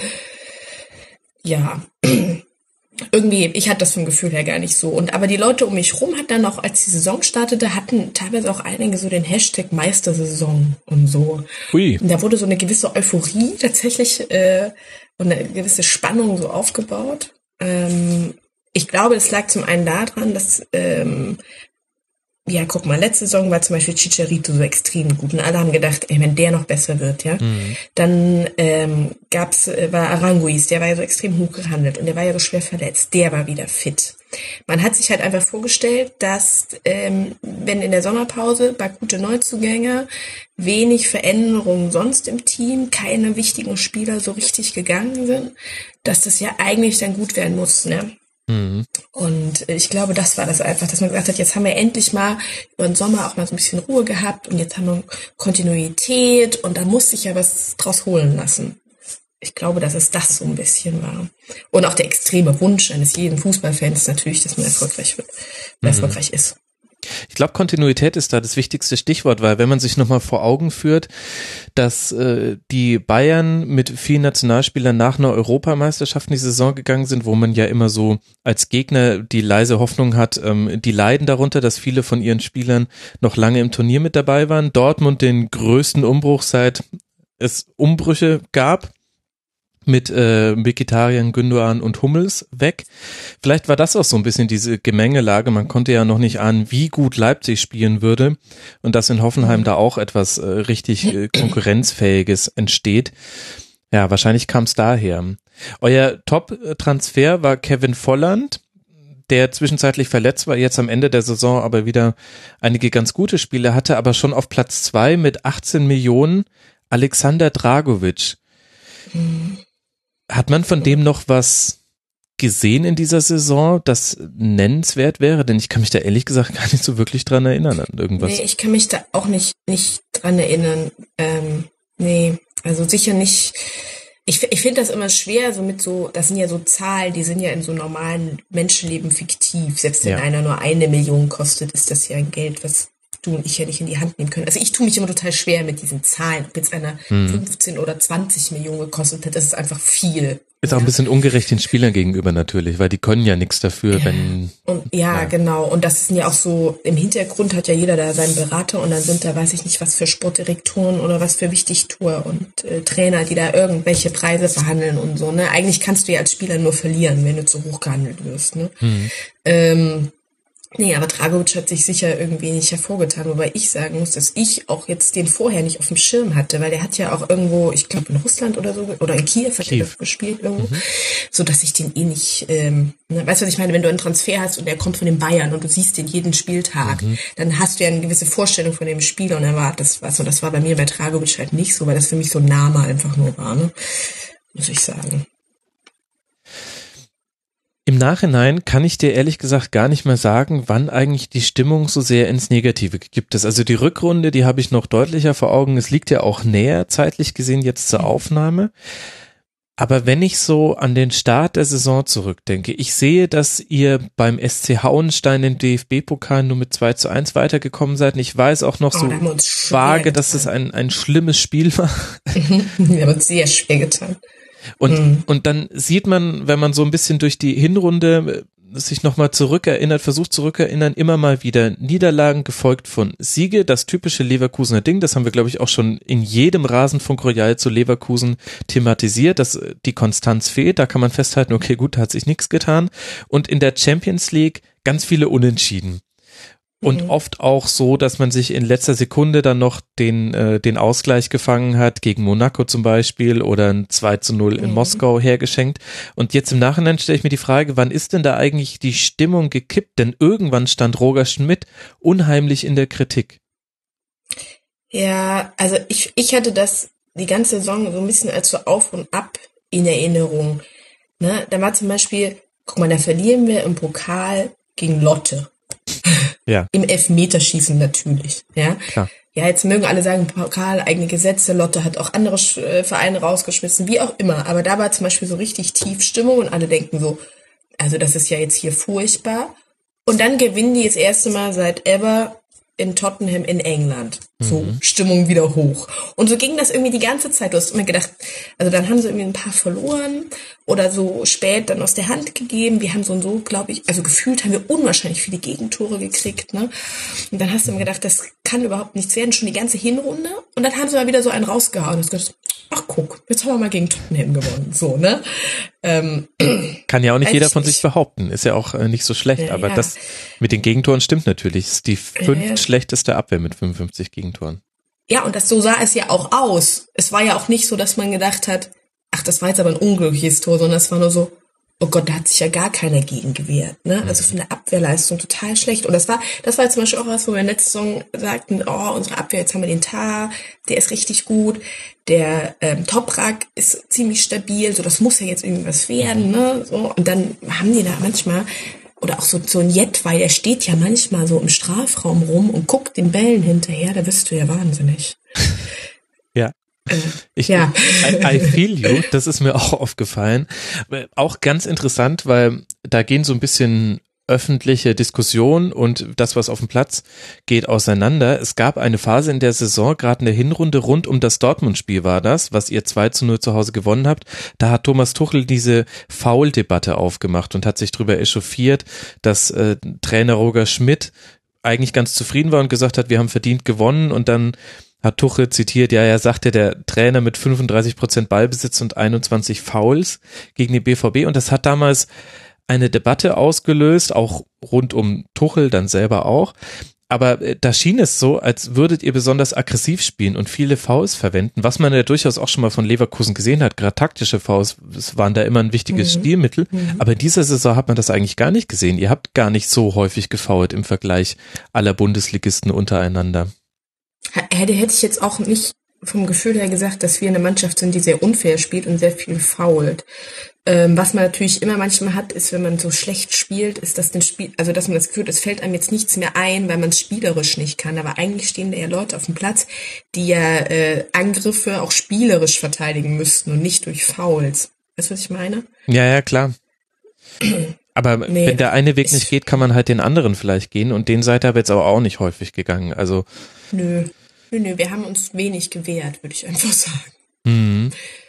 ja, irgendwie, ich hatte das vom Gefühl her gar nicht so und aber die Leute um mich rum hatten dann auch, als die Saison startete, hatten teilweise auch einige so den Hashtag Meistersaison und so. Ui. Und da wurde so eine gewisse Euphorie tatsächlich äh, und eine gewisse Spannung so aufgebaut. Ähm, Ich glaube, es lag zum einen daran, dass, ähm, ja, guck mal, letzte Saison war zum Beispiel Chicharito so extrem gut und alle haben gedacht, ey, wenn der noch besser wird, ja, mhm. dann ähm, gab's, war Aranguiz, der war ja so extrem hoch gehandelt und der war ja so schwer verletzt, der war wieder fit. Man hat sich halt einfach vorgestellt, dass ähm, wenn in der Sommerpause bei gute Neuzugänge wenig Veränderungen sonst im Team, keine wichtigen Spieler so richtig gegangen sind, dass das ja eigentlich dann gut werden muss, ne? Mhm. Und ich glaube, das war das einfach, dass man gesagt hat, jetzt haben wir endlich mal über den Sommer auch mal so ein bisschen Ruhe gehabt und jetzt haben wir Kontinuität und da muss sich ja was draus holen lassen. Ich glaube, dass es das so ein bisschen war. Und auch der extreme Wunsch eines jeden Fußballfans natürlich, dass man erfolgreich wird, mhm. erfolgreich ist. Ich glaube, Kontinuität ist da das wichtigste Stichwort, weil wenn man sich nochmal vor Augen führt, dass äh, die Bayern mit vielen Nationalspielern nach einer Europameisterschaft in die Saison gegangen sind, wo man ja immer so als Gegner die leise Hoffnung hat, ähm, die leiden darunter, dass viele von ihren Spielern noch lange im Turnier mit dabei waren. Dortmund den größten Umbruch, seit es Umbrüche gab, mit äh, Mkhitaryan, Gündoğan und Hummels weg. Vielleicht war das auch so ein bisschen diese Gemengelage. Man konnte ja noch nicht ahnen, wie gut Leipzig spielen würde und dass in Hoffenheim da auch etwas äh, richtig äh, Konkurrenzfähiges entsteht. Ja, wahrscheinlich kam es daher. Euer Top-Transfer war Kevin Volland, der zwischenzeitlich verletzt war, jetzt am Ende der Saison aber wieder einige ganz gute Spiele hatte, aber schon auf Platz zwei mit achtzehn Millionen Alexander Dragovic. Mhm. Hat man von dem noch was gesehen in dieser Saison, das nennenswert wäre? Denn ich kann mich da ehrlich gesagt gar nicht so wirklich dran erinnern an irgendwas. Nee, ich kann mich da auch nicht, nicht dran erinnern. Ähm, nee, also sicher nicht. Ich, ich finde das immer schwer, so mit so, das sind ja so Zahlen, die sind ja in so normalen Menschenleben fiktiv. Selbst wenn ja. einer nur eine Million kostet, ist das ja ein Geld, was du und ich ja nicht in die Hand nehmen können. Also ich tue mich immer total schwer mit diesen Zahlen. Ob jetzt einer hm. fünfzehn oder zwanzig Millionen gekostet hat, das ist einfach viel. Ist auch ein bisschen ungerecht den Spielern gegenüber natürlich, weil die können ja nichts dafür, ja. wenn... Und, ja, ja, genau. Und das sind ja auch so, im Hintergrund hat ja jeder da seinen Berater und dann sind da, weiß ich nicht, was für Sportdirektoren oder was für Wichtigtour und äh, Trainer, die da irgendwelche Preise verhandeln und so. Ne? Eigentlich kannst du ja als Spieler nur verlieren, wenn du zu hoch gehandelt wirst. Ne? Hm. Ähm, Nee, aber Dragovic hat sich sicher irgendwie nicht hervorgetan, wobei ich sagen muss, dass ich auch jetzt den vorher nicht auf dem Schirm hatte, weil der hat ja auch irgendwo, ich glaube in Russland oder so, oder in Kiew hat Kiew. er gespielt irgendwo, mhm. so dass ich den eh nicht, ähm, ne, weißt du, was ich meine, wenn du einen Transfer hast und der kommt von den Bayern und du siehst den jeden Spieltag, mhm. dann hast du ja eine gewisse Vorstellung von dem Spieler und erwartest was, und das war bei mir bei Dragovic halt nicht so, weil das für mich so ein Name einfach nur war, ne, muss ich sagen. Im Nachhinein kann ich dir ehrlich gesagt gar nicht mehr sagen, wann eigentlich die Stimmung so sehr ins Negative gekippt ist. Also die Rückrunde, die habe ich noch deutlicher vor Augen. Es liegt ja auch näher, zeitlich gesehen, jetzt zur Aufnahme. Aber wenn ich so an den Start der Saison zurückdenke, ich sehe, dass ihr beim S C Hauenstein im D F B-Pokal nur mit zwei zu eins weitergekommen seid. Und ich weiß auch noch oh, so vage, dass es ein, ein schlimmes Spiel war. Wir haben uns sehr schwer getan. Und, mhm. und dann sieht man, wenn man so ein bisschen durch die Hinrunde sich nochmal zurückerinnert, versucht zurückerinnern, immer mal wieder Niederlagen gefolgt von Siege, das typische Leverkusener Ding, das haben wir, glaube ich, auch schon in jedem Rasenfunk Royal zu Leverkusen thematisiert, dass die Konstanz fehlt, da kann man festhalten, okay, gut, da hat sich nichts getan. Und in der Champions League ganz viele Unentschieden. Und mhm. oft auch so, dass man sich in letzter Sekunde dann noch den äh, den Ausgleich gefangen hat, gegen Monaco zum Beispiel oder ein zwei zu null in mhm. Moskau hergeschenkt. Und jetzt im Nachhinein stelle ich mir die Frage, wann ist denn da eigentlich die Stimmung gekippt? Denn irgendwann stand Roger Schmidt unheimlich in der Kritik. Ja, also ich ich hatte das die ganze Saison so ein bisschen als so auf und ab in Erinnerung. Ne? Da war zum Beispiel, guck mal, da verlieren wir im Pokal gegen Lotte. Ja. Im Elfmeterschießen natürlich, ja. Klar. Ja, jetzt mögen alle sagen, Pokal, eigene Gesetze, Lotte hat auch andere äh, Vereine rausgeschmissen, wie auch immer. Aber da war zum Beispiel so richtig tief Stimmung und alle denken so, also das ist ja jetzt hier furchtbar. Und dann gewinnen die das erste Mal seit ever in Tottenham in England. So, mhm. Stimmung wieder hoch. Und so ging das irgendwie die ganze Zeit. Du hast immer gedacht, also dann haben sie irgendwie ein paar verloren oder so spät dann aus der Hand gegeben. Wir haben so und so, glaube ich, also gefühlt haben wir unwahrscheinlich viele Gegentore gekriegt, ne? Und dann hast du immer gedacht, das kann überhaupt nichts werden, schon die ganze Hinrunde. Und dann haben sie mal wieder so einen rausgehauen. Und hast gedacht, ach guck, jetzt haben wir mal gegen Tottenham gewonnen. So, ne? Ähm, Kann ja auch nicht jeder von sich behaupten. Ist ja auch äh, nicht so schlecht. Ja, aber ja. das mit den Gegentoren stimmt natürlich. Das ist die fünft ja. schlechteste Abwehr mit fünfundfünfzig Gegentoren. Ja, und das so sah es ja auch aus. Es war ja auch nicht so, dass man gedacht hat, ach, das war jetzt aber ein unglückliches Tor, sondern es war nur so, oh Gott, da hat sich ja gar keiner gegen gewehrt, ne? Also von der Abwehrleistung total schlecht. Und das war, das war zum Beispiel auch was, wo wir in der letzten Saison sagten, oh, unsere Abwehr, jetzt haben wir den Tar, der ist richtig gut, der ähm, Toprak ist ziemlich stabil, so das muss ja jetzt irgendwas werden, ne? So, und dann haben die da manchmal, oder auch so, so ein Jetwei, der steht ja manchmal so im Strafraum rum und guckt den Bällen hinterher, da wirst du ja wahnsinnig. Ja. Ich, ja. I, I feel you, das ist mir auch aufgefallen. Auch ganz interessant, weil da gehen so ein bisschen öffentliche Diskussion und das, was auf dem Platz geht, auseinander. Es gab eine Phase in der Saison, gerade in der Hinrunde rund um das Dortmund-Spiel war das, was ihr zwei zu null zu Hause gewonnen habt. Da hat Thomas Tuchel diese Foul-Debatte aufgemacht und hat sich darüber echauffiert, dass äh, Trainer Roger Schmidt eigentlich ganz zufrieden war und gesagt hat, wir haben verdient gewonnen, und dann hat Tuchel zitiert, ja, er sagte, der Trainer mit fünfunddreißig Prozent Ballbesitz und einundzwanzig Fouls gegen den B V B, und das hat damals eine Debatte ausgelöst, auch rund um Tuchel dann selber auch, aber da schien es so, als würdet ihr besonders aggressiv spielen und viele Fouls verwenden, was man ja durchaus auch schon mal von Leverkusen gesehen hat, gerade taktische Fouls waren da immer ein wichtiges mhm. Stilmittel, mhm. aber in dieser Saison hat man das eigentlich gar nicht gesehen, ihr habt gar nicht so häufig gefoult im Vergleich aller Bundesligisten untereinander. Hätte, hätte ich jetzt auch nicht vom Gefühl her gesagt, dass wir eine Mannschaft sind, die sehr unfair spielt und sehr viel foult. Ähm, was man natürlich immer manchmal hat, ist, wenn man so schlecht spielt, ist das den Spiel, also dass man das Gefühl hat, es fällt einem jetzt nichts mehr ein, weil man es spielerisch nicht kann. Aber eigentlich stehen da ja Leute auf dem Platz, die ja äh, Angriffe auch spielerisch verteidigen müssten und nicht durch Fouls. Weißt du, was ich meine? Ja, ja, klar. Aber nee, wenn der eine Weg nicht geht, kann man halt den anderen vielleicht gehen, und den seid ihr aber jetzt aber auch nicht häufig gegangen. Also Nö, nö, nö, wir haben uns wenig gewehrt, würde ich einfach sagen. Mhm.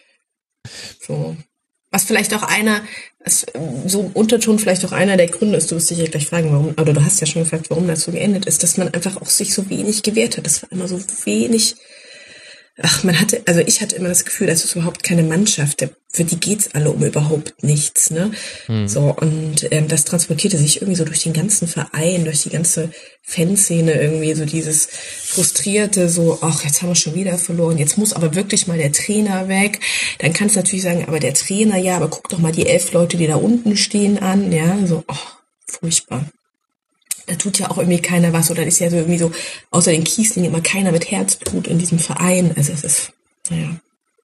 So. Was vielleicht auch einer, was, so im Unterton vielleicht auch einer der Gründe ist, du wirst dich ja gleich fragen, warum, oder du hast ja schon gefragt, warum das so geendet ist, dass man einfach auch sich so wenig gewehrt hat. Das war immer so wenig, ach, man hatte, also ich hatte immer das Gefühl, das ist überhaupt keine Mannschaft, für die geht's alle um überhaupt nichts, ne? Mhm. So, und ähm, das transportierte sich irgendwie so durch den ganzen Verein, durch die ganze Fanszene irgendwie, so dieses frustrierte, so, ach, jetzt haben wir schon wieder verloren, jetzt muss aber wirklich mal der Trainer weg. Dann kannst du natürlich sagen, aber der Trainer, ja, aber guck doch mal die elf Leute, die da unten stehen, an, ja, so, oh, furchtbar. Da tut ja auch irgendwie keiner was, oder ist ja so irgendwie so, außer den Kieslingen immer keiner mit Herzblut in diesem Verein. Also es ist, naja,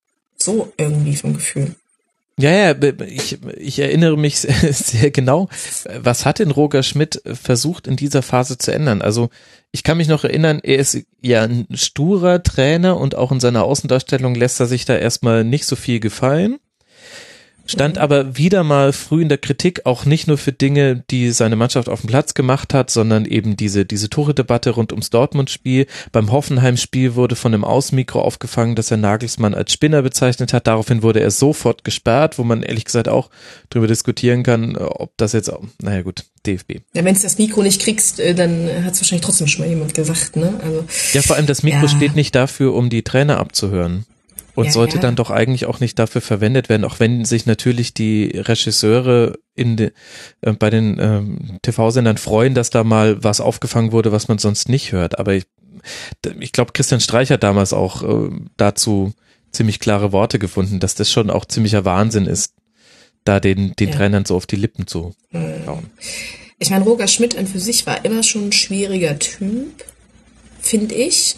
so irgendwie vom Gefühl. Ja, ja, ich, ich erinnere mich sehr genau. Was hat denn Roger Schmidt versucht in dieser Phase zu ändern? Also ich kann mich noch erinnern, er ist ja ein sturer Trainer und auch in seiner Außendarstellung lässt er sich da erstmal nicht so viel gefallen. Stand aber wieder mal früh in der Kritik, auch nicht nur für Dinge, die seine Mannschaft auf dem Platz gemacht hat, sondern eben diese diese Tore-Debatte rund ums Dortmund-Spiel. Beim Hoffenheim-Spiel wurde von einem Außenmikro aufgefangen, dass er Nagelsmann als Spinner bezeichnet hat. Daraufhin wurde er sofort gesperrt, wo man ehrlich gesagt auch drüber diskutieren kann, ob das jetzt auch, naja gut, D F B. Ja, wenn du das Mikro nicht kriegst, dann hat es wahrscheinlich trotzdem schon mal jemand gesagt, ne? Also ja, vor allem das Mikro ja. steht nicht dafür, um die Trainer abzuhören. Und ja, sollte ja. dann doch eigentlich auch nicht dafür verwendet werden, auch wenn sich natürlich die Regisseure in de, äh, bei den ähm, T V-Sendern freuen, dass da mal was aufgefangen wurde, was man sonst nicht hört. Aber ich, ich glaube, Christian Streich hat damals auch äh, dazu ziemlich klare Worte gefunden, dass das schon auch ziemlicher Wahnsinn ist, da den, den ja. Trainern so auf die Lippen zu hauen. Ich meine, Roger Schmidt an für sich war immer schon ein schwieriger Typ, finde ich.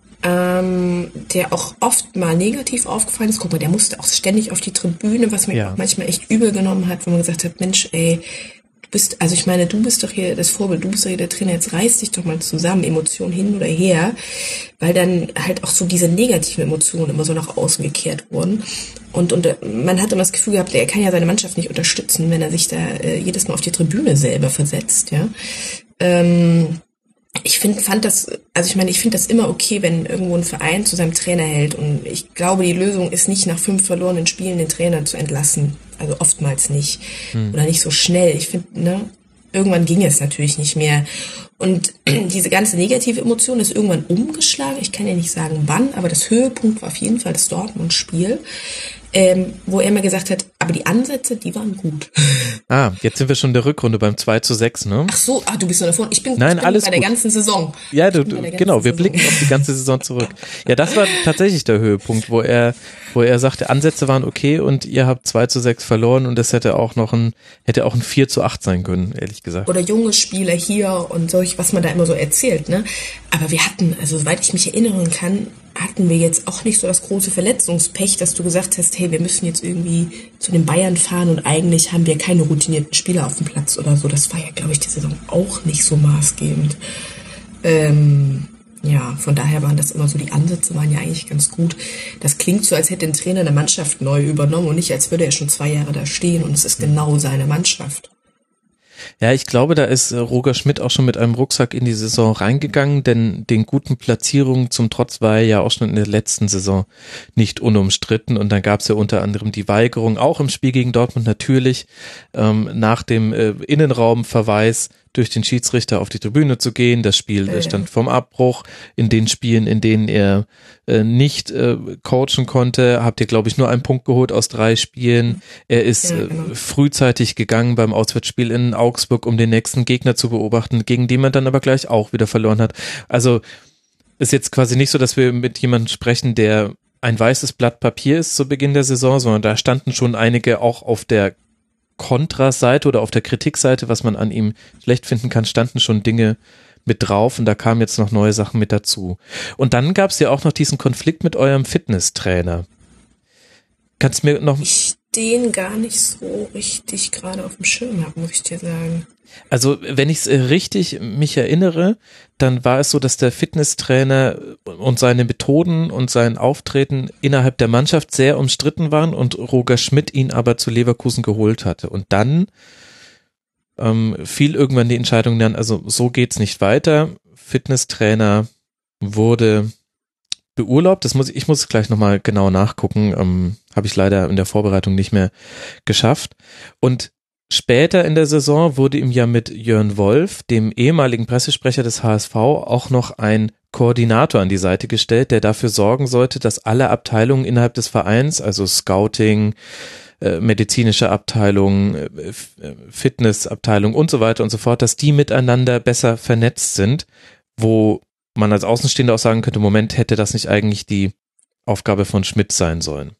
Ähm, der auch oft mal negativ aufgefallen ist. Guck mal, der musste auch ständig auf die Tribüne, was mir ja. auch manchmal echt übel genommen hat, wo man gesagt hat, Mensch, ey, du bist, also ich meine, du bist doch hier das Vorbild, du bist doch hier der Trainer, jetzt reiß dich doch mal zusammen, Emotionen hin oder her, weil dann halt auch so diese negativen Emotionen immer so nach außen gekehrt wurden. Und, und man hat immer das Gefühl gehabt, er kann ja seine Mannschaft nicht unterstützen, wenn er sich da äh, jedes Mal auf die Tribüne selber versetzt, ja. Ähm, Ich finde, fand das, also ich meine, ich finde das immer okay, wenn irgendwo ein Verein zu seinem Trainer hält, und ich glaube, die Lösung ist nicht, nach fünf verlorenen Spielen den Trainer zu entlassen, also oftmals nicht, hm. oder nicht so schnell. Ich finde, ne, irgendwann ging es natürlich nicht mehr, und diese ganze negative Emotion ist irgendwann umgeschlagen. Ich kann ja nicht sagen wann, aber das Höhepunkt war auf jeden Fall das Dortmund-Spiel, ähm, wo er immer gesagt hat, aber aber die Ansätze, die waren gut. Ah, jetzt sind wir schon in der Rückrunde beim zwei zu sechs, ne? Ach so, ah, du bist nur davon. Ich bin, Nein, ich bin alles bei der gut. ganzen Saison. Ja, du, du genau, wir Saison. blicken auf die ganze Saison zurück. Ja, das war tatsächlich der Höhepunkt, wo er, wo er sagte, Ansätze waren okay und ihr habt zwei zu sechs verloren und das hätte auch noch ein, hätte auch ein vier zu acht sein können, ehrlich gesagt. Oder junge Spieler hier und solch, was man da immer so erzählt, ne? Aber wir hatten, also soweit ich mich erinnern kann, hatten wir jetzt auch nicht so das große Verletzungspech, dass du gesagt hast, hey, wir müssen jetzt irgendwie zu den Bayern fahren und eigentlich haben wir keine routinierten Spieler auf dem Platz oder so. Das war ja, glaube ich, die Saison auch nicht so maßgebend. Ähm, ja, von daher waren das immer so, die Ansätze waren ja eigentlich ganz gut. Das klingt so, als hätte ein Trainer eine Mannschaft neu übernommen und nicht, als würde er schon zwei Jahre da stehen und es ist genau seine Mannschaft. Ja, ich glaube, da ist Roger Schmidt auch schon mit einem Rucksack in die Saison reingegangen, denn den guten Platzierungen zum Trotz war er ja auch schon in der letzten Saison nicht unumstritten und dann gab es ja unter anderem die Weigerung, auch im Spiel gegen Dortmund natürlich, ähm, nach dem äh, Innenraumverweis durch den Schiedsrichter auf die Tribüne zu gehen. Das Spiel äh, stand vorm Abbruch. In den Spielen, in denen er äh, nicht äh, coachen konnte, habt ihr, glaube ich, nur einen Punkt geholt aus drei Spielen. Er ist ja, genau. äh, frühzeitig gegangen beim Auswärtsspiel in Augsburg, um den nächsten Gegner zu beobachten, gegen den man dann aber gleich auch wieder verloren hat. Also ist jetzt quasi nicht so, dass wir mit jemandem sprechen, der ein weißes Blatt Papier ist zu Beginn der Saison, sondern da standen schon einige auch auf der Kontraseite oder auf der Kritikseite, was man an ihm schlecht finden kann, standen schon Dinge mit drauf und da kamen jetzt noch neue Sachen mit dazu. Und dann gab es ja auch noch diesen Konflikt mit eurem Fitnesstrainer. Kannst du mir noch... Ich den gar nicht so richtig gerade auf dem Schirm habe, muss ich dir sagen. Also wenn ich es richtig mich erinnere, dann war es so, dass der Fitnesstrainer und seine Methoden und sein Auftreten innerhalb der Mannschaft sehr umstritten waren und Roger Schmidt ihn aber zu Leverkusen geholt hatte. Und dann ähm, fiel irgendwann die Entscheidung dann, also so geht's nicht weiter. Fitnesstrainer wurde beurlaubt. Das muss ich muss gleich nochmal genau nachgucken. Ähm, habe ich leider in der Vorbereitung nicht mehr geschafft. Und später in der Saison wurde ihm ja mit Jörn Wolf, dem ehemaligen Pressesprecher des H S V, auch noch ein Koordinator an die Seite gestellt, der dafür sorgen sollte, dass alle Abteilungen innerhalb des Vereins, also Scouting, äh, medizinische Abteilung, äh, Fitnessabteilung und so weiter und so fort, dass die miteinander besser vernetzt sind, wo man als Außenstehender auch sagen könnte, Moment, hätte das nicht eigentlich die Aufgabe von Schmidt sein sollen?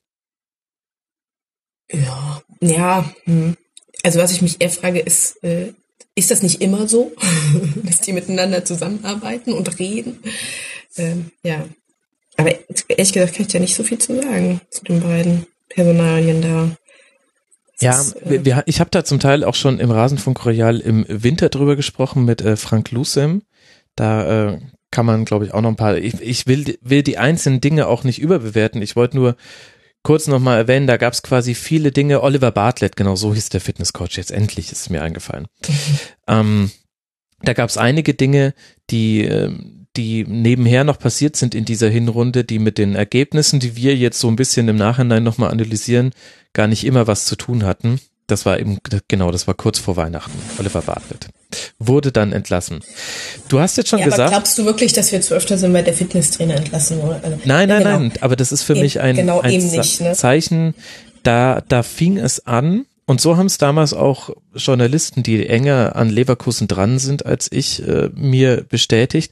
Ja, ja, hm. Also was ich mich eher frage, ist, äh, ist das nicht immer so, dass die miteinander zusammenarbeiten und reden? Ähm, ja, aber ehrlich gesagt kann ich ja nicht so viel zu sagen zu den beiden Personalien da. Das ja, ist, äh, wir, ich habe da zum Teil auch schon im Rasenfunk Royal im Winter drüber gesprochen mit äh, Frank Lusem. Da äh, kann man, glaube ich, auch noch ein paar, ich, ich will, will die einzelnen Dinge auch nicht überbewerten. Ich wollte nur kurz nochmal erwähnen, da gab es quasi viele Dinge. Oliver Bartlett, genau so hieß der Fitnesscoach, jetzt endlich ist es mir eingefallen. Mhm. Ähm, da gab es einige Dinge, die, die nebenher noch passiert sind in dieser Hinrunde, die mit den Ergebnissen, die wir jetzt so ein bisschen im Nachhinein nochmal analysieren, gar nicht immer was zu tun hatten. Das war eben, genau, das war kurz vor Weihnachten. Oliver Bartlett wurde dann entlassen. Du hast jetzt schon ja, gesagt. Aber glaubst du wirklich, dass wir zu öfter sind, weil der Fitnesstrainer entlassen wurde? Also, nein, nein, ja, genau. nein. Aber das ist für eben, mich ein, genau ein eben nicht, ne? Zeichen. Da, da fing es an. Und so haben es damals auch Journalisten, die enger an Leverkusen dran sind als ich, äh, mir bestätigt.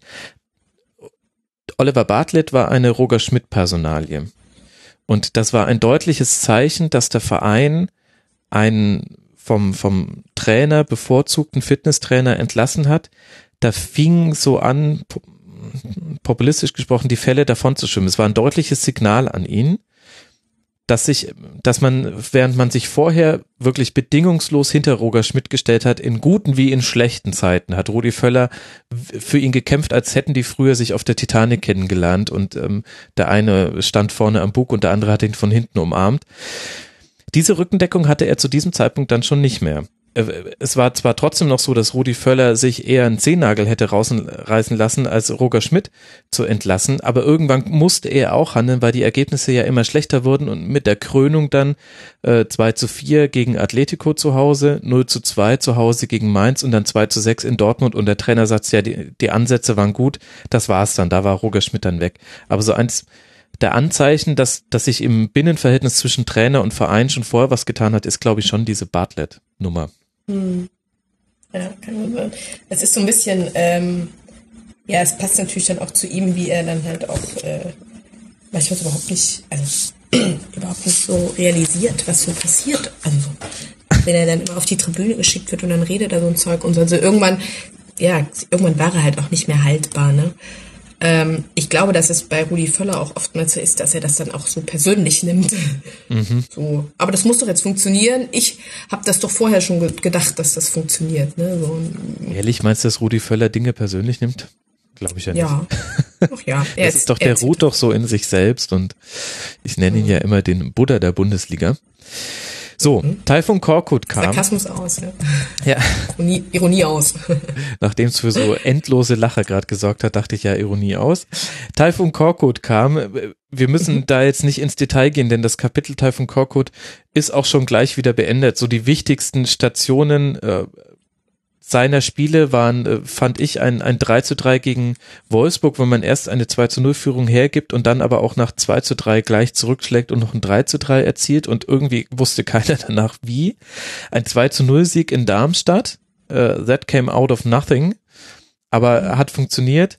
Oliver Bartlett war eine Roger Schmidt-Personalie. Und das war ein deutliches Zeichen, dass der Verein einen vom, vom Trainer bevorzugten Fitnesstrainer entlassen hat. Da fing so an, populistisch gesprochen, die Fälle davon zu schwimmen. Es war ein deutliches Signal an ihn, dass sich, dass man, während man sich vorher wirklich bedingungslos hinter Roger Schmidt gestellt hat, in guten wie in schlechten Zeiten, hat Rudi Völler für ihn gekämpft, als hätten die früher sich auf der Titanic kennengelernt und ähm, der eine stand vorne am Bug und der andere hat ihn von hinten umarmt. Diese Rückendeckung hatte er zu diesem Zeitpunkt dann schon nicht mehr. Es war zwar trotzdem noch so, dass Rudi Völler sich eher einen Zehennagel hätte rausreißen lassen, als Roger Schmidt zu entlassen, aber irgendwann musste er auch handeln, weil die Ergebnisse ja immer schlechter wurden und mit der Krönung dann äh, zwei zu vier gegen Atletico zu Hause, null zu zwei zu Hause gegen Mainz und dann zwei zu sechs in Dortmund und der Trainer sagt, ja, die, die Ansätze waren gut, das war's dann, da war Roger Schmidt dann weg. Aber so eins der Anzeichen, dass, dass sich im Binnenverhältnis zwischen Trainer und Verein schon vorher was getan hat, ist, glaube ich, schon diese Bartlett-Nummer. Hm. Ja, kann man sagen. Es ist so ein bisschen, ähm, ja, es passt natürlich dann auch zu ihm, wie er dann halt auch äh, manchmal überhaupt nicht, also überhaupt nicht so realisiert, was so passiert. Also wenn er dann immer auf die Tribüne geschickt wird und dann redet er so ein Zeug und so. Also irgendwann, ja, irgendwann war er halt auch nicht mehr haltbar, ne? Ähm, ich glaube, dass es bei Rudi Völler auch oftmals so ist, dass er das dann auch so persönlich nimmt. Mhm. So, aber das muss doch jetzt funktionieren. Ich habe das doch vorher schon ge- gedacht, dass das funktioniert. Ne? So, ehrlich, meinst du, dass Rudi Völler Dinge persönlich nimmt? Glaube ich ja nicht. Ja, Ach ja. Er das ist, ist doch, der ruht doch so in sich selbst und ich nenne ihn mhm. ja immer den Buddha der Bundesliga. So, mhm. Taifun Korkut kam. Sarkasmus aus, ja. ja. Ironie, Ironie aus. Nachdem es für so endlose Lacher gerade gesorgt hat, dachte ich ja Ironie aus. Taifun Korkut kam. Wir müssen mhm. da jetzt nicht ins Detail gehen, denn das Kapitel Taifun Korkut ist auch schon gleich wieder beendet. So die wichtigsten Stationen äh, seiner Spiele waren, äh, fand ich, ein, ein drei zu drei gegen Wolfsburg, wenn man erst eine zwei zu null Führung hergibt und dann aber auch nach zwei zu drei gleich zurückschlägt und noch ein drei zu drei erzielt und irgendwie wusste keiner danach wie. Ein zwei zu null Sieg in Darmstadt, uh, that came out of nothing, aber mhm. hat funktioniert.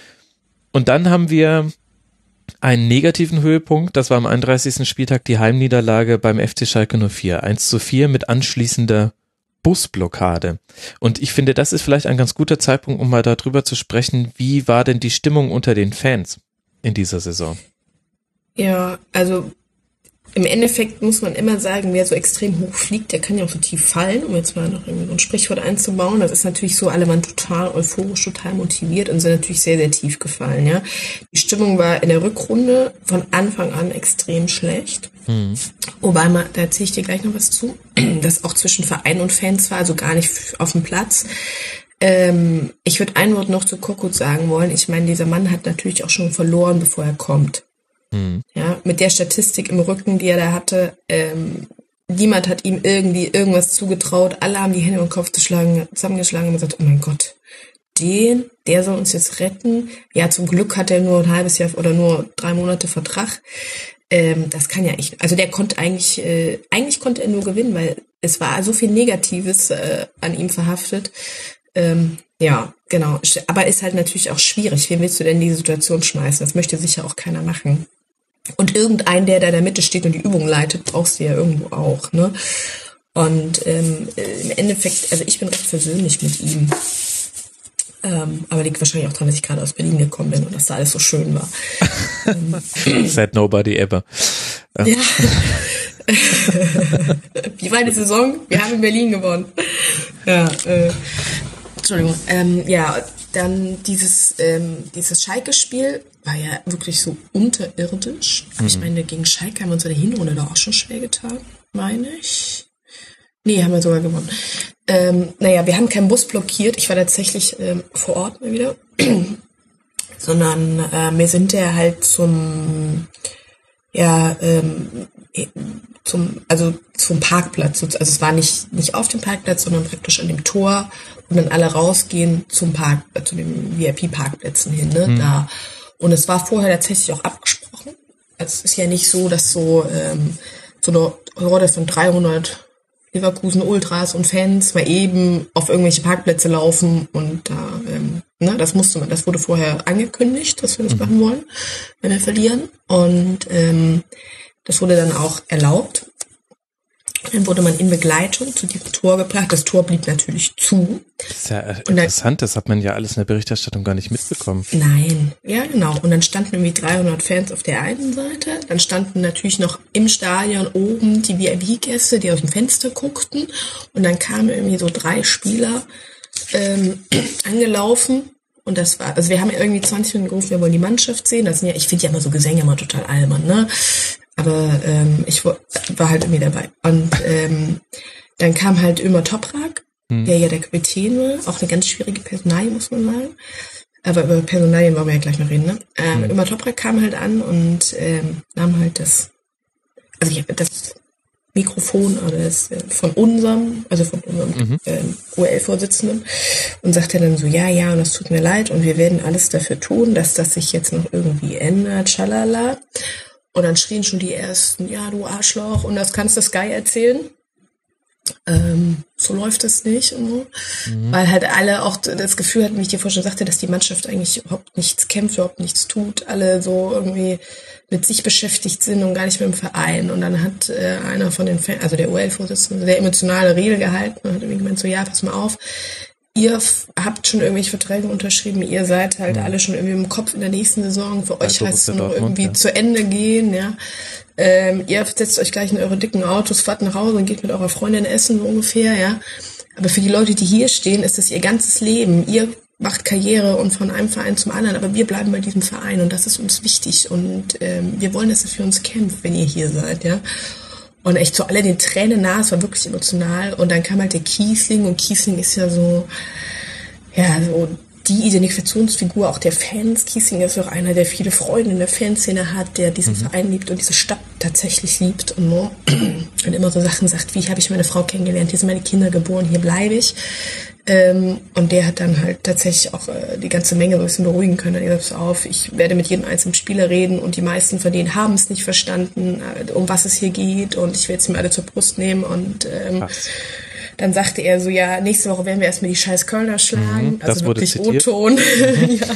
Und dann haben wir einen negativen Höhepunkt, das war am einunddreißigsten Spieltag die Heimniederlage beim F C Schalke null vier, eins zu vier mit anschließender Busblockade. Und ich finde, das ist vielleicht ein ganz guter Zeitpunkt, um mal darüber zu sprechen, wie war denn die Stimmung unter den Fans in dieser Saison? Ja, also im Endeffekt muss man immer sagen, wer so extrem hoch fliegt, der kann ja auch so tief fallen, um jetzt mal noch irgendwie so ein Sprichwort einzubauen. Das ist natürlich so, alle waren total euphorisch, total motiviert und sind natürlich sehr, sehr tief gefallen. Ja, die Stimmung war in der Rückrunde von Anfang an extrem schlecht. Mhm. Wobei, man, da erzähle ich dir gleich noch was zu, das auch zwischen Verein und Fans war, also gar nicht auf dem Platz. Ähm, ich würde ein Wort noch zu Korkut sagen wollen. Ich meine, dieser Mann hat natürlich auch schon verloren, bevor er kommt. Mhm. Ja, mit der Statistik im Rücken, die er da hatte, ähm, niemand hat ihm irgendwie irgendwas zugetraut. Alle haben die Hände im Kopf zusammengeschlagen, zusammengeschlagen und gesagt, oh mein Gott, den, der soll uns jetzt retten. Ja, zum Glück hat er nur ein halbes Jahr oder nur drei Monate Vertrag. Ähm, das kann ja echt, also der konnte eigentlich, äh, eigentlich konnte er nur gewinnen, weil es war so viel Negatives äh, an ihm verhaftet. Ähm, ja, genau. Aber ist halt natürlich auch schwierig. Wen willst du denn in die Situation schmeißen? Das möchte sicher auch keiner machen. Und irgendein, der da in der Mitte steht und die Übung leitet, brauchst du ja irgendwo auch, ne? Und ähm, im Endeffekt, also ich bin recht versöhnlich mit ihm. Ähm, aber liegt wahrscheinlich auch daran, dass ich gerade aus Berlin gekommen bin und dass da alles so schön war. Said nobody ever. Ja. ja. Wie war die Saison? Wir haben in Berlin gewonnen. Ja, äh, Entschuldigung. Ähm, ja, dann dieses, ähm, dieses Schalke-Spiel war ja wirklich so unterirdisch. Aber mhm. ich meine, gegen Schalke haben wir uns in der Hinrunde da auch schon schwer getan, meine ich. Nee, haben wir sogar gewonnen. Ähm, naja, wir haben keinen Bus blockiert. Ich war tatsächlich ähm, vor Ort mal wieder. Sondern äh, wir sind ja halt zum, ja, ähm, zum, also zum Parkplatz. Also es war nicht, nicht auf dem Parkplatz, sondern praktisch an dem Tor und dann alle rausgehen zum Park, zu den V I P-Parkplätzen hin, ne, mhm. da. Und es war vorher tatsächlich auch abgesprochen. Also es ist ja nicht so, dass so, ähm, so eine Horde von dreihundert Leverkusen Ultras und Fans mal eben auf irgendwelche Parkplätze laufen und da, ähm, ne, das musste man, das wurde vorher angekündigt, dass wir das mhm. machen wollen, wenn wir verlieren. Und ähm, das wurde dann auch erlaubt. Dann wurde man in Begleitung zu diesem Tor gebracht. Das Tor blieb natürlich zu. Das ist ja interessant, das hat man ja alles in der Berichterstattung gar nicht mitbekommen. Nein, ja genau. Und dann standen irgendwie dreihundert Fans auf der einen Seite. Dann standen natürlich noch im Stadion oben die V I P-Gäste, die aus dem Fenster guckten. Und dann kamen irgendwie so drei Spieler ähm, angelaufen. Und das war, also wir haben ja irgendwie zwanzig Minuten gerufen, wir wollen die Mannschaft sehen. Das sind ja, ich finde ja immer so Gesänge immer total albern, ne? Aber ähm, ich war halt irgendwie dabei. Und ähm, dann kam halt Ömer Toprak, hm. der ja der Kapitän war. Auch eine ganz schwierige Personalie, muss man sagen. Aber über Personalien wollen wir ja gleich noch reden, ne? Ähm, hm. Ömer Toprak kam halt an und ähm, nahm halt das, also ich, das Mikrofon alles von unserem, also von unserem mhm. ähm, O L-Vorsitzenden und sagte dann so, ja, ja, und das tut mir leid und wir werden alles dafür tun, dass das sich jetzt noch irgendwie ändert, schalala. Und dann schrien schon die Ersten, ja, du Arschloch, und das kannst du Sky erzählen. Ähm, so läuft es nicht und so. Mhm. Weil halt alle auch das Gefühl hatten, wie ich dir vorhin schon sagte, dass die Mannschaft eigentlich überhaupt nichts kämpft, überhaupt nichts tut, alle so irgendwie mit sich beschäftigt sind und gar nicht mit dem Verein. Und dann hat äh, einer von den Fans, also der O L-Vorsitzende, sehr emotionale Rede gehalten und hat irgendwie gemeint so, ja, pass mal auf, ihr f- habt schon irgendwelche Verträge unterschrieben, ihr seid halt mhm. alle schon irgendwie im Kopf in der nächsten Saison, für euch heißt es noch irgendwie ja. zu Ende gehen, ja. Ähm, ihr setzt euch gleich in eure dicken Autos, fahrt nach Hause und geht mit eurer Freundin essen, so ungefähr, ja. Aber für die Leute, die hier stehen, ist das ihr ganzes Leben. Ihr macht Karriere und von einem Verein zum anderen, aber wir bleiben bei diesem Verein und das ist uns wichtig und ähm, wir wollen, dass ihr für uns kämpft, wenn ihr hier seid, ja. Und echt so alle den Tränen nah, es war wirklich emotional. Und dann kam halt der Kiesling und Kiesling ist ja so, ja, so die Identifikationsfigur auch der Fans. Kiesling ist auch einer, der viele Freunde in der Fanszene hat, der diesen mhm. Verein liebt und diese Stadt tatsächlich liebt und, so. Und immer so Sachen sagt, wie habe ich meine Frau kennengelernt, hier sind meine Kinder geboren, hier bleibe ich. Ähm, und der hat dann halt tatsächlich auch äh, die ganze Menge so ein bisschen beruhigen können. Er sagt so auf, ich werde mit jedem einzelnen Spieler reden und die meisten von denen haben es nicht verstanden, äh, um was es hier geht und ich werde es mir alle zur Brust nehmen und ähm, dann sagte er so, ja, nächste Woche werden wir erstmal die scheiß Kölner schlagen. Mhm, also wirklich O-Ton. Mhm. Ja.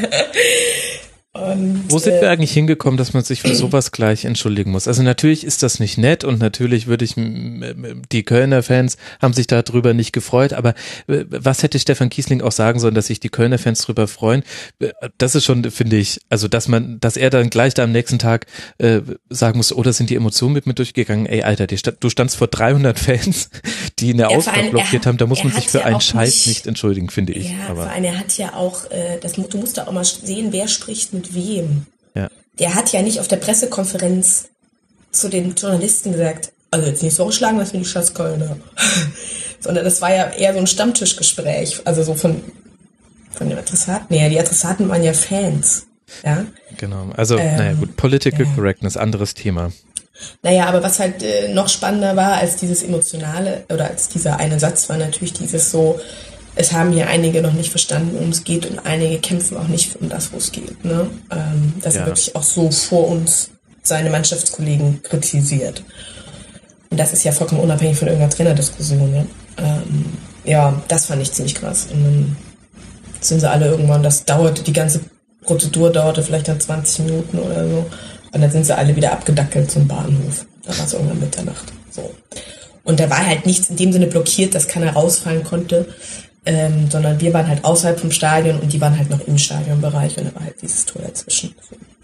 Und, Wo sind äh, wir eigentlich hingekommen, dass man sich für sowas gleich entschuldigen muss? Also natürlich ist das nicht nett und natürlich würde ich, die Kölner Fans haben sich darüber nicht gefreut, aber was hätte Stefan Kiesling auch sagen sollen, dass sich die Kölner Fans darüber freuen? Das ist schon, finde ich, also dass man, dass er dann gleich da am nächsten Tag äh, sagen muss, oder sind die Emotionen mit mir durchgegangen? Ey, Alter, die, du standst vor dreihundert Fans, die eine ja, Ausfahrt blockiert hat, haben, da muss man sich für ja einen Scheiß nicht, nicht entschuldigen, finde ich. Ja, aber vor allem, er hat ja auch, äh, das, du musst da auch mal sehen, wer spricht mit wem. Ja. Der hat ja nicht auf der Pressekonferenz zu den Journalisten gesagt, also jetzt nicht so geschlagen, dass wir die scheiß Kölner. Sondern das war ja eher so ein Stammtischgespräch, also so von, von den Adressaten. Nee, die Adressaten waren ja Fans. Ja. Genau, also ähm, naja gut, Political äh, Correctness, anderes Thema. Naja, aber was halt äh, noch spannender war als dieses Emotionale oder als dieser eine Satz, war natürlich dieses so, es haben hier einige noch nicht verstanden, worum es geht und einige kämpfen auch nicht um das, wo es geht. Ne? Ähm, dass ja. er wirklich auch so vor uns seine Mannschaftskollegen kritisiert. Und das ist ja vollkommen unabhängig von irgendeiner Trainerdiskussion. Ne? Ähm, ja, das fand ich ziemlich krass. Und dann sind sie alle irgendwann, das dauerte, die ganze Prozedur dauerte vielleicht dann zwanzig Minuten oder so. Und dann sind sie alle wieder abgedackelt zum Bahnhof. Da war es irgendwann Mitternacht. So. Und da war halt nichts in dem Sinne blockiert, dass keiner rausfallen konnte. Ähm, sondern wir waren halt außerhalb vom Stadion und die waren halt noch im Stadionbereich und da war halt dieses Tor dazwischen.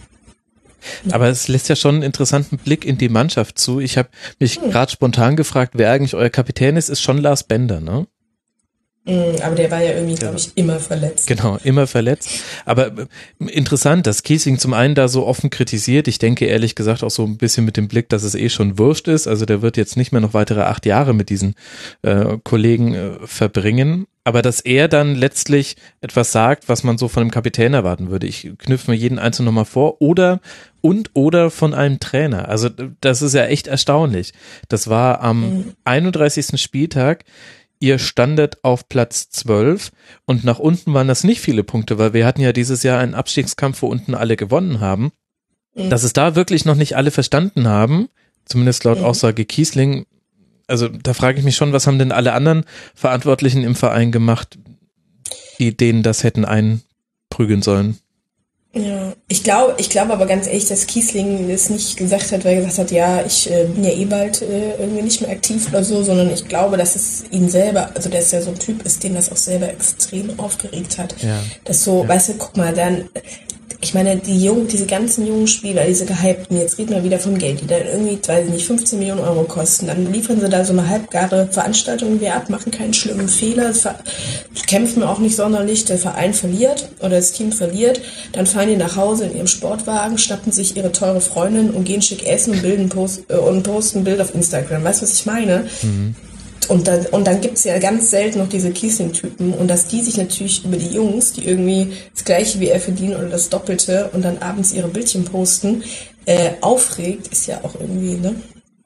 Ja. Aber es lässt ja schon einen interessanten Blick in die Mannschaft zu. Ich habe mich hm. gerade spontan gefragt, wer eigentlich euer Kapitän ist, ist schon Lars Bender, ne? Aber der war ja irgendwie, glaube ich, immer verletzt. Genau, immer verletzt. Aber interessant, dass Kiesling zum einen da so offen kritisiert. Ich denke ehrlich gesagt auch so ein bisschen mit dem Blick, dass es eh schon wurscht ist. Also der wird jetzt nicht mehr noch weitere acht Jahre mit diesen äh, Kollegen äh, verbringen. Aber dass er dann letztlich etwas sagt, was man so von einem Kapitän erwarten würde. Ich knüpfe mir jeden Einzelnen nochmal vor. Oder und oder von einem Trainer. Also das ist ja echt erstaunlich. Das war am mhm. einunddreißigsten Spieltag. Ihr standet auf Platz zwölf und nach unten waren das nicht viele Punkte, weil wir hatten ja dieses Jahr einen Abstiegskampf, wo unten alle gewonnen haben. Mhm. Dass es da wirklich noch nicht alle verstanden haben, zumindest laut mhm. Aussage Kiesling. Also da frage ich mich schon, was haben denn alle anderen Verantwortlichen im Verein gemacht, die denen das hätten einprügeln sollen? Ja, ich glaube, ich glaube aber ganz ehrlich, dass Kiesling das nicht gesagt hat, weil er gesagt hat, ja, ich äh, bin ja eh bald äh, irgendwie nicht mehr aktiv oder so, sondern ich glaube, dass es ihn selber, also der ist ja so ein Typ ist, den das auch selber extrem aufgeregt hat. Ja. Das so, ja. weißt du, guck mal, dann, ich meine, die jungen, diese ganzen jungen Spieler, diese gehypten, jetzt reden wir wieder vom Geld, die dann irgendwie, weiß ich nicht, fünfzehn Millionen Euro kosten, dann liefern sie da so eine halbgare Veranstaltung wieder ab, machen keinen schlimmen Fehler, kämpfen auch nicht sonderlich, der Verein verliert oder das Team verliert, dann fahren die nach Hause in ihrem Sportwagen, schnappen sich ihre teure Freundin und gehen schick essen und bilden Post, äh, und posten ein Bild auf Instagram. Weißt du, was ich meine? Mhm. Und dann, und dann gibt's ja ganz selten noch diese Kiesling-Typen und dass die sich natürlich über die Jungs, die irgendwie das Gleiche wie er verdienen oder das Doppelte und dann abends ihre Bildchen posten, äh, aufregt, ist ja auch irgendwie, ne?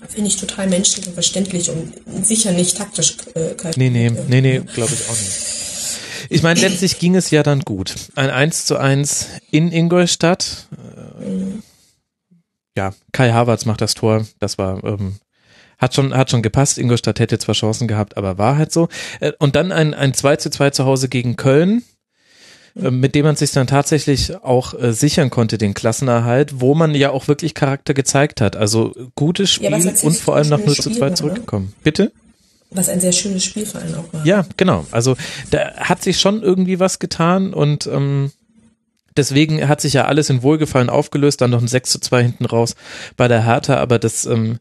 Finde ich total menschlich und verständlich und sicher nicht taktisch. Äh, nee, nee, nee, nee, glaube ich auch nicht. Ich meine, letztlich ging es ja dann gut. Ein eins zu eins in Ingolstadt. Mhm. Ja, Kai Havertz macht das Tor. Das war, ähm, hat schon, hat schon gepasst. Ingolstadt hätte zwar Chancen gehabt, aber war halt so. Und dann ein, ein zwei zu zwei zu Hause gegen Köln, mit dem man sich dann tatsächlich auch äh, sichern konnte, den Klassenerhalt, wo man ja auch wirklich Charakter gezeigt hat. Also gutes Spiel ja, und vor allem nach null zu zwei zurückgekommen. Ne? Bitte? Was ein sehr schönes Spiel vor allem auch war. Ja, genau. Also da hat sich schon irgendwie was getan und ähm, deswegen hat sich ja alles in Wohlgefallen aufgelöst, dann noch ein sechs zu zwei hinten raus bei der Hertha, aber das ähm,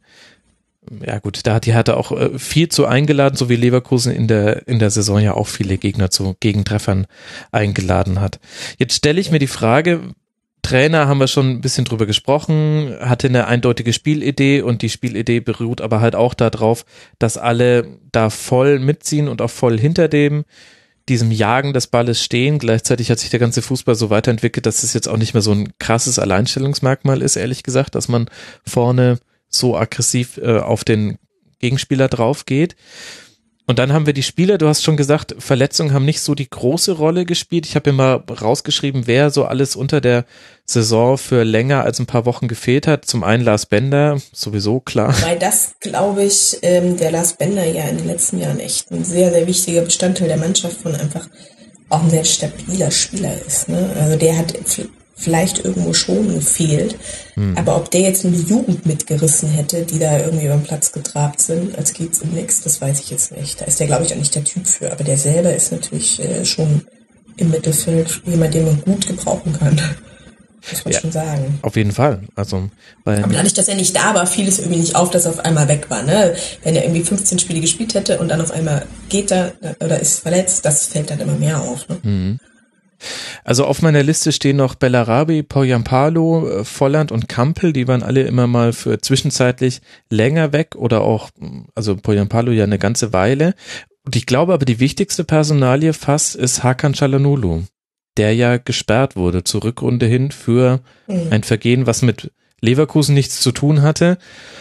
ja gut, da hat die Hertha auch äh, viel zu eingeladen, so wie Leverkusen in der in der Saison ja auch viele Gegner zu Gegentreffern eingeladen hat. Jetzt stelle ich mir die Frage, Trainer haben wir schon ein bisschen drüber gesprochen, hatte eine eindeutige Spielidee und die Spielidee beruht aber halt auch darauf, dass alle da voll mitziehen und auch voll hinter dem diesem Jagen des Balles stehen. Gleichzeitig hat sich der ganze Fußball so weiterentwickelt, dass es jetzt auch nicht mehr so ein krasses Alleinstellungsmerkmal ist, ehrlich gesagt, dass man vorne so aggressiv äh, auf den Gegenspieler drauf geht. Und dann haben wir die Spieler, du hast schon gesagt, Verletzungen haben nicht so die große Rolle gespielt. Ich habe mir mal rausgeschrieben, wer so alles unter der Saison für länger als ein paar Wochen gefehlt hat. Zum einen Lars Bender, sowieso klar. Weil das, glaube ich, ähm, der Lars Bender ja in den letzten Jahren echt ein sehr, sehr wichtiger Bestandteil der Mannschaft von einfach auch ein sehr stabiler Spieler ist. Ne? Also der hat vielleicht irgendwo schon gefehlt. Hm. Aber ob der jetzt nur die Jugend mitgerissen hätte, die da irgendwie über den Platz getrabt sind, als geht's im Nix, das weiß ich jetzt nicht. Da ist der, glaube ich, auch nicht der Typ für. Aber der selber ist natürlich äh, schon im Mittelfeld jemand, den man gut gebrauchen kann. Muss man ja, schon sagen. Auf jeden Fall. Also, weil aber dadurch, dass er nicht da war, fiel es irgendwie nicht auf, dass er auf einmal weg war. Ne? Wenn er irgendwie fünfzehn Spiele gespielt hätte und dann auf einmal geht er oder ist verletzt, das fällt dann immer mehr auf. Ne? Mhm. Also auf meiner Liste stehen noch Bellarabi, Poyampalo, Volland und Kampel, die waren alle immer mal für zwischenzeitlich länger weg oder auch, also Poyampalo ja eine ganze Weile. Und ich glaube aber die wichtigste Personalie fast ist Hakan Çalhanoğlu, der ja gesperrt wurde zur Rückrunde hin für mhm. ein Vergehen, was mit Leverkusen nichts zu tun hatte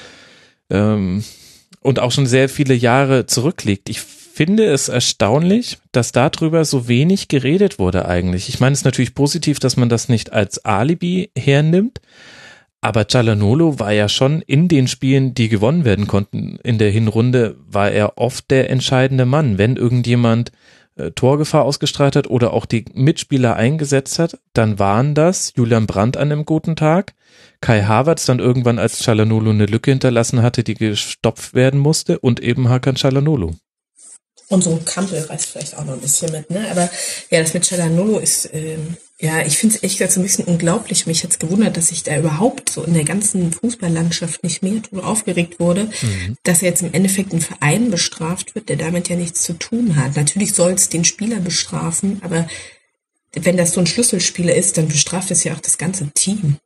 ähm, und auch schon sehr viele Jahre zurückliegt. Ich finde es erstaunlich, dass darüber so wenig geredet wurde eigentlich. Ich meine, es ist natürlich positiv, dass man das nicht als Alibi hernimmt, aber Çalhanoğlu war ja schon in den Spielen, die gewonnen werden konnten in der Hinrunde, war er oft der entscheidende Mann. Wenn irgendjemand äh, Torgefahr ausgestrahlt hat oder auch die Mitspieler eingesetzt hat, dann waren das Julian Brandt an einem guten Tag, Kai Havertz dann irgendwann, als Çalhanoğlu eine Lücke hinterlassen hatte, die gestopft werden musste, und eben Hakan Çalhanoğlu. Und so ein Kampel reißt vielleicht auch noch ein bisschen mit, ne? Aber ja, das mit Çalhanoğlu ist, ähm, ja, ich finde es echt gesagt so ein bisschen unglaublich. Mich hat's gewundert, dass sich da überhaupt so in der ganzen Fußballlandschaft nicht mehr drüber aufgeregt wurde, mhm. dass er jetzt im Endeffekt ein Verein bestraft wird, der damit ja nichts zu tun hat. Natürlich soll es den Spieler bestrafen, aber wenn das so ein Schlüsselspieler ist, dann bestraft es ja auch das ganze Team.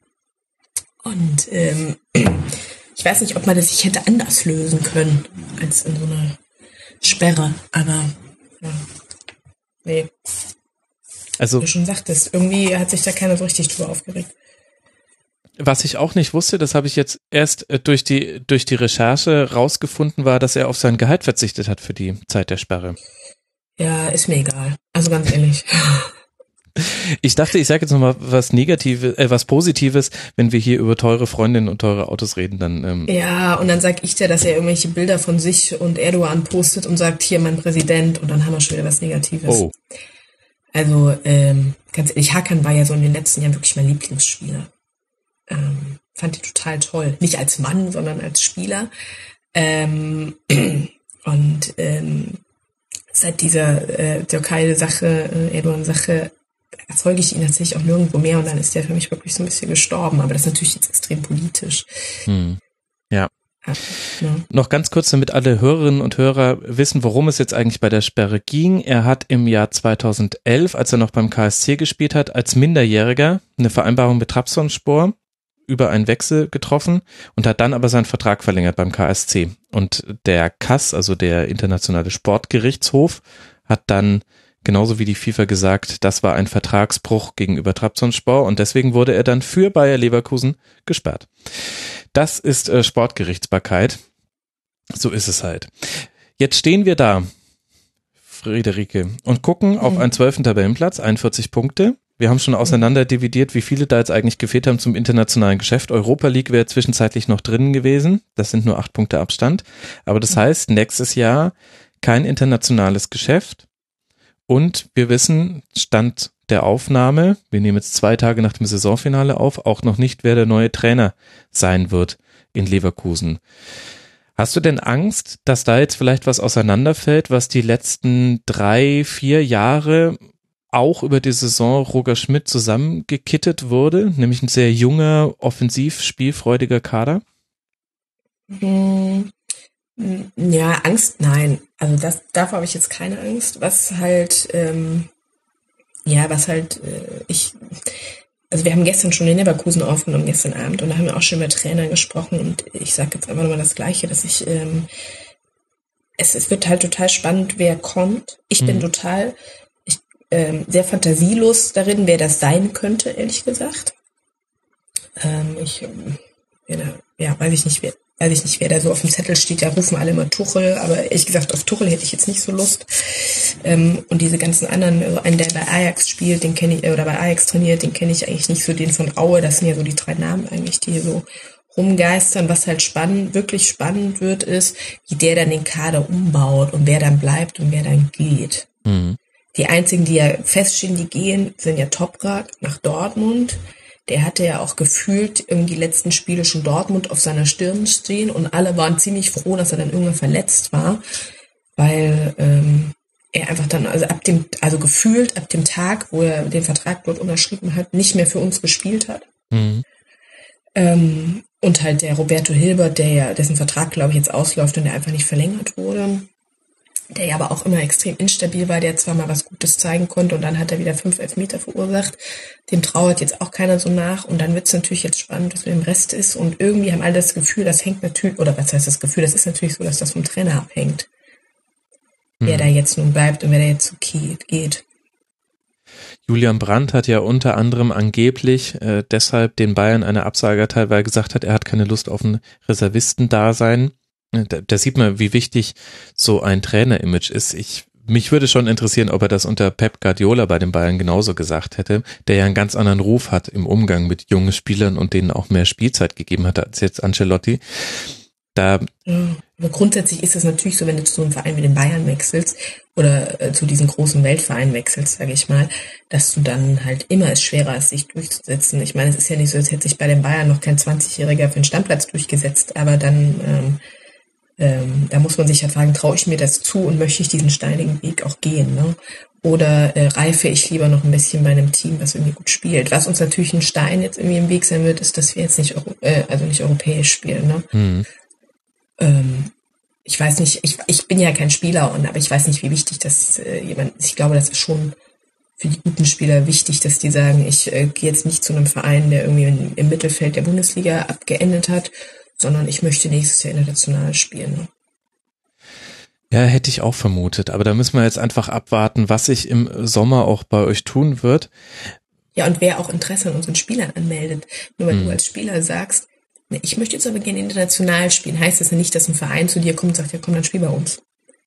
Und ähm, ich weiß nicht, ob man das sich hätte anders lösen können, als in so einer Sperre, aber ja, nee. Also, wie du schon sagtest, irgendwie hat sich da keiner so richtig drüber aufgeregt. Was ich auch nicht wusste, das habe ich jetzt erst durch die durch die Recherche rausgefunden, war, dass er auf sein Gehalt verzichtet hat für die Zeit der Sperre. Ja, ist mir egal. Also ganz ehrlich. Ich dachte, ich sage jetzt nochmal was Negatives, äh, was Positives, wenn wir hier über teure Freundinnen und teure Autos reden, dann... Ähm ja, und dann sag ich dir, dass er irgendwelche Bilder von sich und Erdogan postet und sagt, hier mein Präsident, und dann haben wir schon wieder was Negatives. Oh. Also, ähm, ganz ehrlich, Hakan war ja so in den letzten Jahren wirklich mein Lieblingsspieler. Ähm, fand ihn total toll. Nicht als Mann, sondern als Spieler. Ähm, und ähm, seit dieser äh, Türkei-Sache, äh, Erdogan-Sache, erfolge ich ihn tatsächlich auch nirgendwo mehr, und dann ist der für mich wirklich so ein bisschen gestorben, aber das ist natürlich jetzt extrem politisch. Hm. Ja. Ja, ja. Noch ganz kurz, damit alle Hörerinnen und Hörer wissen, worum es jetzt eigentlich bei der Sperre ging. Er hat im Jahr zweitausendelf, als er noch beim K S C gespielt hat, als Minderjähriger eine Vereinbarung mit Trabzonspor über einen Wechsel getroffen und hat dann aber seinen Vertrag verlängert beim K S C. Und der K A S, also der Internationale Sportgerichtshof, hat dann genauso wie die FIFA gesagt, das war ein Vertragsbruch gegenüber Trabzonspor und deswegen wurde er dann für Bayer Leverkusen gesperrt. Das ist äh, Sportgerichtsbarkeit. So ist es halt. Jetzt stehen wir da, Friederike, und gucken mhm. auf einen zwölften Tabellenplatz, einundvierzig Punkte. Wir haben schon auseinander dividiert, wie viele da jetzt eigentlich gefehlt haben zum internationalen Geschäft. Europa League wäre zwischenzeitlich noch drin gewesen. Das sind nur acht Punkte Abstand. Aber das heißt, nächstes Jahr kein internationales Geschäft. Und wir wissen, Stand der Aufnahme, wir nehmen jetzt zwei Tage nach dem Saisonfinale auf, auch noch nicht, wer der neue Trainer sein wird in Leverkusen. Hast du denn Angst, dass da jetzt vielleicht was auseinanderfällt, was die letzten drei, vier Jahre auch über die Saison Roger Schmidt zusammengekittet wurde, nämlich ein sehr junger, offensiv spielfreudiger Kader? Hm, ja, Angst, nein. Also das, davor habe ich jetzt keine Angst. Was halt, ähm, ja, was halt, äh, ich, also wir haben gestern schon den Leverkusen aufgenommen, gestern Abend, und da haben wir auch schon über Trainer gesprochen, und ich sage jetzt einfach nochmal das Gleiche, dass ich, ähm, es, es wird halt total spannend, wer kommt. Ich mhm. bin total Ähm, sehr fantasielos darin, wer das sein könnte, ehrlich gesagt. Ähm, ich, ähm, ja, weiß ich nicht, wer, weiß ich nicht, wer da so auf dem Zettel steht. Da rufen alle immer Tuchel, aber ehrlich gesagt, auf Tuchel hätte ich jetzt nicht so Lust. Ähm, und diese ganzen anderen, also einen, der bei Ajax spielt, den kenne ich, oder bei Ajax trainiert, den kenne ich eigentlich nicht so, den von Aue. Das sind ja so die drei Namen eigentlich, die hier so rumgeistern. Was halt spannend, wirklich spannend wird, ist, wie der dann den Kader umbaut und wer dann bleibt und wer dann geht. Mhm. Die einzigen, die ja feststehen, die gehen, sind ja Toprak nach Dortmund. Der hatte ja auch gefühlt irgendwie die letzten Spiele schon Dortmund auf seiner Stirn stehen, und alle waren ziemlich froh, dass er dann irgendwann verletzt war, weil ähm, er einfach dann, also ab dem, also gefühlt ab dem Tag, wo er den Vertrag dort unterschrieben hat, nicht mehr für uns gespielt hat. Mhm. Ähm, und halt der Roberto Hilbert, der ja, dessen Vertrag, glaube ich, jetzt ausläuft und der einfach nicht verlängert wurde, der ja aber auch immer extrem instabil war, der zwar mal was Gutes zeigen konnte und dann hat er wieder fünf Elfmeter verursacht. Dem trauert jetzt auch keiner so nach, und dann wird es natürlich jetzt spannend, was mit dem Rest ist, und irgendwie haben alle das Gefühl, das hängt natürlich, oder was heißt das Gefühl, das ist natürlich so, dass das vom Trainer abhängt, mhm. wer da jetzt nun bleibt und wer da jetzt so geht. Julian Brandt hat ja unter anderem angeblich äh, deshalb den Bayern eine Absage erteilt, weil er gesagt hat, er hat keine Lust auf ein Reservistendasein. Da, da sieht man, wie wichtig so ein Trainer-Image ist. Ich, mich würde schon interessieren, ob er das unter Pep Guardiola bei den Bayern genauso gesagt hätte, der ja einen ganz anderen Ruf hat im Umgang mit jungen Spielern und denen auch mehr Spielzeit gegeben hat als jetzt Ancelotti. Da ja, aber grundsätzlich ist es natürlich so, wenn du zu so einem Verein wie den Bayern wechselst oder äh, zu diesen großen Weltvereinen wechselst, sage ich mal, dass du dann halt immer es schwerer ist, sich durchzusetzen. Ich meine, es ist ja nicht so, als hätte sich bei den Bayern noch kein zwanzigjähriger für den Stammplatz durchgesetzt, aber dann ähm, Ähm, da muss man sich ja fragen, traue ich mir das zu und möchte ich diesen steinigen Weg auch gehen, ne? Oder äh, reife ich lieber noch ein bisschen bei einem Team, was irgendwie gut spielt? Was uns natürlich ein Stein jetzt irgendwie im Weg sein wird, ist, dass wir jetzt nicht, Euro- äh, also nicht europäisch spielen, ne? Mhm. Ähm, ich weiß nicht, ich, ich bin ja kein Spieler, und aber ich weiß nicht, wie wichtig das äh, jemand, ich glaube, das ist schon für die guten Spieler wichtig, dass die sagen, ich äh, gehe jetzt nicht zu einem Verein, der irgendwie in, im Mittelfeld der Bundesliga abgeendet hat, sondern ich möchte nächstes Jahr international spielen. Ja, hätte ich auch vermutet, aber da müssen wir jetzt einfach abwarten, was sich im Sommer auch bei euch tun wird. Ja, und wer auch Interesse an unseren Spielern anmeldet. Nur weil hm. du als Spieler sagst, ne, ich möchte jetzt aber gerne international spielen, heißt das ja nicht, dass ein Verein zu dir kommt und sagt, ja komm, dann spiel bei uns.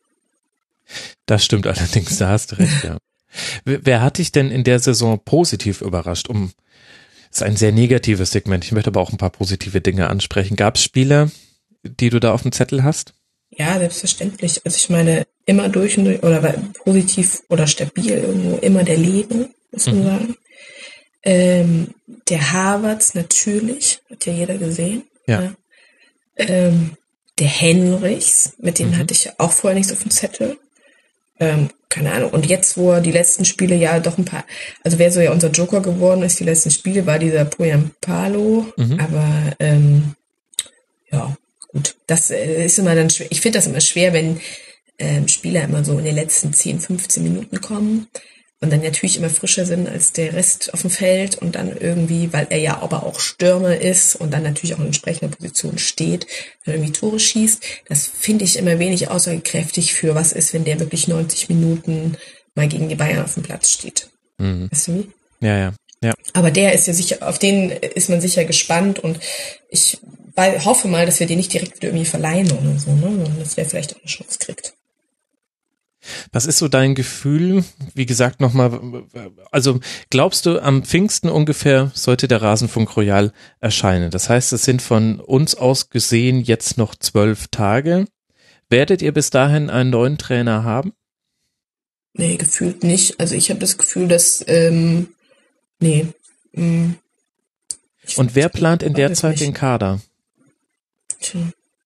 Das stimmt allerdings, da hast du recht, ja. Wer hat dich denn in der Saison positiv überrascht? Um Das ist ein sehr negatives Segment. Ich möchte aber auch ein paar positive Dinge ansprechen. Gab es Spieler, die du da auf dem Zettel hast? Ja, selbstverständlich. Also ich meine, immer durch und durch, oder positiv oder stabil irgendwo, immer der Leben, muss man mhm. sagen. Ähm, der Havertz natürlich, hat ja jeder gesehen. Ja. ja. Ähm, der Henrichs, mit dem mhm. hatte ich ja auch vorher nichts auf dem Zettel. Ähm, keine Ahnung. Und jetzt, wo er die letzten Spiele ja doch ein paar, also wer so ja unser Joker geworden ist, die letzten Spiele, war dieser Poyampalo. Mhm. Aber ähm, ja, gut. Das äh, ist immer dann schwer. Ich finde das immer schwer, wenn ähm, Spieler immer so in den letzten zehn, fünfzehn Minuten kommen und dann natürlich immer frischer sind als der Rest auf dem Feld und dann irgendwie, weil er ja aber auch Stürmer ist und dann natürlich auch in entsprechender Position steht, dann irgendwie Tore schießt. Das finde ich immer wenig aussagekräftig für was ist, wenn der wirklich neunzig Minuten mal gegen die Bayern auf dem Platz steht. Mhm. Weißt du wie? Ja, ja, ja. Aber der ist ja sicher, auf den ist man sicher gespannt und ich weil, hoffe mal, dass wir den nicht direkt wieder irgendwie verleihen oder so, ne? Sondern dass der vielleicht auch eine Chance kriegt. Was ist so dein Gefühl? Wie gesagt, nochmal, also glaubst du, am Pfingsten ungefähr sollte der Rasenfunk Royal erscheinen? Das heißt, es sind von uns aus gesehen jetzt noch zwölf Tage. Werdet ihr bis dahin einen neuen Trainer haben? Nee, gefühlt nicht. Also ich habe das Gefühl, dass, ähm, nee. Mh, Und wer plant in der Zeit den Kader? Tja.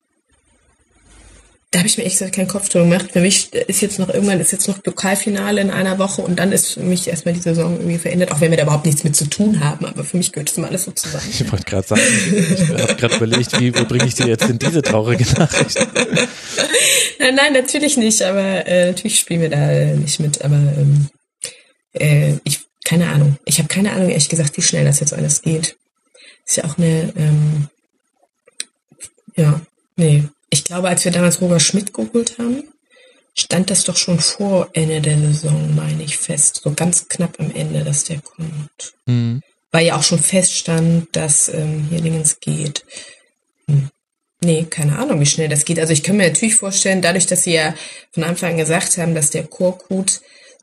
Da habe ich mir echt keinen Kopf drüber gemacht. Für mich ist jetzt noch irgendwann, ist jetzt noch Pokalfinale in einer Woche und dann ist für mich erstmal die Saison irgendwie verändert, auch wenn wir da überhaupt nichts mit zu tun haben, aber für mich gehört das immer alles so zusammen. Ich wollte gerade sagen, ich habe gerade überlegt, wie, wo bringe ich dir jetzt in diese traurige Nachricht? Nein, nein, natürlich nicht, aber äh, natürlich spielen wir da äh, nicht mit, aber ähm, äh, ich, keine Ahnung. Ich habe keine Ahnung, ehrlich gesagt, wie schnell das jetzt alles geht. Ist ja auch eine, ähm, ja, nee. Ich glaube, als wir damals Roger Schmidt geholt haben, stand das doch schon vor Ende der Saison, meine ich, fest. So ganz knapp am Ende, dass der kommt. Mhm. Weil ja auch schon feststand, dass ähm, hier Dingens geht. Hm. Nee, keine Ahnung, wie schnell das geht. Also ich kann mir natürlich vorstellen, dadurch, dass sie ja von Anfang an gesagt haben, dass der Korkut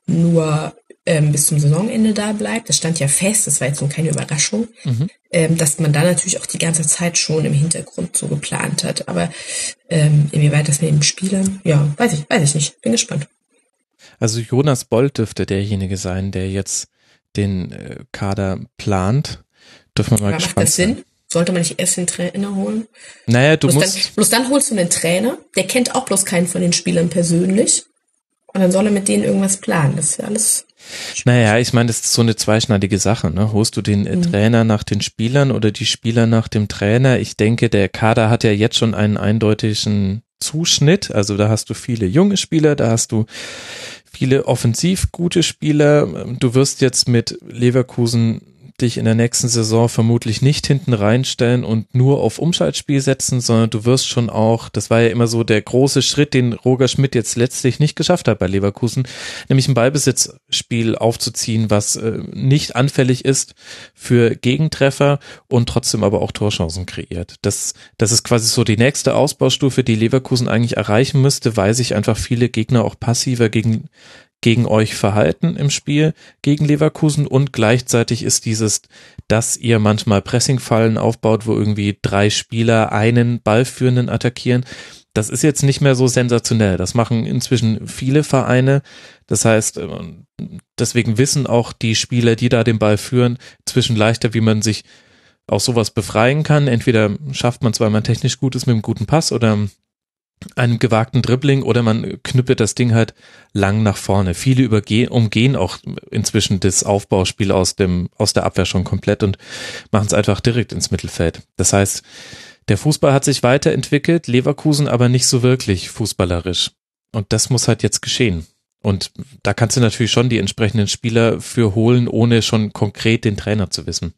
nur ähm, bis zum Saisonende da bleibt, das stand ja fest, das war jetzt nun keine Überraschung, mhm. ähm, dass man da natürlich auch die ganze Zeit schon im Hintergrund so geplant hat. Aber ähm, inwieweit das mit den Spielern, ja, weiß ich, weiß ich nicht. Bin gespannt. Also Jonas Bold dürfte derjenige sein, der jetzt den äh, Kader plant. Dürfen wir mal Aber gespannt macht das sein. Sinn? Sollte man nicht erst den Trainer holen? Naja, du bloß musst... Dann, bloß dann holst du einen Trainer, der kennt auch bloß keinen von den Spielern persönlich. Und dann soll er mit denen irgendwas planen. Das ist ja alles... Naja, ich meine, das ist so eine zweischneidige Sache, ne? Holst du den mhm. Trainer nach den Spielern oder die Spieler nach dem Trainer? Ich denke, der Kader hat ja jetzt schon einen eindeutigen Zuschnitt. Also da hast du viele junge Spieler, da hast du viele offensiv gute Spieler. Du wirst jetzt mit Leverkusen dich in der nächsten Saison vermutlich nicht hinten reinstellen und nur auf Umschaltspiel setzen, sondern du wirst schon auch, das war ja immer so der große Schritt, den Roger Schmidt jetzt letztlich nicht geschafft hat bei Leverkusen, nämlich ein Ballbesitzspiel aufzuziehen, was äh, nicht anfällig ist für Gegentreffer und trotzdem aber auch Torchancen kreiert. Das, das ist quasi so die nächste Ausbaustufe, die Leverkusen eigentlich erreichen müsste, weil sich einfach viele Gegner auch passiver gegen gegen euch verhalten im Spiel gegen Leverkusen und gleichzeitig ist dieses, dass ihr manchmal Pressingfallen aufbaut, wo irgendwie drei Spieler einen Ballführenden attackieren. Das ist jetzt nicht mehr so sensationell. Das machen inzwischen viele Vereine. Das heißt, deswegen wissen auch die Spieler, die da den Ball führen, zwischen leichter, wie man sich aus sowas befreien kann. Entweder schafft man es, weil man technisch gut ist mit einem guten Pass oder einem gewagten Dribbling oder man knüppelt das Ding halt lang nach vorne. Viele übergehen, umgehen auch inzwischen das Aufbauspiel aus dem, aus der Abwehr schon komplett und machen es einfach direkt ins Mittelfeld. Das heißt, der Fußball hat sich weiterentwickelt, Leverkusen aber nicht so wirklich fußballerisch. Und das muss halt jetzt geschehen. Und da kannst du natürlich schon die entsprechenden Spieler für holen, ohne schon konkret den Trainer zu wissen.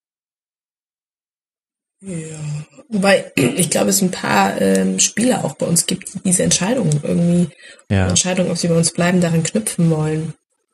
Ja, wobei ich glaube, es ein paar ähm, Spieler auch bei uns gibt, die diese Entscheidung irgendwie, ja. Entscheidung, ob sie bei uns bleiben, daran knüpfen wollen.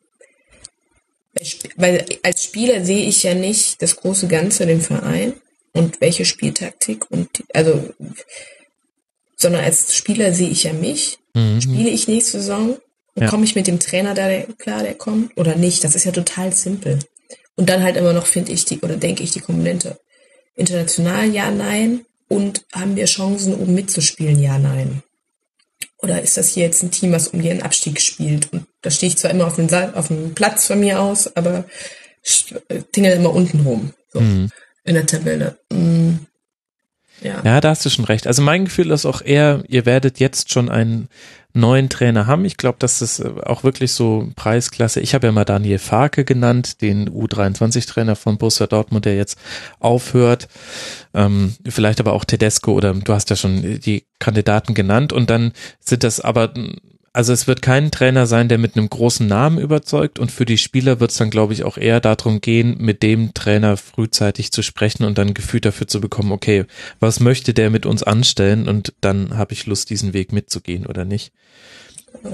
Weil als Spieler sehe ich ja nicht das große Ganze, den Verein und welche Spieltaktik und also, sondern als Spieler sehe ich ja mich. Mhm. Spiele ich nächste Saison und ja. komme ich mit dem Trainer da der, klar, der kommt oder nicht? Das ist ja total simpel. Und dann halt immer noch finde ich die oder denke ich die Komponente. International, ja, nein. Und haben wir Chancen, oben mitzuspielen, ja, nein. Oder ist das hier jetzt ein Team, was um den Abstieg spielt? Und da stehe ich zwar immer auf dem, Sa- auf dem Platz von mir aus, aber tingel immer unten rum. So, mhm. in der Tabelle. Mhm. Ja. ja, da hast du schon recht. Also mein Gefühl ist auch eher, ihr werdet jetzt schon einen neuen Trainer haben. Ich glaube, dass das auch wirklich so Preisklasse, ich habe ja mal Daniel Farke genannt, den U dreiundzwanzig Trainer von Borussia Dortmund, der jetzt aufhört. Ähm, vielleicht aber auch Tedesco oder du hast ja schon die Kandidaten genannt und dann sind das aber, also es wird kein Trainer sein, der mit einem großen Namen überzeugt und für die Spieler wird es dann, glaube ich, auch eher darum gehen, mit dem Trainer frühzeitig zu sprechen und dann ein Gefühl dafür zu bekommen, okay, was möchte der mit uns anstellen und dann habe ich Lust, diesen Weg mitzugehen oder nicht.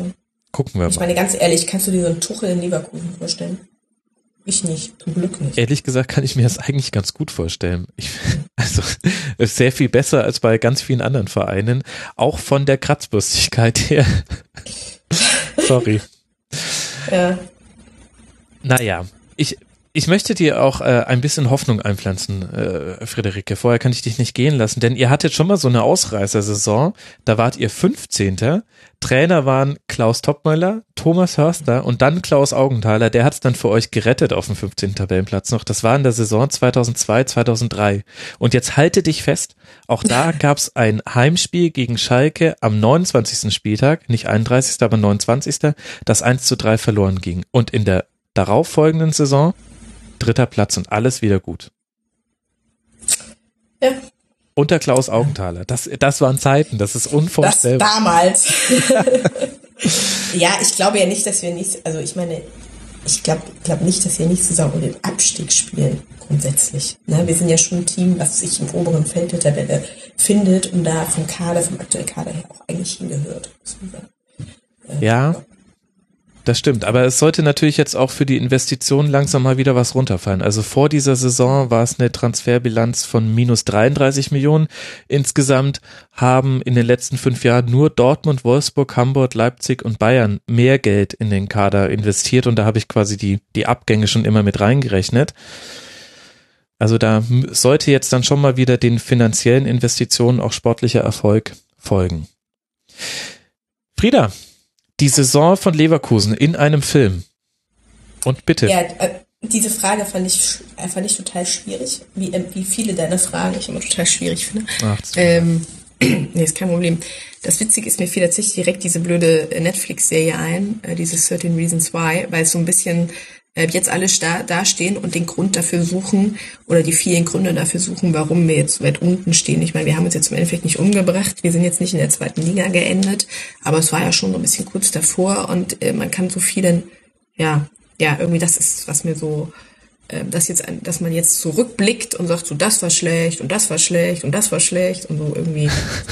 Gucken wir Ich mal. meine, ganz ehrlich, kannst du dir so einen Tuchel in Leverkusen vorstellen? Ich nicht, zum Glück nicht. Ehrlich gesagt kann ich mir das eigentlich ganz gut vorstellen. Ich, also ist sehr viel besser als bei ganz vielen anderen Vereinen, auch von der Kratzbürstigkeit her. Sorry. Ja. Naja, ich Ich möchte dir auch äh, ein bisschen Hoffnung einpflanzen, äh, Friederike. Vorher kann ich dich nicht gehen lassen, denn ihr hattet schon mal so eine Ausreißersaison. Da wart ihr fünfzehnter Trainer waren Klaus Toppmöller, Thomas Hörster und dann Klaus Augenthaler. Der hat es dann für euch gerettet auf dem fünfzehnten Tabellenplatz noch. Das war in der Saison zweitausendzwei, zweitausenddrei. Und jetzt halte dich fest, auch da gab es ein Heimspiel gegen Schalke am neunundzwanzigsten Spieltag, nicht einunddreißigsten aber neunundzwanzigsten das eins zu drei verloren ging. Und in der darauffolgenden Saison dritter Platz und alles wieder gut. Ja. Unter Klaus Augenthaler. Das, das waren Zeiten, das ist unvorstellbar. Das damals. Ja, ich glaube ja nicht, dass wir nicht, also ich meine, ich glaube glaub nicht, dass wir nicht zusammen um den Abstieg spielen, grundsätzlich. Ne? Wir sind ja schon ein Team, was sich im oberen Feld der Tabelle findet und da vom Kader, vom aktuellen Kader her auch eigentlich hingehört. Äh, ja. Das stimmt, aber es sollte natürlich jetzt auch für die Investition langsam mal wieder was runterfallen. Also vor dieser Saison war es eine Transferbilanz von minus dreiunddreißig Millionen. Insgesamt haben in den letzten fünf Jahren nur Dortmund, Wolfsburg, Hamburg, Leipzig und Bayern mehr Geld in den Kader investiert und da habe ich quasi die, die Abgänge schon immer mit reingerechnet. Also da sollte jetzt dann schon mal wieder den finanziellen Investitionen auch sportlicher Erfolg folgen. Frieda, die Saison von Leverkusen in einem Film. Und bitte. Ja, äh, diese Frage fand ich, äh, fand ich total schwierig. Wie, äh, wie viele deiner Fragen ich immer total schwierig finde. Ach, ähm, nee, ist kein Problem. Das Witzige ist, mir fiel tatsächlich direkt diese blöde Netflix-Serie ein, äh, diese thirteen Reasons Why, weil es so ein bisschen äh, jetzt alle da, da stehen und den Grund dafür suchen oder die vielen Gründe dafür suchen, warum wir jetzt so weit unten stehen. Ich meine, wir haben uns jetzt im Endeffekt nicht umgebracht, wir sind jetzt nicht in der zweiten Liga geendet, aber es war ja schon so ein bisschen kurz davor und äh, man kann so vielen, ja, ja, irgendwie das ist, was mir so, äh, dass jetzt, dass man jetzt zurückblickt und sagt, so das war schlecht und das war schlecht und das war schlecht und so irgendwie.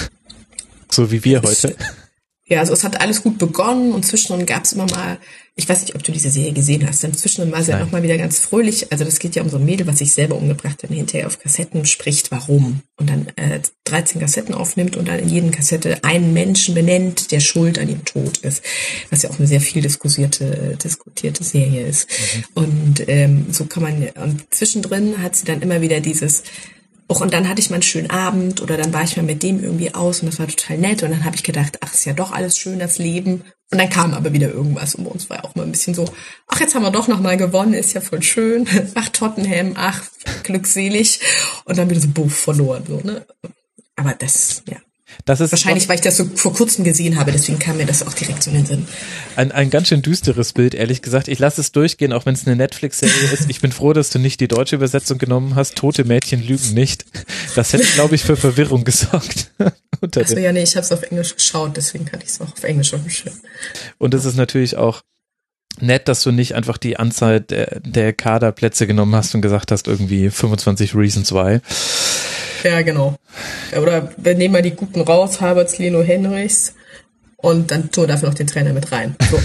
So wie wir heute. Ja, also es hat alles gut begonnen und zwischendrin gab es immer mal, ich weiß nicht, ob du diese Serie gesehen hast, dann zwischendrin war sie ja nochmal wieder ganz fröhlich, also das geht ja um so ein Mädel, was sich selber umgebracht hat und hinterher auf Kassetten spricht, warum. Und dann äh, dreizehn Kassetten aufnimmt und dann in jedem Kassette einen Menschen benennt, der schuld an ihrem Tod ist, was ja auch eine sehr viel diskutierte, diskutierte Serie ist. Mhm. Und ähm, so kann man, und zwischendrin hat sie dann immer wieder dieses, Och, und dann hatte ich mal einen schönen Abend oder dann war ich mal mit dem irgendwie aus und das war total nett und dann habe ich gedacht, ach, ist ja doch alles schön, das Leben. Und dann kam aber wieder irgendwas und bei uns war ja auch mal ein bisschen so, ach, jetzt haben wir doch noch mal gewonnen, ist ja voll schön. Ach, Tottenham, ach, glückselig. Und dann wieder so, buff, verloren. So, ne? Aber das, ja. Das ist wahrscheinlich, weil ich das so vor kurzem gesehen habe, deswegen kam mir das auch direkt so in den Sinn. Ein, ein ganz schön düsteres Bild, ehrlich gesagt. Ich lasse es durchgehen, auch wenn es eine Netflix-Serie ist. Ich bin froh, dass du nicht die deutsche Übersetzung genommen hast. Tote Mädchen lügen nicht. Das hätte, glaube ich, für Verwirrung gesorgt. Achso, ja, nee, ich habe es auf Englisch geschaut, deswegen hatte ich es auch auf Englisch auf dem Schirm. Und es ist natürlich auch nett, dass du nicht einfach die Anzahl der, der Kaderplätze genommen hast und gesagt hast, irgendwie fünfundzwanzig Reasons Why. Ja, genau. Oder wir nehmen mal die Guten raus, Havertz, Lino, Henrichs und dann tun wir dafür noch den Trainer mit rein. So.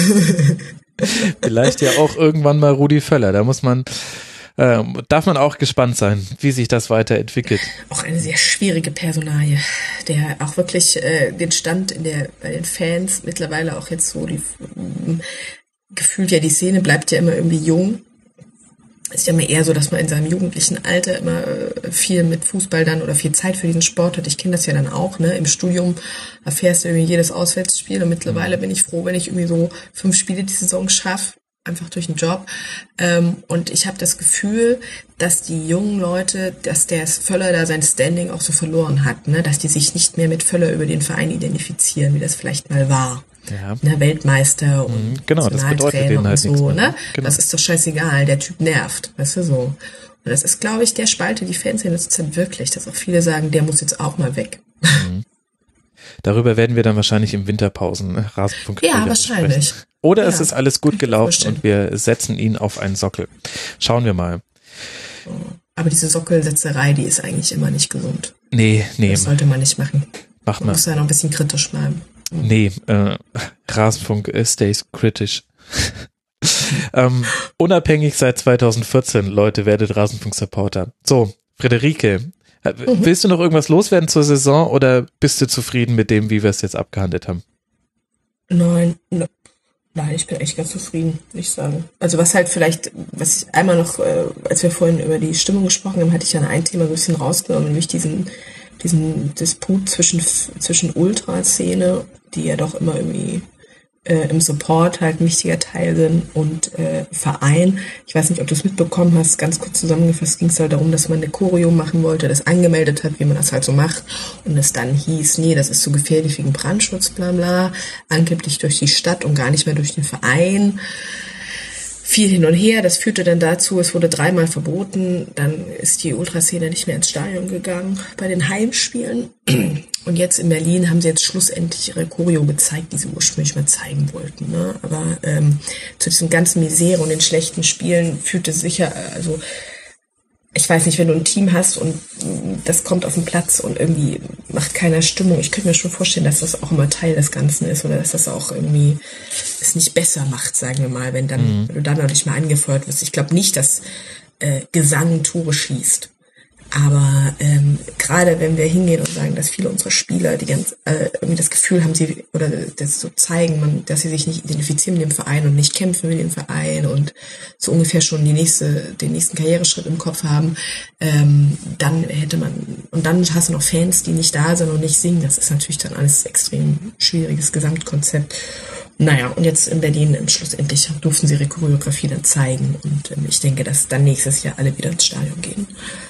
Vielleicht ja auch irgendwann mal Rudi Völler. Da muss man, äh, darf man auch gespannt sein, wie sich das weiterentwickelt. Auch eine sehr schwierige Personalie, der auch wirklich äh, den Stand in der bei den Fans mittlerweile auch jetzt so die ähm, gefühlt ja die Szene bleibt ja immer irgendwie jung. Es ist ja immer eher so, dass man in seinem jugendlichen Alter immer viel mit Fußball dann oder viel Zeit für diesen Sport hat. Ich kenne das ja dann auch, ne? Im Studium erfährst du irgendwie jedes Auswärtsspiel und mittlerweile bin ich froh, wenn ich irgendwie so fünf Spiele die Saison schaffe, einfach durch den Job. Und ich habe das Gefühl, dass die jungen Leute, dass der Völler da sein Standing auch so verloren hat, ne? Dass die sich nicht mehr mit Völler über den Verein identifizieren, wie das vielleicht mal war. Ja. Ne, Weltmeister und genau, das bedeutet denen halt so, nichts mehr. Ne? Genau. Das ist doch scheißegal, der Typ nervt, weißt du so. Und das ist, glaube ich, der Spalte die Fanszene zurzeit wirklich, dass auch viele sagen, der muss jetzt auch mal weg. Mhm. Darüber werden wir dann wahrscheinlich im Winterpausen Rasenfunk Ja, wahrscheinlich. Sprechen. Oder ja, es ist alles gut gelaufen und wir setzen ihn auf einen Sockel. Schauen wir mal. Aber diese Sockelsetzerei, die ist eigentlich immer nicht gesund. Nee, nee. Das sollte man nicht machen. Mach man mal. muss ja noch ein bisschen kritisch bleiben. Nee, äh, Rasenfunk äh, stays kritisch. ähm, unabhängig seit zweitausendvierzehn, Leute, werdet Rasenfunk-Supporter. So, Friederike, mhm. willst du noch irgendwas loswerden zur Saison oder bist du zufrieden mit dem, wie wir es jetzt abgehandelt haben? Nein, ne, nein, ich bin echt ganz zufrieden, würde ich sagen. Also was halt vielleicht, was ich einmal noch, äh, als wir vorhin über die Stimmung gesprochen haben, hatte ich ja ein Thema so ein bisschen rausgenommen, nämlich diesen, diesen Disput zwischen, zwischen Ultraszene, die ja doch immer irgendwie äh, im Support halt ein wichtiger Teil sind, und äh, Verein. Ich weiß nicht, ob du es mitbekommen hast, ganz kurz zusammengefasst ging es halt darum, dass man eine Choreo machen wollte, das angemeldet hat, wie man das halt so macht, und es dann hieß, nee, das ist zu gefährlich wegen Brandschutz, bla bla, angeblich durch die Stadt und gar nicht mehr durch den Verein. Viel hin und her, das führte dann dazu, es wurde dreimal verboten, dann ist die Ultraszene nicht mehr ins Stadion gegangen bei den Heimspielen, und jetzt in Berlin haben sie jetzt schlussendlich ihre Choreo gezeigt, die sie ursprünglich mal zeigen wollten, ne? Aber ähm, zu diesen ganzen Misere und den schlechten Spielen führte sicher, also ich weiß nicht, wenn du ein Team hast und das kommt auf den Platz und irgendwie macht keiner Stimmung. Ich könnte mir schon vorstellen, dass das auch immer Teil des Ganzen ist oder dass das auch irgendwie es nicht besser macht, sagen wir mal, wenn dann mhm. wenn du dann noch nicht mal angefeuert wirst. Ich glaube nicht, dass äh, Gesang Tore schließt. Aber ähm, gerade wenn wir hingehen und sagen, dass viele unserer Spieler die ganz äh, irgendwie das Gefühl haben, sie oder das so zeigen, man, dass sie sich nicht identifizieren mit dem Verein und nicht kämpfen mit dem Verein und so ungefähr schon die nächste, den nächsten Karriereschritt im Kopf haben, ähm, dann hätte man, und dann hast du noch Fans, die nicht da sind und nicht singen. Das ist natürlich dann alles extrem schwieriges Gesamtkonzept. Naja, und jetzt in Berlin schlussendlich durften sie ihre Choreografie dann zeigen, und ähm, ich denke, dass dann nächstes Jahr alle wieder ins Stadion gehen.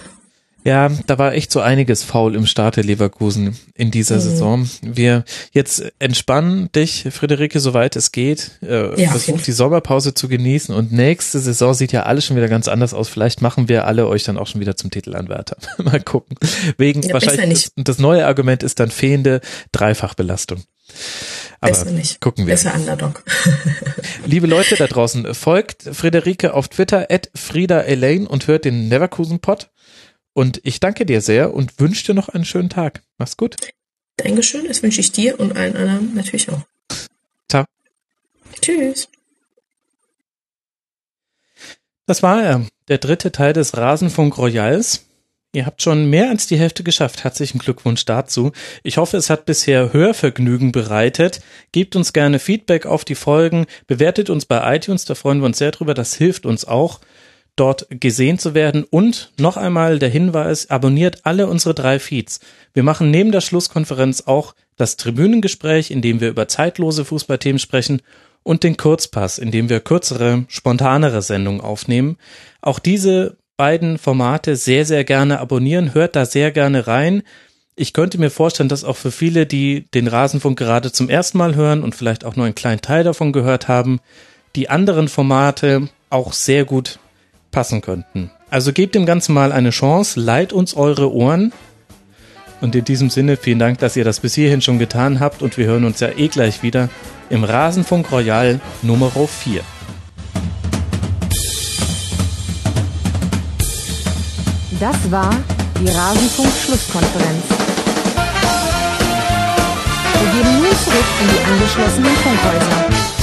Ja, da war echt so einiges faul im Starte Leverkusen in dieser mhm. Saison. Wir jetzt entspannen dich, Friederike, soweit es geht. Äh, ja, versuch die Sommerpause zu genießen, und nächste Saison sieht ja alles schon wieder ganz anders aus. Vielleicht machen wir alle euch dann auch schon wieder zum Titelanwärter. Mal gucken. Wegen ja, wahrscheinlich das, das neue Argument ist dann fehlende Dreifachbelastung. Aber besser nicht. Gucken wir. Besser Underdog. Liebe Leute da draußen, folgt Friederike auf Twitter at Frieda Elaine und hört den Neverkusen-Pod. Und ich danke dir sehr und wünsche dir noch einen schönen Tag. Mach's gut. Dankeschön, das wünsche ich dir und allen anderen natürlich auch. Ciao. Tschüss. Das war er, der dritte Teil des Rasenfunk Royals. Ihr habt schon mehr als die Hälfte geschafft. Herzlichen Glückwunsch dazu. Ich hoffe, es hat bisher Hörvergnügen bereitet. Gebt uns gerne Feedback auf die Folgen. Bewertet uns bei iTunes, da freuen wir uns sehr drüber. Das hilft uns auch, dort gesehen zu werden. Und noch einmal der Hinweis, abonniert alle unsere drei Feeds. Wir machen neben der Schlusskonferenz auch das Tribünengespräch, in dem wir über zeitlose Fußballthemen sprechen, und den Kurzpass, in dem wir kürzere, spontanere Sendungen aufnehmen. Auch diese beiden Formate sehr, sehr gerne abonnieren. Hört da sehr gerne rein. Ich könnte mir vorstellen, dass auch für viele, die den Rasenfunk gerade zum ersten Mal hören und vielleicht auch nur einen kleinen Teil davon gehört haben, die anderen Formate auch sehr gut passen könnten. Also gebt dem Ganzen mal eine Chance, leiht uns eure Ohren, und in diesem Sinne vielen Dank, dass ihr das bis hierhin schon getan habt, und wir hören uns ja eh gleich wieder im Rasenfunk Royal Nummer vier. Das war die Rasenfunk-Schlusskonferenz. Wir gehen nun zurück in die angeschlossenen Funkhäuser.